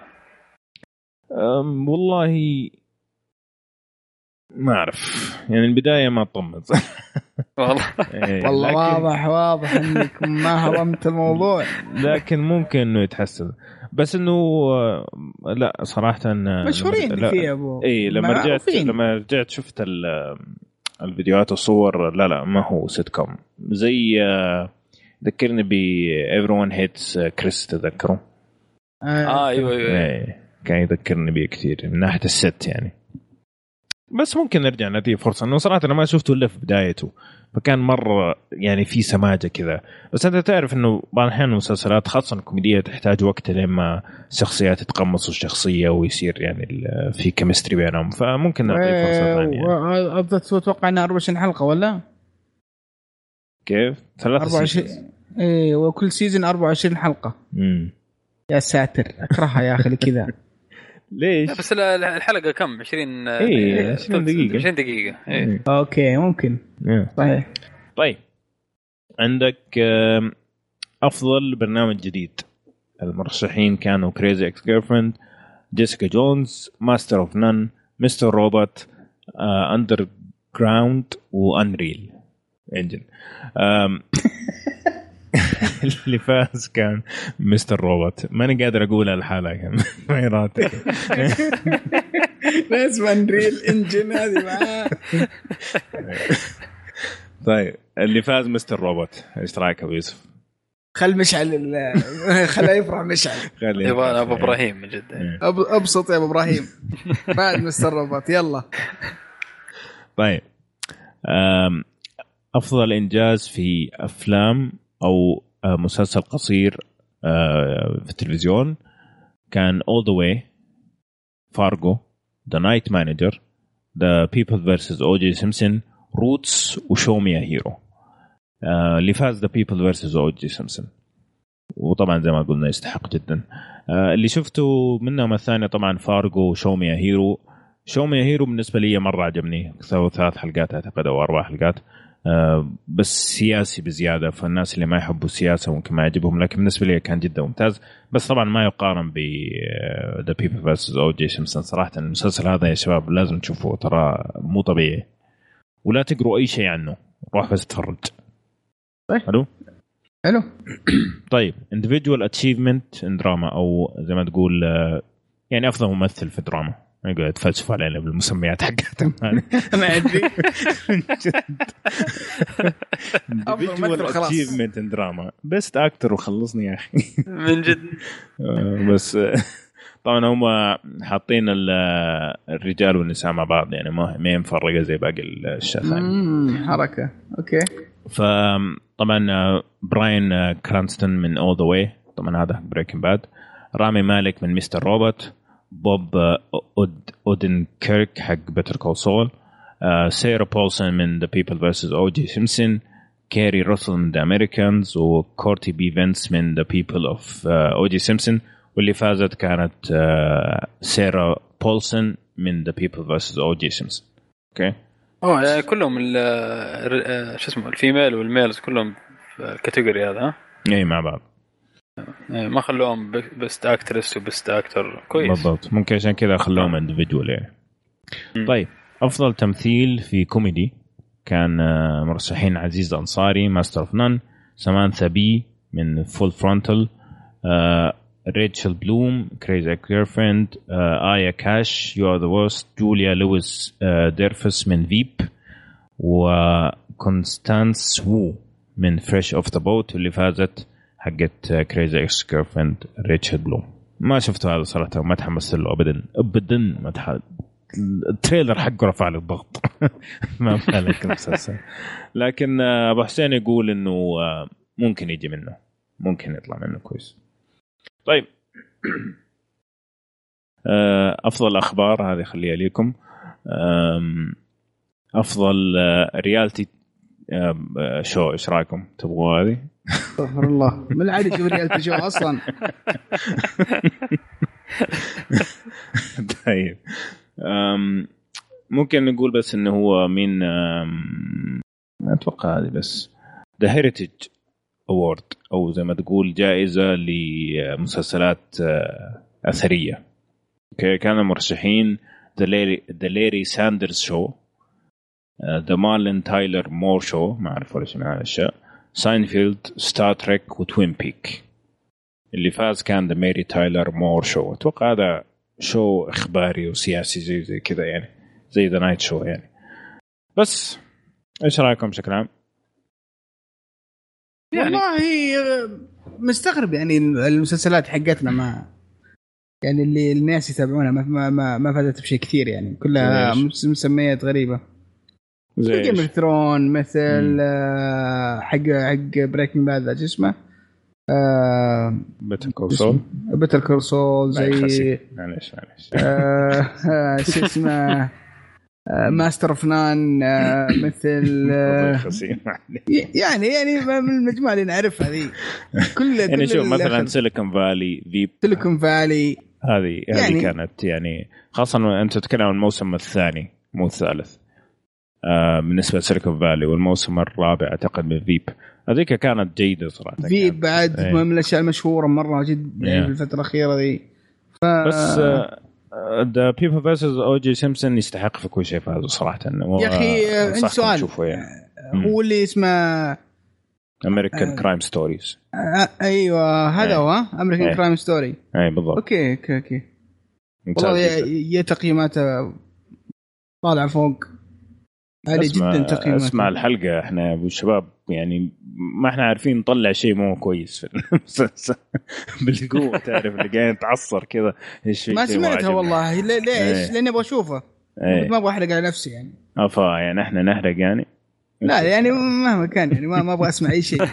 والله ما أعرف يعني البداية ما طمت والله والله واضح واضح إنك ما هضمت الموضوع، لكن ممكن إنه يتحسن. بس إنه لا صراحة مشهورين فيه أبو. إيه لما رجعت لما رجعت شفت الفيديوهات والصور، لا لا ما هو سيت كوم. زي ذكرني ب Everyone Hates Chris، تذكروا؟ آه أيوة أيوة إيه كان يذكرني بيه كثير من ناحية الست يعني. بس ممكن نرجع نديه فرصة، إنه صراحة أنا ما شفته إلا في بدايته، فكان مرة يعني في سماجة كذا. بس أنت تعرف إنه بعض الأحيان المسلسلات خاصة الكوميدية تحتاج وقت لما الشخصيات تتقمص الشخصية ويصير يعني في كيمستري بينهم، فممكن نعطيه فرصة ثانية. أبدأ تتوقع إنها أربعة وعشرين حلقة ولا كيف؟ ثلاثة أربعة وعشرين إيه، وكل سيزن أربعة وعشرين حلقة. امم يا ساتر أكرهها يا أخي كذا. ليش؟ بس الحلقة كم؟ عشرين إيه عشرين دقيقة. عشرين دقيقة. إيه. أوكي ممكن. صحيح. طيب عندك أفضل برنامج جديد، المرشحين كانوا كريزي اكس جيرفريند، جيسيكا جونز، ماستر اوف نان، مستر روبوت، اندر جراوند، وانريل انجن. اللي فاز كان مستر روبوت. ماني قادر اقولها الحالة كم ما يراتك. لازم انريل انجن هذه معاه. طيب اللي فاز مستر روبوت، ايش رايك ابو يوسف؟ خل مشعل خليه يفرح مشعل. يبغى ابو ابراهيم من جد. ابسط يا ابو ابراهيم بعد مستر روبوت. يلا طيب افضل انجاز في افلام او مسلسل قصير في التلفزيون كان All the Way, Fargo, The Night Manager, The People versus أو جي Simpson, Roots وشو مي هيرو. اللي فاز The People versus أو جي Simpson وطبعا زي ما قلنا يستحق جدا. اللي شفته منهم الثانية طبعا فارغو وشو مي هيرو. شو مي هيرو بالنسبة لي مرة عجبني، سووا ثلاث حلقات أعتقد أو أربع حلقات، بس سياسي بزيادة، فالناس اللي ما يحبوا السياسة ممكن ما يعجبهم، لكن بالنسبة لي كان جدا ممتاز. بس طبعا ما يقارن ب The People versus أو جي Simpson. صراحة المسلسل هذا يا شباب لازم تشوفوه، ترى مو طبيعي، ولا تقروا أي شيء عنه، روح بس تفرج. حلو حلو. طيب individual achievement in drama، أو زي ما تقول يعني أفضل ممثل في الدراما. يقول تفلسف علينا بالمسميات حقتهم. أنا أدري. individual achievement in drama best actor وخلصني يا أخي من جد. بس طبعا هم حاطين الرجال والنساء مع بعض، يعني ما ما مفرقة زي باقي الأشياء الثانية. حركة أوكي. فطبعا براين كرانستون من All the Way، طبعا هذا Breaking Bad. رامي مالك من مستر روبوت. بوب أودنكيرك حق بيتر كول سول. سيرا بولسون من The People versus أو جي Simpson. كيري روسل من The Americans، وكورتي بي فينس من The People of أو جي Simpson. واللي فازت كانت سيرا بولسون من The People versus أو جي Simpson. اوكي اه يعني كلهم شو اسمه الفيميل والميلز كلهم في الكاتيجوري هذا. ها اي مع بعض، ما خلوهم بست اكترس وبست اكتر. كويس بالضبط، ممكن عشان كذا خلوهم انديفيدوال يعني. طيب افضل تمثيل في كوميدي كان مرشحين عزيز انصاري ماستر اوف نان، سامانثا بي من فول فرونتال، ريتشل بلوم كريزي جيرفريند، آيا كاش يو ار ذا ورست، جوليا لويس ديرفس من فيب، وكونستانس وو من فريش اوف ذا بوت. واللي فازت حقت كريزي اكس جيرفريند ريتشل بلوم. ما شفته هذا صراحه، ما تحمست له ابدا ابدا. ما تح... التريلر حقه رفع لي الضغط. ما فعلك المسلسل، لكن ابو حسين يقول انه ممكن يجي منه، ممكن يطلع منه كويس. طيب افضل اخبار هذه خليها لكم. افضل ريالتي شو، ايش رايكم؟ تبغوا هذه؟ استغفر الله، من العادي تشوف ريالتي شو اصلا. طيب ممكن نقول بس انه هو من اتوقع هذه بس The Heritage Award، او زي ما تقول جائزة لمسلسلات اثرية. كانوا مرشحين The Larry, The Larry Sanders Show، The Marlon Tyler Moore Show، ما أعرف ولا شيء من هذا الشيء، ساينفيلد، ستار تريك، وتوين بيك. اللي فاز كان The Mary Tyler Moore Show. أتوقع هذا شو إخباري وسياسي زي زي كذا يعني، زي The Night Show يعني. بس إيش رأيكم بشكل عام؟ يعني والله مستغرب يعني المسلسلات حقتنا ما يعني اللي الناس يتابعونها ما ما ما فادت بشيء كثير يعني، كلها مسميات غريبة زي جيم اوف ثرون مثل آه حق حق بريكنج باد ايش اسمه آه بيتر كول سول بيتر كول سول زي معليش معليش آه شو اسمه ماستر اوف نان آه مثل آه يعني يعني من المجموعة اللي نعرفها هذه كل يعني كل شوف مثلا سيليكون فالي فيب سيليكون فالي هذه هذه يعني كانت يعني خاصة أنت تتكلم عن الموسم الثاني مو الثالث، آه بالنسبه لسيليكون فالي، والموسم الرابع اعتقد من فيب، هذيك كانت جيده صراحه. فيب بعد ايه. من الاشياء المشهوره مره جد يعني في الفتره الاخيره دي. ف... بس ذا بيبل فيرسز او جي سيمبسون يستحق في كل شيء فازوا صراحه. يا اخي عندي سؤال، يعني. هو اللي اسمه امريكان كرايم ستوريز. ايوه هذا هو امريكان كرايم ستوري. اي بالضبط. اوكي اوكي اوكي والله يا تقييماته طالع فوق عالي جدا تقييماته. اسمع الحلقه احنا ابو الشباب يعني ما احنا عارفين نطلع شيء مو كويس في المسلسل بالقوه، تعرف اللي قاعد يتعصر كذا. ايش ما سمعتها والله ليش؟ لاني ابغى اشوفه ما ابغى احرق على نفسي يعني. افا يعني احنا نحرق يعني لا يعني مهما كان يعني ما ما ابغى اسمع اي شيء.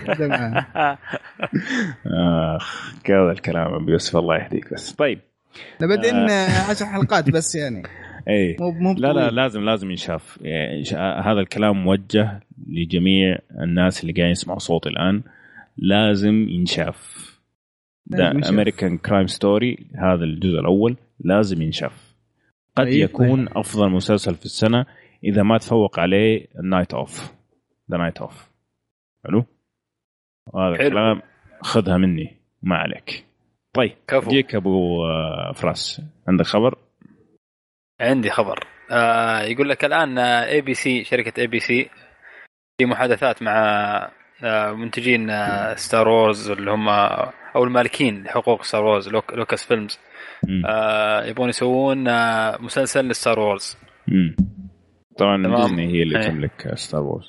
اخ كذا الكلام ابو يوسف الله يهديك. بس طيب لبدين عشر حلقات بس يعني. اي لا لا لازم لازم ينشاف يعني. هذا الكلام موجه لجميع الناس اللي قاعدين يسمعوا صوتي الان، لازم ينشاف. ده امريكان كرايم ستوري هذا الجزء الاول لازم ينشاف. قد أيه يكون طيب. افضل مسلسل في السنه اذا ما تفوق عليه النايت اوف. ذا نايت اوف حلو. هذا الكلام خذها مني ما عليك. طيب جيك ابو فراس عندك خبر؟ عندي خبر. آه يقول لك الآن اي بي سي، شركة اي بي سي في محادثات مع آه منتجين آه ستار وورز اللي هم او المالكين لحقوق ستار وورز، لوك لوكاس فيلمز. آه يبون يسوون آه مسلسل لستار وورز. مم. طبعا ديزني هي اللي تملك ستار وورز.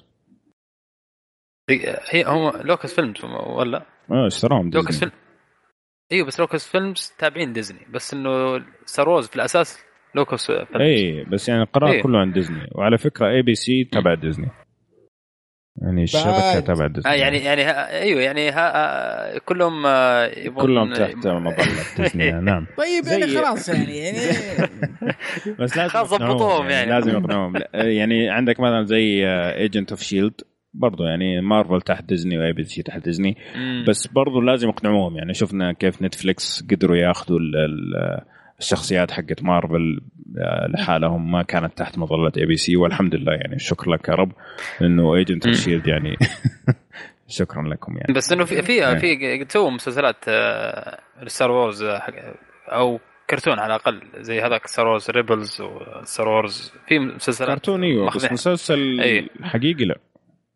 هي هم لوكاس فيلمز ولا اه اشتراهم ديزني. لوكاس فيلم ايوه بس لوكاس فيلمز تابعين ديزني، بس انه ستار وورز في الاساس لوكاس فيلمز. اي بس يعني القرار أيه. كله عن ديزني. وعلى فكره اي بي سي تبع ديزني يعني الشبكه تبع ديزني. آه يعني يعني ايوه يعني ها كلهم كلهم تحت مظله ديزني. نعم طيب يعني خلاص يعني يعني بس لازم خلاص ضبطوهم يعني, يعني لازم يقنعوهم. يعني عندك مثلا زي ايجنت اوف شيلد برضو يعني مارفل تحت ديزني واي بي سي تحت ديزني. مم. بس برضو لازم يقنعوهم. يعني شفنا كيف نتفليكس قدروا ياخذوا الشخصيات حقت مارفل لحالهم، ما كانت تحت مظلة اي بي سي. والحمد لله يعني شكر لك يا رب انه ايجنت اوف شيلد يعني شكرا لكم يعني. بس انه في في في تسووا مسلسلات ستار وورز او كرتون على الاقل زي هذاك ستار وورز ريبلز وستار وورز في مسلسلات كرتوني. بس مسلسل أي. حقيقي لا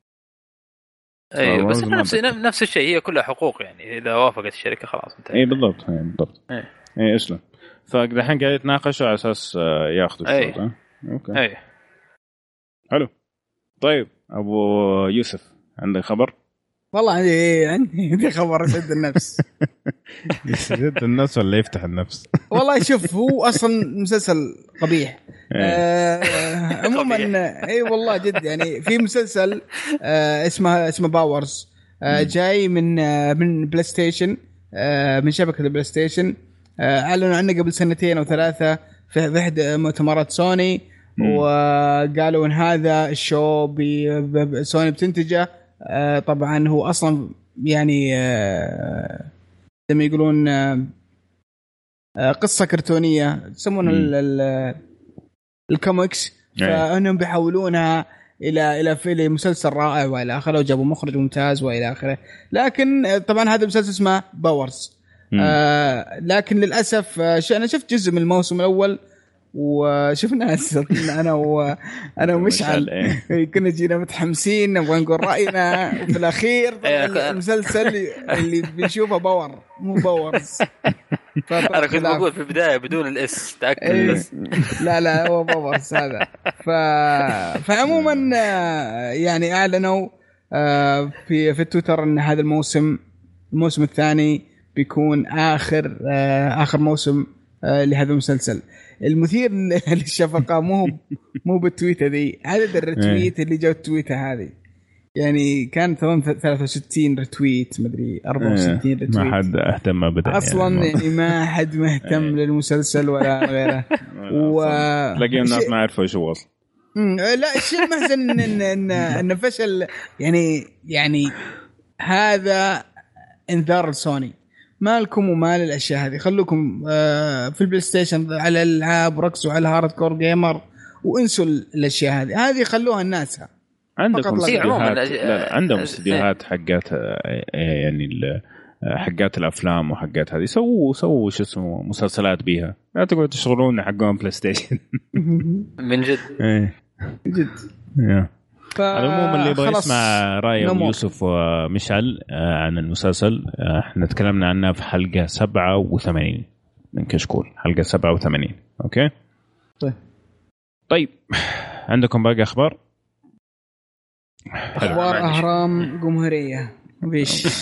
اي بس نفس نفس الشيء، هي كلها حقوق يعني اذا وافقت الشركه خلاص انت. اي بالضبط. اي بالضبط. اي اي اسلم. فالحين قاعد يتناقشوا على اساس ياخذوا الصوت. ها اوكي اي حلو. طيب ابو يوسف عندك خبر؟ والله عندي عندي عندي خبر يسد النفس. يسد النفس ولا يفتح النفس؟ والله شوف هو اصلا مسلسل قبيح. آه عموما اي والله جد يعني في مسلسل آه اسمه اسمه باورز آه جاي من آه من بلاي ستيشن آه من شبكه البلاي ستيشن. آه اعلنوا عنه قبل سنتين او ثلاثه في احدى مؤتمرات سوني. مم. وقالوا ان هذا الشو بي سوني بتنتجه. آه طبعا هو اصلا يعني آه زي ما يقولون آه قصه كرتونيه يسمونها الكوميكس. فانهم بيحولونها الى الى فيلم مسلسل رائع والى اخره، وجابوا مخرج ممتاز والى اخره. لكن طبعا هذا المسلسل اسمه باورز. آه لكن للاسف انا شفت جزء من الموسم الاول وشفنا انا وانا ومشعل كنا جينا متحمسين نبغى نقول راينا، وفي الاخير المسلسل اللي بنشوفه باور مو باورز. انا كنت بقول في البدايه بدون الاس تاكد إيه بس لا لا هو باورز هذا. ف... فعموما يعني اعلنوا في في تويتر ان هذا الموسم الموسم الثاني بيكون اخر اخر موسم لهذا المسلسل. المثير للشفقه مو مو بالتويته ذي، عدد الرتويت اللي جو التويته هذه يعني كان ثلاثة وستين رتويت مدري أربعة وستين رتويت. ما حد اهتم ابدا اصلا يعني, يعني ما حد مهتم للمسلسل ولا غيره. و تلاقي الناس ما عرفوا ايش هو اصلا. لا الشيء المحزن ان ان ان فشل يعني يعني هذا انذار لسوني، مالكم ومال الاشياء هذه. خلوكم في البلاي ستيشن على الالعاب، ركزوا على الهارد كور جيمر وانسوا الاشياء هذه هذه خلوها الناس. عندكم استديوهات لا لا عندهم استديوهات حقات يعني حقات الافلام وحقات هذه سووا سووا شو اسمه مسلسلات بيها، لا تقعدوا تشغلون حقهم بلاي ستيشن. من جد ايه جد. على العموم اللي يبغى يسمع رأي يوسف ومشعل عن المسلسل احنا تكلمنا عنه في حلقة سبعة وثمانين من كشكول، حلقة سبعة وثمانين. اوكي طيب طيب عندكم باقي اخبار؟ اخبار اهرام جمهورية مفيش.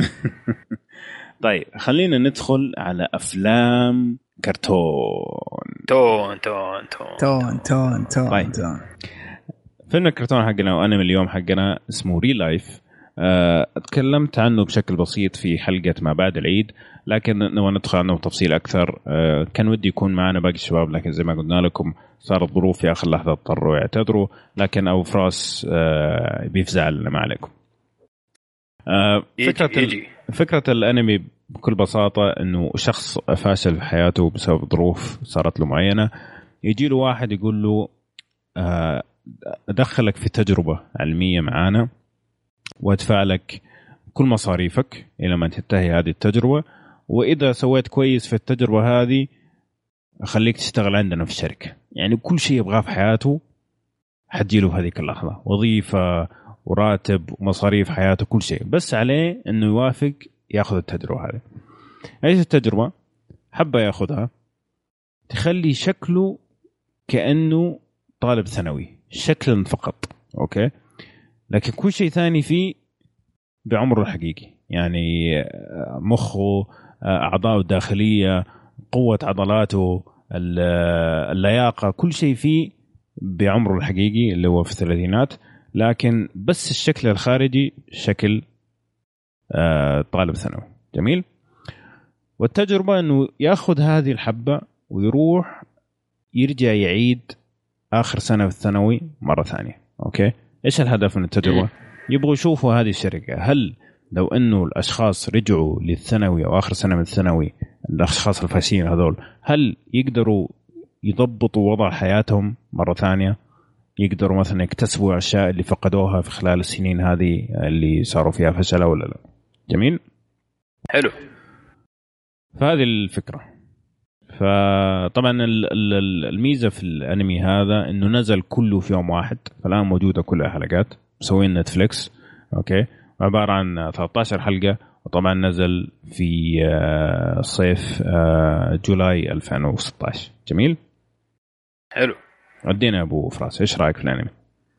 طيب خلينا ندخل على افلام كرتون. تون تون تون تون تون تون, طيب. تون. فيلم الكرتون حقنا وأنا من اليوم حقنا اسمه ريل لايف. أه تكلمت عنه بشكل بسيط في حلقة ما بعد العيد، لكن نبغى ندخل عنه بتفصيل أكثر. أه كان ودي يكون معنا باقي الشباب، لكن زي ما قلنا لكم صارت ظروف في آخر لحظة اضطروا يعتذروا، لكن أبو فراس أه بيفزع لنا ما عليكم. أه فكرة يجي. فكرة الأنمي بكل بساطة إنه شخص فاشل في حياته بسبب ظروف صارت له معينة، يجي له واحد يقول له أه أدخلك في تجربة علمية معانا وأدفع لك كل مصاريفك إلى ما تنتهي هذه التجربة، وإذا سويت كويس في التجربة هذه أخليك تشتغل عندنا في الشركة. يعني كل شيء يبغاه في حياته حتجيله في هذه اللحظة، وظيفة وراتب ومصاريف حياته كل شيء، بس عليه أنه يوافق يأخذ التجربة هذه. ايش التجربة؟ حبة يأخذها تخلي شكله كأنه طالب ثانوي شكلا فقط، أوكي، لكن كل شيء ثاني فيه بعمره الحقيقي، يعني مخه، أعضاءه الداخلية، قوة عضلاته، اللياقة، كل شيء فيه بعمره الحقيقي اللي هو في الثلاثينات، لكن بس الشكل الخارجي شكل طالب ثانوي. جميل. والتجربة أنه يأخذ هذه الحبة ويروح يرجع يعيد آخر سنة في الثانوي مرة ثانية. أوكي، إيش الهدف من التجربة؟ يبغوا يشوفوا هذه الشركة هل لو أنه الأشخاص رجعوا للثانوي أو آخر سنة من الثانوي، الأشخاص الفاشلين هذول، هل يقدروا يضبطوا وضع حياتهم مرة ثانية؟ يقدروا مثلا يكتسبوا أشياء اللي فقدوها في خلال السنين هذه اللي صاروا فيها فشل ولا لا؟ جميل. حلو. فهذه الفكرة. فطبعا الميزة في الأنمي هذا إنه نزل كله في يوم واحد، فالآن موجودة كل الحلقات، مسوين نتفليكس. أوكي، عبارة عن ثلاثة عشر حلقة، وطبعا نزل في صيف جولاي ألفين وستة عشر. جميل. حلو. ودينا أبو فراس، إيش رأيك في الأنمي؟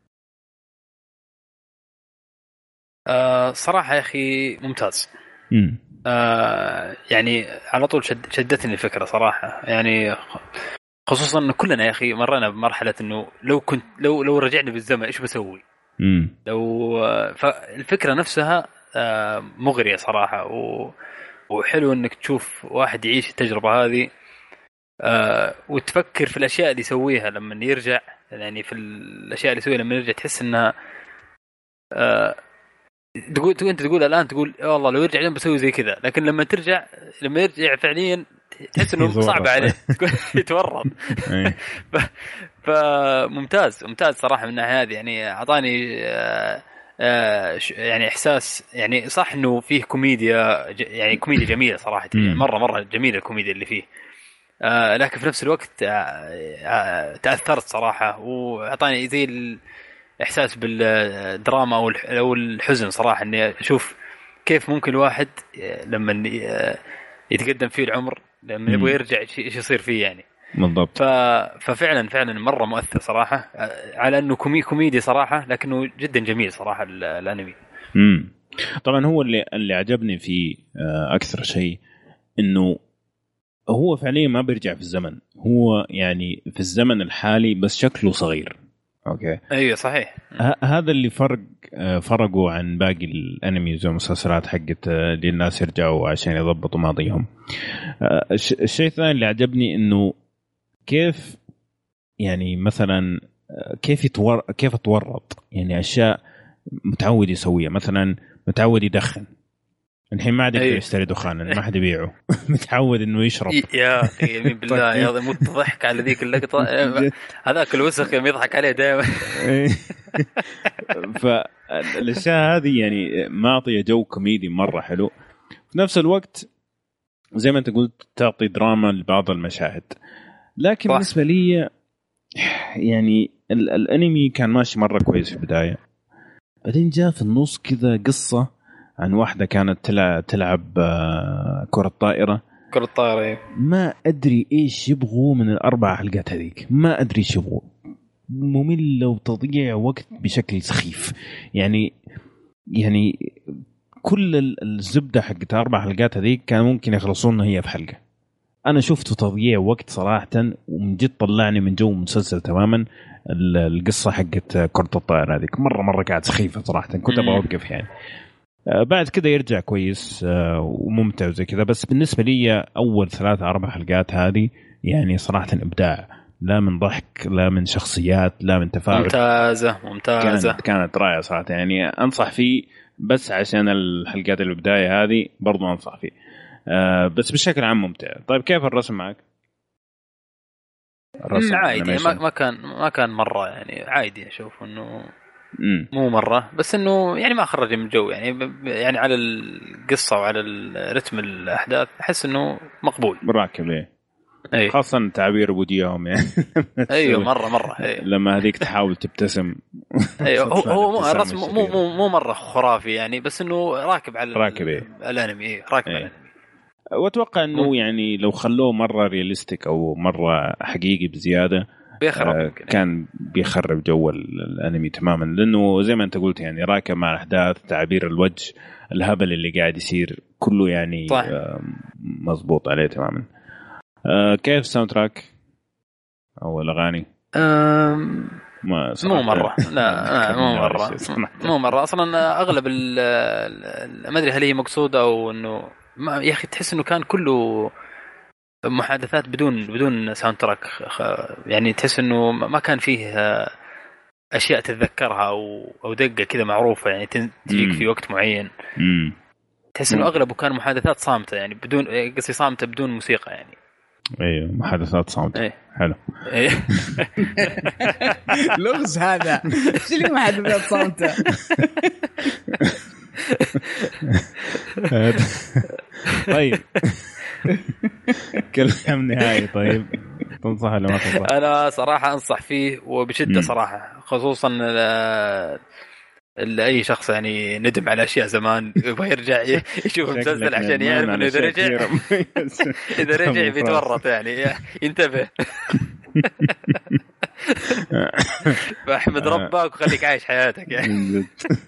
أه صراحة يا أخي ممتاز. امم آه يعني على طول شد شدتني الفكرة صراحة، يعني خصوصا إنه كلنا يا أخي مرنا بمرحلة إنه لو كنت لو لو رجعنا بالزمن إيش بسوي؟ امم لو فالفكرة نفسها آه مغرية صراحة، و وحلو إنك تشوف واحد يعيش التجربة هذه آه وتفكر في الأشياء اللي يسويها لما يرجع، يعني في الأشياء اللي يسويها لما يرجع تحس إنها آه تقول انت تقول الان تقول يا الله لو يرجع اليوم بسوي زي كذا، لكن لما ترجع لما يرجع فعليا تحس انه صعب عليه يتورط. فممتاز ممتاز صراحه من الناحيه هذه، يعني اعطاني يعني احساس، يعني صح انه فيه كوميديا، يعني كوميديا جميله صراحه، مره مره جميله الكوميديا اللي فيه، لكن في نفس الوقت تاثرت صراحه، واعطاني زي إحساس بالدراما أو الحزن صراحة، إني أشوف كيف ممكن الواحد لما يتقدم فيه العمر لما يبغى يرجع إيش يصير فيه يعني. بالضبط. ففعلا فعلا مرة مؤثر صراحة، على إنه كومي كوميدي صراحة، لكنه جدا جميل صراحة الأنمي. امم طبعا هو اللي اللي عجبني فيه أكثر شيء إنه هو فعليا ما بيرجع في الزمن، هو يعني في الزمن الحالي بس شكله صغير. اوكي ايوه صحيح. هذا اللي فرق فرقوا عن باقي الانميز والمسلسلات حقت اللي الناس يرجعوا عشان يضبطوا ماضيهم. الشيء الثاني اللي عجبني انه كيف يعني مثلا كيف يتور كيف تورط، يعني اشياء متعود يسويها، مثلا متعود يدخن، الحين ما عاد يقدر يشتري دخان، ما حد يبيعه. متعود انه يشرب. يا اخي يمين بالله يا موت ضحك على ذيك اللقطه. هذاك الوسخ يوم يضحك عليه دائما. فالاشياء هذه يعني معطيه جو كوميدي مره حلو، في نفس الوقت زي ما انت قلت تعطي دراما لبعض المشاهد. لكن صح. بالنسبه لي يعني ال- الانمي كان ماشي مره كويس في البدايه، بعدين جاء في النص كذا قصه عن واحده كانت تلعب, تلعب كره طائره كره طائره ما ادري ايش يبغوا من الاربع حلقات هذيك، ما ادري ايش يبغوا، ممل وتضييع وقت بشكل سخيف. يعني يعني كل الزبده حقت اربع حلقات هذيك كان ممكن يخلصون هي في حلقه. انا شفته تضييع وقت صراحه، ومن جد طلعني من جو مسلسل تماما. القصه حقت كره الطائره هذيك مره مره كانت سخيفه صراحه، كنت ابغى اوقف يعني. بعد كده يرجع كويس وممتع زي كذا، بس بالنسبه لي اول ثلاثة اربع حلقات هذه يعني صراحه ابداع، لا من ضحك لا من شخصيات لا من تفاعل. ممتازه ممتازه كانت, كانت رائعه صراحه يعني. انصح فيه بس عشان الحلقات البدايه هذه برضو انصح فيه. أه بس بشكل عام ممتع. طيب كيف الرسم معك؟ الرسم عادي، ما, ما كان ما كان مره يعني عادي، اشوف انه مم. مو مره، بس انه يعني ما خرج من الجو يعني يعني على القصه وعلى رتم الاحداث احس انه مقبول براكب ليه. أيه. خاصه تعبير وديهم يعني. ايوه مره مره أيه. لما هذيك تحاول تبتسم. ايوه هو هو الرسم مو مو مو مره خرافي يعني، بس انه راكب على راكب إيه؟ الانمي إيه؟ راكب إيه. على الانمي. واتوقع انه م. يعني لو خلوه مره رياليستيك او مره حقيقي بزياده بيخرب آه كان بيخرب جو الانمي تماما، لانه زي ما انت قلت يعني راكب مع الاحداث، تعبير الوجه، الهبل اللي قاعد يصير كله يعني آه مزبوط عليه تماما. آه كيف الساوند تراك او الاغاني؟ أم... مو مره لا, لا مو مره مو مره اصلا. اغلب ما ادري هل هي مقصوده او انه ما يا اخي تحس انه كان كله محادثات بدون بدون ساوند تراك يعني. تحس انه ما كان فيه اشياء تتذكرها او او دقه كذا معروفه يعني تجيك في وقت معين. مم. تحس انه اغلبه كان محادثات صامته يعني بدون قصدي صامته بدون موسيقى يعني. ايوه محادثات صامته. أيه. حلو. أيه. لغز هذا ايش اللي محادثات صامته؟ طيب كلام نهائي. طيب تنصح ولا ما تنصح؟ انا صراحه انصح فيه وبشده صراحه، خصوصا اي شخص يعني ندم على اشياء زمان يبغى يرجع يشوف المسلسل عشان يعرف انه اذا رجع اذا رجع بيتورط يعني ينتبه. فاحمد ربك وخليك عايش حياتك يعني.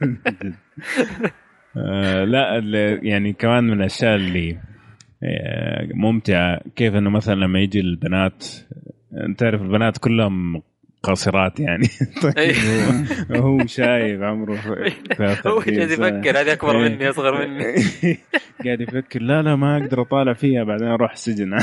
لا يعني كمان من الاشياء اللي ممتعه كيف انه مثلا لما يجي البنات، انت تعرف البنات كلهم قاصرات يعني. طيب هو شايف عمره هو قاعد يفكر هذا اكبر مني اصغر مني، قاعد يفكر لا لا ما اقدر اطالع فيها بعدين اروح السجن.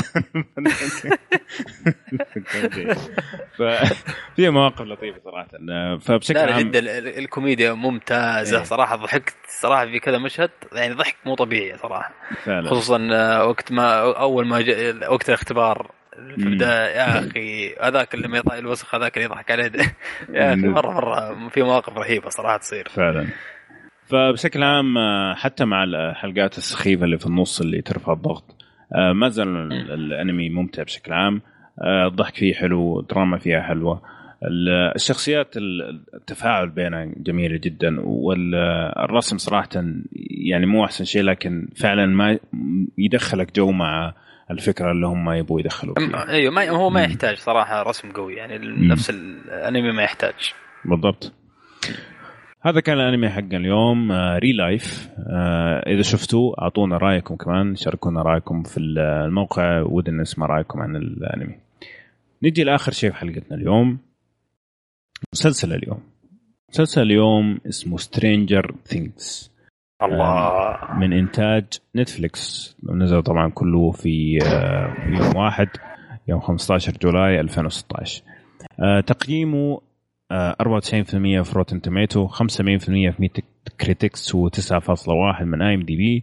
ففي مواقف لطيفه صراحه. فبشكل عام جدا الكوميديا ممتازه صراحه. ضحكت صراحه في كذا مشهد يعني ضحك مو طبيعي صراحه، خصوصا وقت ما اول ما جاء وقت الاختبار في البداية يا أخي هذاك اللي ما يطلع الوسخ هذاك اللي يضحك عليه يا أخي مرة مرة في مواقف رهيبة صراحة تصير فعلا. فبشكل عام حتى مع الحلقات السخيفة اللي في النص اللي ترفع الضغط ما زال الأنمي ممتع بشكل عام. الضحك فيه حلو، دراما فيها حلوة، الشخصيات التفاعل بينها جميلة جدا، والرسم صراحة يعني مو أحسن شيء لكن فعلا ما يدخلك جو مع الفكرة اللي هم يبغوا يدخلوا فيها. ايوه ما هو ما يحتاج صراحة رسم قوي يعني. مم. نفس الانمي ما يحتاج بالضبط. هذا كان الانمي حق اليوم ري لايف. اذا شفتوه اعطونا رايكم، كمان شاركونا رايكم في الموقع، ودنا نسمع رايكم عن الانمي. نجي لاخر شيء في حلقتنا اليوم، مسلسل اليوم. مسلسل اليوم اسمه Stranger Things. الله. من إنتاج نتفليكس، نزل طبعا كله في يوم واحد يوم خمسة عشر جولاي ألفين وستة عشر. تقييمه أربعة وتسعين بالمئة في روتن توميتو، خمسة وسبعين بالمئة في ميتا كريتكس، وتسعة فاصلة واحد من آي إم دي بي،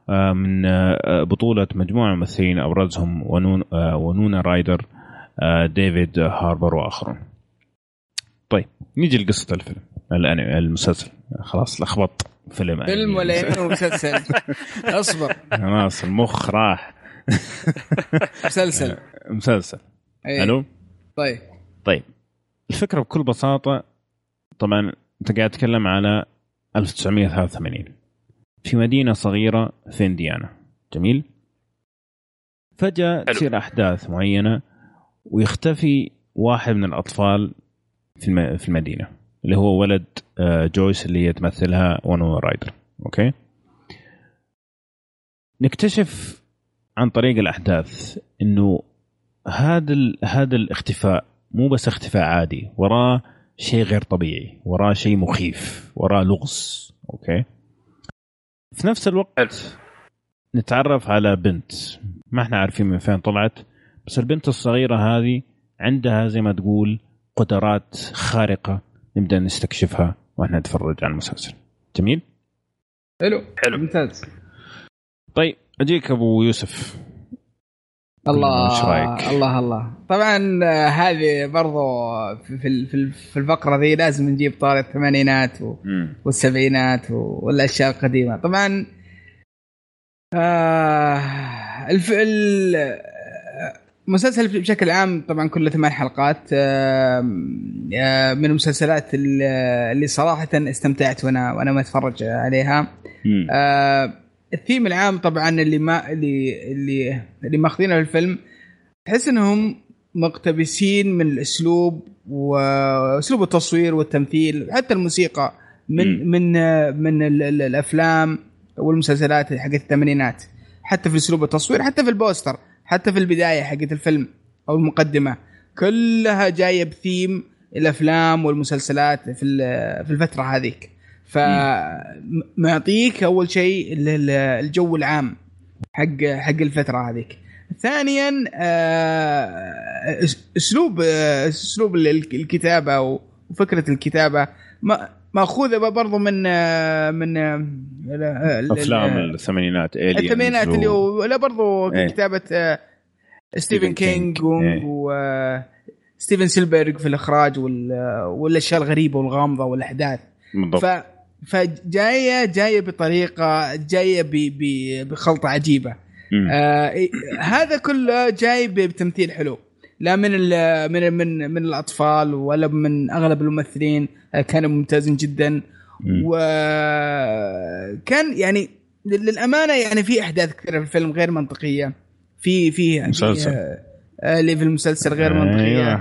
من بطولة مجموعة ممثلين أبرزهم ونونا رايدر، ديفيد هاربر وآخرون. طيب نيجي لقصة الفيلم الأنمي المسلسل. خلاص لخبط فيلم فيلم ولا مسلسل؟ أصبر خلاص المخ راح. مسلسل مسلسل حلو. طيب طيب الفكرة بكل بساطة، طبعا أنت قاعد تتكلم على ألف وتسعمائة وثلاثة وثمانين في مدينة صغيرة في إنديانا. جميل. فجأة تصير أحداث معينة ويختفي واحد من الأطفال في في المدينة اللي هو ولد جويس اللي يتمثلها ونونا رايدر. أوكي. نكتشف عن طريق الأحداث إنه هذا هذا الاختفاء مو بس اختفاء عادي، وراه شيء غير طبيعي، وراه شيء مخيف، وراه لغز. أوكي. في نفس الوقت نتعرف على بنت ما احنا عارفين من فين طلعت، بس البنت الصغيرة هذه عندها زي ما تقول قدرات خارقة، نبدأ نستكشفها واحنا نتفرج على المسلسل. جميل. حلو حلو ممتاز. طيب أجيك أبو يوسف. الله الله الله. طبعا هذه برضو في في في الفقرة ذي لازم نجيب طار الثمانينات والسبعينات والأشياء القديمة. طبعا آه المسلسل بشكل عام طبعا كله ثمان حلقات، آه من المسلسلات اللي صراحة استمتعت وانا وانا ما اتفرج عليها. آه الثيم العام طبعا اللي ما اللي اللي اللي ماخذينه في الفيلم، تحس انهم مقتبسين من الاسلوب واسلوب التصوير والتمثيل، حتى الموسيقى من م. من من الافلام والمسلسلات حقت الثمانينات، حتى في اسلوب التصوير، حتى في البوستر، حتى في البدايه حقت الفيلم او المقدمه، كلها جايه بثيم الافلام والمسلسلات في في الفتره هذيك. فمعطيك أول شيء الجو العام حق حق الفترة هذيك. ثانيا أسلوب أسلوب الكتابة وفكرة الكتابة مأخوذة برضو من من أفلام الثمانينات الثمانينات اللي هو لا برضو ايه. كتابة ستيفن كينج ايه. وستيفن سيلبرغ في الإخراج والأشياء الغريبة والغامضة والأحداث. ف فجايه جايه بطريقه جايه بخلطه عجيبه. آه هذا كله جاي بتمثيل حلو، لا من من من من الاطفال ولا من اغلب الممثلين، كانوا ممتازين جدا. وكان يعني للامانه يعني في احداث كثيره في الفيلم غير منطقيه، في في مسلسل آه اللي في المسلسل غير منطقيه.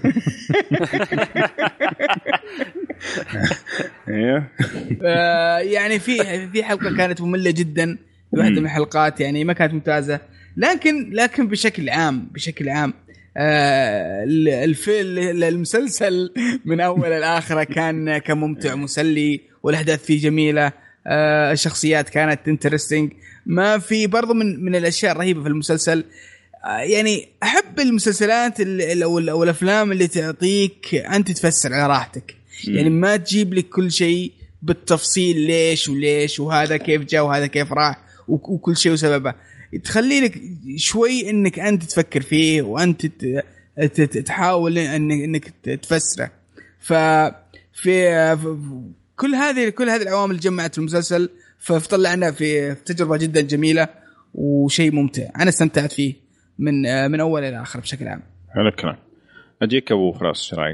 ايوه يعني في في حلقه كانت ممله جدا، واحده من الحلقات يعني ما كانت ممتازه، لكن لكن بشكل عام بشكل عام آه الفيلم المسلسل من اول لاخره كان كان ممتع مسلي، والاحداث فيه جميله. آه الشخصيات كانت انترستينج. ما في برضو من من الاشياء الرهيبه في المسلسل، يعني أحب المسلسلات أو الأفلام اللي تعطيك أنت تفسر على راحتك، يعني ما تجيب لك كل شيء بالتفصيل ليش وليش وهذا كيف جاء وهذا كيف راح وكل شيء وسببه. تخلي لك شوي إنك أنت تفكر فيه وأنت تحاول إنك تفسره. ففي كل هذه كل هذه العوامل جمعت المسلسل، فطلعنا في تجربة جدا جميلة وشيء ممتع. أنا استمتعت فيه من من اول الى اخر بشكل عام. هذا الكلام. اجيك ابو فراس، ايش رايك؟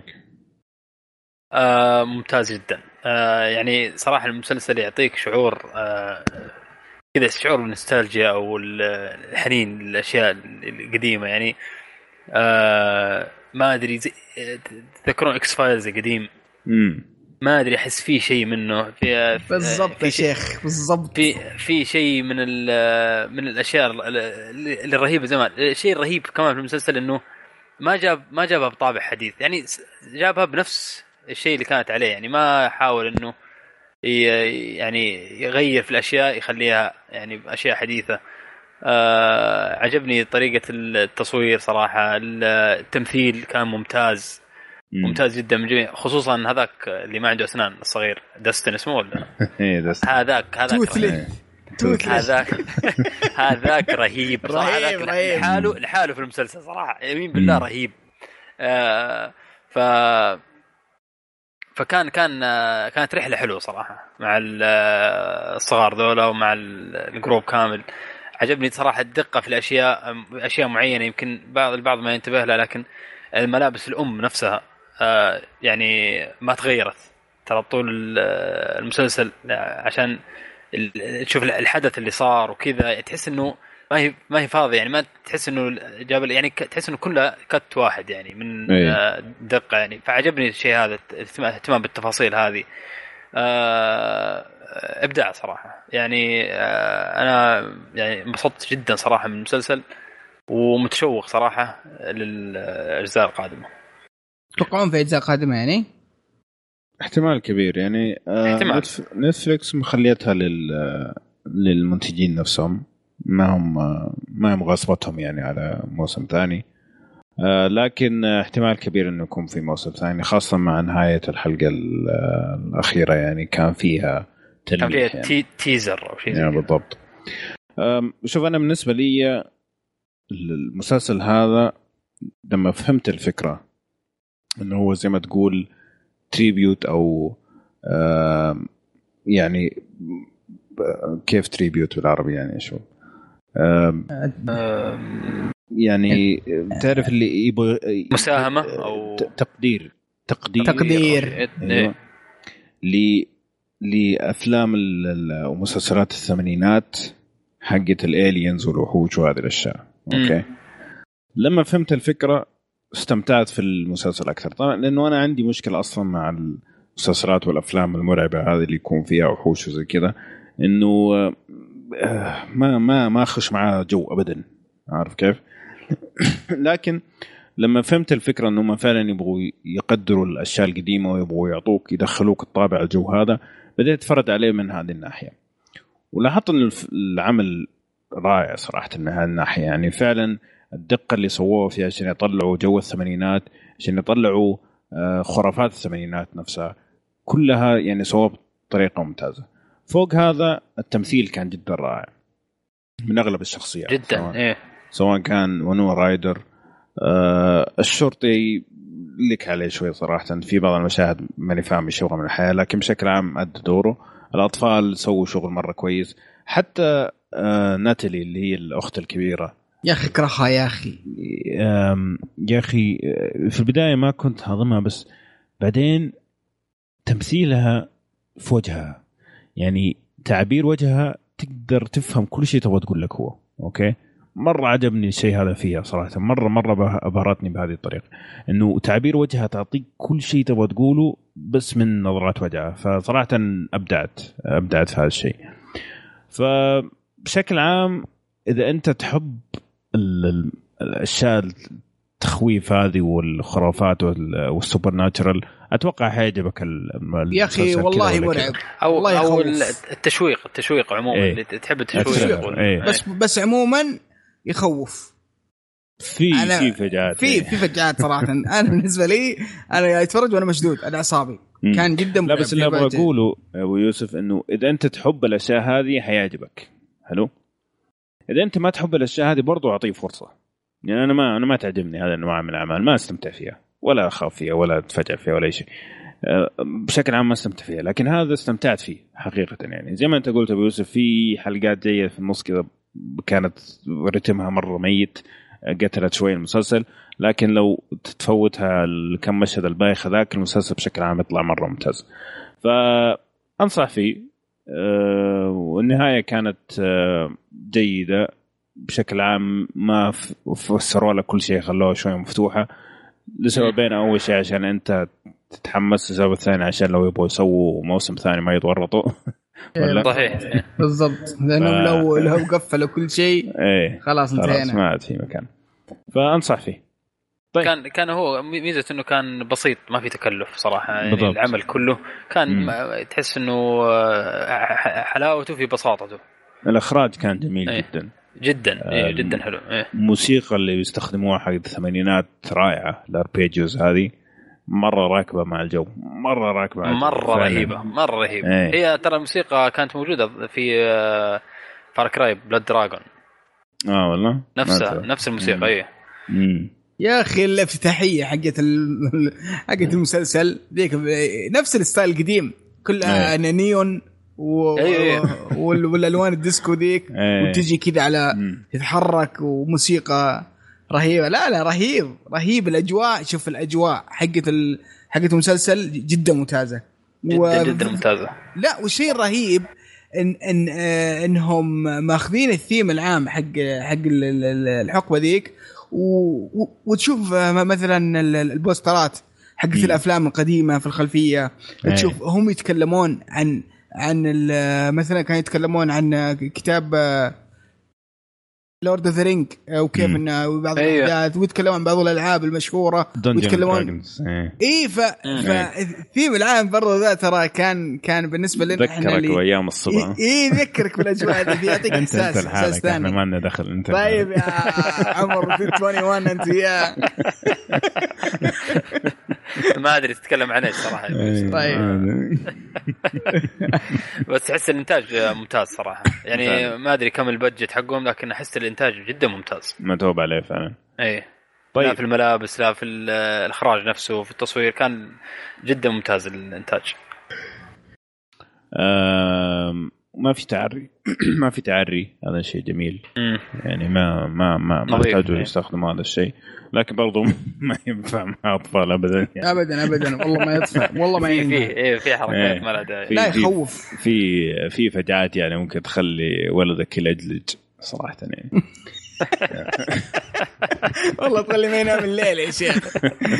آه ممتاز جدا. آه يعني صراحه المسلسل يعطيك شعور آه كذا، شعور النوستالجيا او الحنين للاشياء القديمه. يعني آه ما ادري تذكرون اكس فايلز القديم؟ امم ما ادري احس فيه شيء منه في بالضبط يا شيخ، بالضبط في في شيء من من الاشياء اللي الرهيبه زمان. الشيء الرهيب كمان في المسلسل انه ما جاب ما جابها بطابع حديث، يعني جابها بنفس الشيء اللي كانت عليه، يعني ما حاول انه يعني يغير في الاشياء يخليها يعني اشياء حديثه. آه عجبني طريقه التصوير صراحه، التمثيل كان ممتاز ممتاز جدا من جميع، خصوصا هذاك اللي ما عنده اسنان الصغير، داستن اسمه ولا ايه داستن، هذاك هذاك هذاك هذاك رهيب صراحه، رهيب رهيب لحاله لحاله في المسلسل صراحه، يمين بالله رهيب. آه ف فكان كان كانت رحله حلوه صراحه مع الصغار ذولا ومع الجروب كامل. عجبني صراحه الدقه في الاشياء، اشياء معينه يمكن بعض البعض ما ينتبه لها، لكن الملابس الام نفسها آه يعني ما تغيرت ترى طول المسلسل، عشان تشوف الحدث اللي صار وكذا، تحس انه ما هي ما هي فاضي يعني، ما تحس انه جاب يعني تحس انه كله كت واحد يعني من أيه. دقه يعني. فعجبني الشيء هذا، اهتمام بالتفاصيل هذه، ابداع صراحه يعني. انا يعني انبسطت جدا صراحه من المسلسل، ومتشوق صراحه للاجزاء القادمه. تتوقعون في اجزاء قادمه يعني؟ احتمال كبير يعني. احتمال. نتفليكس مخليتها لل للمنتجين نفسهم، ما هم ما هم غصبتهم يعني على موسم ثاني، لكن احتمال كبير انه يكون في موسم ثاني، خاصه مع نهايه الحلقه الاخيره يعني كان فيها كان فيها يعني. تيزر او شيء يعني بالضبط. شوف انا بالنسبه لي المسلسل هذا لما فهمت الفكره انه هو زي ما تقول تريبيوت او يعني كيف تريبيوت بالعربي يعني شو يعني تعرف اللي يبغى مساهمة أو تقدير تقدير تقدير أيوة. ل لأفلام ومسلسلات الثمانينات حقت الالينز والوحوش وهذه الأشياء. أوكي. لما فهمت الفكرة استمتعت في المسلسل أكثر طبعا، لأنه أنا عندي مشكلة أصلا مع المسلسلات والأفلام المرعبة هذه اللي يكون فيها وحوش وزي كذا، إنه ما ما ما أخش معاه جو أبدا، عارف كيف؟ لكن لما فهمت الفكرة إنه ما فعلا يبغوا يقدروا الأشياء القديمة ويبغوا يعطوك يدخلوك الطابع الجو هذا، بدأت أتفرج عليه من هذه الناحية، ولاحظت إن العمل رائع صراحة من هذه الناحية. يعني فعلا الدقة اللي سووها فيها عشان يطلعوا جو الثمانينات، عشان يطلعوا خرافات الثمانينات نفسها كلها، يعني سووها بطريقة ممتازة. فوق هذا التمثيل كان جدا رائع من أغلب الشخصيات جدا سواء, إيه. سواء كان ونو رايدر آه الشرطي لك عليه شوي صراحة في بعض المشاهد ماني فاهم ايش يبغى من الحياة، لكن بشكل عام أدى دوره. الأطفال سووا شغل مرة كويس، حتى آه ناتالي اللي هي الأخت الكبيرة يا أخي كرهها يا أخي يا أخي في البداية ما كنت هضمها، بس بعدين تمثيلها في وجهها، يعني تعبير وجهها تقدر تفهم كل شيء تبغى تقول لك هو. أوكي، مرة عجبني الشيء هذا فيها صراحة، مرة مرة أبهرتني بهذه الطريقة، إنه تعبير وجهها تعطيك كل شيء تبغى تقوله بس من نظرات وجهها. فصراحة أبدعت أبدعت في هذا الشيء. فبشكل عام إذا أنت تحب الأشياء التخويف هذه والخرافات والسوبر ناتشرال أتوقع هيعجبك يا أخي. والله مرعب أو, والله أو التشويق التشويق عموما ايه. اللي تحب التشويق ايه. بس بس عموما يخوف. في في فجعات في في فجعات صراحة. أنا بالنسبة لي أنا أتفرج وأنا مشدود على أعصابي، كان جدا لا بس اللي أبغى أقوله أبو يوسف إنه إذا أنت تحب الأشياء هذه حيعجبك حلو، إذا أنت ما تحب الأشياء هذه برضو أعطيه فرصة. يعني أنا ما أنا ما تعجبني هذا النوع من الأعمال، ما أستمتع فيها ولا أخاف فيها ولا أتفجع فيها ولا شيء، بشكل عام ما استمتع فيها، لكن هذا استمتعت فيه حقيقة. يعني زي ما أنت قلت أبو يوسف في حلقات جاية في النص كذا كانت رتمها مرة ميت، قتلت شوي المسلسل، لكن لو تتفوتها الكم مشهد البايخ ذاك المسلسل بشكل عام يطلع مرة ممتاز. فأنصح فيه، والنهاية كانت جيدة بشكل عام، ما فسروا لك كل شيء، خلوها شوي مفتوحة لسببين. أول شيء عشان أنت تتحمس، السبب الثاني عشان لو يبغوا يسووا موسم ثاني ما يتورطوا. صحيح بالضبط، لأنهم لو لو قفلوا كل شيء ايه خلاص انتهينا، ما عاد في مكان. فأنصح فيه. طيب. كان كان هو ميزة إنه كان بسيط، ما في تكلف صراحة. يعني العمل كله كان تحس إنه حلاوته في بساطته. الإخراج كان جميل ايه. جدا جدا إيه جدا حلو. إيه. الموسيقى اللي يستخدموها حق الثمانينات رائعة، الاربيجيوز هذه مرة راكبة مع الجو، مرة راكبة مع الجو. مرة رهيبة مرة رهيبة. ايه. هي ترى الموسيقى كانت موجودة في فار كراي بلاد دراجون. اه والله نفسها نفس الموسيقى. ايه يا اخي الافتتاحيه حقت ال... حقت المسلسل ذيك نفس الستايل القديم كلها نيون و... أيه. والالوان الديسكو ذيك أيه. وتجي كذا على تتحرك وموسيقى رهيبه. لا لا رهيب رهيب الاجواء. شوف الاجواء حقت ال... حقت المسلسل جدا ممتازه جدا و... جدا ممتازه. لا والشيء الرهيب ان ان آه انهم ماخذين الثيم العام حق حق الحقبه ذيك و... وتشوف مثلا البوسترات حقت الافلام القديمه في الخلفيه. تشوف هم يتكلمون عن عن مثلا كانوا يتكلمون عن كتاب لورد اوف ذا رينج وكيف انه بعض الاحداث ويتكلمون عن بعض الالعاب المشهوره ويتكلمون اي ف فالثيم العام برضه ذا ترى كان كان بالنسبه لنا احنا اللي ايام الصبا اي يذكرك بالاجواء دي يعطيك احساس احساس ثاني. ما لنا دخل انت. طيب يا عمر واحد وعشرين انت يا ما ادري تتكلم عن ايش صراحه. طيب بس احس الانتاج ممتاز صراحه يعني ما ادري كم البادجت حقهم لكن احس الانتاج جدا ممتاز متوب عليه فعلا. ايه طيب. لا في الملابس لا في الاخراج نفسه في التصوير كان جدا ممتاز الانتاج. ما في تعري ما في تعري هذا شيء جميل. م. يعني ما ما ما ما يحتاجوا يستخدموا هذا الشيء لكن برضو ما ينفع مع اطفال ابدا يعني. ابدا ابدا والله ما يدفع والله ما في في ايه في حركات ما لها داعي. لا يخوف في في فجعات يعني ممكن تخلي ولدك يلجلج صراحه يعني. والله تخلي ما ينام الليل يا شيخ.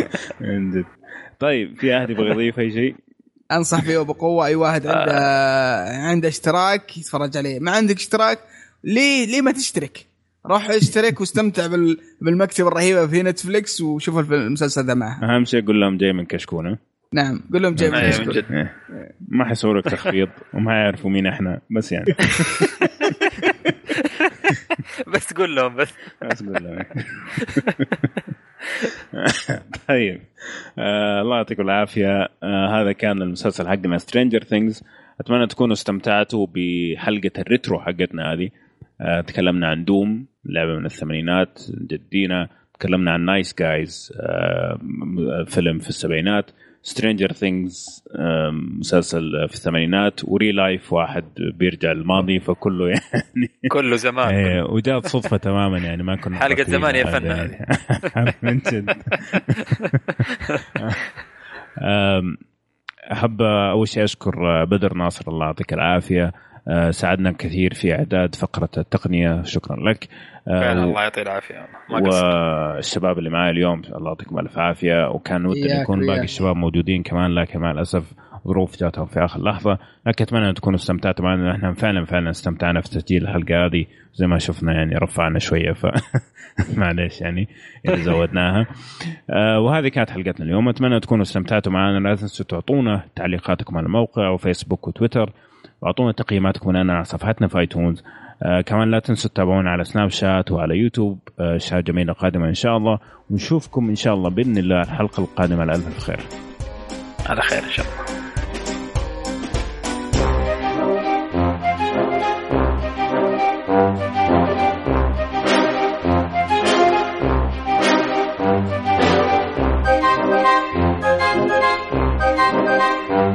طيب في احد يبغى يضيف اي شيء؟ انصح فيه بقوه اي واحد عنده آه. عنده اشتراك يتفرج عليه. ما عندك اشتراك ليه ليه ما تشترك؟ روح اشترك واستمتع بال... بالمكتبه الرهيبه في نتفليكس وشوف المسلسل ده معه. اهم شيء قول لهم جاي من كشكونه. نعم قول لهم جاي من كشكونه. ما حيصورك تخفيض وما يعرفوا مين احنا بس يعني. بس قول لهم بس بس قول لهم. طيب آه الله يعطيكم العافيه. آه هذا كان المسلسل حقنا Stranger Things. اتمنى تكونوا استمتعتوا بحلقه الريترو حقتنا هذه. آه تكلمنا عن دوم لعبه من الثمانينات جدينا. تكلمنا عن نايس جايز آه فيلم في السبعينات. Stranger Things مسلسل في الثمانينات وري لايف واحد بيرجع الماضي فكله يعني كله زمان. ايه وجات صدفة تماما يعني ما كنا حلقة زمان يا فن يعني. من جد. أحب أول شيء أشكر بدر ناصر الله يعطيك العافية. ساعدنا كثير في إعداد فقرة التقنية شكرا لك. فعلا الله يعطيه العافية. والشباب اللي معي اليوم الله يعطيكم ألف عافية. وكان ودنا يكون باقي الشباب موجودين كمان لكن مع الأسف ظروف جاتهم في آخر لحظة. لكن أتمنى أن تكونوا استمتعتوا معنا. نحن فعلا فعلا استمتعنا في تسجيل الحلقة هذه زي ما شفنا يعني رفعنا شوية فمعليش يعني إذا زودناها. وهذه كانت حلقتنا اليوم. أتمنى تكونوا استمتعتوا معنا. لا تنسوا تعطونا تعليقاتكم على الموقع وفيسبوك وتويتر واعطونا تقييماتكم لنا على صفحتنا في ايتونز. آه كمان لا تنسوا تتابعونا على سناب شات وعلى يوتيوب. آه أشياء جميلة قادمة إن شاء الله ونشوفكم إن شاء الله بإذن الله الحلقة القادمة على ألف خير. على خير إن شاء الله. Thank you.